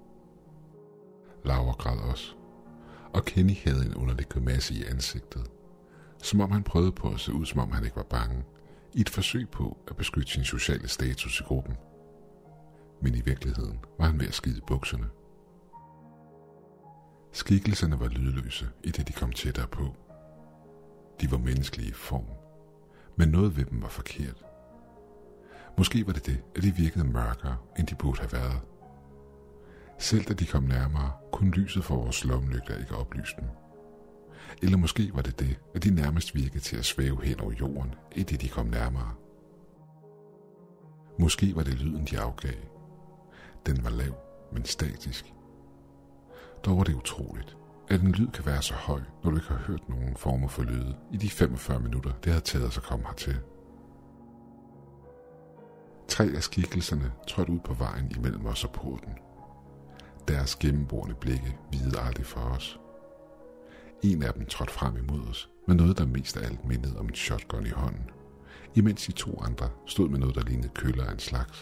Laura græd også, og Kenny havde en underlig grimasse i ansigtet, som om han prøvede på at se ud, som om han ikke var bange, i et forsøg på at beskytte sin sociale status i gruppen. Men i virkeligheden var han ved at skide bukserne. Skikkelserne var lydløse, i det de kom tættere på. De var menneskelige i form, men noget ved dem var forkert. Måske var det det, at de virkede mørkere, end de burde have været. Selv da de kom nærmere, kunne lyset fra vores lommelygter ikke oplyse dem. Eller måske var det det, at de nærmest virkede til at svæve hen over jorden, i det de kom nærmere. Måske var det lyden, de afgav. Den var lav, men statisk. Dog var det utroligt, at en lyd kan være så høj, når du ikke har hørt nogen former for lyde i de femogfyrre minutter, det havde taget os at komme hertil. Tre af skikkelserne trådte ud på vejen imellem os og porten. Deres gennemborende blikke videde aldrig for os. En af dem trådte frem imod os med noget, der mest af alt mindede om en shotgun i hånden, imens de to andre stod med noget, der lignede køller af en slags.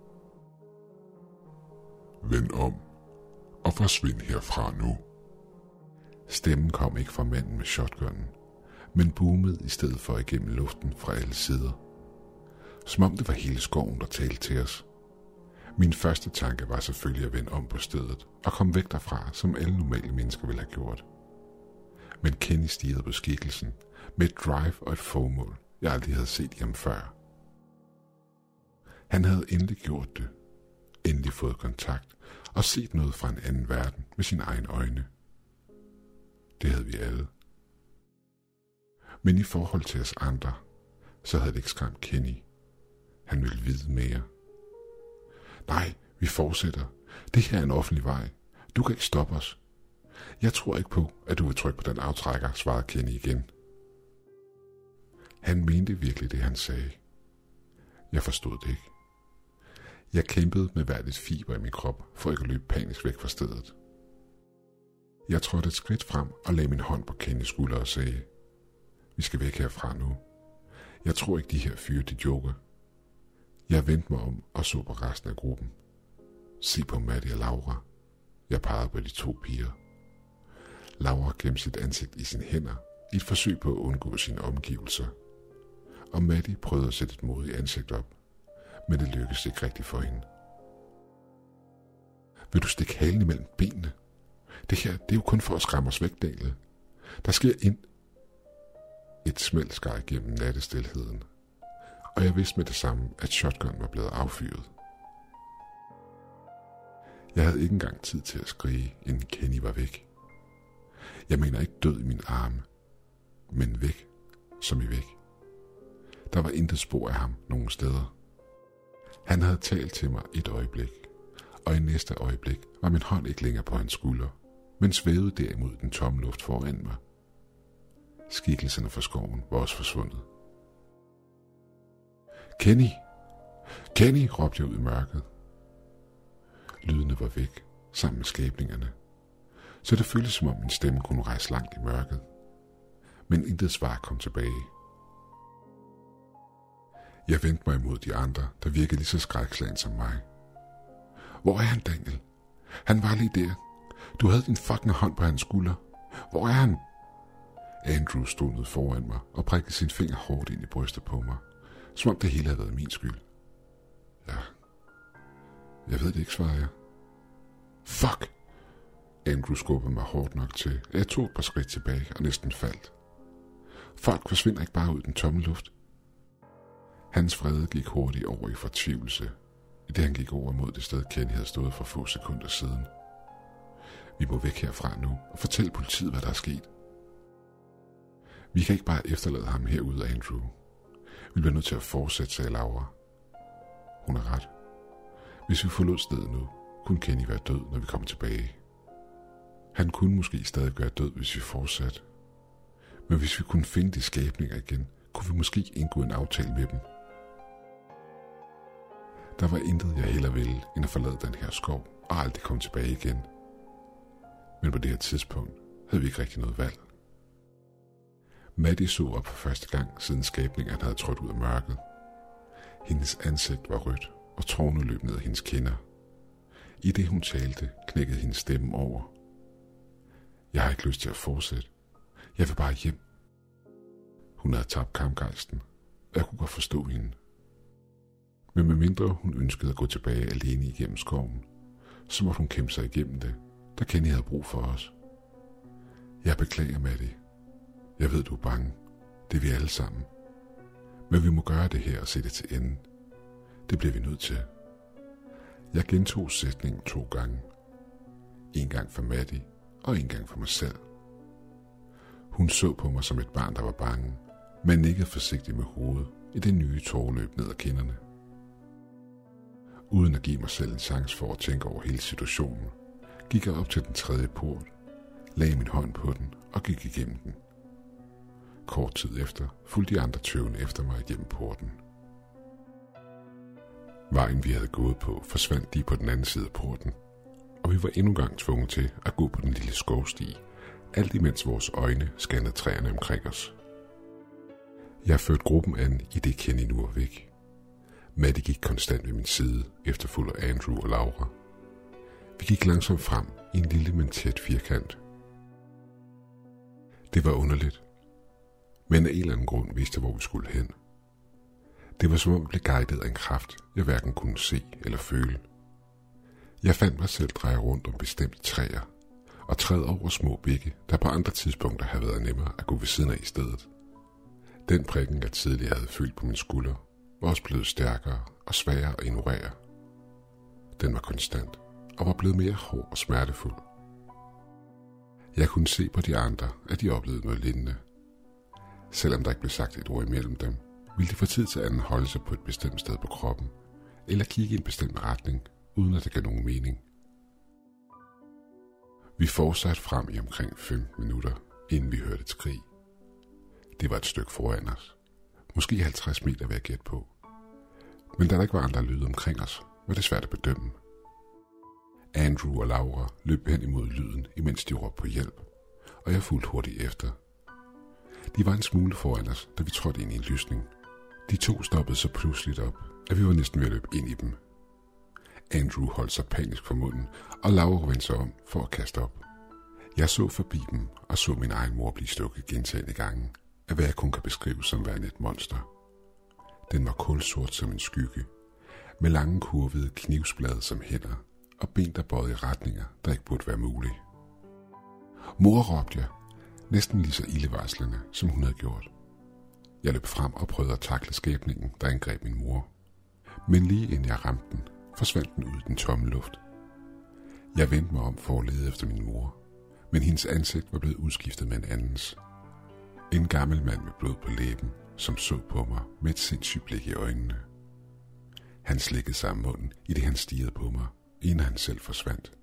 Vend om og forsvind herfra nu. Stemmen kom ikke fra manden med shotgunnen, men boomede i stedet for igennem luften fra alle sider. Som om det var hele skoven, der talte til os. Min første tanke var selvfølgelig at vende om på stedet og komme væk derfra, som alle normale mennesker ville have gjort. Men Kenny stirrede på skikkelsen med et drive og et formål, jeg aldrig havde set i ham før. Han havde endelig gjort det, endelig fået kontakt og set noget fra en anden verden med sine egne øjne. Det havde vi alle. Men i forhold til os andre, så havde det ikke skræmt Kenny. Han ville vide mere. Nej, vi fortsætter. Det her er en offentlig vej. Du kan ikke stoppe os. Jeg tror ikke på, at du vil trykke på den aftrækker, svarede Kenny igen. Han mente virkelig det, han sagde. Jeg forstod det ikke. Jeg kæmpede med hvert et fiber i min krop, for ikke at løbe panisk væk fra stedet. Jeg trådte et skridt frem og lagde min hånd på Kennys skulder og sagde, vi skal væk herfra nu. Jeg tror ikke, de her fyre, de joker. Jeg vendte mig om og så på resten af gruppen. Se på Maddie og Laura. Jeg pegede på de to piger. Laura gemte sit ansigt i sine hænder i et forsøg på at undgå sine omgivelser. Og Maddie prøvede at sætte et modigt ansigt op, men det lykkedes ikke rigtigt for hende. Vil du stikke halen imellem benene? Det her, det er jo kun for at skræmme os væk, Daniel. Der sker ind. Et smæld skar igennem nattestilheden, og jeg vidste med det samme, at shotgun var blevet affyret. Jeg havde ikke engang tid til at skrige, inden Kenny var væk. Jeg mener ikke død i min arme, men væk, som i væk. Der var intet spor af ham nogen steder. Han havde talt til mig et øjeblik, og i næste øjeblik var min hånd ikke længere på hans skulder, men svævede derimod den tomme luft foran mig. Skikkelserne fra skoven var også forsvundet. Kenny! Kenny! Råbte jeg ud i mørket. Lydene var væk, sammen med skabningerne, så det føltes som om min stemme kunne rejse langt i mørket. Men intet svar kom tilbage. Jeg vendte mig imod de andre, der virkede lige så skrækslagen som mig. Hvor er han, Daniel? Han var lige der. Du havde din fucking hånd på hans skulder. Hvor er han? Andrew stod ned foran mig og prikkede sin finger hårdt ind i brystet på mig, som om det hele havde været min skyld. Ja, jeg ved det ikke, svarede jeg. Fuck! Andrew skubbede mig hårdt nok til, at jeg tog et par skridt tilbage og næsten faldt. Folk forsvinder ikke bare ud i den tomme luft. Hans vrede gik hurtigt over i fortvivlelse, i det han gik over mod det sted, Kenny havde stået for få sekunder siden. Vi må væk herfra nu og fortælle politiet, hvad der er sket. Vi kan ikke bare efterlade ham herude, Andrew. Vi bliver nødt til at fortsætte, sagde Laura. Hun har ret. Hvis vi forlod stedet nu, kunne Kenny være død, når vi kommer tilbage. Han kunne måske stadig gøre død, hvis vi fortsatte. Men hvis vi kunne finde de skabninger igen, kunne vi måske indgå en aftale med dem. Der var intet, jeg hellere ville, end at forlade den her skov og aldrig komme tilbage igen. Men på det her tidspunkt havde vi ikke rigtig noget valg. Maddie så op for første gang, siden skabningerne havde trådt ud af mørket. Hendes ansigt var rødt, og tårerne løb ned af hendes kinder. I det hun talte, knækkede hendes stemme over. Jeg har ikke lyst til at fortsætte. Jeg vil bare hjem. Hun havde tabt kampgejsten, og jeg kunne godt forstå hende. Men medmindre hun ønskede at gå tilbage alene igennem skoven, så måtte hun kæmpe sig igennem det, da Kenny havde brug for os. Jeg beklager, Maddie. Jeg ved, du er bange. Det er vi alle sammen. Men vi må gøre det her og se det til ende. Det bliver vi nødt til. Jeg gentog sætningen to gange. En gang for Maddie, og en gang for mig selv. Hun så på mig som et barn, der var bange, men nikkede forsigtigt med hovedet, i det nye tårer løb ned ad kinderne. Uden at give mig selv en chance for at tænke over hele situationen, gik jeg op til den tredje port, lagde min hånd på den og gik igennem den. Kort tid efter fulgte de andre tøvende efter mig igennem porten. Vejen, vi havde gået på, forsvandt lige på den anden side af porten, og vi var endnu en gang tvunget til at gå på den lille skovsti, alt imens vores øjne scannede træerne omkring os. Jeg førte gruppen an, i det Kenny nu var væk. Maddie gik konstant ved min side, efterfulgt af Andrew og Laura. Vi gik langsomt frem i en lille, men tæt firkant. Det var underligt, men af en eller anden grund vidste jeg, hvor vi skulle hen. Det var som om jeg blev guidet af en kraft, jeg hverken kunne se eller føle. Jeg fandt mig selv dreje rundt om bestemte træer, og træde over små bække, der på andre tidspunkter havde været nemmere at gå ved siden af i stedet. Den prikken, jeg tidligere havde følt på min skulder, var også blevet stærkere og sværere at ignorere. Den var konstant, og var blevet mere hård og smertefuld. Jeg kunne se på de andre, at de oplevede noget lignende. Selvom der ikke blev sagt et ord imellem dem, ville de fra tid til anden holde sig på et bestemt sted på kroppen, eller kigge i en bestemt retning, uden at det gav nogen mening. Vi fortsatte frem i omkring femten minutter, inden vi hørte et skrig. Det var et stykke foran os. Måske halvtreds meter ved at gætte på. Men da der ikke var andre lyde omkring os, var det svært at bedømme. Andrew og Laura løb hen imod lyden, imens de råbte på hjælp, og jeg fulgte hurtigt efter. De var en smule foran os, da vi trådte ind i en lysning. De to stoppede så pludseligt op, at vi var næsten ved at løbe ind i dem. Andrew holdt sig panisk for munden, og Laura vendte sig om for at kaste op. Jeg så forbi dem og så min egen mor blive stukket gentagne gange, af hvad jeg kun kan beskrive som værende et monster. Den var kulsort som en skygge, med lange kurvede knivsblade som hænder, og ben der bøjede i retninger, der ikke burde være mulige. Mor, råbte jeg. næsten lige så ildevarslende, som hun havde gjort. Jeg løb frem og prøvede at takle skæbningen, der angreb min mor. Men lige inden jeg ramte den, forsvandt den ud i den tomme luft. Jeg vendte mig om for at lede efter min mor, men hendes ansigt var blevet udskiftet med en andens. En gammel mand med blod på læben, som så på mig med et sindssygt blik i øjnene. Han slikkede sig om munden, i det han stirrede på mig, inden han selv forsvandt.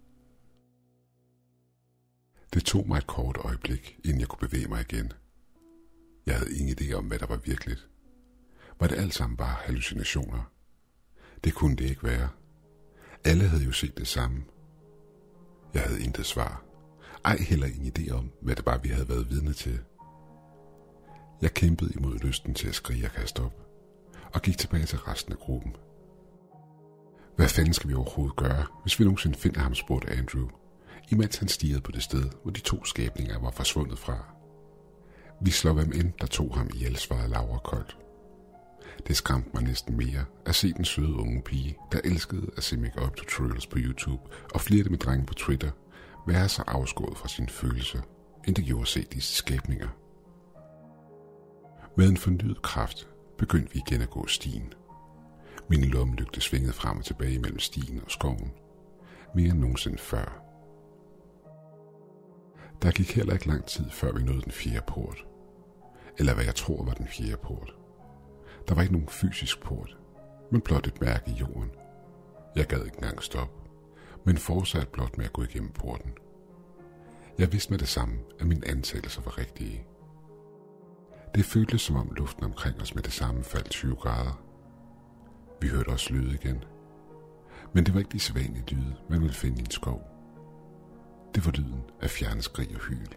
Det tog mig et kort øjeblik, inden jeg kunne bevæge mig igen. Jeg havde ingen idé om, hvad der var virkeligt. Var det alt sammen bare hallucinationer? Det kunne det ikke være. Alle havde jo set det samme. Jeg havde intet svar. Ej heller ingen idé om, hvad det var, vi havde været vidne til. Jeg kæmpede imod lysten til at skrige og kaste op, og gik tilbage til resten af gruppen. Hvad fanden skal vi overhovedet gøre, hvis vi nogensinde finder ham, spurgte Andrew, imens han stirrede på det sted, hvor de to skæbninger var forsvundet fra. Vi slår hvem end, der tog ham ihjel, svarede Laura koldt. Det skræmte mig næsten mere at se den søde unge pige, der elskede at se make-up tutorials på YouTube og flirte med drenge på Twitter, være så afskåret fra sine følelser, end det gjorde at se disse skæbninger. Med en fornyet kraft begyndte vi igen at gå stien. Min lommelygte svingede frem og tilbage mellem stien og skoven, mere end nogensinde før. Der gik heller ikke lang tid, før vi nåede den fjerde port. Eller hvad jeg tror var den fjerde port. Der var ikke nogen fysisk port, men blot et mærke i jorden. Jeg gad ikke engang stoppe, men fortsatte blot med at gå igennem porten. Jeg vidste med det samme, at mine antagelser var rigtige. Det føltes som om luften omkring os med det samme faldt tyve grader. Vi hørte også lyde igen. Men det var ikke de sædvanlige lyde, man ville finde i en skov. Det var lyden af fjerne skrig og hyl.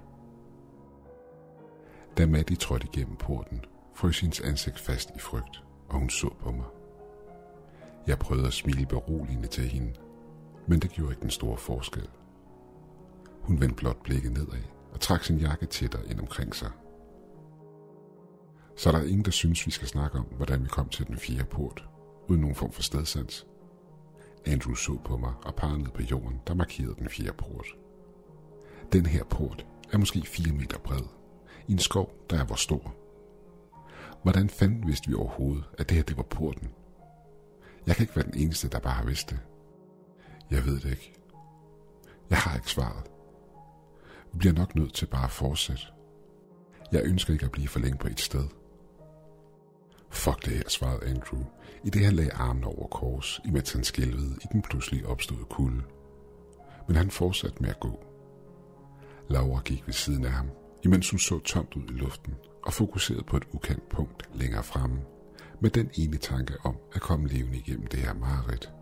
Da Maddie trådte igennem porten, frøs hendes ansigt fast i frygt, og hun så på mig. Jeg prøvede at smile beroligende til hende, men det gjorde ikke den store forskel. Hun vendte blot blikket nedad og trak sin jakke tættere ind omkring sig. Så der er ingen, der synes, vi skal snakke om, hvordan vi kom til den fjerde port, uden nogen form for stedsans. Andrew så på mig og pegede ned på jorden, der markerede den fjerde port. Den her port er måske fire meter bred, i en skov, der er hvor stor. Hvordan fanden vidste vi overhovedet, at det her det var porten? Jeg kan ikke være den eneste, der bare har vidst det. Jeg ved det ikke. Jeg har ikke svaret. Vi bliver nok nødt til bare at fortsætte. Jeg ønsker ikke at blive for længe på et sted. Fuck det her, svarede Andrew, i det han lagde armen over kors, imens han skælvede i den pludselig opståede kulde. Men han fortsatte med at gå. Laura gik ved siden af ham, imens hun så tomt ud i luften og fokuserede på et ukendt punkt længere fremme, med den ene tanke om at komme levende igennem det her mareridt.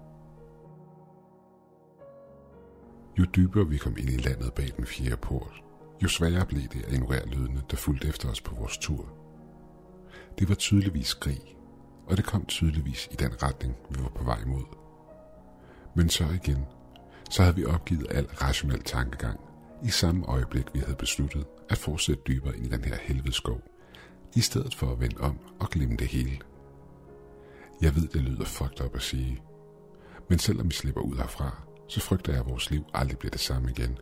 Jo dybere vi kom ind i landet bag den fjerde port, jo sværere blev det at ignorere lydene, der fulgte efter os på vores tur. Det var tydeligvis skrig, og det kom tydeligvis i den retning, vi var på vej imod. Men så igen, så havde vi opgivet al rationel tankegang, i samme øjeblik vi havde besluttet at fortsætte dybere ind i den her helvedeskov, i stedet for at vende om og glemme det hele. Jeg ved, det lyder fucked up at sige, men selvom vi slipper ud herfra, så frygter jeg, at vores liv aldrig bliver det samme igen.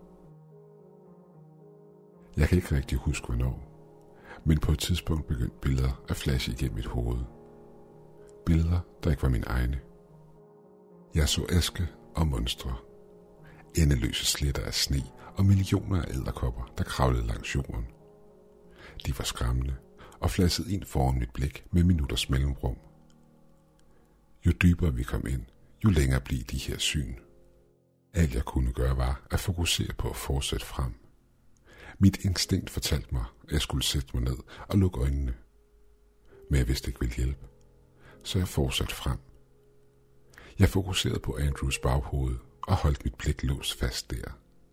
Jeg kan ikke rigtig huske, hvornår, men på et tidspunkt begyndte billeder at flashe igennem mit hoved. Billeder, der ikke var mine egne. Jeg så aske og monstre, endeløse sletter af sne og millioner af edderkopper, der kravlede langs jorden. De var skræmmende og flassede ind foran mit blik med minutters mellemrum. Jo dybere vi kom ind, jo længere blev de her syn. Alt jeg kunne gøre var at fokusere på at fortsætte frem. Mit instinkt fortalte mig, at jeg skulle sætte mig ned og lukke øjnene. Men jeg vidste ikke ville hjælpe, så jeg fortsatte frem. Jeg fokuserede på Andrews baghoved og holdt mit blik låst fast der.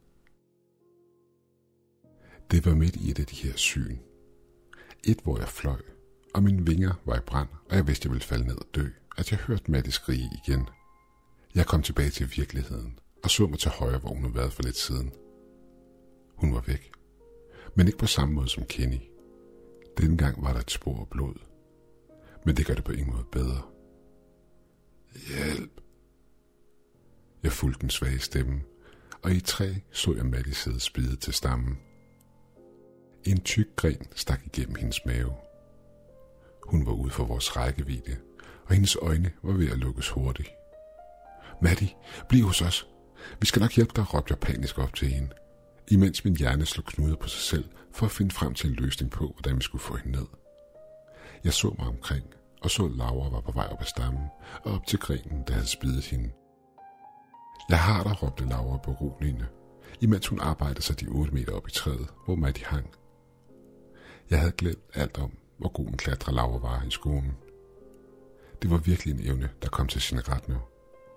Det var midt i et af de her syn. Et, hvor jeg fløj, og mine vinger var i brand, og jeg vidste, jeg ville falde ned og dø, at jeg hørte Maddie skrige igen. Jeg kom tilbage til virkeligheden og så mig til højre, hvor hun havde været for lidt siden. Hun var væk, men ikke på samme måde som Kenny. Denne gang var der et spor af blod, men det gør det på ingen måde bedre. Hjælp! Jeg fulgte den svage stemme, og i et træ så jeg Maddie sidde spidet til stammen. En tyk gren stak igennem hendes mave. Hun var ude for vores rækkevidde, og hendes øjne var ved at lukkes hurtigt. Maddie, bliv hos os. Vi skal nok hjælpe dig, råbte jeg panisk op til hende, imens min hjerne slog knuder på sig selv for at finde frem til en løsning på, hvordan vi skulle få hende ned. Jeg så mig omkring og så Laura var på vej op ad stammen og op til grenen, der havde spidet hende. Jeg har dig, råbte Laura beroligende, imens hun arbejdede sig de otte meter op i træet, hvor Maddie hang. Jeg havde glemt alt om, hvor god en klatrer Laura var i skolen. Det var virkelig en evne, der kom til sin ret nu.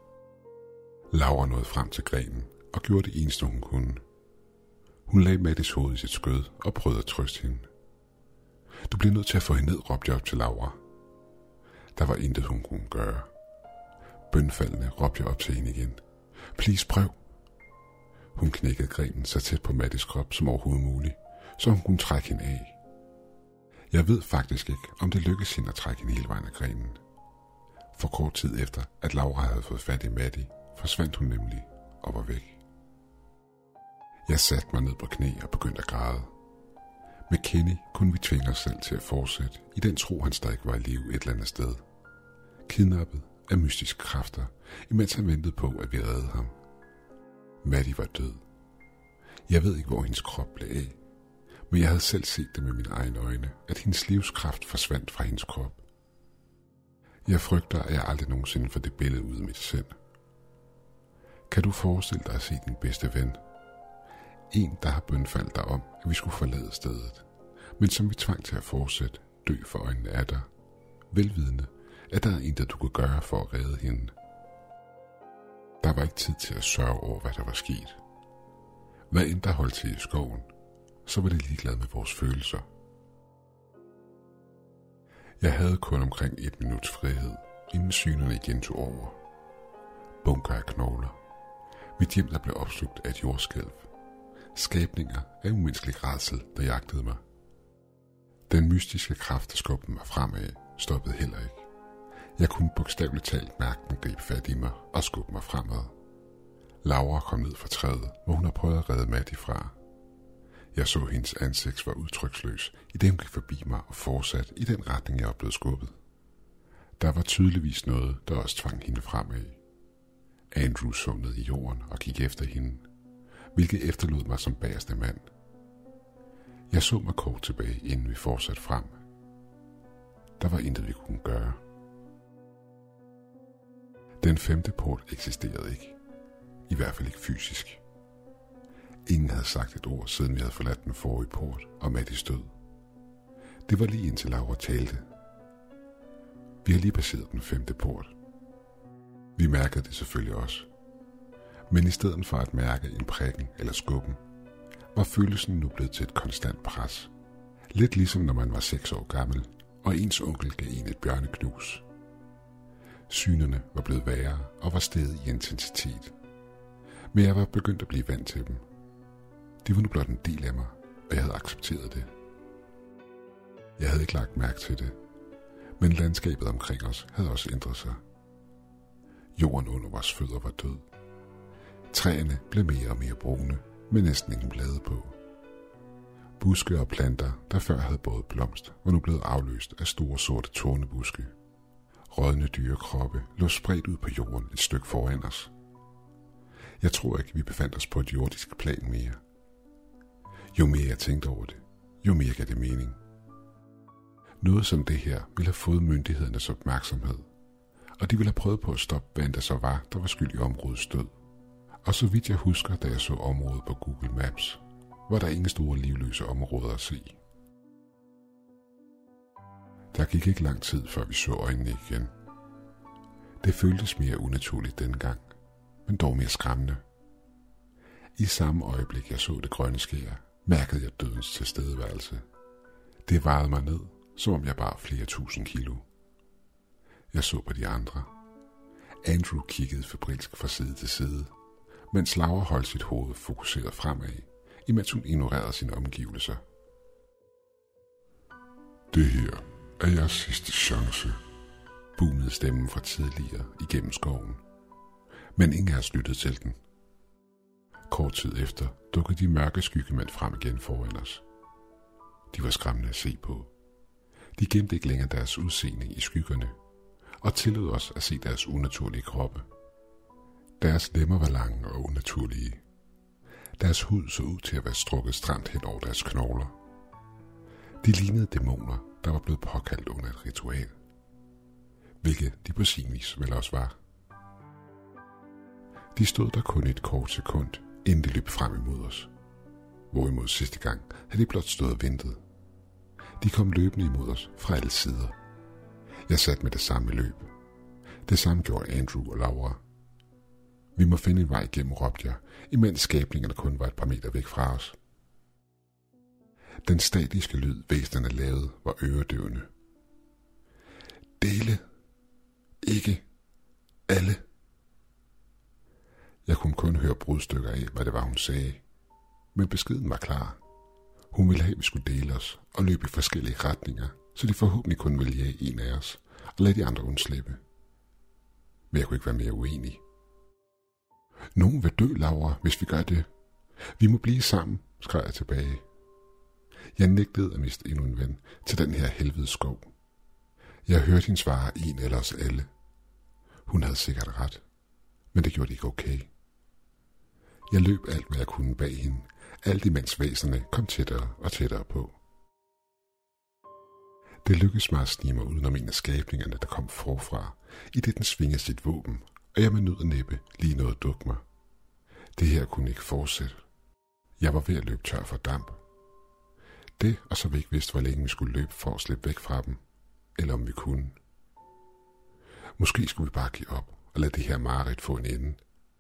Laura nåede frem til grenen og gjorde det eneste, hun kunne. Hun lagde Maddies hoved i sit skød og prøvede at trøste hende. Du bliver nødt til at få hende ned, råbte jeg op til Laura. Der var intet, hun kunne gøre. Bønfaldende råbte jeg op til hende igen. Please, prøv. Hun knækkede grenen så tæt på Maddies krop som overhovedet muligt, så hun kunne trække hende af. Jeg ved faktisk ikke, om det lykkedes hende at trække hende hele vejen af grenen. For kort tid efter, at Laura havde fået fat i Maddie, forsvandt hun nemlig og var væk. Jeg satte mig ned på knæ og begyndte at græde. Med Kenny kunne vi tvinge os selv til at fortsætte, i den tro han stadig var i live et eller andet sted. Kidnappet af mystiske kræfter, imens han ventede på, at vi reddede ham. Maddie var død. Jeg ved ikke, hvor hendes krop blev af, men jeg havde selv set det med mine egne øjne, at hendes livskraft forsvandt fra hendes krop. Jeg frygter, at jeg aldrig nogensinde får det billede ud af mit sind. Kan du forestille dig at se din bedste ven? En, der har bønfaldt dig om, at vi skulle forlade stedet, men som vi tvang til at fortsætte, dø for øjnene af dig, velvidende, at der er intet, du kunne gøre for at redde hende. Der var ikke tid til at sørge over, hvad der var sket. Hvad end der holdt til i skoven, så var det ligeglad med vores følelser. Jeg havde kun omkring et minuts frihed, inden synerne igen tog over. Bunker af knogler. Mit hjem, der blev opslugt af et jordskælv. Skabninger af umenneskelig rædsel, der jagtede mig. Den mystiske kraft, der skubbede mig fremad, stoppede heller ikke. Jeg kunne bogstaveligt talt mærke den gribe fat i mig og skubbe mig fremad. Laura kom ned fra træet, hvor hun havde prøvet at redde Maddie fra. Jeg så hendes ansigt var udtryksløs, i det hun gik forbi mig og fortsatte i den retning, jeg var blevet skubbet. Der var tydeligvis noget, der også tvang hende fremad. Andrew så ned i jorden og gik efter hende, hvilket efterlod mig som bagerste mand. Jeg så mig kort tilbage, inden vi fortsatte frem. Der var intet, vi kunne gøre. Den femte port eksisterede ikke. I hvert fald ikke fysisk. Ingen havde sagt et ord, siden vi havde forladt den forrige port og Maddies død. Det var lige indtil Laura talte. Vi har lige passeret den femte port. Vi mærkede det selvfølgelig også. Men i stedet for at mærke en prikken eller skubben, var følelsen nu blevet til et konstant pres. Lidt ligesom når man var seks år gammel, og ens onkel gav en et bjørneknus. Synerne var blevet værre og var steget i intensitet. Men jeg var begyndt at blive vant til dem. De var nu blot en del af mig, og jeg havde accepteret det. Jeg havde ikke lagt mærke til det, men landskabet omkring os havde også ændret sig. Jorden under vores fødder var død. Træerne blev mere og mere brune, med næsten ingen blade på. Buske og planter, der før havde båret blomst, var nu blevet afløst af store sorte tornebuske. Rådne dyrekroppe lå spredt ud på jorden et stykke foran os. Jeg tror ikke, vi befandt os på et jordisk plan mere. Jo mere jeg tænkte over det, jo mere gav det mening. Noget som det her ville have fået myndighedernes opmærksomhed, og de ville have prøvet på at stoppe, hvad end der så var, der var skyld i områdets død. Og så vidt jeg husker, da jeg så området på Google Maps, var der ingen store livløse områder at se. Der gik ikke lang tid, før vi så øjnene igen. Det føltes mere unaturligt dengang, men dog mere skræmmende. I samme øjeblik, jeg så det grønne skær, mærkede jeg dødens tilstedeværelse. Det varede mig ned, som om jeg bar flere tusind kilo. Jeg så på de andre. Andrew kiggede febrilsk fra side til side, mens Laura holdt sit hoved fokuseret fremad, imens hun ignorerede sine omgivelser. Det her er jeres sidste chance, boomede stemmen fra tidligere igennem skoven. Men ingen af os lyttede til den. Kort tid efter dukkede de mørke skyggemænd frem igen foran os. De var skræmmende at se på. De gemte ikke længere deres udseende i skyggerne, og tillod os at se deres unaturlige kroppe. Deres lemmer var lange og unaturlige. Deres hud så ud til at være strukket stramt hen over deres knogler. De lignede dæmoner, der var blevet påkaldt under et ritual, hvilket de på sin vis vel også var. De stod der kun et kort sekund, inden de løb frem imod os. Hvorimod sidste gang havde de blot stået og ventet. De kom løbende imod os fra alle sider. Jeg satte med det samme løb. Det samme gjorde Andrew og Laura. Vi må finde en vej igennem, råbte jeg, imens skabningerne kun var et par meter væk fra os. Den statiske lyd, væsenerne lavede, var øredøvende. Dele. Ikke. Alle. Jeg kunne kun høre brudstykker af, hvad det var, hun sagde. Men beskeden var klar. Hun ville have, at vi skulle dele os og løbe i forskellige retninger, så de forhåbentlig kunne vælge en af os og lade de andre undslippe. Men jeg kunne ikke være mere uenig. Nogen vil dø, Laura, hvis vi gør det. Vi må blive sammen, skreg jeg tilbage. Jeg nægtede at miste endnu en ven til den her helvede skov. Jeg hørte hende svare en eller os alle. Hun havde sikkert ret, men det gjorde det ikke okay. Jeg løb alt, hvad jeg kunne bag hende, alt imens væsenerne kom tættere og tættere på. Det lykkedes mig at snige mig udenom en af skabningerne, der kom forfra, i det den svingede sit våben, og jeg med nød og næppe lige nåede at dukke mig. Det her kunne ikke fortsætte. Jeg var ved at løbe tør for damp. Det, og så vi ikke vidste, hvor længe vi skulle løbe for at slippe væk fra dem, eller om vi kunne. Måske skulle vi bare give op og lade det her mareridt få en ende.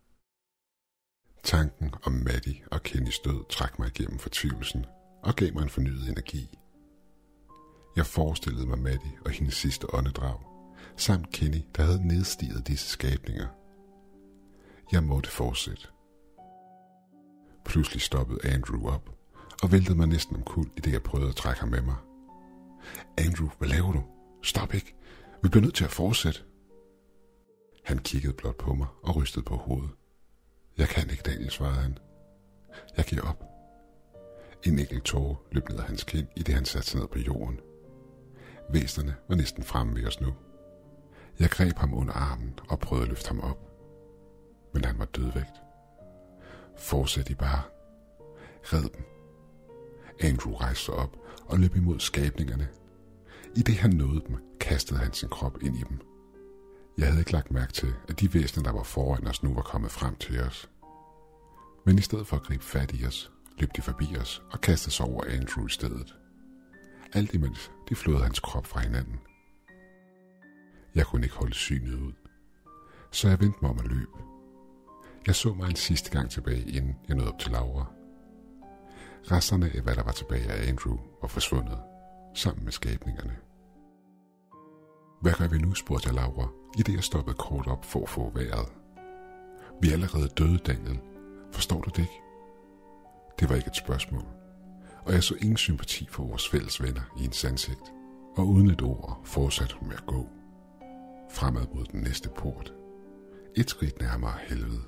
Tanken om Maddie og Kennys død trak mig igennem fortvivlelsen og gav mig en fornyet energi. Jeg forestillede mig Maddie og hendes sidste åndedrag, samt Kenny, der havde nedstiget disse skabninger. Jeg måtte fortsætte. Pludselig stoppede Andrew op og væltede mig næsten omkuld, i det jeg prøvede at trække ham med mig. Andrew, hvad laver du? Stop ikke. Vi bliver nødt til at fortsætte. Han kiggede blot på mig og rystede på hovedet. Jeg kan ikke, Daniel, svarede han. Jeg giver op. En enkelt tåre løb ned af hans kind, i det han satte sig ned på jorden. Væsenerne var næsten fremme ved os nu. Jeg greb ham under armen og prøvede at løfte ham op. Men han var dødvægt. Fortsæt I bare. Red dem. Andrew rejste sig op og løb imod skabningerne. I det han nåede dem, kastede han sin krop ind i dem. Jeg havde ikke lagt mærke til, at de væsener, der var foran os, nu var kommet frem til os. Men i stedet for at gribe fat i os, løb de forbi os og kastede sig over Andrew i stedet. Alt imens de flåede hans krop fra hinanden. Jeg kunne ikke holde synet ud, så jeg vendte mig om at løbe. Jeg så mig en sidste gang tilbage, inden jeg nåede op til Laura. Resterne af hvad der var tilbage af Andrew var forsvundet, sammen med skabningerne. Hvad gør vi nu, spurgte jeg Laura, i det jeg stoppede kort op for at få vejret. Vi er allerede døde, Daniel. Forstår du det ikke? Det var ikke et spørgsmål, og jeg så ingen sympati for vores fælles venner i hendes ansigt, og uden et ord fortsatte hun med at gå. Fremad mod den næste port. Et skridt nærmere helvede.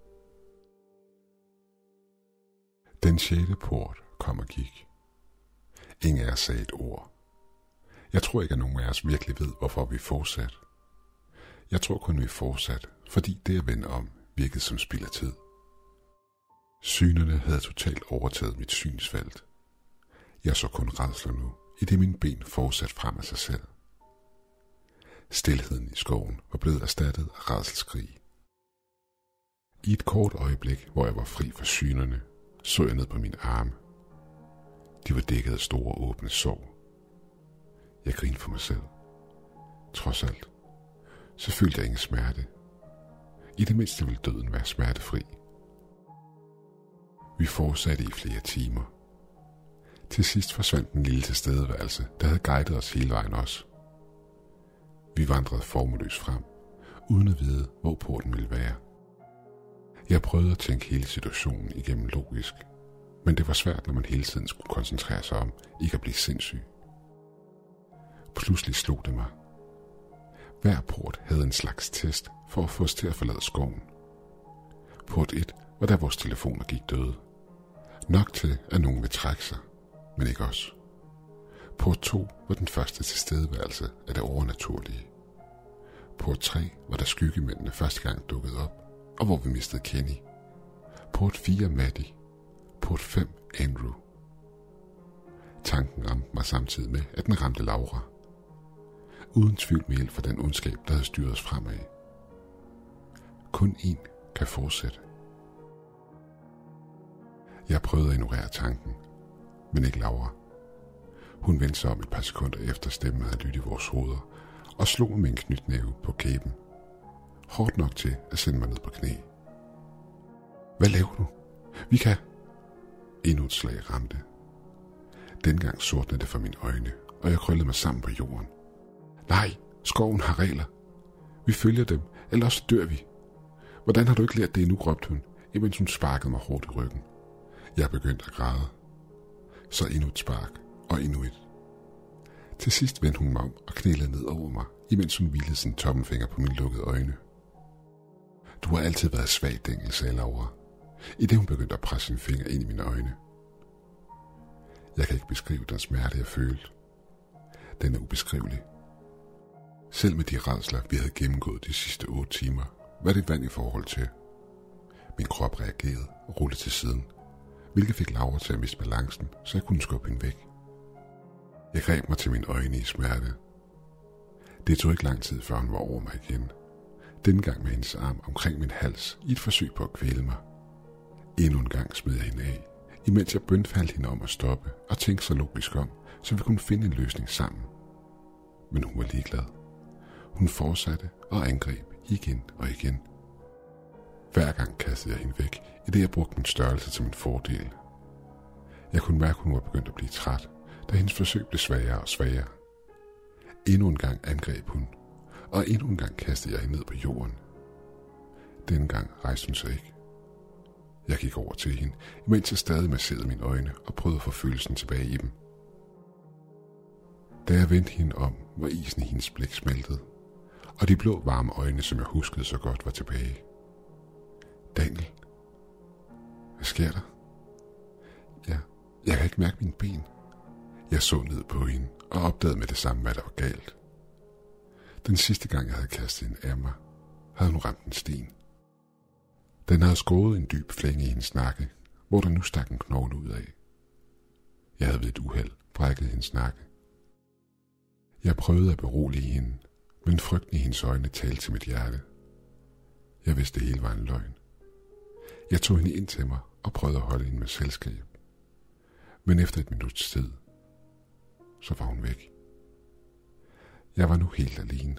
Den sjette port kom og gik. Ingen af os sagde et ord. Jeg tror ikke, at nogen af os virkelig ved, hvorfor vi fortsat. Jeg tror kun, vi fortsat, fordi det at vende om virkede som spild af tid. Synerne havde totalt overtaget mit synsfelt. Jeg så kun rædsler nu, i det mine ben fortsat frem af sig selv. Stilheden i skoven var blevet erstattet af rædselsskrig. I et kort øjeblik, hvor jeg var fri for synerne, så jeg ned på mine arme. De var dækket af store åbne sår. Jeg grinede for mig selv. Trods alt, så følte jeg ingen smerte. I det mindste ville døden være smertefri. Vi fortsatte i flere timer. Til sidst forsvandt den lille tilstedeværelse, der havde guidet os hele vejen også. Vi vandrede formløst frem, uden at vide, hvor porten ville være. Jeg prøvede at tænke hele situationen igennem logisk, men det var svært, når man hele tiden skulle koncentrere sig om ikke at blive sindssyg. Pludselig slog det mig. Hver port havde en slags test for at få os til at forlade skoven. Port et var der vores telefoner gik døde. Nok til, at nogen ville trække sig, men ikke os. Port to var den første tilstedeværelse af det overnaturlige. Port tre var da skyggemændene første gang dukkede op, og hvor vi mistede Kenny. Port fire Maddie. Port fem Andrew. Tanken ramte mig samtidig med, at den ramte Laura. Uden tvivl med hjælp fra den ondskab, der havde styret os fremad. Kun én kan fortsætte. Jeg prøvede at ignorere tanken, men ikke Laura. Hun vendte sig om et par sekunder efter stemmen havde lyttet i vores hoveder, og slog med en knytnæve på kæben. Hårdt nok til at sende mig ned på knæ. Hvad laver du? Vi kan... Endnu et slag ramte. Dengang sortnede det for mine øjne, og jeg krøllede mig sammen på jorden. Nej, skoven har regler. Vi følger dem, ellers dør vi. Hvordan har du ikke lært det endnu, råbte hun, imens hun sparkede mig hårdt i ryggen. Jeg begyndte at græde. Så endnu et spark, og endnu et. Til sidst vendte hun mig om og knælede ned over mig, imens hun hvilede sin tommelfinger på mine lukkede øjne. Du har altid været svag, Dengel, sagde Laura, i det hun begyndte at presse sin finger ind i mine øjne. Jeg kan ikke beskrive den smerte, jeg følte. Den er ubeskrivelig. Selv med de rædsler, vi havde gennemgået de sidste otte timer, var det vand i forhold til. Min krop reagerede og rullede til siden, hvilket fik Laura til at miste balancen, så jeg kunne skubbe hende væk. Jeg greb mig til mine øjne i smerte. Det tog ikke lang tid, før hun var over mig igen. Denne gang med hendes arm omkring min hals i et forsøg på at kvæle mig. Endnu en gang smed jeg hende af, imens jeg bønfaldt hende om at stoppe og tænke så logisk om, så vi kunne finde en løsning sammen. Men hun var ligeglad. Hun fortsatte og angreb igen og igen. Hver gang kastede jeg hende væk, i det jeg brugte min størrelse til min fordel. Jeg kunne mærke, at hun var begyndt at blive træt, da hendes forsøg blev svagere og svagere. Endnu en gang angreb hun, og endnu en gang kastede jeg hende ned på jorden. Denne gang rejste hun sig ikke. Jeg gik over til hende, imens jeg stadig masserede mine øjne og prøvede at få følelsen tilbage i dem. Da jeg vendte hende om, var isen i hendes blik smeltet, og de blå varme øjne, som jeg huskede så godt, var tilbage. Daniel, hvad sker der? Ja, jeg kan ikke mærke mine ben. Jeg så ned på hende og opdagede med det samme, hvad der var galt. Den sidste gang, jeg havde kastet hende af mig, havde hun ramt en sten. Den havde skåret en dyb flænge i hendes nakke, hvor der nu stak en knogle ud af. Jeg havde ved et uheld brækket hendes nakke. Jeg prøvede at berolige hende, men frygten i hendes øjne talte til mit hjerte. Jeg vidste, det hele var en løgn. Jeg tog hende ind til mig og prøvede at holde hende med selskab. Men efter et minuts tid, så var hun væk. Jeg var nu helt alene.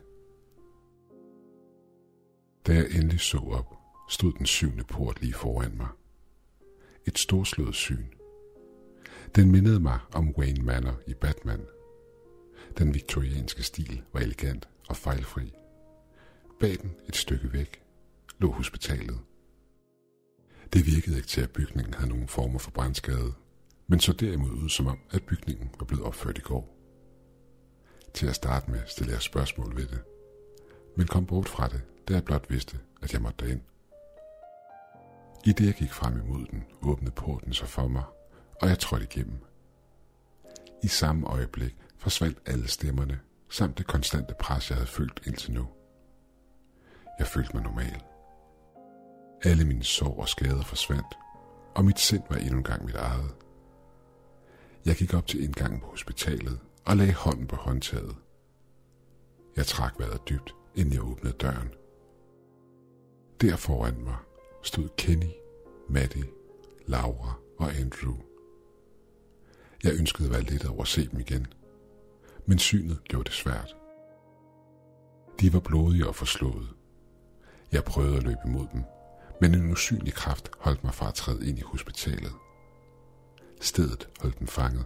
Da jeg endelig så op, stod den syvende port lige foran mig. Et storslået syn. Den mindede mig om Wayne Manor i Batman. Den viktorianske stil var elegant og fejlfri. Bag den et stykke væk lå hospitalet. Det virkede ikke til, at bygningen havde nogen former for brandskade, men så derimod ud som om, at bygningen var blevet opført i går. Til at starte med stillede jeg spørgsmål ved det, men kom bort fra det, da jeg blot vidste, at jeg måtte derind. I det jeg gik frem imod den, åbnede porten sig for mig, og jeg trådte igennem. I samme øjeblik forsvandt alle stemmerne, samt det konstante pres, jeg havde følt indtil nu. Jeg følte mig normal. Alle mine sår og skader forsvandt, og mit sind var endnu en gang mit eget. Jeg gik op til indgangen på hospitalet og lagde hånden på håndtaget. Jeg trak vejret dybt, inden jeg åbnede døren. Der foran mig stod Kenny, Maddie, Laura og Andrew. Jeg ønskede at være lidt over at se dem igen, men synet gjorde det svært. De var blodige og forslået. Jeg prøvede at løbe imod dem, men en usynlig kraft holdt mig fra at træde ind i hospitalet. Stedet holdt dem fanget.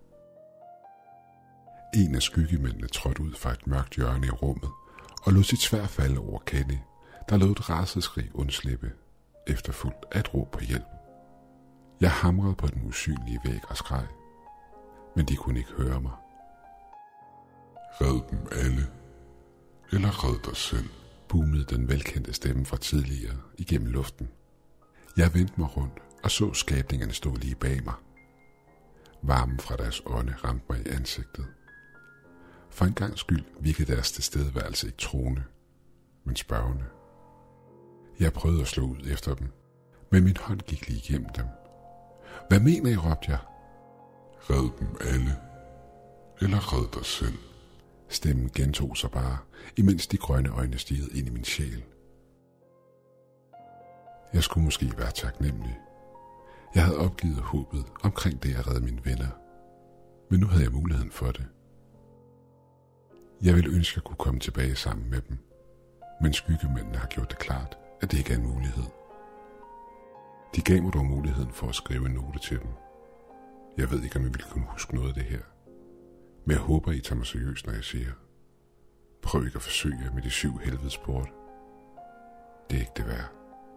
En af skyggemændene trådte ud fra et mørkt hjørne i rummet og lod sit sværd falde over Kenny, der lod et rædselsskrig undslippe, efterfulgt af et råb på hjælp. Jeg hamrede på den usynlige væg og skreg, men de kunne ikke høre mig. Red dem alle, eller red dig selv, boomede den velkendte stemme fra tidligere igennem luften. Jeg vendte mig rundt og så skabningerne stå lige bag mig. Varmen fra deres ånde ramte mig i ansigtet. For en gangs skyld virkede deres tilstedeværelse ikke troende, men spørgende. Jeg prøvede at slå ud efter dem, men min hånd gik lige igennem dem. Hvad mener I, råbte jeg. Red dem alle, eller red dig selv. Stemmen gentog sig bare, imens de grønne øjne stirrede ind i min sjæl. Jeg skulle måske være taknemmelig. Jeg havde opgivet håbet omkring det at redde mine venner, men nu havde jeg muligheden for det. Jeg ville ønske, at jeg kunne komme tilbage sammen med dem, men skyggemændene har gjort det klart, at det ikke er en mulighed. De gav mig dog muligheden for at skrive en note til dem. Jeg ved ikke, om jeg ville kunne huske noget af det her, men jeg håber, I tager mig seriøst, når jeg siger, prøv ikke at forsøge med de syv helvedesport. Det er ikke det værd.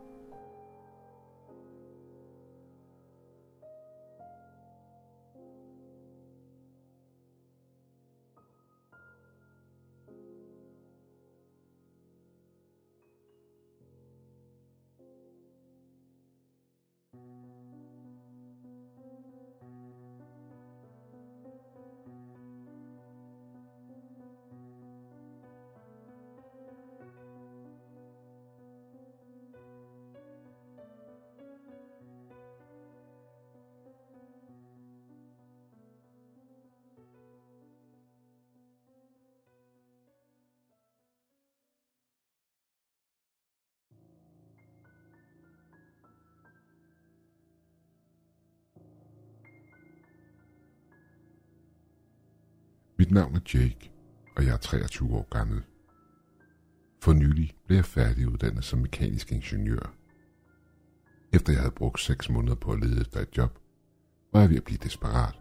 Mit navn er Jake, og jeg er treogtyve år gammel. For nylig blev jeg færdiguddannet som mekanisk ingeniør. Efter jeg havde brugt seks måneder på at lede efter et job, var jeg ved at blive desperat.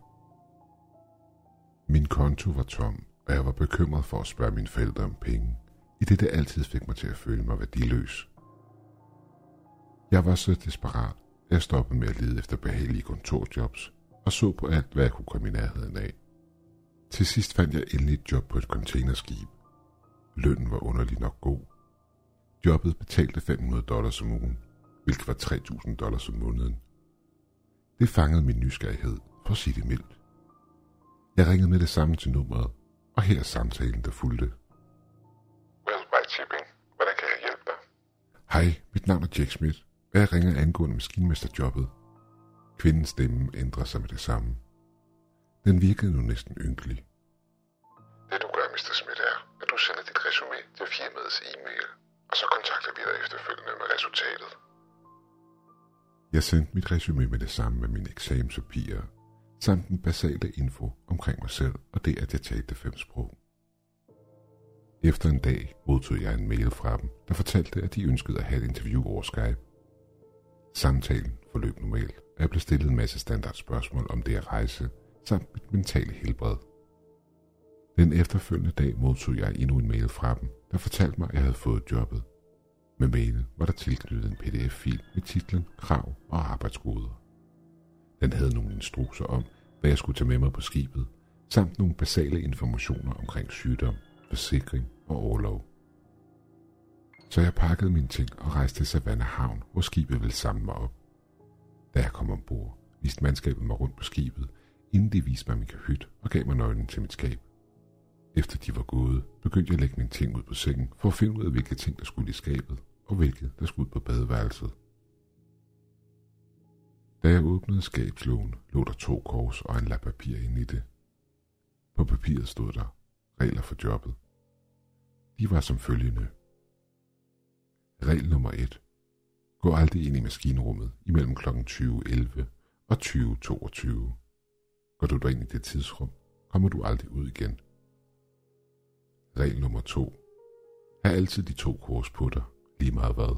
Min konto var tom, og jeg var bekymret for at spørge mine forældre om penge, i det det altid fik mig til at føle mig værdiløs. Jeg var så desperat, at jeg stoppede med at lede efter behagelige kontorjobs, og så på alt, hvad jeg kunne komme i nærheden af. Til sidst fandt jeg endelig et job på et containerskib. Lønnen var underligt nok god. Jobbet betalte fem hundrede dollars om ugen, hvilket var tre tusind dollars om måneden. Det fangede min nysgerrighed, for at sige det mildt. Jeg ringede med det samme til nummeret, og her er samtalen, der fulgte. Worldwide Shipping, hvordan kan jeg hjælpe dig? Hej, mit navn er Jake Smith, og jeg ringer angående maskinmesterjobbet. Kvindens stemme ændrer sig med det samme. Den virkede nu næsten ynkelig. Det du gør, mister Smith, er, at du sender dit resume til firmaets e-mail, og så kontakter vi dig efterfølgende med resultatet. Jeg sendte mit resume med det samme med mine eksamenspapirer, samt den basale info omkring mig selv og det, at jeg talte fem sprog. Efter en dag modtog jeg en mail fra dem, der fortalte, at de ønskede at have et interview over Skype. Samtalen forløb normalt, og jeg blev stillet en masse standardspørgsmål om det at rejse, samt mit mentale helbred. Den efterfølgende dag modtog jeg endnu en mail fra dem, der fortalte mig, at jeg havde fået jobbet. Med mailen var der tilknyttet en P D F-fil med titlen Krav og arbejdsgoder. Den havde nogle instrukser om, hvad jeg skulle tage med mig på skibet, samt nogle basale informationer omkring sygdom, forsikring og orlov. Så jeg pakkede mine ting og rejste til Savannah Havn, hvor skibet ville samle mig op. Da jeg kom ombord, viste mandskabet mig rundt på skibet, inden de viste mig min kahyt og gav mig nøglen til mit skab. Efter de var gået, begyndte jeg at lægge mine ting ud på sengen for at finde ud af, hvilke ting der skulle i skabet, og hvilke der skulle ud på badeværelset. Da jeg åbnede skabslågen, lå der to kors og en lap papir inde i det. På papiret stod der regler for jobbet. De var som følgende. Regel nummer et. Gå aldrig ind i maskinrummet imellem klokken tyve elleve og tyve toogtyve. Går du ind i det tidsrum, kommer du aldrig ud igen. Regel nummer to. Ha' altid de to kors på dig, lige meget hvad.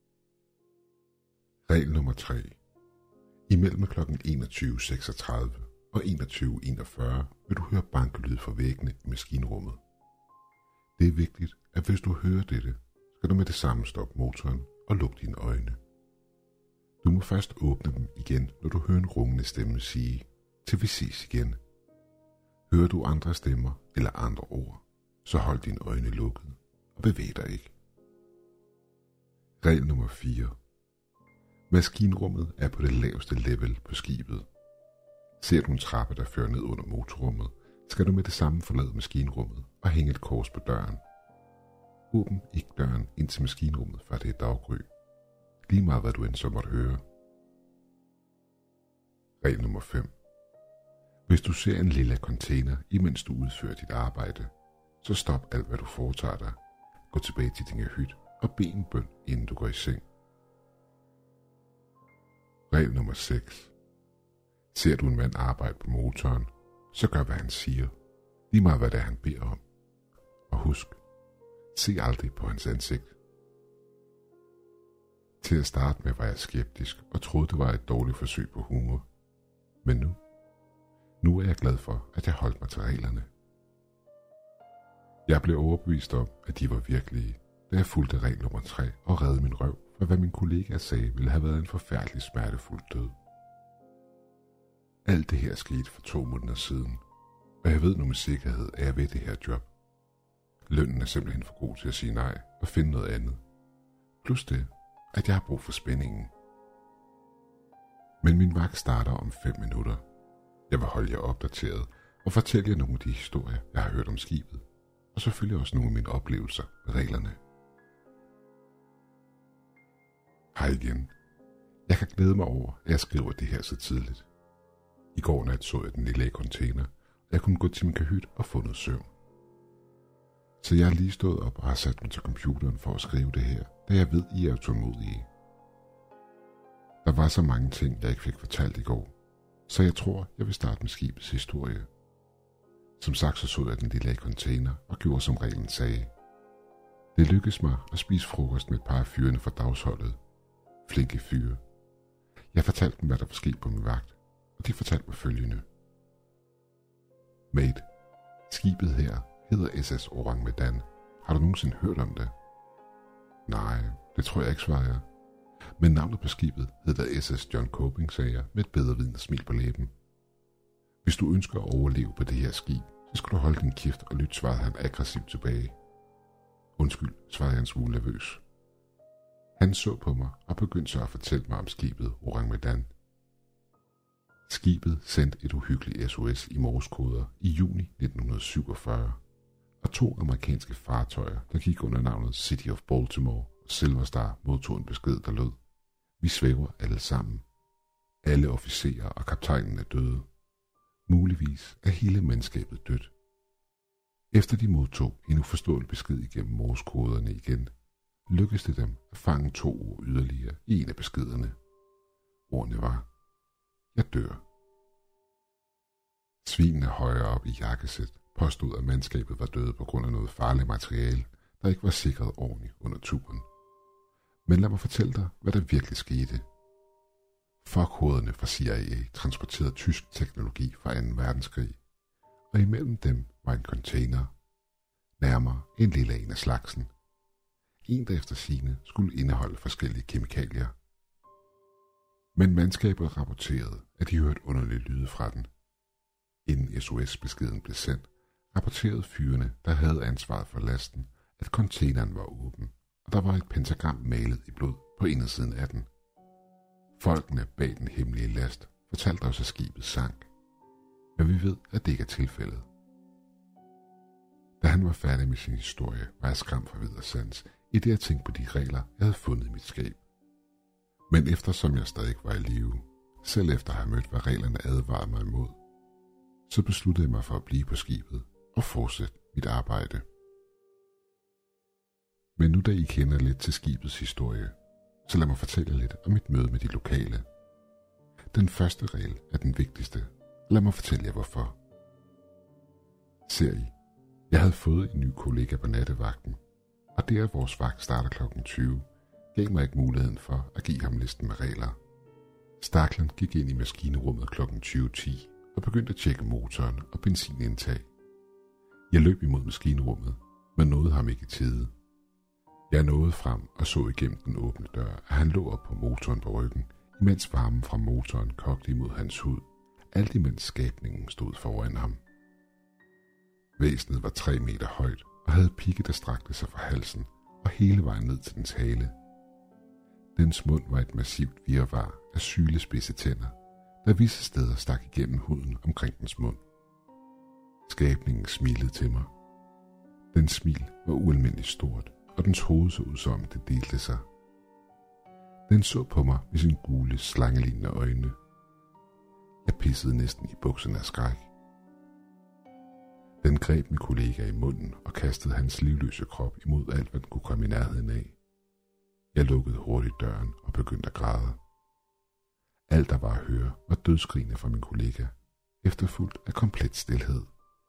Regel nummer tre. Imellem klokken enogtyve seksogtredive og enogtyve enogfyrre vil du høre bankelyd fra væggene i maskinrummet. Det er vigtigt, at hvis du hører dette, skal du med det samme stoppe motoren og lukke dine øjne. Du må først åbne dem igen, når du hører en rungende stemme sige, til vi ses igen. Hører du andre stemmer eller andre ord, så hold dine øjne lukket og bevæg dig ikke. Regel nummer fire. Maskinrummet er på det laveste level på skibet. Ser du en trappe, der fører ned under motorrummet, skal du med det samme forlade maskinrummet og hænge et kors på døren. Åbn ikke døren ind til maskinrummet, før det er daggry. Lige meget hvad du end så måtte høre. Regel nummer fem. Hvis du ser en lille container, imens du udfører dit arbejde, så stop alt hvad du foretager dig. Gå tilbage til din hytte og bed en bøn, inden du går i seng. Regel nummer seks. Ser du en mand arbejde på motoren, så gør hvad han siger. Lige meget hvad det er han beder om. Og husk, se aldrig på hans ansigt. Til at starte med var jeg skeptisk og troede det var et dårligt forsøg på humor. Men nu, nu er jeg glad for, at jeg holdt mig til reglerne. Jeg blev overbevist om, at de var virkelige, da jeg fulgte regel nummer tre og reddede min røv for hvad min kollega sagde ville have været en forfærdelig smertefuld død. Alt det her skete for to måneder siden, og jeg ved nu med sikkerhed, at jeg ved det her job. Lønnen er simpelthen for god til at sige nej og finde noget andet. Plus det, at jeg har brug for spændingen. Men min vagt starter om fem minutter. Jeg vil holde jer opdateret og fortælle jer nogle af de historier, jeg har hørt om skibet, og selvfølgelig også nogle af mine oplevelser med reglerne. Hej igen. Jeg kan glæde mig over, at jeg skriver det her så tidligt. I går nat så jeg den lille container, og jeg kunne gå til min kahyt og få noget søvn. Så jeg har lige stået op og har sat mig til computeren for at skrive det her, da jeg ved, I er tålmodige. Der var så mange ting, jeg ikke fik fortalt i går, så jeg tror, jeg vil starte med skibets historie. Som sagt så så jeg den lille container og gjorde som reglen sagde. Det lykkedes mig at spise frokost med et par af fyrene fra dagsholdet. Flinke fyre. Jeg fortalte dem, hvad der var sket på min vagt, og de fortalte mig følgende. Mate, skibet her hedder S S Orang Medan. Har du nogensinde hørt om det? Nej, det tror jeg ikke, svarer jeg. Men navnet på skibet hedder S S John Coping, sagde jeg med et bedrevidende smil på læben. Hvis du ønsker at overleve på det her skib, så skal du holde din kæft og lytte, svarede han aggressivt tilbage. Undskyld, svarede jeg en smule nervøs. Han så på mig og begyndte så at fortælle mig om skibet Orang Medan. Skibet sendte et uhyggeligt S O S i morsekoder i juni nitten syvogfyrre, og to amerikanske fartøjer, der gik under navnet City of Baltimore og Silver Star, modtog en besked, der lød: Vi svæver alle sammen. Alle officerer og kaptajnen er døde. Muligvis er hele mandskabet dødt. Efter de modtog en uforståelig besked igennem morsekoderne igen, lykkedes det dem at fange to ord yderligere i en af beskederne. Ordene var: Jeg dør. Svinene højere op i jakkesæt påstod, at mandskabet var døde på grund af noget farligt materiale, der ikke var sikret ordentligt under turen. Men lad mig fortælle dig, hvad der virkelig skete. Fuckhovederne fra C I A transporterede tysk teknologi fra anden verdenskrig, og imellem dem var en container, nærmere en lille en af slagsen. En, der efter sigende skulle indeholde forskellige kemikalier. Men mandskabet rapporterede, at de hørte underlige lyde fra den. Inden S O S-beskeden blev sendt, rapporterede fyrene, der havde ansvaret for lasten, at containeren var åben, og der var et pentagram malet i blod på indersiden af den. Folkene bag den hemmelige last fortalte os, at skibet sank. Men vi ved, at det ikke er tilfældet. Da han var færdig med sin historie, var jeg skræmt fra videre sans, i det jeg tænkte på de regler, jeg havde fundet i mit skab. Men eftersom jeg stadig var i live, selv efter at have mødt, hvad reglerne advarede mig imod, så besluttede jeg mig for at blive på skibet og fortsætte mit arbejde. Men nu da I kender lidt til skibets historie, så lad mig fortælle lidt om mit møde med de lokale. Den første regel er den vigtigste. Lad mig fortælle jer hvorfor. Ser I, jeg havde fået en ny kollega på nattevagten, og det at vores vagt starter klokken tyve, gav mig ikke muligheden for at give ham listen med regler. Staklen gik ind i maskinrummet klokken tyve ti og begyndte at tjekke motoren og benzinindtag. Jeg løb imod maskinrummet, men nåede ham ikke i tide. Jeg nåede frem og så igennem den åbne dør, at han lå op på motoren på ryggen, imens varmen fra motoren kogte imod hans hud, alt imens skabningen stod foran ham. Væsenet var tre meter højt og havde pigge, der strakte sig fra halsen og hele vejen ned til dens hale. Dens mund var et massivt virvar af sylespidse tænder, der visse steder stak igennem huden omkring dens mund. Skabningen smilede til mig. Dens smil var ualmindeligt stort, og dens hoved så ud som det delte sig. Den så på mig med sine gule, slangelignende øjne. Jeg pissede næsten i bukserne af skræk. Den greb min kollega i munden og kastede hans livløse krop imod alt, hvad den kunne komme i nærheden af. Jeg lukkede hurtigt døren og begyndte at græde. Alt der var at høre var dødskrigene fra min kollega, efterfulgt af komplet stilhed.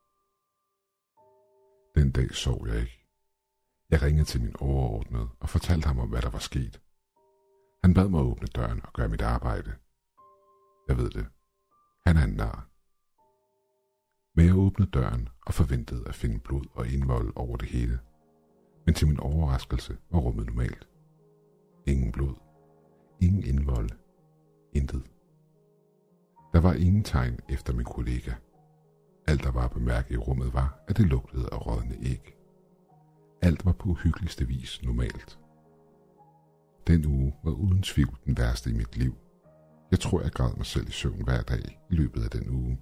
Den dag sov jeg ikke. Jeg ringede til min overordnede og fortalte ham om, hvad der var sket. Han bad mig åbne døren og gøre mit arbejde. Jeg ved det. Han er en nar. Men jeg åbnede døren og forventede at finde blod og indvold over det hele. Men til min overraskelse var rummet normalt. Ingen blod. Ingen indvold. Intet. Der var ingen tegn efter min kollega. Alt der var at bemærke i rummet var, at det lugtede af rådne æg. Alt var på uhyggeligste vis normalt. Den uge var uden tvivl den værste i mit liv. Jeg tror, jeg græd mig selv i søvn hver dag i løbet af den uge.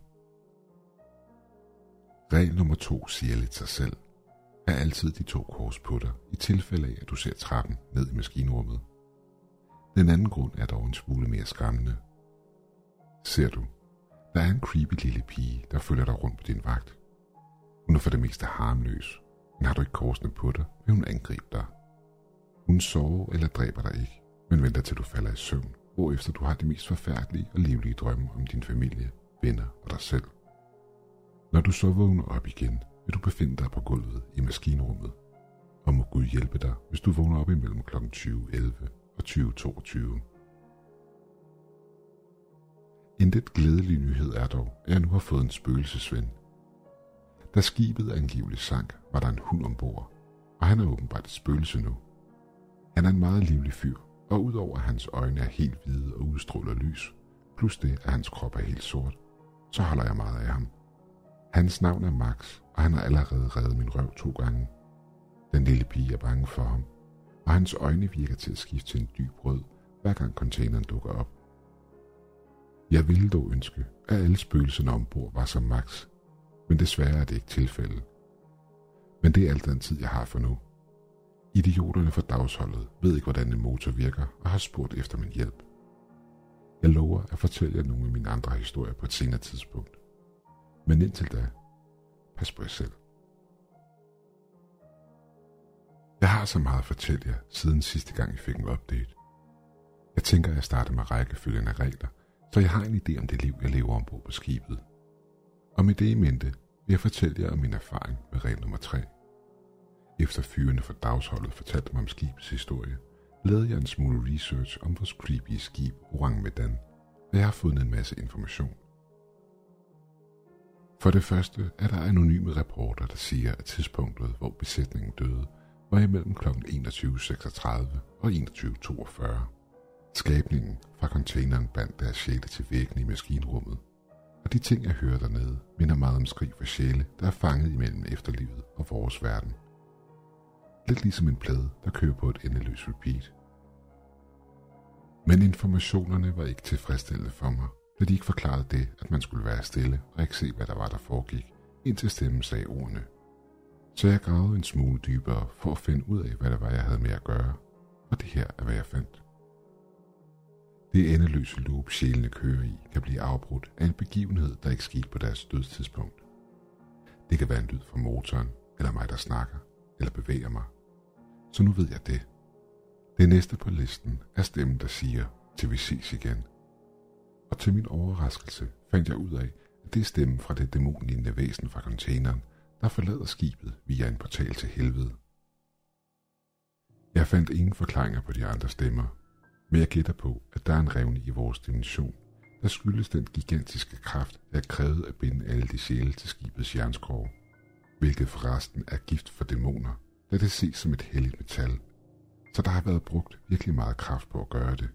Regel nummer to siger lidt sig selv. Er altid de to kors på dig, i tilfælde af, at du ser trappen ned i maskinrummet. Den anden grund er dog en smule mere skræmmende. Ser du, der er en creepy lille pige, der følger dig rundt på din vagt. Hun er for det meste harmløs, men har du ikke korsene på dig, vil hun angribe dig. Hun sover eller dræber dig ikke, men venter til du falder i søvn, hvorefter du har de mest forfærdelige og livlige drømme om din familie, venner og dig selv. Når du så vågner op igen, vil du befinde dig på gulvet i maskinrummet, og må Gud hjælpe dig, hvis du vågner op imellem klokken tyve elleve og tyve toogtyve. En lidt glædelig nyhed er dog, at jeg nu har fået en spøgelsesven. Da skibet angiveligt sank, var der en hund ombord, og han er åbenbart et spøgelse nu. Han er en meget livlig fyr, og udover at hans øjne er helt hvide og udstråler lys, plus det, at hans krop er helt sort, så holder jeg meget af ham. Hans navn er Max, og han har allerede reddet min røv to gange. Den lille pige er bange for ham, og hans øjne virker til at skifte til en dyb rød, hver gang containeren dukker op. Jeg ville dog ønske, at alle spøgelserne ombord var som Max, men desværre er det ikke tilfældet. Men det er alt den tid, jeg har for nu. Idioterne fra dagsholdet ved ikke, hvordan en motor virker, og har spurgt efter min hjælp. Jeg lover at fortælle jer nogle af mine andre historier på et senere tidspunkt. Men indtil da, pas på jer selv. Jeg har så meget at fortælle jer, siden sidste gang I fik en update. Jeg tænker, at jeg starter med rækkefølgen af regler, så jeg har en idé om det liv, jeg lever ombord på skibet. Og med det i mente vil jeg fortælle jer om min erfaring med regel nummer tre. Efter fyrene fra dagsholdet fortalte mig om skibets historie, lavede jeg en smule research om vores creepy skib Orang Medan, og jeg har fundet en masse information. For det første er der anonyme rapporter, der siger, at tidspunktet, hvor besætningen døde, var imellem klokken enogtyve seksogtredive og enogtyve toogfyrre. Skabningen fra containeren bandt deres sjæle til væggene i maskinrummet, og de ting, jeg hører dernede, minder meget om skrig for sjæle, der er fanget imellem efterlivet og vores verden. Lidt ligesom en plade, der kører på et endeløst repeat. Men informationerne var ikke tilfredsstillende for mig, da de ikke forklarede det, at man skulle være stille og ikke se, hvad der var, der foregik, indtil stemmen sagde ordene. Så jeg gravede en smule dybere for at finde ud af, hvad det var, jeg havde med at gøre, og det her er, hvad jeg fandt. Det endeløse loop, sjælene kører i, kan blive afbrudt af en begivenhed, der ikke skete på deres dødstidspunkt. Det kan være en lyd fra motoren, eller mig, der snakker, eller bevæger mig. Så nu ved jeg det. Det næste på listen er stemmen, der siger, til vi ses igen. Og til min overraskelse fandt jeg ud af, at det er stemmen fra det dæmonlignende væsen fra containeren, der forlader skibet via en portal til helvede. Jeg fandt ingen forklaringer på de andre stemmer, men jeg gætter på, at der er en revne i vores dimension, der skyldes den gigantiske kraft, der er krævet at binde alle de sjæle til skibets jernskrog, hvilket forresten er gift for dæmoner, da det ses som et helligt metal, så der har været brugt virkelig meget kraft på at gøre det.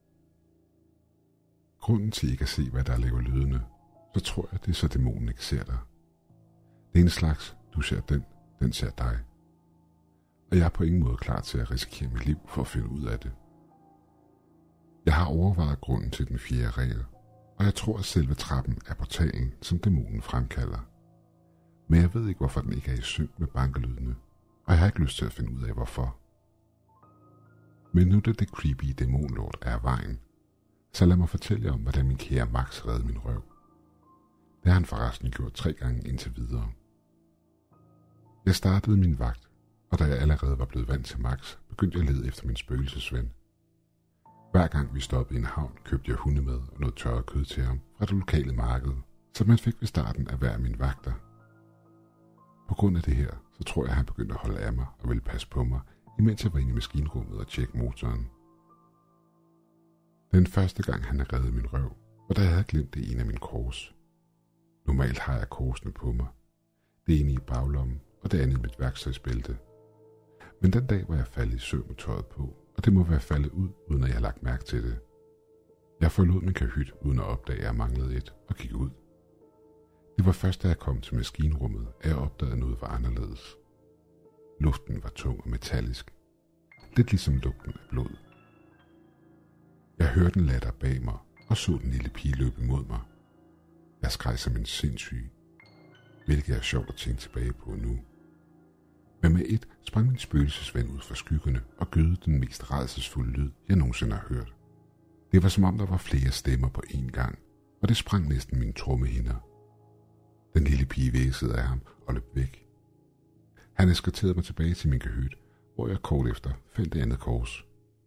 Grunden til ikke at se, hvad der laver lydene, så tror jeg, det er så dæmonen ikke ser dig. Det er en slags, du ser den, den ser dig. Og jeg er på ingen måde klar til at risikere mit liv for at finde ud af det. Jeg har overvejet grunden til den fjerde regel, og jeg tror, at selve trappen er portalen, som dæmonen fremkalder. Men jeg ved ikke, hvorfor den ikke er i synk med bankelydene, og jeg har ikke lyst til at finde ud af, hvorfor. Men nu da det creepy dæmonlort er af vejen, så lad mig fortælle jer om, hvordan min kære Max reddede min røv. Det har han forresten gjort tre gange indtil videre. Jeg startede min vagt, og da jeg allerede var blevet vant til Max, begyndte jeg at lede efter min spøgelsesven. Hver gang vi stoppede i en havn, købte jeg hundemad og noget tørret kød til ham fra det lokale marked, som man fik ved starten af hver af mine vagter. På grund af det her, så tror jeg, at han begyndte at holde af mig og ville passe på mig, imens jeg var inde i maskinrummet og tjekke motoren. Den første gang, han reddede min røv, var da jeg havde glemt det i en af mine kors. Normalt har jeg korsene på mig. Det ene i baglommen, og det andet i mit værktøjsbælte. Men den dag var jeg faldet i søvn med tøjet på, og det må være faldet ud, uden at jeg har lagt mærke til det. Jeg forlod min kahyt, uden at opdage, at jeg manglede et, og gik ud. Det var først, da jeg kom til maskinrummet, at jeg opdagede, at noget var anderledes. Luften var tung og metallisk. Lidt ligesom lugten af blod. Jeg hørte en latter bag mig, og så den lille pige løbe imod mig. Jeg skreg som en sindssyg, hvilket er sjovt at tænke tilbage på nu. Men med et sprang min spøgelsesven ud fra skyggerne og gødede den mest rædselsfulde lyd, jeg nogensinde har hørt. Det var som om der var flere stemmer på én gang, og det sprang næsten mine trommehinder. Den lille pige væsede af ham og løb væk. Han eskorterede mig tilbage til min kahyt, hvor jeg kort efter fandt det andet kors.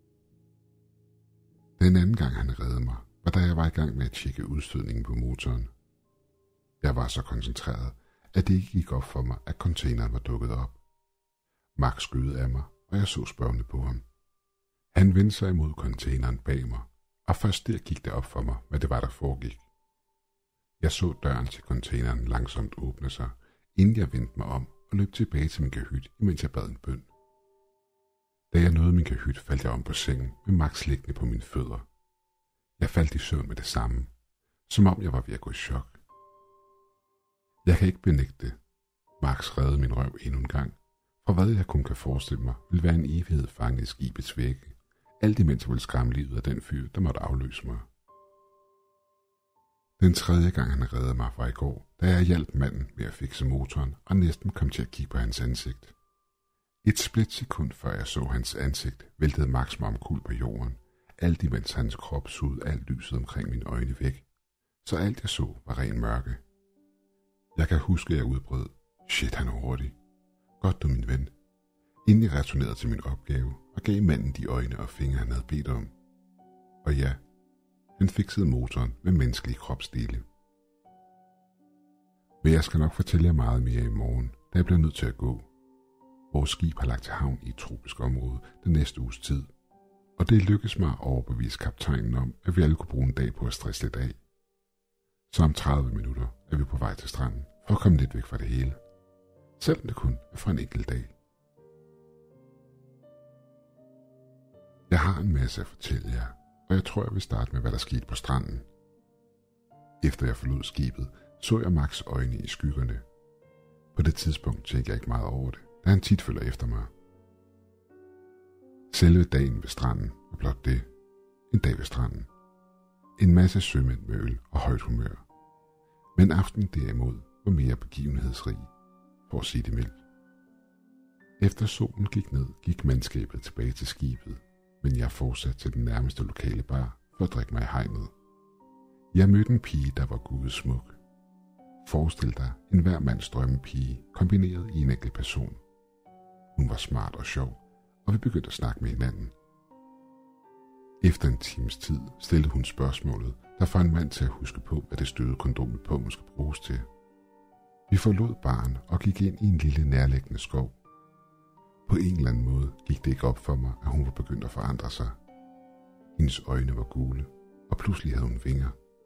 Den anden gang han reddede mig, var da jeg var i gang med at tjekke udstødningen på motoren. Jeg var så koncentreret, at det ikke gik op for mig, at containeren var dukket op. Max skød af mig, og jeg så spørgende på ham. Han vendte sig imod containeren bag mig, og først der gik det op for mig, hvad det var, der foregik. Jeg så døren til containeren langsomt åbne sig, inden jeg vendte mig om og løb tilbage til min kahyt, imens jeg bad en bøn. Da jeg nåede min kahyt, faldt jeg om på sengen med Max liggende på mine fødder. Jeg faldt i søvn med det samme, som om jeg var ved at gå i chok. Jeg kan ikke benægte det. Max reddede min røv endnu en gang, for hvad jeg kun kan forestille mig, ville være en evighed fanget i skibets vægge, alt imens jeg ville skræmme livet af den fyr, der måtte afløse mig. Den tredje gang han reddede mig var i går, da jeg hjalp manden med at fikse motoren og næsten kom til at kigge på hans ansigt. Et splitsekund før jeg så hans ansigt, væltede Max mig omkuld på jorden, alt imens hans krop sugede alt lyset omkring mine øjne væk, så alt jeg så var ren mørke. Jeg kan huske, at jeg udbrød, shit, han er hurtig. Godt du, min ven. Inden jeg returnerede til min opgave og gav manden de øjne og fingre, han havde bedt om. Og ja, han fiksede motoren med menneskelige kropsdele. Men jeg skal nok fortælle jer meget mere i morgen, da jeg bliver nødt til at gå. Vores skib har lagt til havn i et tropisk område den næste uges tid, og det lykkedes mig at overbevise kaptajnen om, at vi alle kunne bruge en dag på at stresse lidt af. Så om tredive minutter er vi på vej til stranden for at komme lidt væk fra det hele, selvom det kun er for en enkelt dag. Jeg har en masse at fortælle jer, og jeg tror, jeg vil starte med, hvad der skete på stranden. Efter jeg forlod skibet, så jeg Max' øjne i skyggerne. På det tidspunkt tænkte jeg ikke meget over det, da han tit følger efter mig. Selve dagen ved stranden var blot det. En dag ved stranden. En masse sømænd med øl og højt humør. Men aftenen derimod var mere begivenhedsrig, for at sige det mildt. Efter solen gik ned, gik mandskabet tilbage til skibet, men jeg fortsatte til den nærmeste lokale bar for at drikke mig i hegnet. Jeg mødte en pige, der var gudesmuk. Forestil dig en hver mands drømmepige kombineret i en enkelt person. Hun var smart og sjov, og vi begyndte at snakke med hinanden. Efter en times tid stillede hun spørgsmålet, der får en mand til at huske på, at det støvede kondomet på, man skal bruges til. Vi forlod baren og gik ind i en lille nærliggende skov. På en eller anden måde gik det ikke op for mig, at hun var begyndt at forandre sig. Hendes øjne var gule, og pludselig havde hun vinger.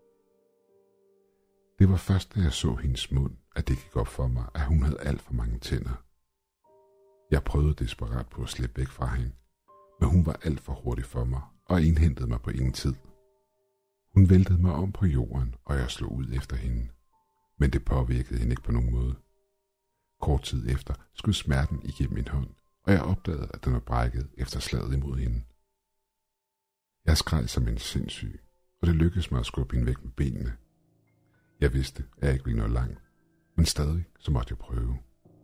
Det var først, da jeg så hendes mund, at det gik op for mig, at hun havde alt for mange tænder. Jeg prøvede desperat på at slippe væk fra hende, men hun var alt for hurtig for mig og indhentede mig på ingen tid. Hun væltede mig om på jorden, og jeg slog ud efter hende, men det påvirkede hende ikke på nogen måde. Kort tid efter skød smerten igennem min hånd, og jeg opdagede, at den var brækket efter slaget imod hende. Jeg skreg som en sindssyg, og det lykkedes mig at skubbe hende væk med benene. Jeg vidste, at jeg ikke ville nå langt, men stadig så måtte jeg prøve.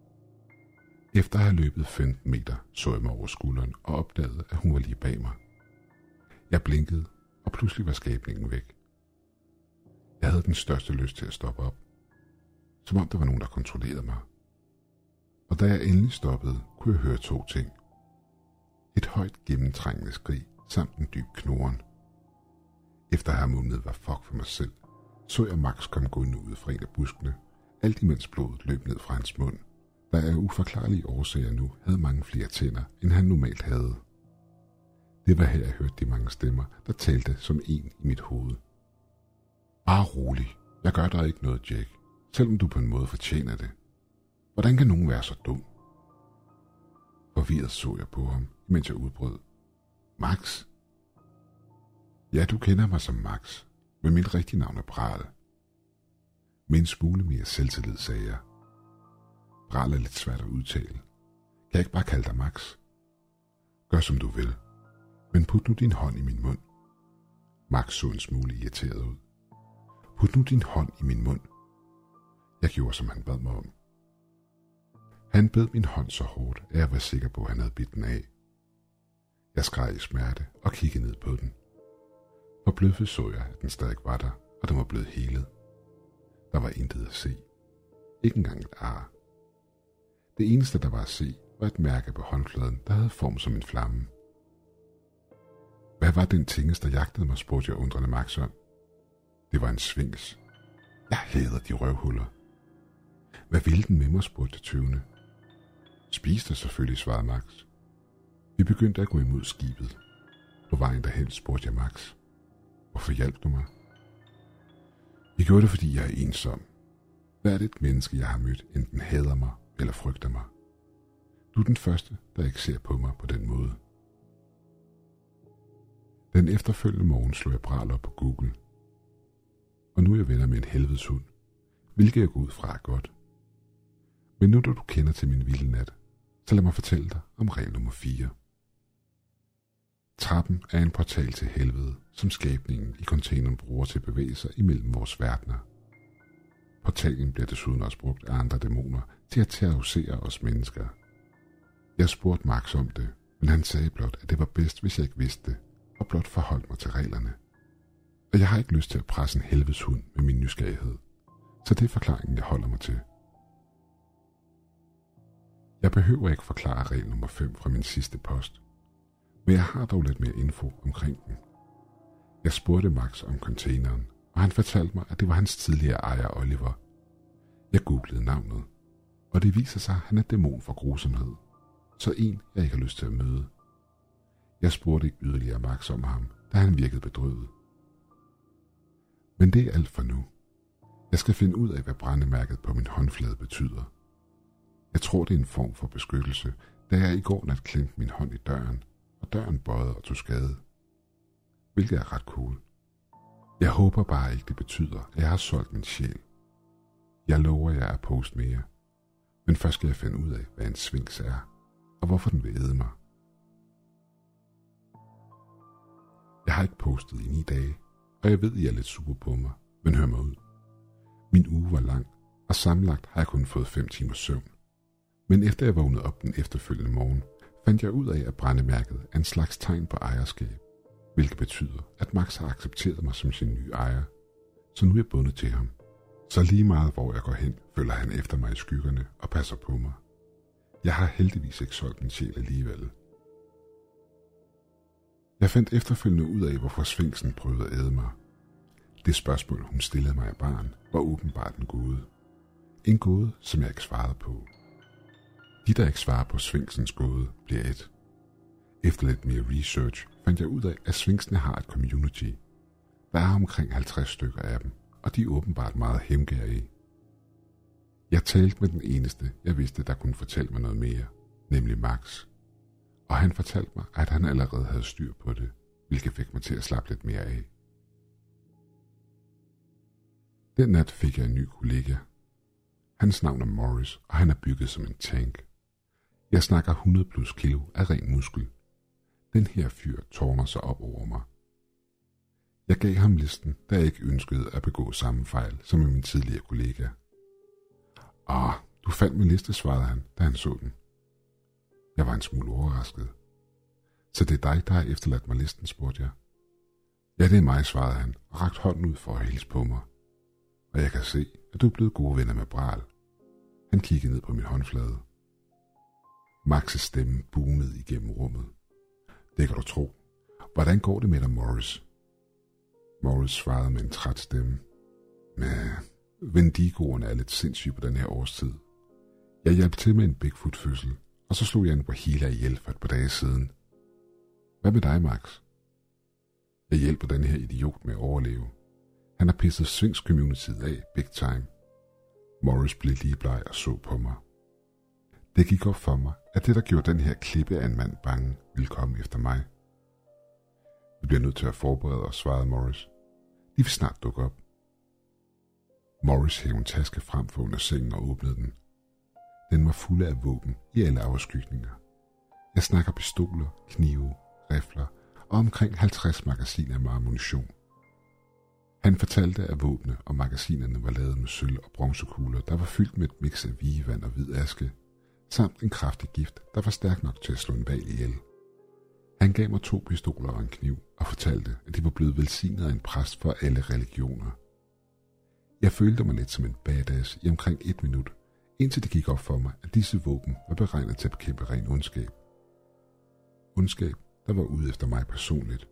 Efter at have løbet femten meter, så jeg mig over skulderen og opdagede, at hun var lige bag mig. Jeg blinkede, og pludselig var skabningen væk. Jeg havde den største lyst til at stoppe op, som om der var nogen, der kontrollerede mig. Og da jeg endelig stoppede, kunne jeg høre to ting. Et højt gennemtrængende skrig samt en dyb knoren. Efter at have mumlet hvad fuck for mig selv, så jeg Max komme gående ud fra en af buskene, alt imens blodet løb ned fra hans mund, da jeg af uforklarlige årsager nu havde mange flere tænder, end han normalt havde. Det var her, jeg hørte de mange stemmer, der talte som en i mit hoved. Bare rolig. Jeg gør dig ikke noget, Jake, selvom du på en måde fortjener det. Hvordan kan nogen være så dum? Forvirret så jeg på ham, mens jeg udbrød. Max? Ja, du kender mig som Max, men mit rigtige navn er Bral. Med en smule mere selvtillid, sagde jeg. Bral er lidt svært at udtale. Kan jeg ikke bare kalde dig Max? Gør som du vil, men put nu din hånd i min mund. Max så en smule irriteret ud. Put nu din hånd i min mund. Jeg gjorde, som han bad mig om. Han bed min hånd så hårdt, at jeg var sikker på, at han havde bidt den af. Jeg skreg i smerte og kiggede ned på den. Forbløffet så jeg, at den stadig var der, og den var blevet helet. Der var intet at se. Ikke engang et ar. Det eneste, der var at se, var et mærke på håndfladen, der havde form som en flamme. Hvad var den tingest, der jagtede mig, spurgte jeg undrende Max om. Det var en sfinks. Jeg hader de røvhuller. Hvad ville den med mig, spurgte tøvende. Spiste dig selvfølgelig, svarede Max. Vi begyndte at gå imod skibet. På vejen derhen spurgte jeg Max. Hvorfor hjalp du mig? Jeg gjorde det, fordi jeg er ensom. Hvert et menneske, jeg har mødt, enten hader mig eller frygter mig. Du er den første, der ikke ser på mig på den måde. Den efterfølgende morgen slog jeg Bral op på Google. Og nu er jeg venner med en helvedes hund, hvilket jeg går ud fra er godt. Men nu da du kender til min vilde nat, så lad mig fortælle dig om regel nummer fire. Trappen er en portal til helvede, som skabningen i containeren bruger til at bevæge sig imellem vores verdener. Portalen bliver desuden også brugt af andre dæmoner til at terrorisere os mennesker. Jeg spurgte Max om det, men han sagde blot, at det var bedst, hvis jeg ikke vidste det, og blot forholdt mig til reglerne. Og jeg har ikke lyst til at presse en helvedes hund med min nysgerrighed, så det er forklaringen, jeg holder mig til. Jeg behøver ikke forklare regel nummer fem fra min sidste post, men jeg har dog lidt mere info omkring den. Jeg spurgte Max om containeren, og han fortalte mig, at det var hans tidligere ejer Oliver. Jeg googlede navnet, og det viser sig, at han er dæmon for grusomhed, så en, jeg ikke har lyst til at møde. Jeg spurgte ikke yderligere Max om ham, da han virkede bedrøvet. Men det er alt for nu. Jeg skal finde ud af, hvad brændemærket på min håndflade betyder. Jeg tror, det er en form for beskyttelse, da jeg i går nat klemte min hånd i døren, og døren bøjede og tog skade. Hvilket er ret cool. Jeg håber bare ikke, det betyder, at jeg har solgt min sjæl. Jeg lover jer at poste mere, men først skal jeg finde ud af, hvad en sfinks er, og hvorfor den vil æde mig. Jeg har ikke postet i ni dage, og jeg ved, I er lidt super på mig, men hør mig ud. Min uge var lang, og sammenlagt har jeg kun fået fem timers søvn. Men efter jeg vågnede op den efterfølgende morgen, fandt jeg ud af, at brændemærket er en slags tegn på ejerskab, hvilket betyder, at Max har accepteret mig som sin nye ejer, så nu er jeg bundet til ham. Så lige meget hvor jeg går hen, følger han efter mig i skyggerne og passer på mig. Jeg har heldigvis ikke solgt min sjæl alligevel. Jeg fandt efterfølgende ud af, hvorfor sfinksen prøvede at æde mig. Det spørgsmål, hun stillede mig af barn, var åbenbart en gåde. En gåde, som jeg ikke svarede på. De, der ikke svarer på sfinksens gåde, bliver et. Efter lidt mere research fandt jeg ud af, at sfinksene har et community. Der er omkring halvtreds stykker af dem, og de er åbenbart meget hæmgærige. Jeg talte med den eneste, jeg vidste, der kunne fortælle mig noget mere, nemlig Max. Og han fortalte mig, at han allerede havde styr på det, hvilket fik mig til at slappe lidt mere af. Den nat fik jeg en ny kollega. Hans navn er Morris, og han er bygget som en tank. Jeg snakker hundrede plus kilo af ren muskel. Den her fyr tårner sig op over mig. Jeg gav ham listen, da jeg ikke ønskede at begå samme fejl som med min tidligere kollega. Ah, du fandt min liste, svarede han, da han så den. Jeg var en smule overrasket. Så det er dig, der har efterladt mig listen, spurgte jeg. Ja, det er mig, svarede han, og rakte hånden ud for at hilse på mig. Og jeg kan se, at du er blevet gode venner med Bral. Han kiggede ned på min håndflade. Max' stemme boomede igennem rummet. Det kan du tro. Hvordan går det med dig, Morris? Morris svarede med en træt stemme. Men Wendigoerne er lidt sindssyge på den her årstid. Jeg hjalp til med en Bigfoot-fødsel, og så slog jeg en Wahila ihjel for et par dage siden. Hvad med dig, Max? Jeg hjælper den her idiot med at overleve. Han har pisset Sphinx-communityet af big time. Morris blev lige bleg og så på mig. Det gik op for mig, at det, der gjorde den her klippe af en mand bange, ville komme efter mig. Vi bliver nødt til at forberede os, svarede Morris. De vil snart dukke op. Morris hævde en taske frem for under sengen og åbnede den. Den var fuld af våben i alle afskygninger. Jeg snakker pistoler, knive, rifler og omkring halvtreds magasiner med ammunition. Han fortalte, at våbne og magasinerne var lavet med sølv og bronzekugler, der var fyldt med et mix af vigevand og hvid aske, samt en kraftig gift, der var stærk nok til at slå en hval ihjel. Han gav mig to pistoler og en kniv og fortalte, at de var blevet velsignet af en præst for alle religioner. Jeg følte mig lidt som en badass i omkring et minut, indtil det gik op for mig, at disse våben var beregnet til at bekæmpe ren ondskab. Ondskab, der var ude efter mig personligt.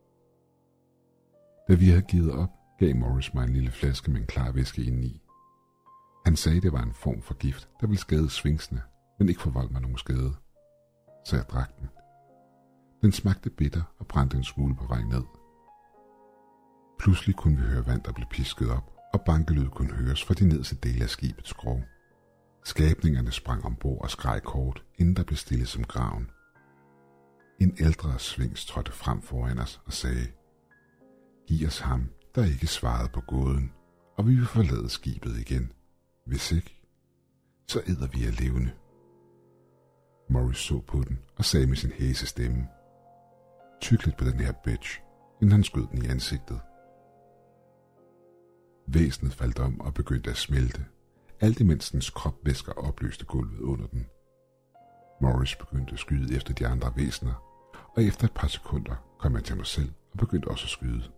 Da vi havde givet op, gav Morris mig en lille flaske med en klar væske indeni. Han sagde, det var en form for gift, der ville skade sfinksene, men ikke forvolde mig nogen skade. Så jeg drak den. Den smagte bitter og brændte en smule på vej ned. Pludselig kunne vi høre vand, der blev pisket op, og bankelyd kunne høres fra de nederste dele af skibets skrog. Skabningerne sprang ombord og skreg kort, inden der blev stille som graven. En ældre sfinks trådte frem foran os og sagde, giv os ham, der ikke svarede på gåden, og vi vil forlade skibet igen. Hvis ikke, så æder vi af levende. Morris så på den og sagde med sin hæse stemme, tyk lidt på den her bitch, inden han skød den i ansigtet. Væsenet faldt om og begyndte at smelte, alt imens dens kropvæsker opløste gulvet under den. Morris begyndte at skyde efter de andre væsener, og efter et par sekunder kom jeg til mig selv og begyndte også at skyde.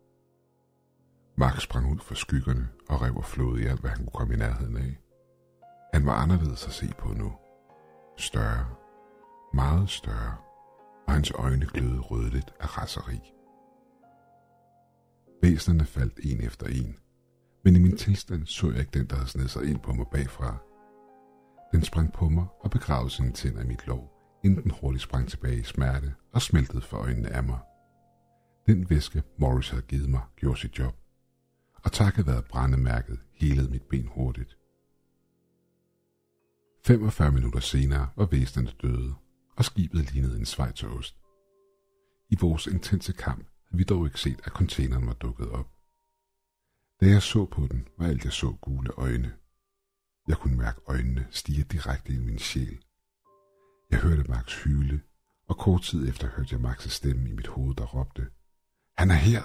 Max sprang ud fra skyggerne og rev og flåede i alt, hvad han kunne komme i nærheden af. Han var anderledes at se på nu. Større, meget større, og hans øjne glødede rødligt af raseri. Væsenerne faldt en efter en, men i min tilstand så jeg ikke den, der havde snedet sig ind på mig bagfra. Den sprang på mig og begravede sine tænder i mit lår, inden den hurtigt sprang tilbage i smerte og smeltede for øjnene af mig. Den væske, Morris havde givet mig, gjorde sit job, og takket være brændemærket helede mit ben hurtigt. femogfyrre minutter senere var væsenerne døde, og skibet lignede en schweizerost. I vores intense kamp havde vi dog ikke set, at containeren var dukket op. Da jeg så på den, var alt jeg så gule øjne. Jeg kunne mærke øjnene stige direkte i min sjæl. Jeg hørte Max hyle, og kort tid efter hørte jeg Max' stemme i mit hoved, der råbte, han er her!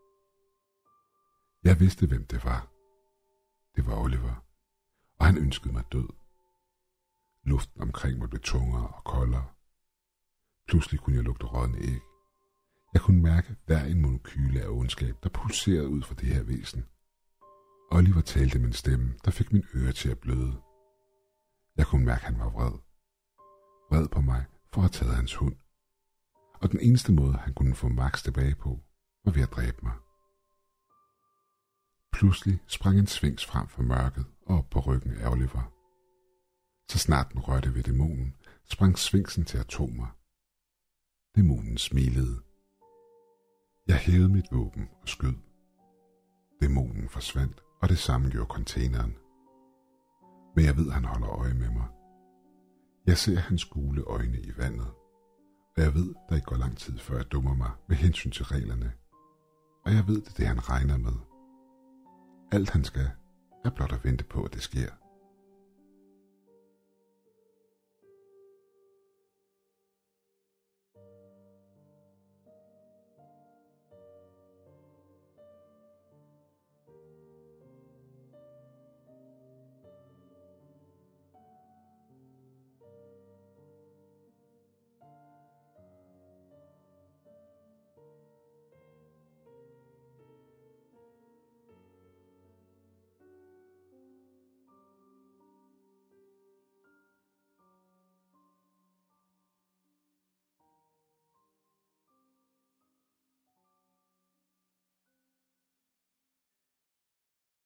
Jeg vidste, hvem det var. Det var Oliver, og han ønskede mig død. Luften omkring mig blev tungere og koldere. Pludselig kunne jeg lugte rådne æg. Jeg kunne mærke hver en molekyle af ondskab, der pulserede ud fra det her væsen. Oliver talte med en stemme, der fik min øre til at bløde. Jeg kunne mærke, at han var vred. Vred på mig for at have taget hans hund. Og den eneste måde, han kunne få Max tilbage på, var ved at dræbe mig. Pludselig sprang en sfinks frem fra mørket og op på ryggen af Oliver. Så snart den rørte ved dæmonen, sprang sfinksen til atomer. Dæmonen smilede. Jeg hævede mit våben og skød. Dæmonen forsvandt, og det samme gjorde containeren. Men jeg ved, at han holder øje med mig. Jeg ser hans gule øjne i vandet, og jeg ved, der ikke går lang tid, før jeg dummer mig med hensyn til reglerne. Og jeg ved, det er det, han regner med. Alt han skal, er blot at vente på, at det sker.